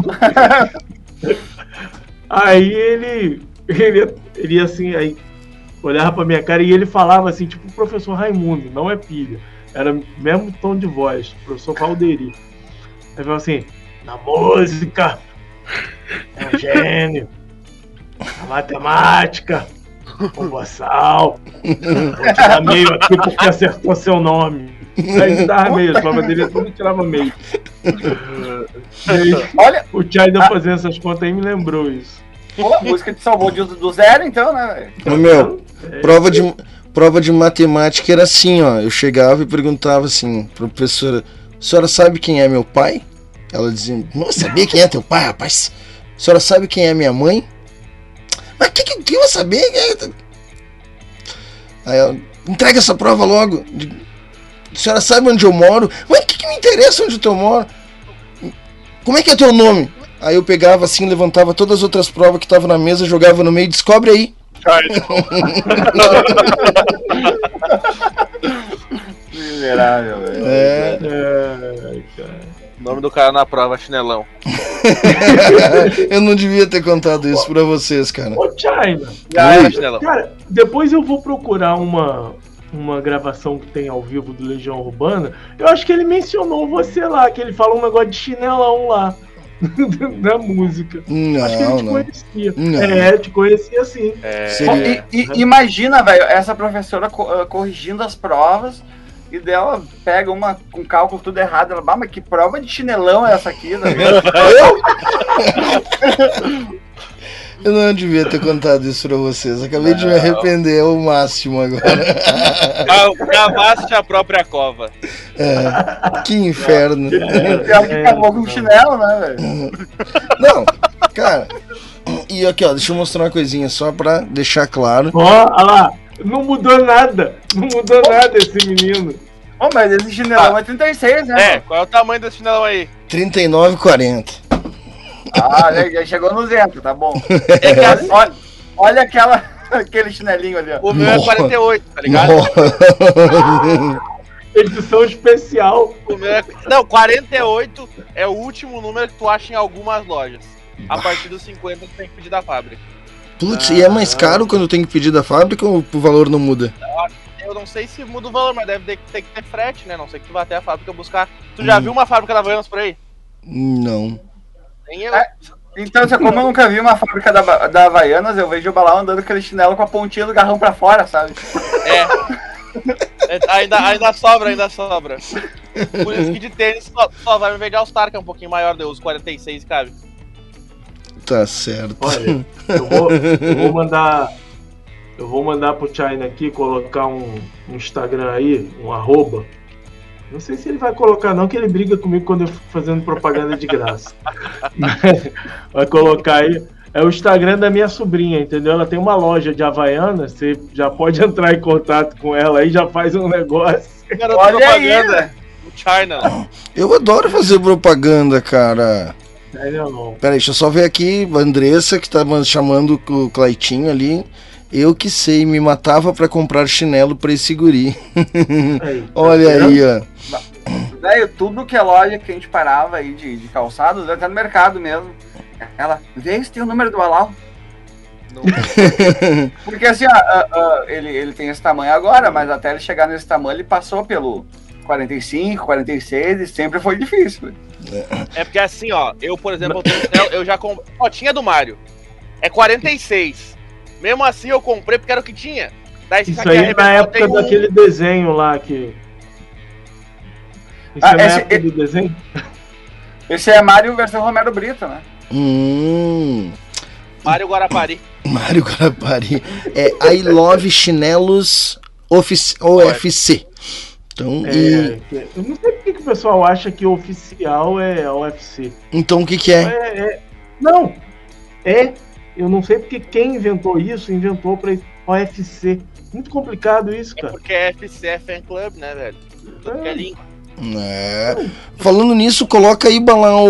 aí ele assim, aí olhava pra minha cara e ele falava assim, tipo o professor Raimundo, não é pilha. Era o mesmo tom de voz, professor Valderi. Aí falava assim, na música, é um gênio, na matemática, o boçal, vou tirar meio aqui porque acertou seu nome. Aí ele dava meio, as provas dele tudo tirava meio. Aí, olha, o Tchai fazendo essas contas aí me lembrou isso. Pô, a música te salvou do zero, então, né? Prova de matemática era assim, ó. Eu chegava e perguntava assim, professora, a senhora sabe quem é meu pai? Ela dizia, não sabia quem é teu pai, rapaz. A senhora sabe quem é minha mãe? Mas que eu vou saber? Aí ela, entrega essa prova logo. A senhora sabe onde eu moro? Mas o que me interessa onde eu moro? Como é que é teu nome? Aí eu pegava assim, levantava todas as outras provas que estavam na mesa, jogava no meio, descobre aí. Miserável, velho. O nome do cara na prova, chinelão. Eu não devia ter contado isso pra vocês, cara. Ô, China. Cara, depois eu vou procurar uma gravação que tem ao vivo do Legião Urbana. Eu acho que ele mencionou você lá, que ele fala um negócio de chinelão lá. Na música. Não, acho que ele te não. conhecia. Não. Te conhecia sim. Imagina, velho, essa professora corrigindo as provas e dela pega uma com cálculo tudo errado. Ela, mas que prova de chinelão é essa aqui? Né? Eu não devia ter contado isso pra vocês. Acabei de me arrepender ao máximo agora. Cavaste a própria cova. Que inferno. Pior que acabou com o chinelo, né, velho? Não, cara. E aqui, ó, deixa eu mostrar uma coisinha só pra deixar claro. Olha lá, não mudou nada. Não mudou nada esse menino. Mas esse chinelão é 36, né? Qual é o tamanho desse chinelão aí? 39,40. Já chegou no zero, tá bom. Olha aquele chinelinho ali, ó. O meu é 48, tá ligado? Edição especial. O meu é... Não, 48 é o último número que tu acha em algumas lojas. A partir dos 50 tu tem que pedir da fábrica. Putz, e é mais caro quando tem que pedir da fábrica ou o valor não muda? Eu não sei se muda o valor, mas deve ter que ter frete, né? Não sei que tu vai até a fábrica buscar. Tu já viu uma fábrica da Havaianas por aí? Não. Nem eu. Então, como eu nunca vi uma fábrica da Havaianas, eu vejo o Balau andando com aquele chinelo com a pontinha do garrão pra fora, sabe? Ainda sobra. Por isso que de tênis só vai me ver de All-Star, que é um pouquinho maior, eu uso 46 e cabe. Tá certo. Olha, eu vou mandar pro China aqui colocar um Instagram aí, um @. Não sei se ele vai colocar não, que ele briga comigo quando eu fico fazendo propaganda de graça. Vai colocar aí. É o Instagram da minha sobrinha, entendeu? Ela tem uma loja de Havaianas, você já pode entrar em contato com ela aí, já faz um negócio. Olha propaganda. Aí, o China. Eu adoro fazer propaganda, cara. Não. Peraí, deixa eu só ver aqui, a Andressa, que tá chamando o Claitinho ali. Eu que sei, me matava pra comprar chinelo pra esse guri. Olha aí, ó. Velho, tudo que é loja que a gente parava aí de calçados, até no mercado mesmo. Ela, vê se tem o número do Balau. Porque assim, ele tem esse tamanho agora, mas até ele chegar nesse tamanho, ele passou pelo 45, 46 e sempre foi difícil. É porque assim, ó, eu, por exemplo, eu já comprei. Ó, tinha do Mario. É 46. Mesmo assim eu comprei porque era o que tinha. Daí isso aí é na época daquele desenho lá que... Isso na época do desenho? Esse é Mario versão Romero Brito, né? Mário Guarapari. Mário Guarapari. É I Love Chinelos OFC. Então, eu não sei porque que o pessoal acha que o oficial é UFC. Então o que é? Eu não sei porque quem inventou isso, inventou pra UFC. Muito complicado isso, cara. Porque FC é fan club, né, velho? Tudo que é língua. Falando nisso, coloca aí, Balau,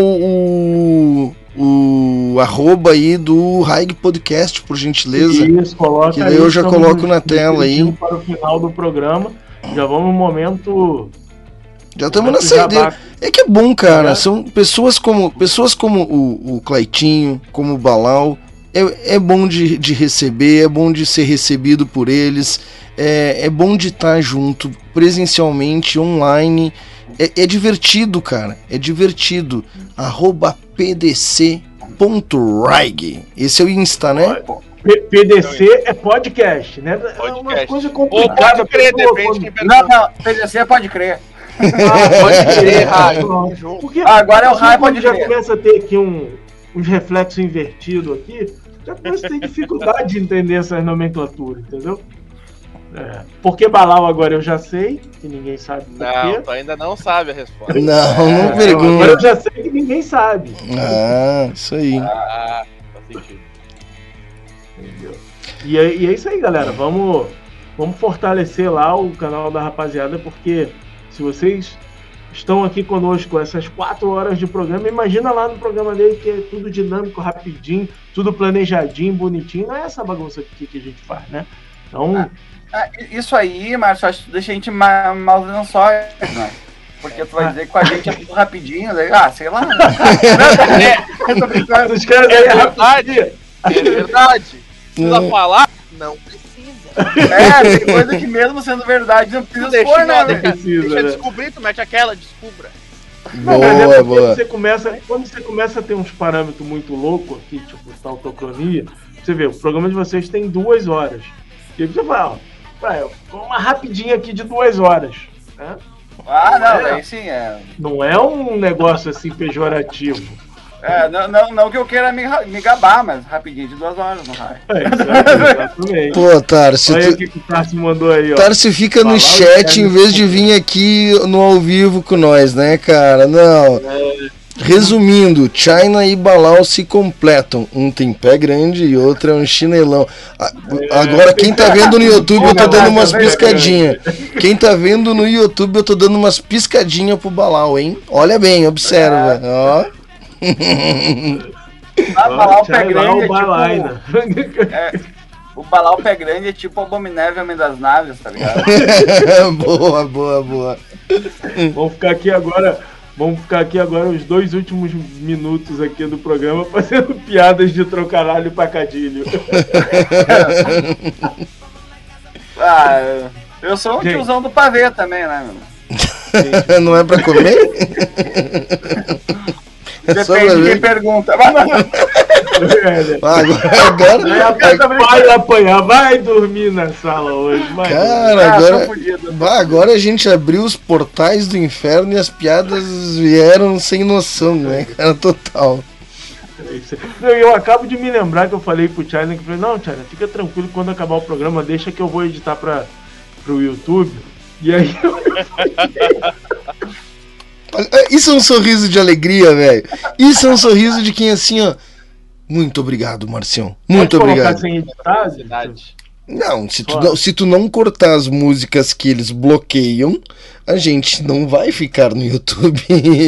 o @, aí do Raig Podcast, por gentileza. Isso, coloca. Que daí eu já coloco na tela aí. Para o final do programa. Já vamos no momento. Já estamos na saideira. É que é bom, cara. São pessoas como o Claitinho, como o Balau. É bom de receber, é bom de ser recebido por eles. É bom de estar junto, presencialmente, online. É divertido, cara. É divertido. @pdc.raig. Esse é o Insta, né? PDC é podcast, né? É uma coisa complicada. Pode crer, depende. Não, PDC é pode crer. Pode crer, Raio. Porque agora é o Raio, pode já crer. começa a ter aqui uns reflexos invertidos aqui, já começa a ter dificuldade de entender essas nomenclaturas, entendeu? Porque Balau agora eu já sei, que ninguém sabe por quê. Não, tu ainda não sabe a resposta. Não pergunta. Agora eu já sei que ninguém sabe. Isso aí. Faz sentido. Entendeu? E é isso aí, galera. Vamos fortalecer lá o canal da rapaziada, porque Se vocês estão aqui conosco essas 4 horas de programa, imagina lá no programa dele que é tudo dinâmico, rapidinho, tudo planejadinho, bonitinho. Não é essa bagunça aqui que a gente faz, né? Então... Isso aí, Márcio, acho que deixa a gente mal lençóis, né? Porque tu vai dizer que com a gente é tudo rapidinho, daí, sei lá. Os caras aí É verdade. Precisa falar? Não precisa. Tem coisa que mesmo sendo verdade não precisa Deixa, expor, né? deixa eu descobrir, tu mete aquela, descubra. Não, mas é porque quando você começa a ter uns parâmetros muito loucos aqui, tipo tautocronia, você vê, o programa de vocês tem 2 horas. E aí você fala, uma rapidinha aqui de 2 horas. Né? Daí sim é. Não é um negócio assim pejorativo. Não que eu queira me gabar, mas rapidinho de 2 horas no raio. Exatamente. Pô, Tarso, olha o que o Tarso mandou aí, ó. Tarso fica no chat em vez de vir aqui no ao vivo com nós, né, cara? Não. Resumindo, China e Balau se completam. Um tem pé grande e outro é um chinelão. Agora, quem tá vendo no YouTube, eu tô dando umas piscadinhas. Quem tá vendo no YouTube, eu tô dando umas piscadinhas pro Balau, hein? Olha bem, observa. Ó. Balau pé grande o Balau pé grande é tipo o Abominável Homem das Naves, tá ligado? Boa. Vamos ficar aqui agora os 2 últimos minutos aqui do programa fazendo piadas de trocadilho pra cadilho. Eu sou o tiozão do pavê também, né, meu? Não é pra comer? Depende de quem pergunta. Agora vai apanhar, vai dormir na sala hoje. Cara, agora a gente abriu os portais do inferno e as piadas vieram sem noção, né, cara? Total. Eu acabo de me lembrar que eu falei pro China que eu falei, não, China, fica tranquilo, quando acabar o programa, deixa que eu vou editar pro YouTube. E aí isso é um sorriso de alegria, velho. Isso é um sorriso de quem assim, ó. Muito obrigado, Marcião. Muito obrigado. Sem editar, não, se tu não cortar as músicas que eles bloqueiam, a gente não vai ficar no YouTube.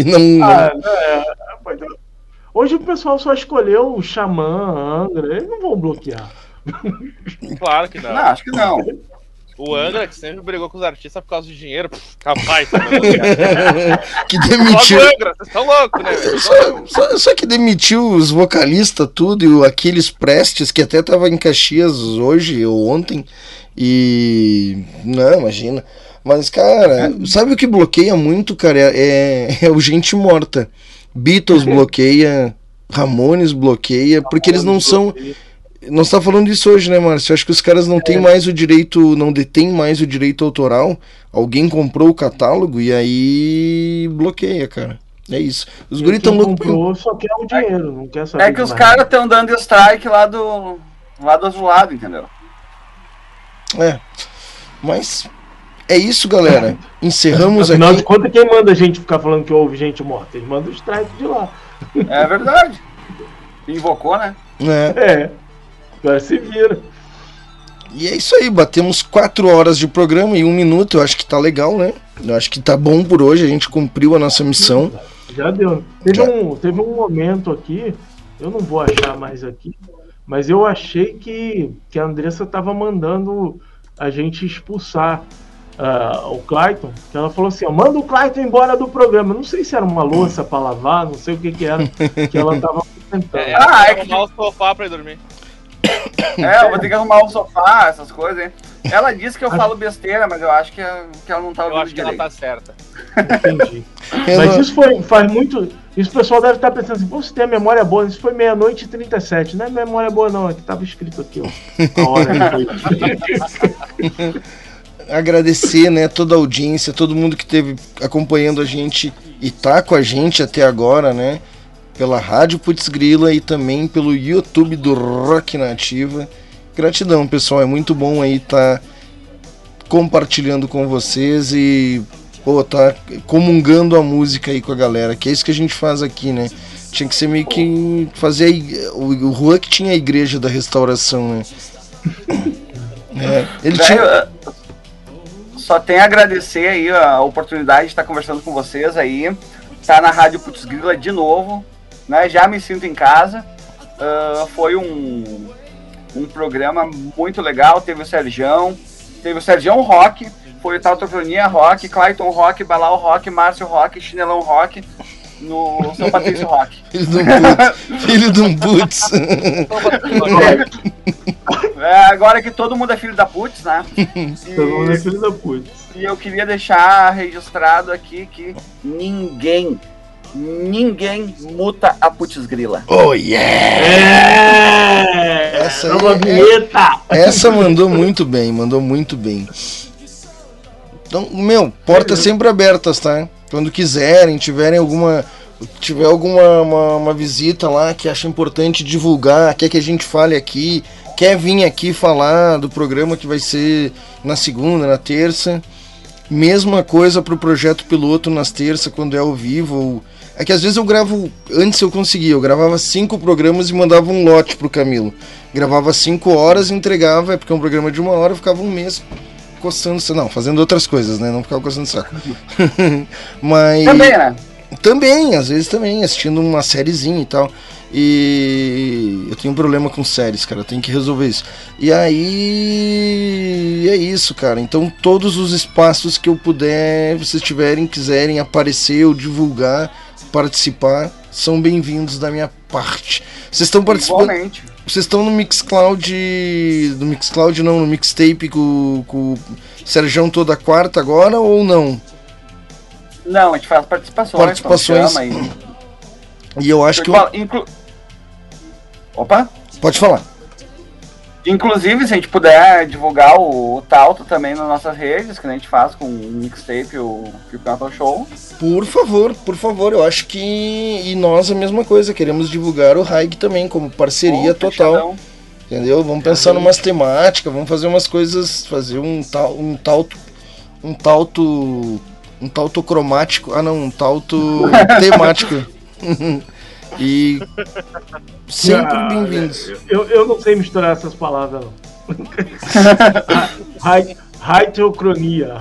Hoje o pessoal só escolheu o Xamã, Angra, eles não vão bloquear. Claro que não. Não, acho que não. O Angra, que sempre brigou com os artistas por causa de dinheiro, capaz. Que demitiu. Angra, vocês estão loucos, né? Só que demitiu os vocalistas, tudo, e o Aquiles Prestes, que até tava em Caxias hoje ou ontem. E. Não, imagina. Mas, cara, sabe o que bloqueia muito, cara? É o Gente Morta. Beatles bloqueia, Ramones bloqueia, porque eles não são. Nós tá falando disso hoje, né, Márcio? Eu acho que os caras não têm mais o direito, não detêm mais o direito autoral. Alguém comprou o catálogo e aí bloqueia, cara. É isso. Os guris tão loucos. Só quer o dinheiro, não quer saber. É que os caras estão dando strike lá do outro lado, entendeu? Mas é isso, galera. Encerramos Afinal aqui. de contas, quem manda a gente ficar falando que houve gente morta? Eles mandam o strike de lá. É verdade. Invocou, né? Agora se vira. E é isso aí, batemos 4 horas de programa e 1 minuto, eu acho que tá legal, né? Eu acho que tá bom por hoje, a gente cumpriu a nossa missão. Já deu. Teve um momento aqui, eu não vou achar mais aqui, mas eu achei que a Andressa tava mandando a gente expulsar o Clayton, que ela falou assim, ó, manda o Clayton embora do programa. Não sei se era uma louça pra lavar, não sei o que era, que ela tava tentando. É que arrumar o sofá pra ir dormir. Eu vou ter que arrumar o sofá, essas coisas, hein? Ela disse que eu falo besteira, mas eu acho que ela não tá ouvindo direito. Eu acho que ela tá certa. Entendi. Mas isso faz muito... Isso o pessoal deve estar pensando assim, você tem a memória boa, isso foi 00:37, não é memória boa não, é que tava escrito aqui, ó. A hora Agradecer, né, toda a audiência, todo mundo que esteve acompanhando a gente e tá com a gente até agora, né? Pela Rádio Putz Grila e também pelo YouTube do Rock Nativa. Gratidão, pessoal, é muito bom aí tá compartilhando com vocês e tá comungando a música aí com a galera, que é isso que a gente faz aqui, né? Tinha que ser meio que fazer o Juan que tinha a Igreja da Restauração, né? Ele tinha... Só tenho a agradecer aí a oportunidade de estar conversando com vocês aí. Tá na Rádio Putz Grila de novo, né? Já me sinto em casa. Foi um programa muito legal. Teve o Sergião Rock, foi o Tautocronia Rock, Clayton Rock, Balau Rock, Márcio Rock, Chinelão Rock, no São Patrício Rock. Filho de um Putz. Agora que todo mundo é filho da Putz, né? Todo mundo é filho da Putz. E eu queria deixar registrado aqui que ninguém muta a Putz Grila. Oh, yeah! Essa é uma vinheta! Essa mandou muito bem. Então, portas sempre abertas, tá? Quando quiserem, tiver alguma uma visita lá que acha importante divulgar, quer que a gente fale aqui, quer vir aqui falar do programa que vai ser na segunda, na terça. Mesma coisa pro projeto piloto nas terças, quando é ao vivo. É que às vezes eu gravo, antes eu gravava 5 programas e mandava um lote pro Camilo. Gravava 5 horas e entregava, porque é um programa de 1 hora, eu ficava um mês coçando, não, fazendo outras coisas, né? Não ficava coçando o saco. Mas... Também, né? Também, às vezes também, assistindo uma sériezinha e tal. E eu tenho um problema com séries, cara, eu tenho que resolver isso. E aí é isso, cara. Então todos os espaços que eu puder, vocês quiserem aparecer ou divulgar, participar, são bem-vindos da minha parte. Vocês estão participando? Igualmente. Vocês estão no Mixcloud, no Mixtape com o Sergião toda quarta agora ou não? Não, a gente faz participações. E eu acho que Opa! Pode falar. Inclusive, se a gente puder divulgar o Tauto também nas nossas redes, que a gente faz com o Mixtape e o Metal Show. Por favor, eu acho que... E nós a mesma coisa, queremos divulgar o Haig também, como parceria total. Fechadão. Entendeu? Vamos pensar numas temáticas, vamos fazer umas coisas, fazer um tauto cromático, um tauto temático. E sempre bem-vindos. Eu não sei misturar essas palavras, não. Haitocronia.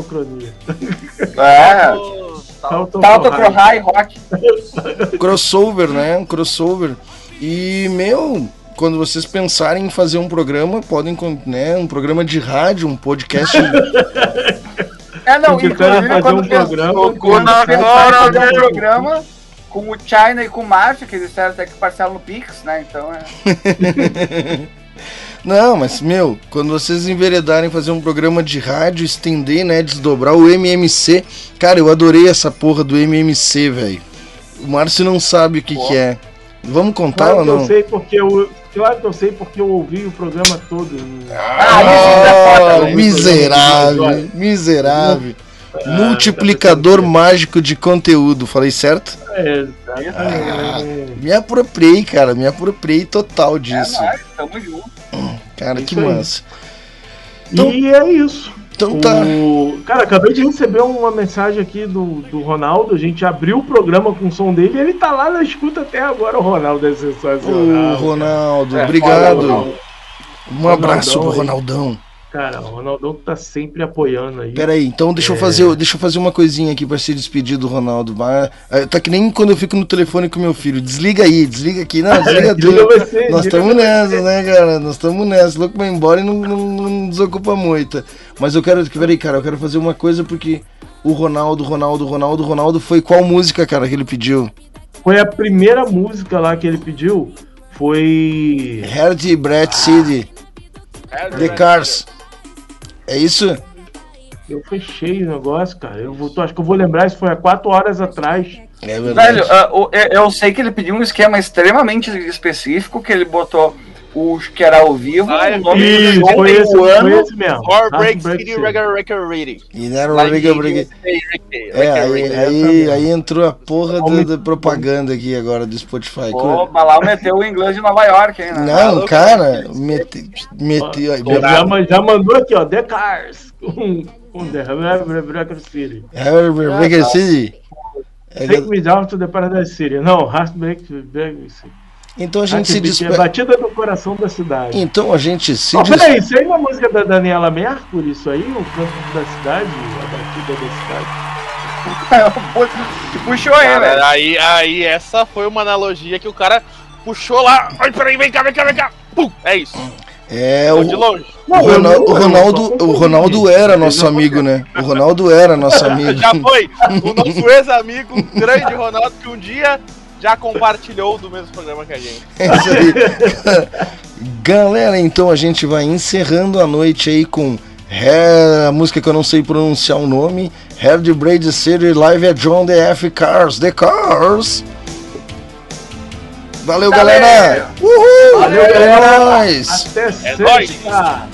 Tautocrohai Rock. Crossover, né? Um crossover. E, quando vocês pensarem em fazer um programa, podem, né? Um programa de rádio, um podcast. Inclusive quando programa com o China e com o Márcio, que eles disseram até que parcelam no Pix, né? Então Não, mas, quando vocês enveredarem fazer um programa de rádio, estender, né, desdobrar o MMC, cara, eu adorei essa porra do MMC, velho. O Márcio não sabe o que é. Vamos contar ou não? Claro que eu sei porque eu ouvi o programa todo. Miserável. Multiplicador mágico de conteúdo, falei certo? Me apropriei, cara, total disso. Tamo junto. Cara, que massa. E é isso. Então tá. Cara, acabei de receber uma mensagem aqui do Ronaldo. A gente abriu o programa com o som dele e ele tá lá na escuta até agora. O Ronaldo é sensacional. Ronaldo, obrigado. Um abraço pro Ronaldão. Cara, o Ronaldão tá sempre apoiando aí. Peraí, então deixa eu fazer uma coisinha aqui pra se despedir do Ronaldo. Tá que nem quando eu fico no telefone com meu filho. Desliga aqui. Não, desliga tudo. Nós estamos nessa, né, cara? Nós estamos nessa. Louco pra ir embora e não desocupa muito. Mas eu quero fazer uma coisa porque o Ronaldo foi qual música, cara, que ele pediu? Foi a primeira música lá que ele pediu. Foi... Heart Breath City. The Cars. É isso? Eu fechei o negócio, cara. Acho que eu vou lembrar, isso foi há 4 horas atrás. É verdade. Velho, eu sei que ele pediu um esquema extremamente específico, que ele botou o que era ao vivo. O nome do foi esse mesmo. Heartbreak City Ready. Aí entrou a porra da propaganda aqui agora do Spotify. O Balau meteu o inglês de Nova York, hein, né? Não, cara, meteu. Já mandou aqui, ó, The Cars. Com The Heartbreak City. Heartbreak City. Take me down to the Paradise City. Não, Heartbreak City. Então a gente se despede. Batida no coração da cidade. Então a gente se Peraí, isso aí é uma música da Daniela Mercury, isso aí? O canto da cidade? A batida da cidade? Puxou aí, velho. Aí essa foi uma analogia que o cara puxou lá. Ai, peraí, vem cá. Pum, é isso. De longe. O Ronaldo era nosso amigo, né? O Ronaldo era nosso amigo. Já foi. O nosso ex-amigo, grande Ronaldo, que um dia já compartilhou do mesmo programa que a gente. É isso aí. Galera, então a gente vai encerrando a noite aí com a música que eu não sei pronunciar o nome, Hard Braid City Live at John the F Cars, The Cars. Valeu, galera! Uhul! Valeu, galera! Até sexta!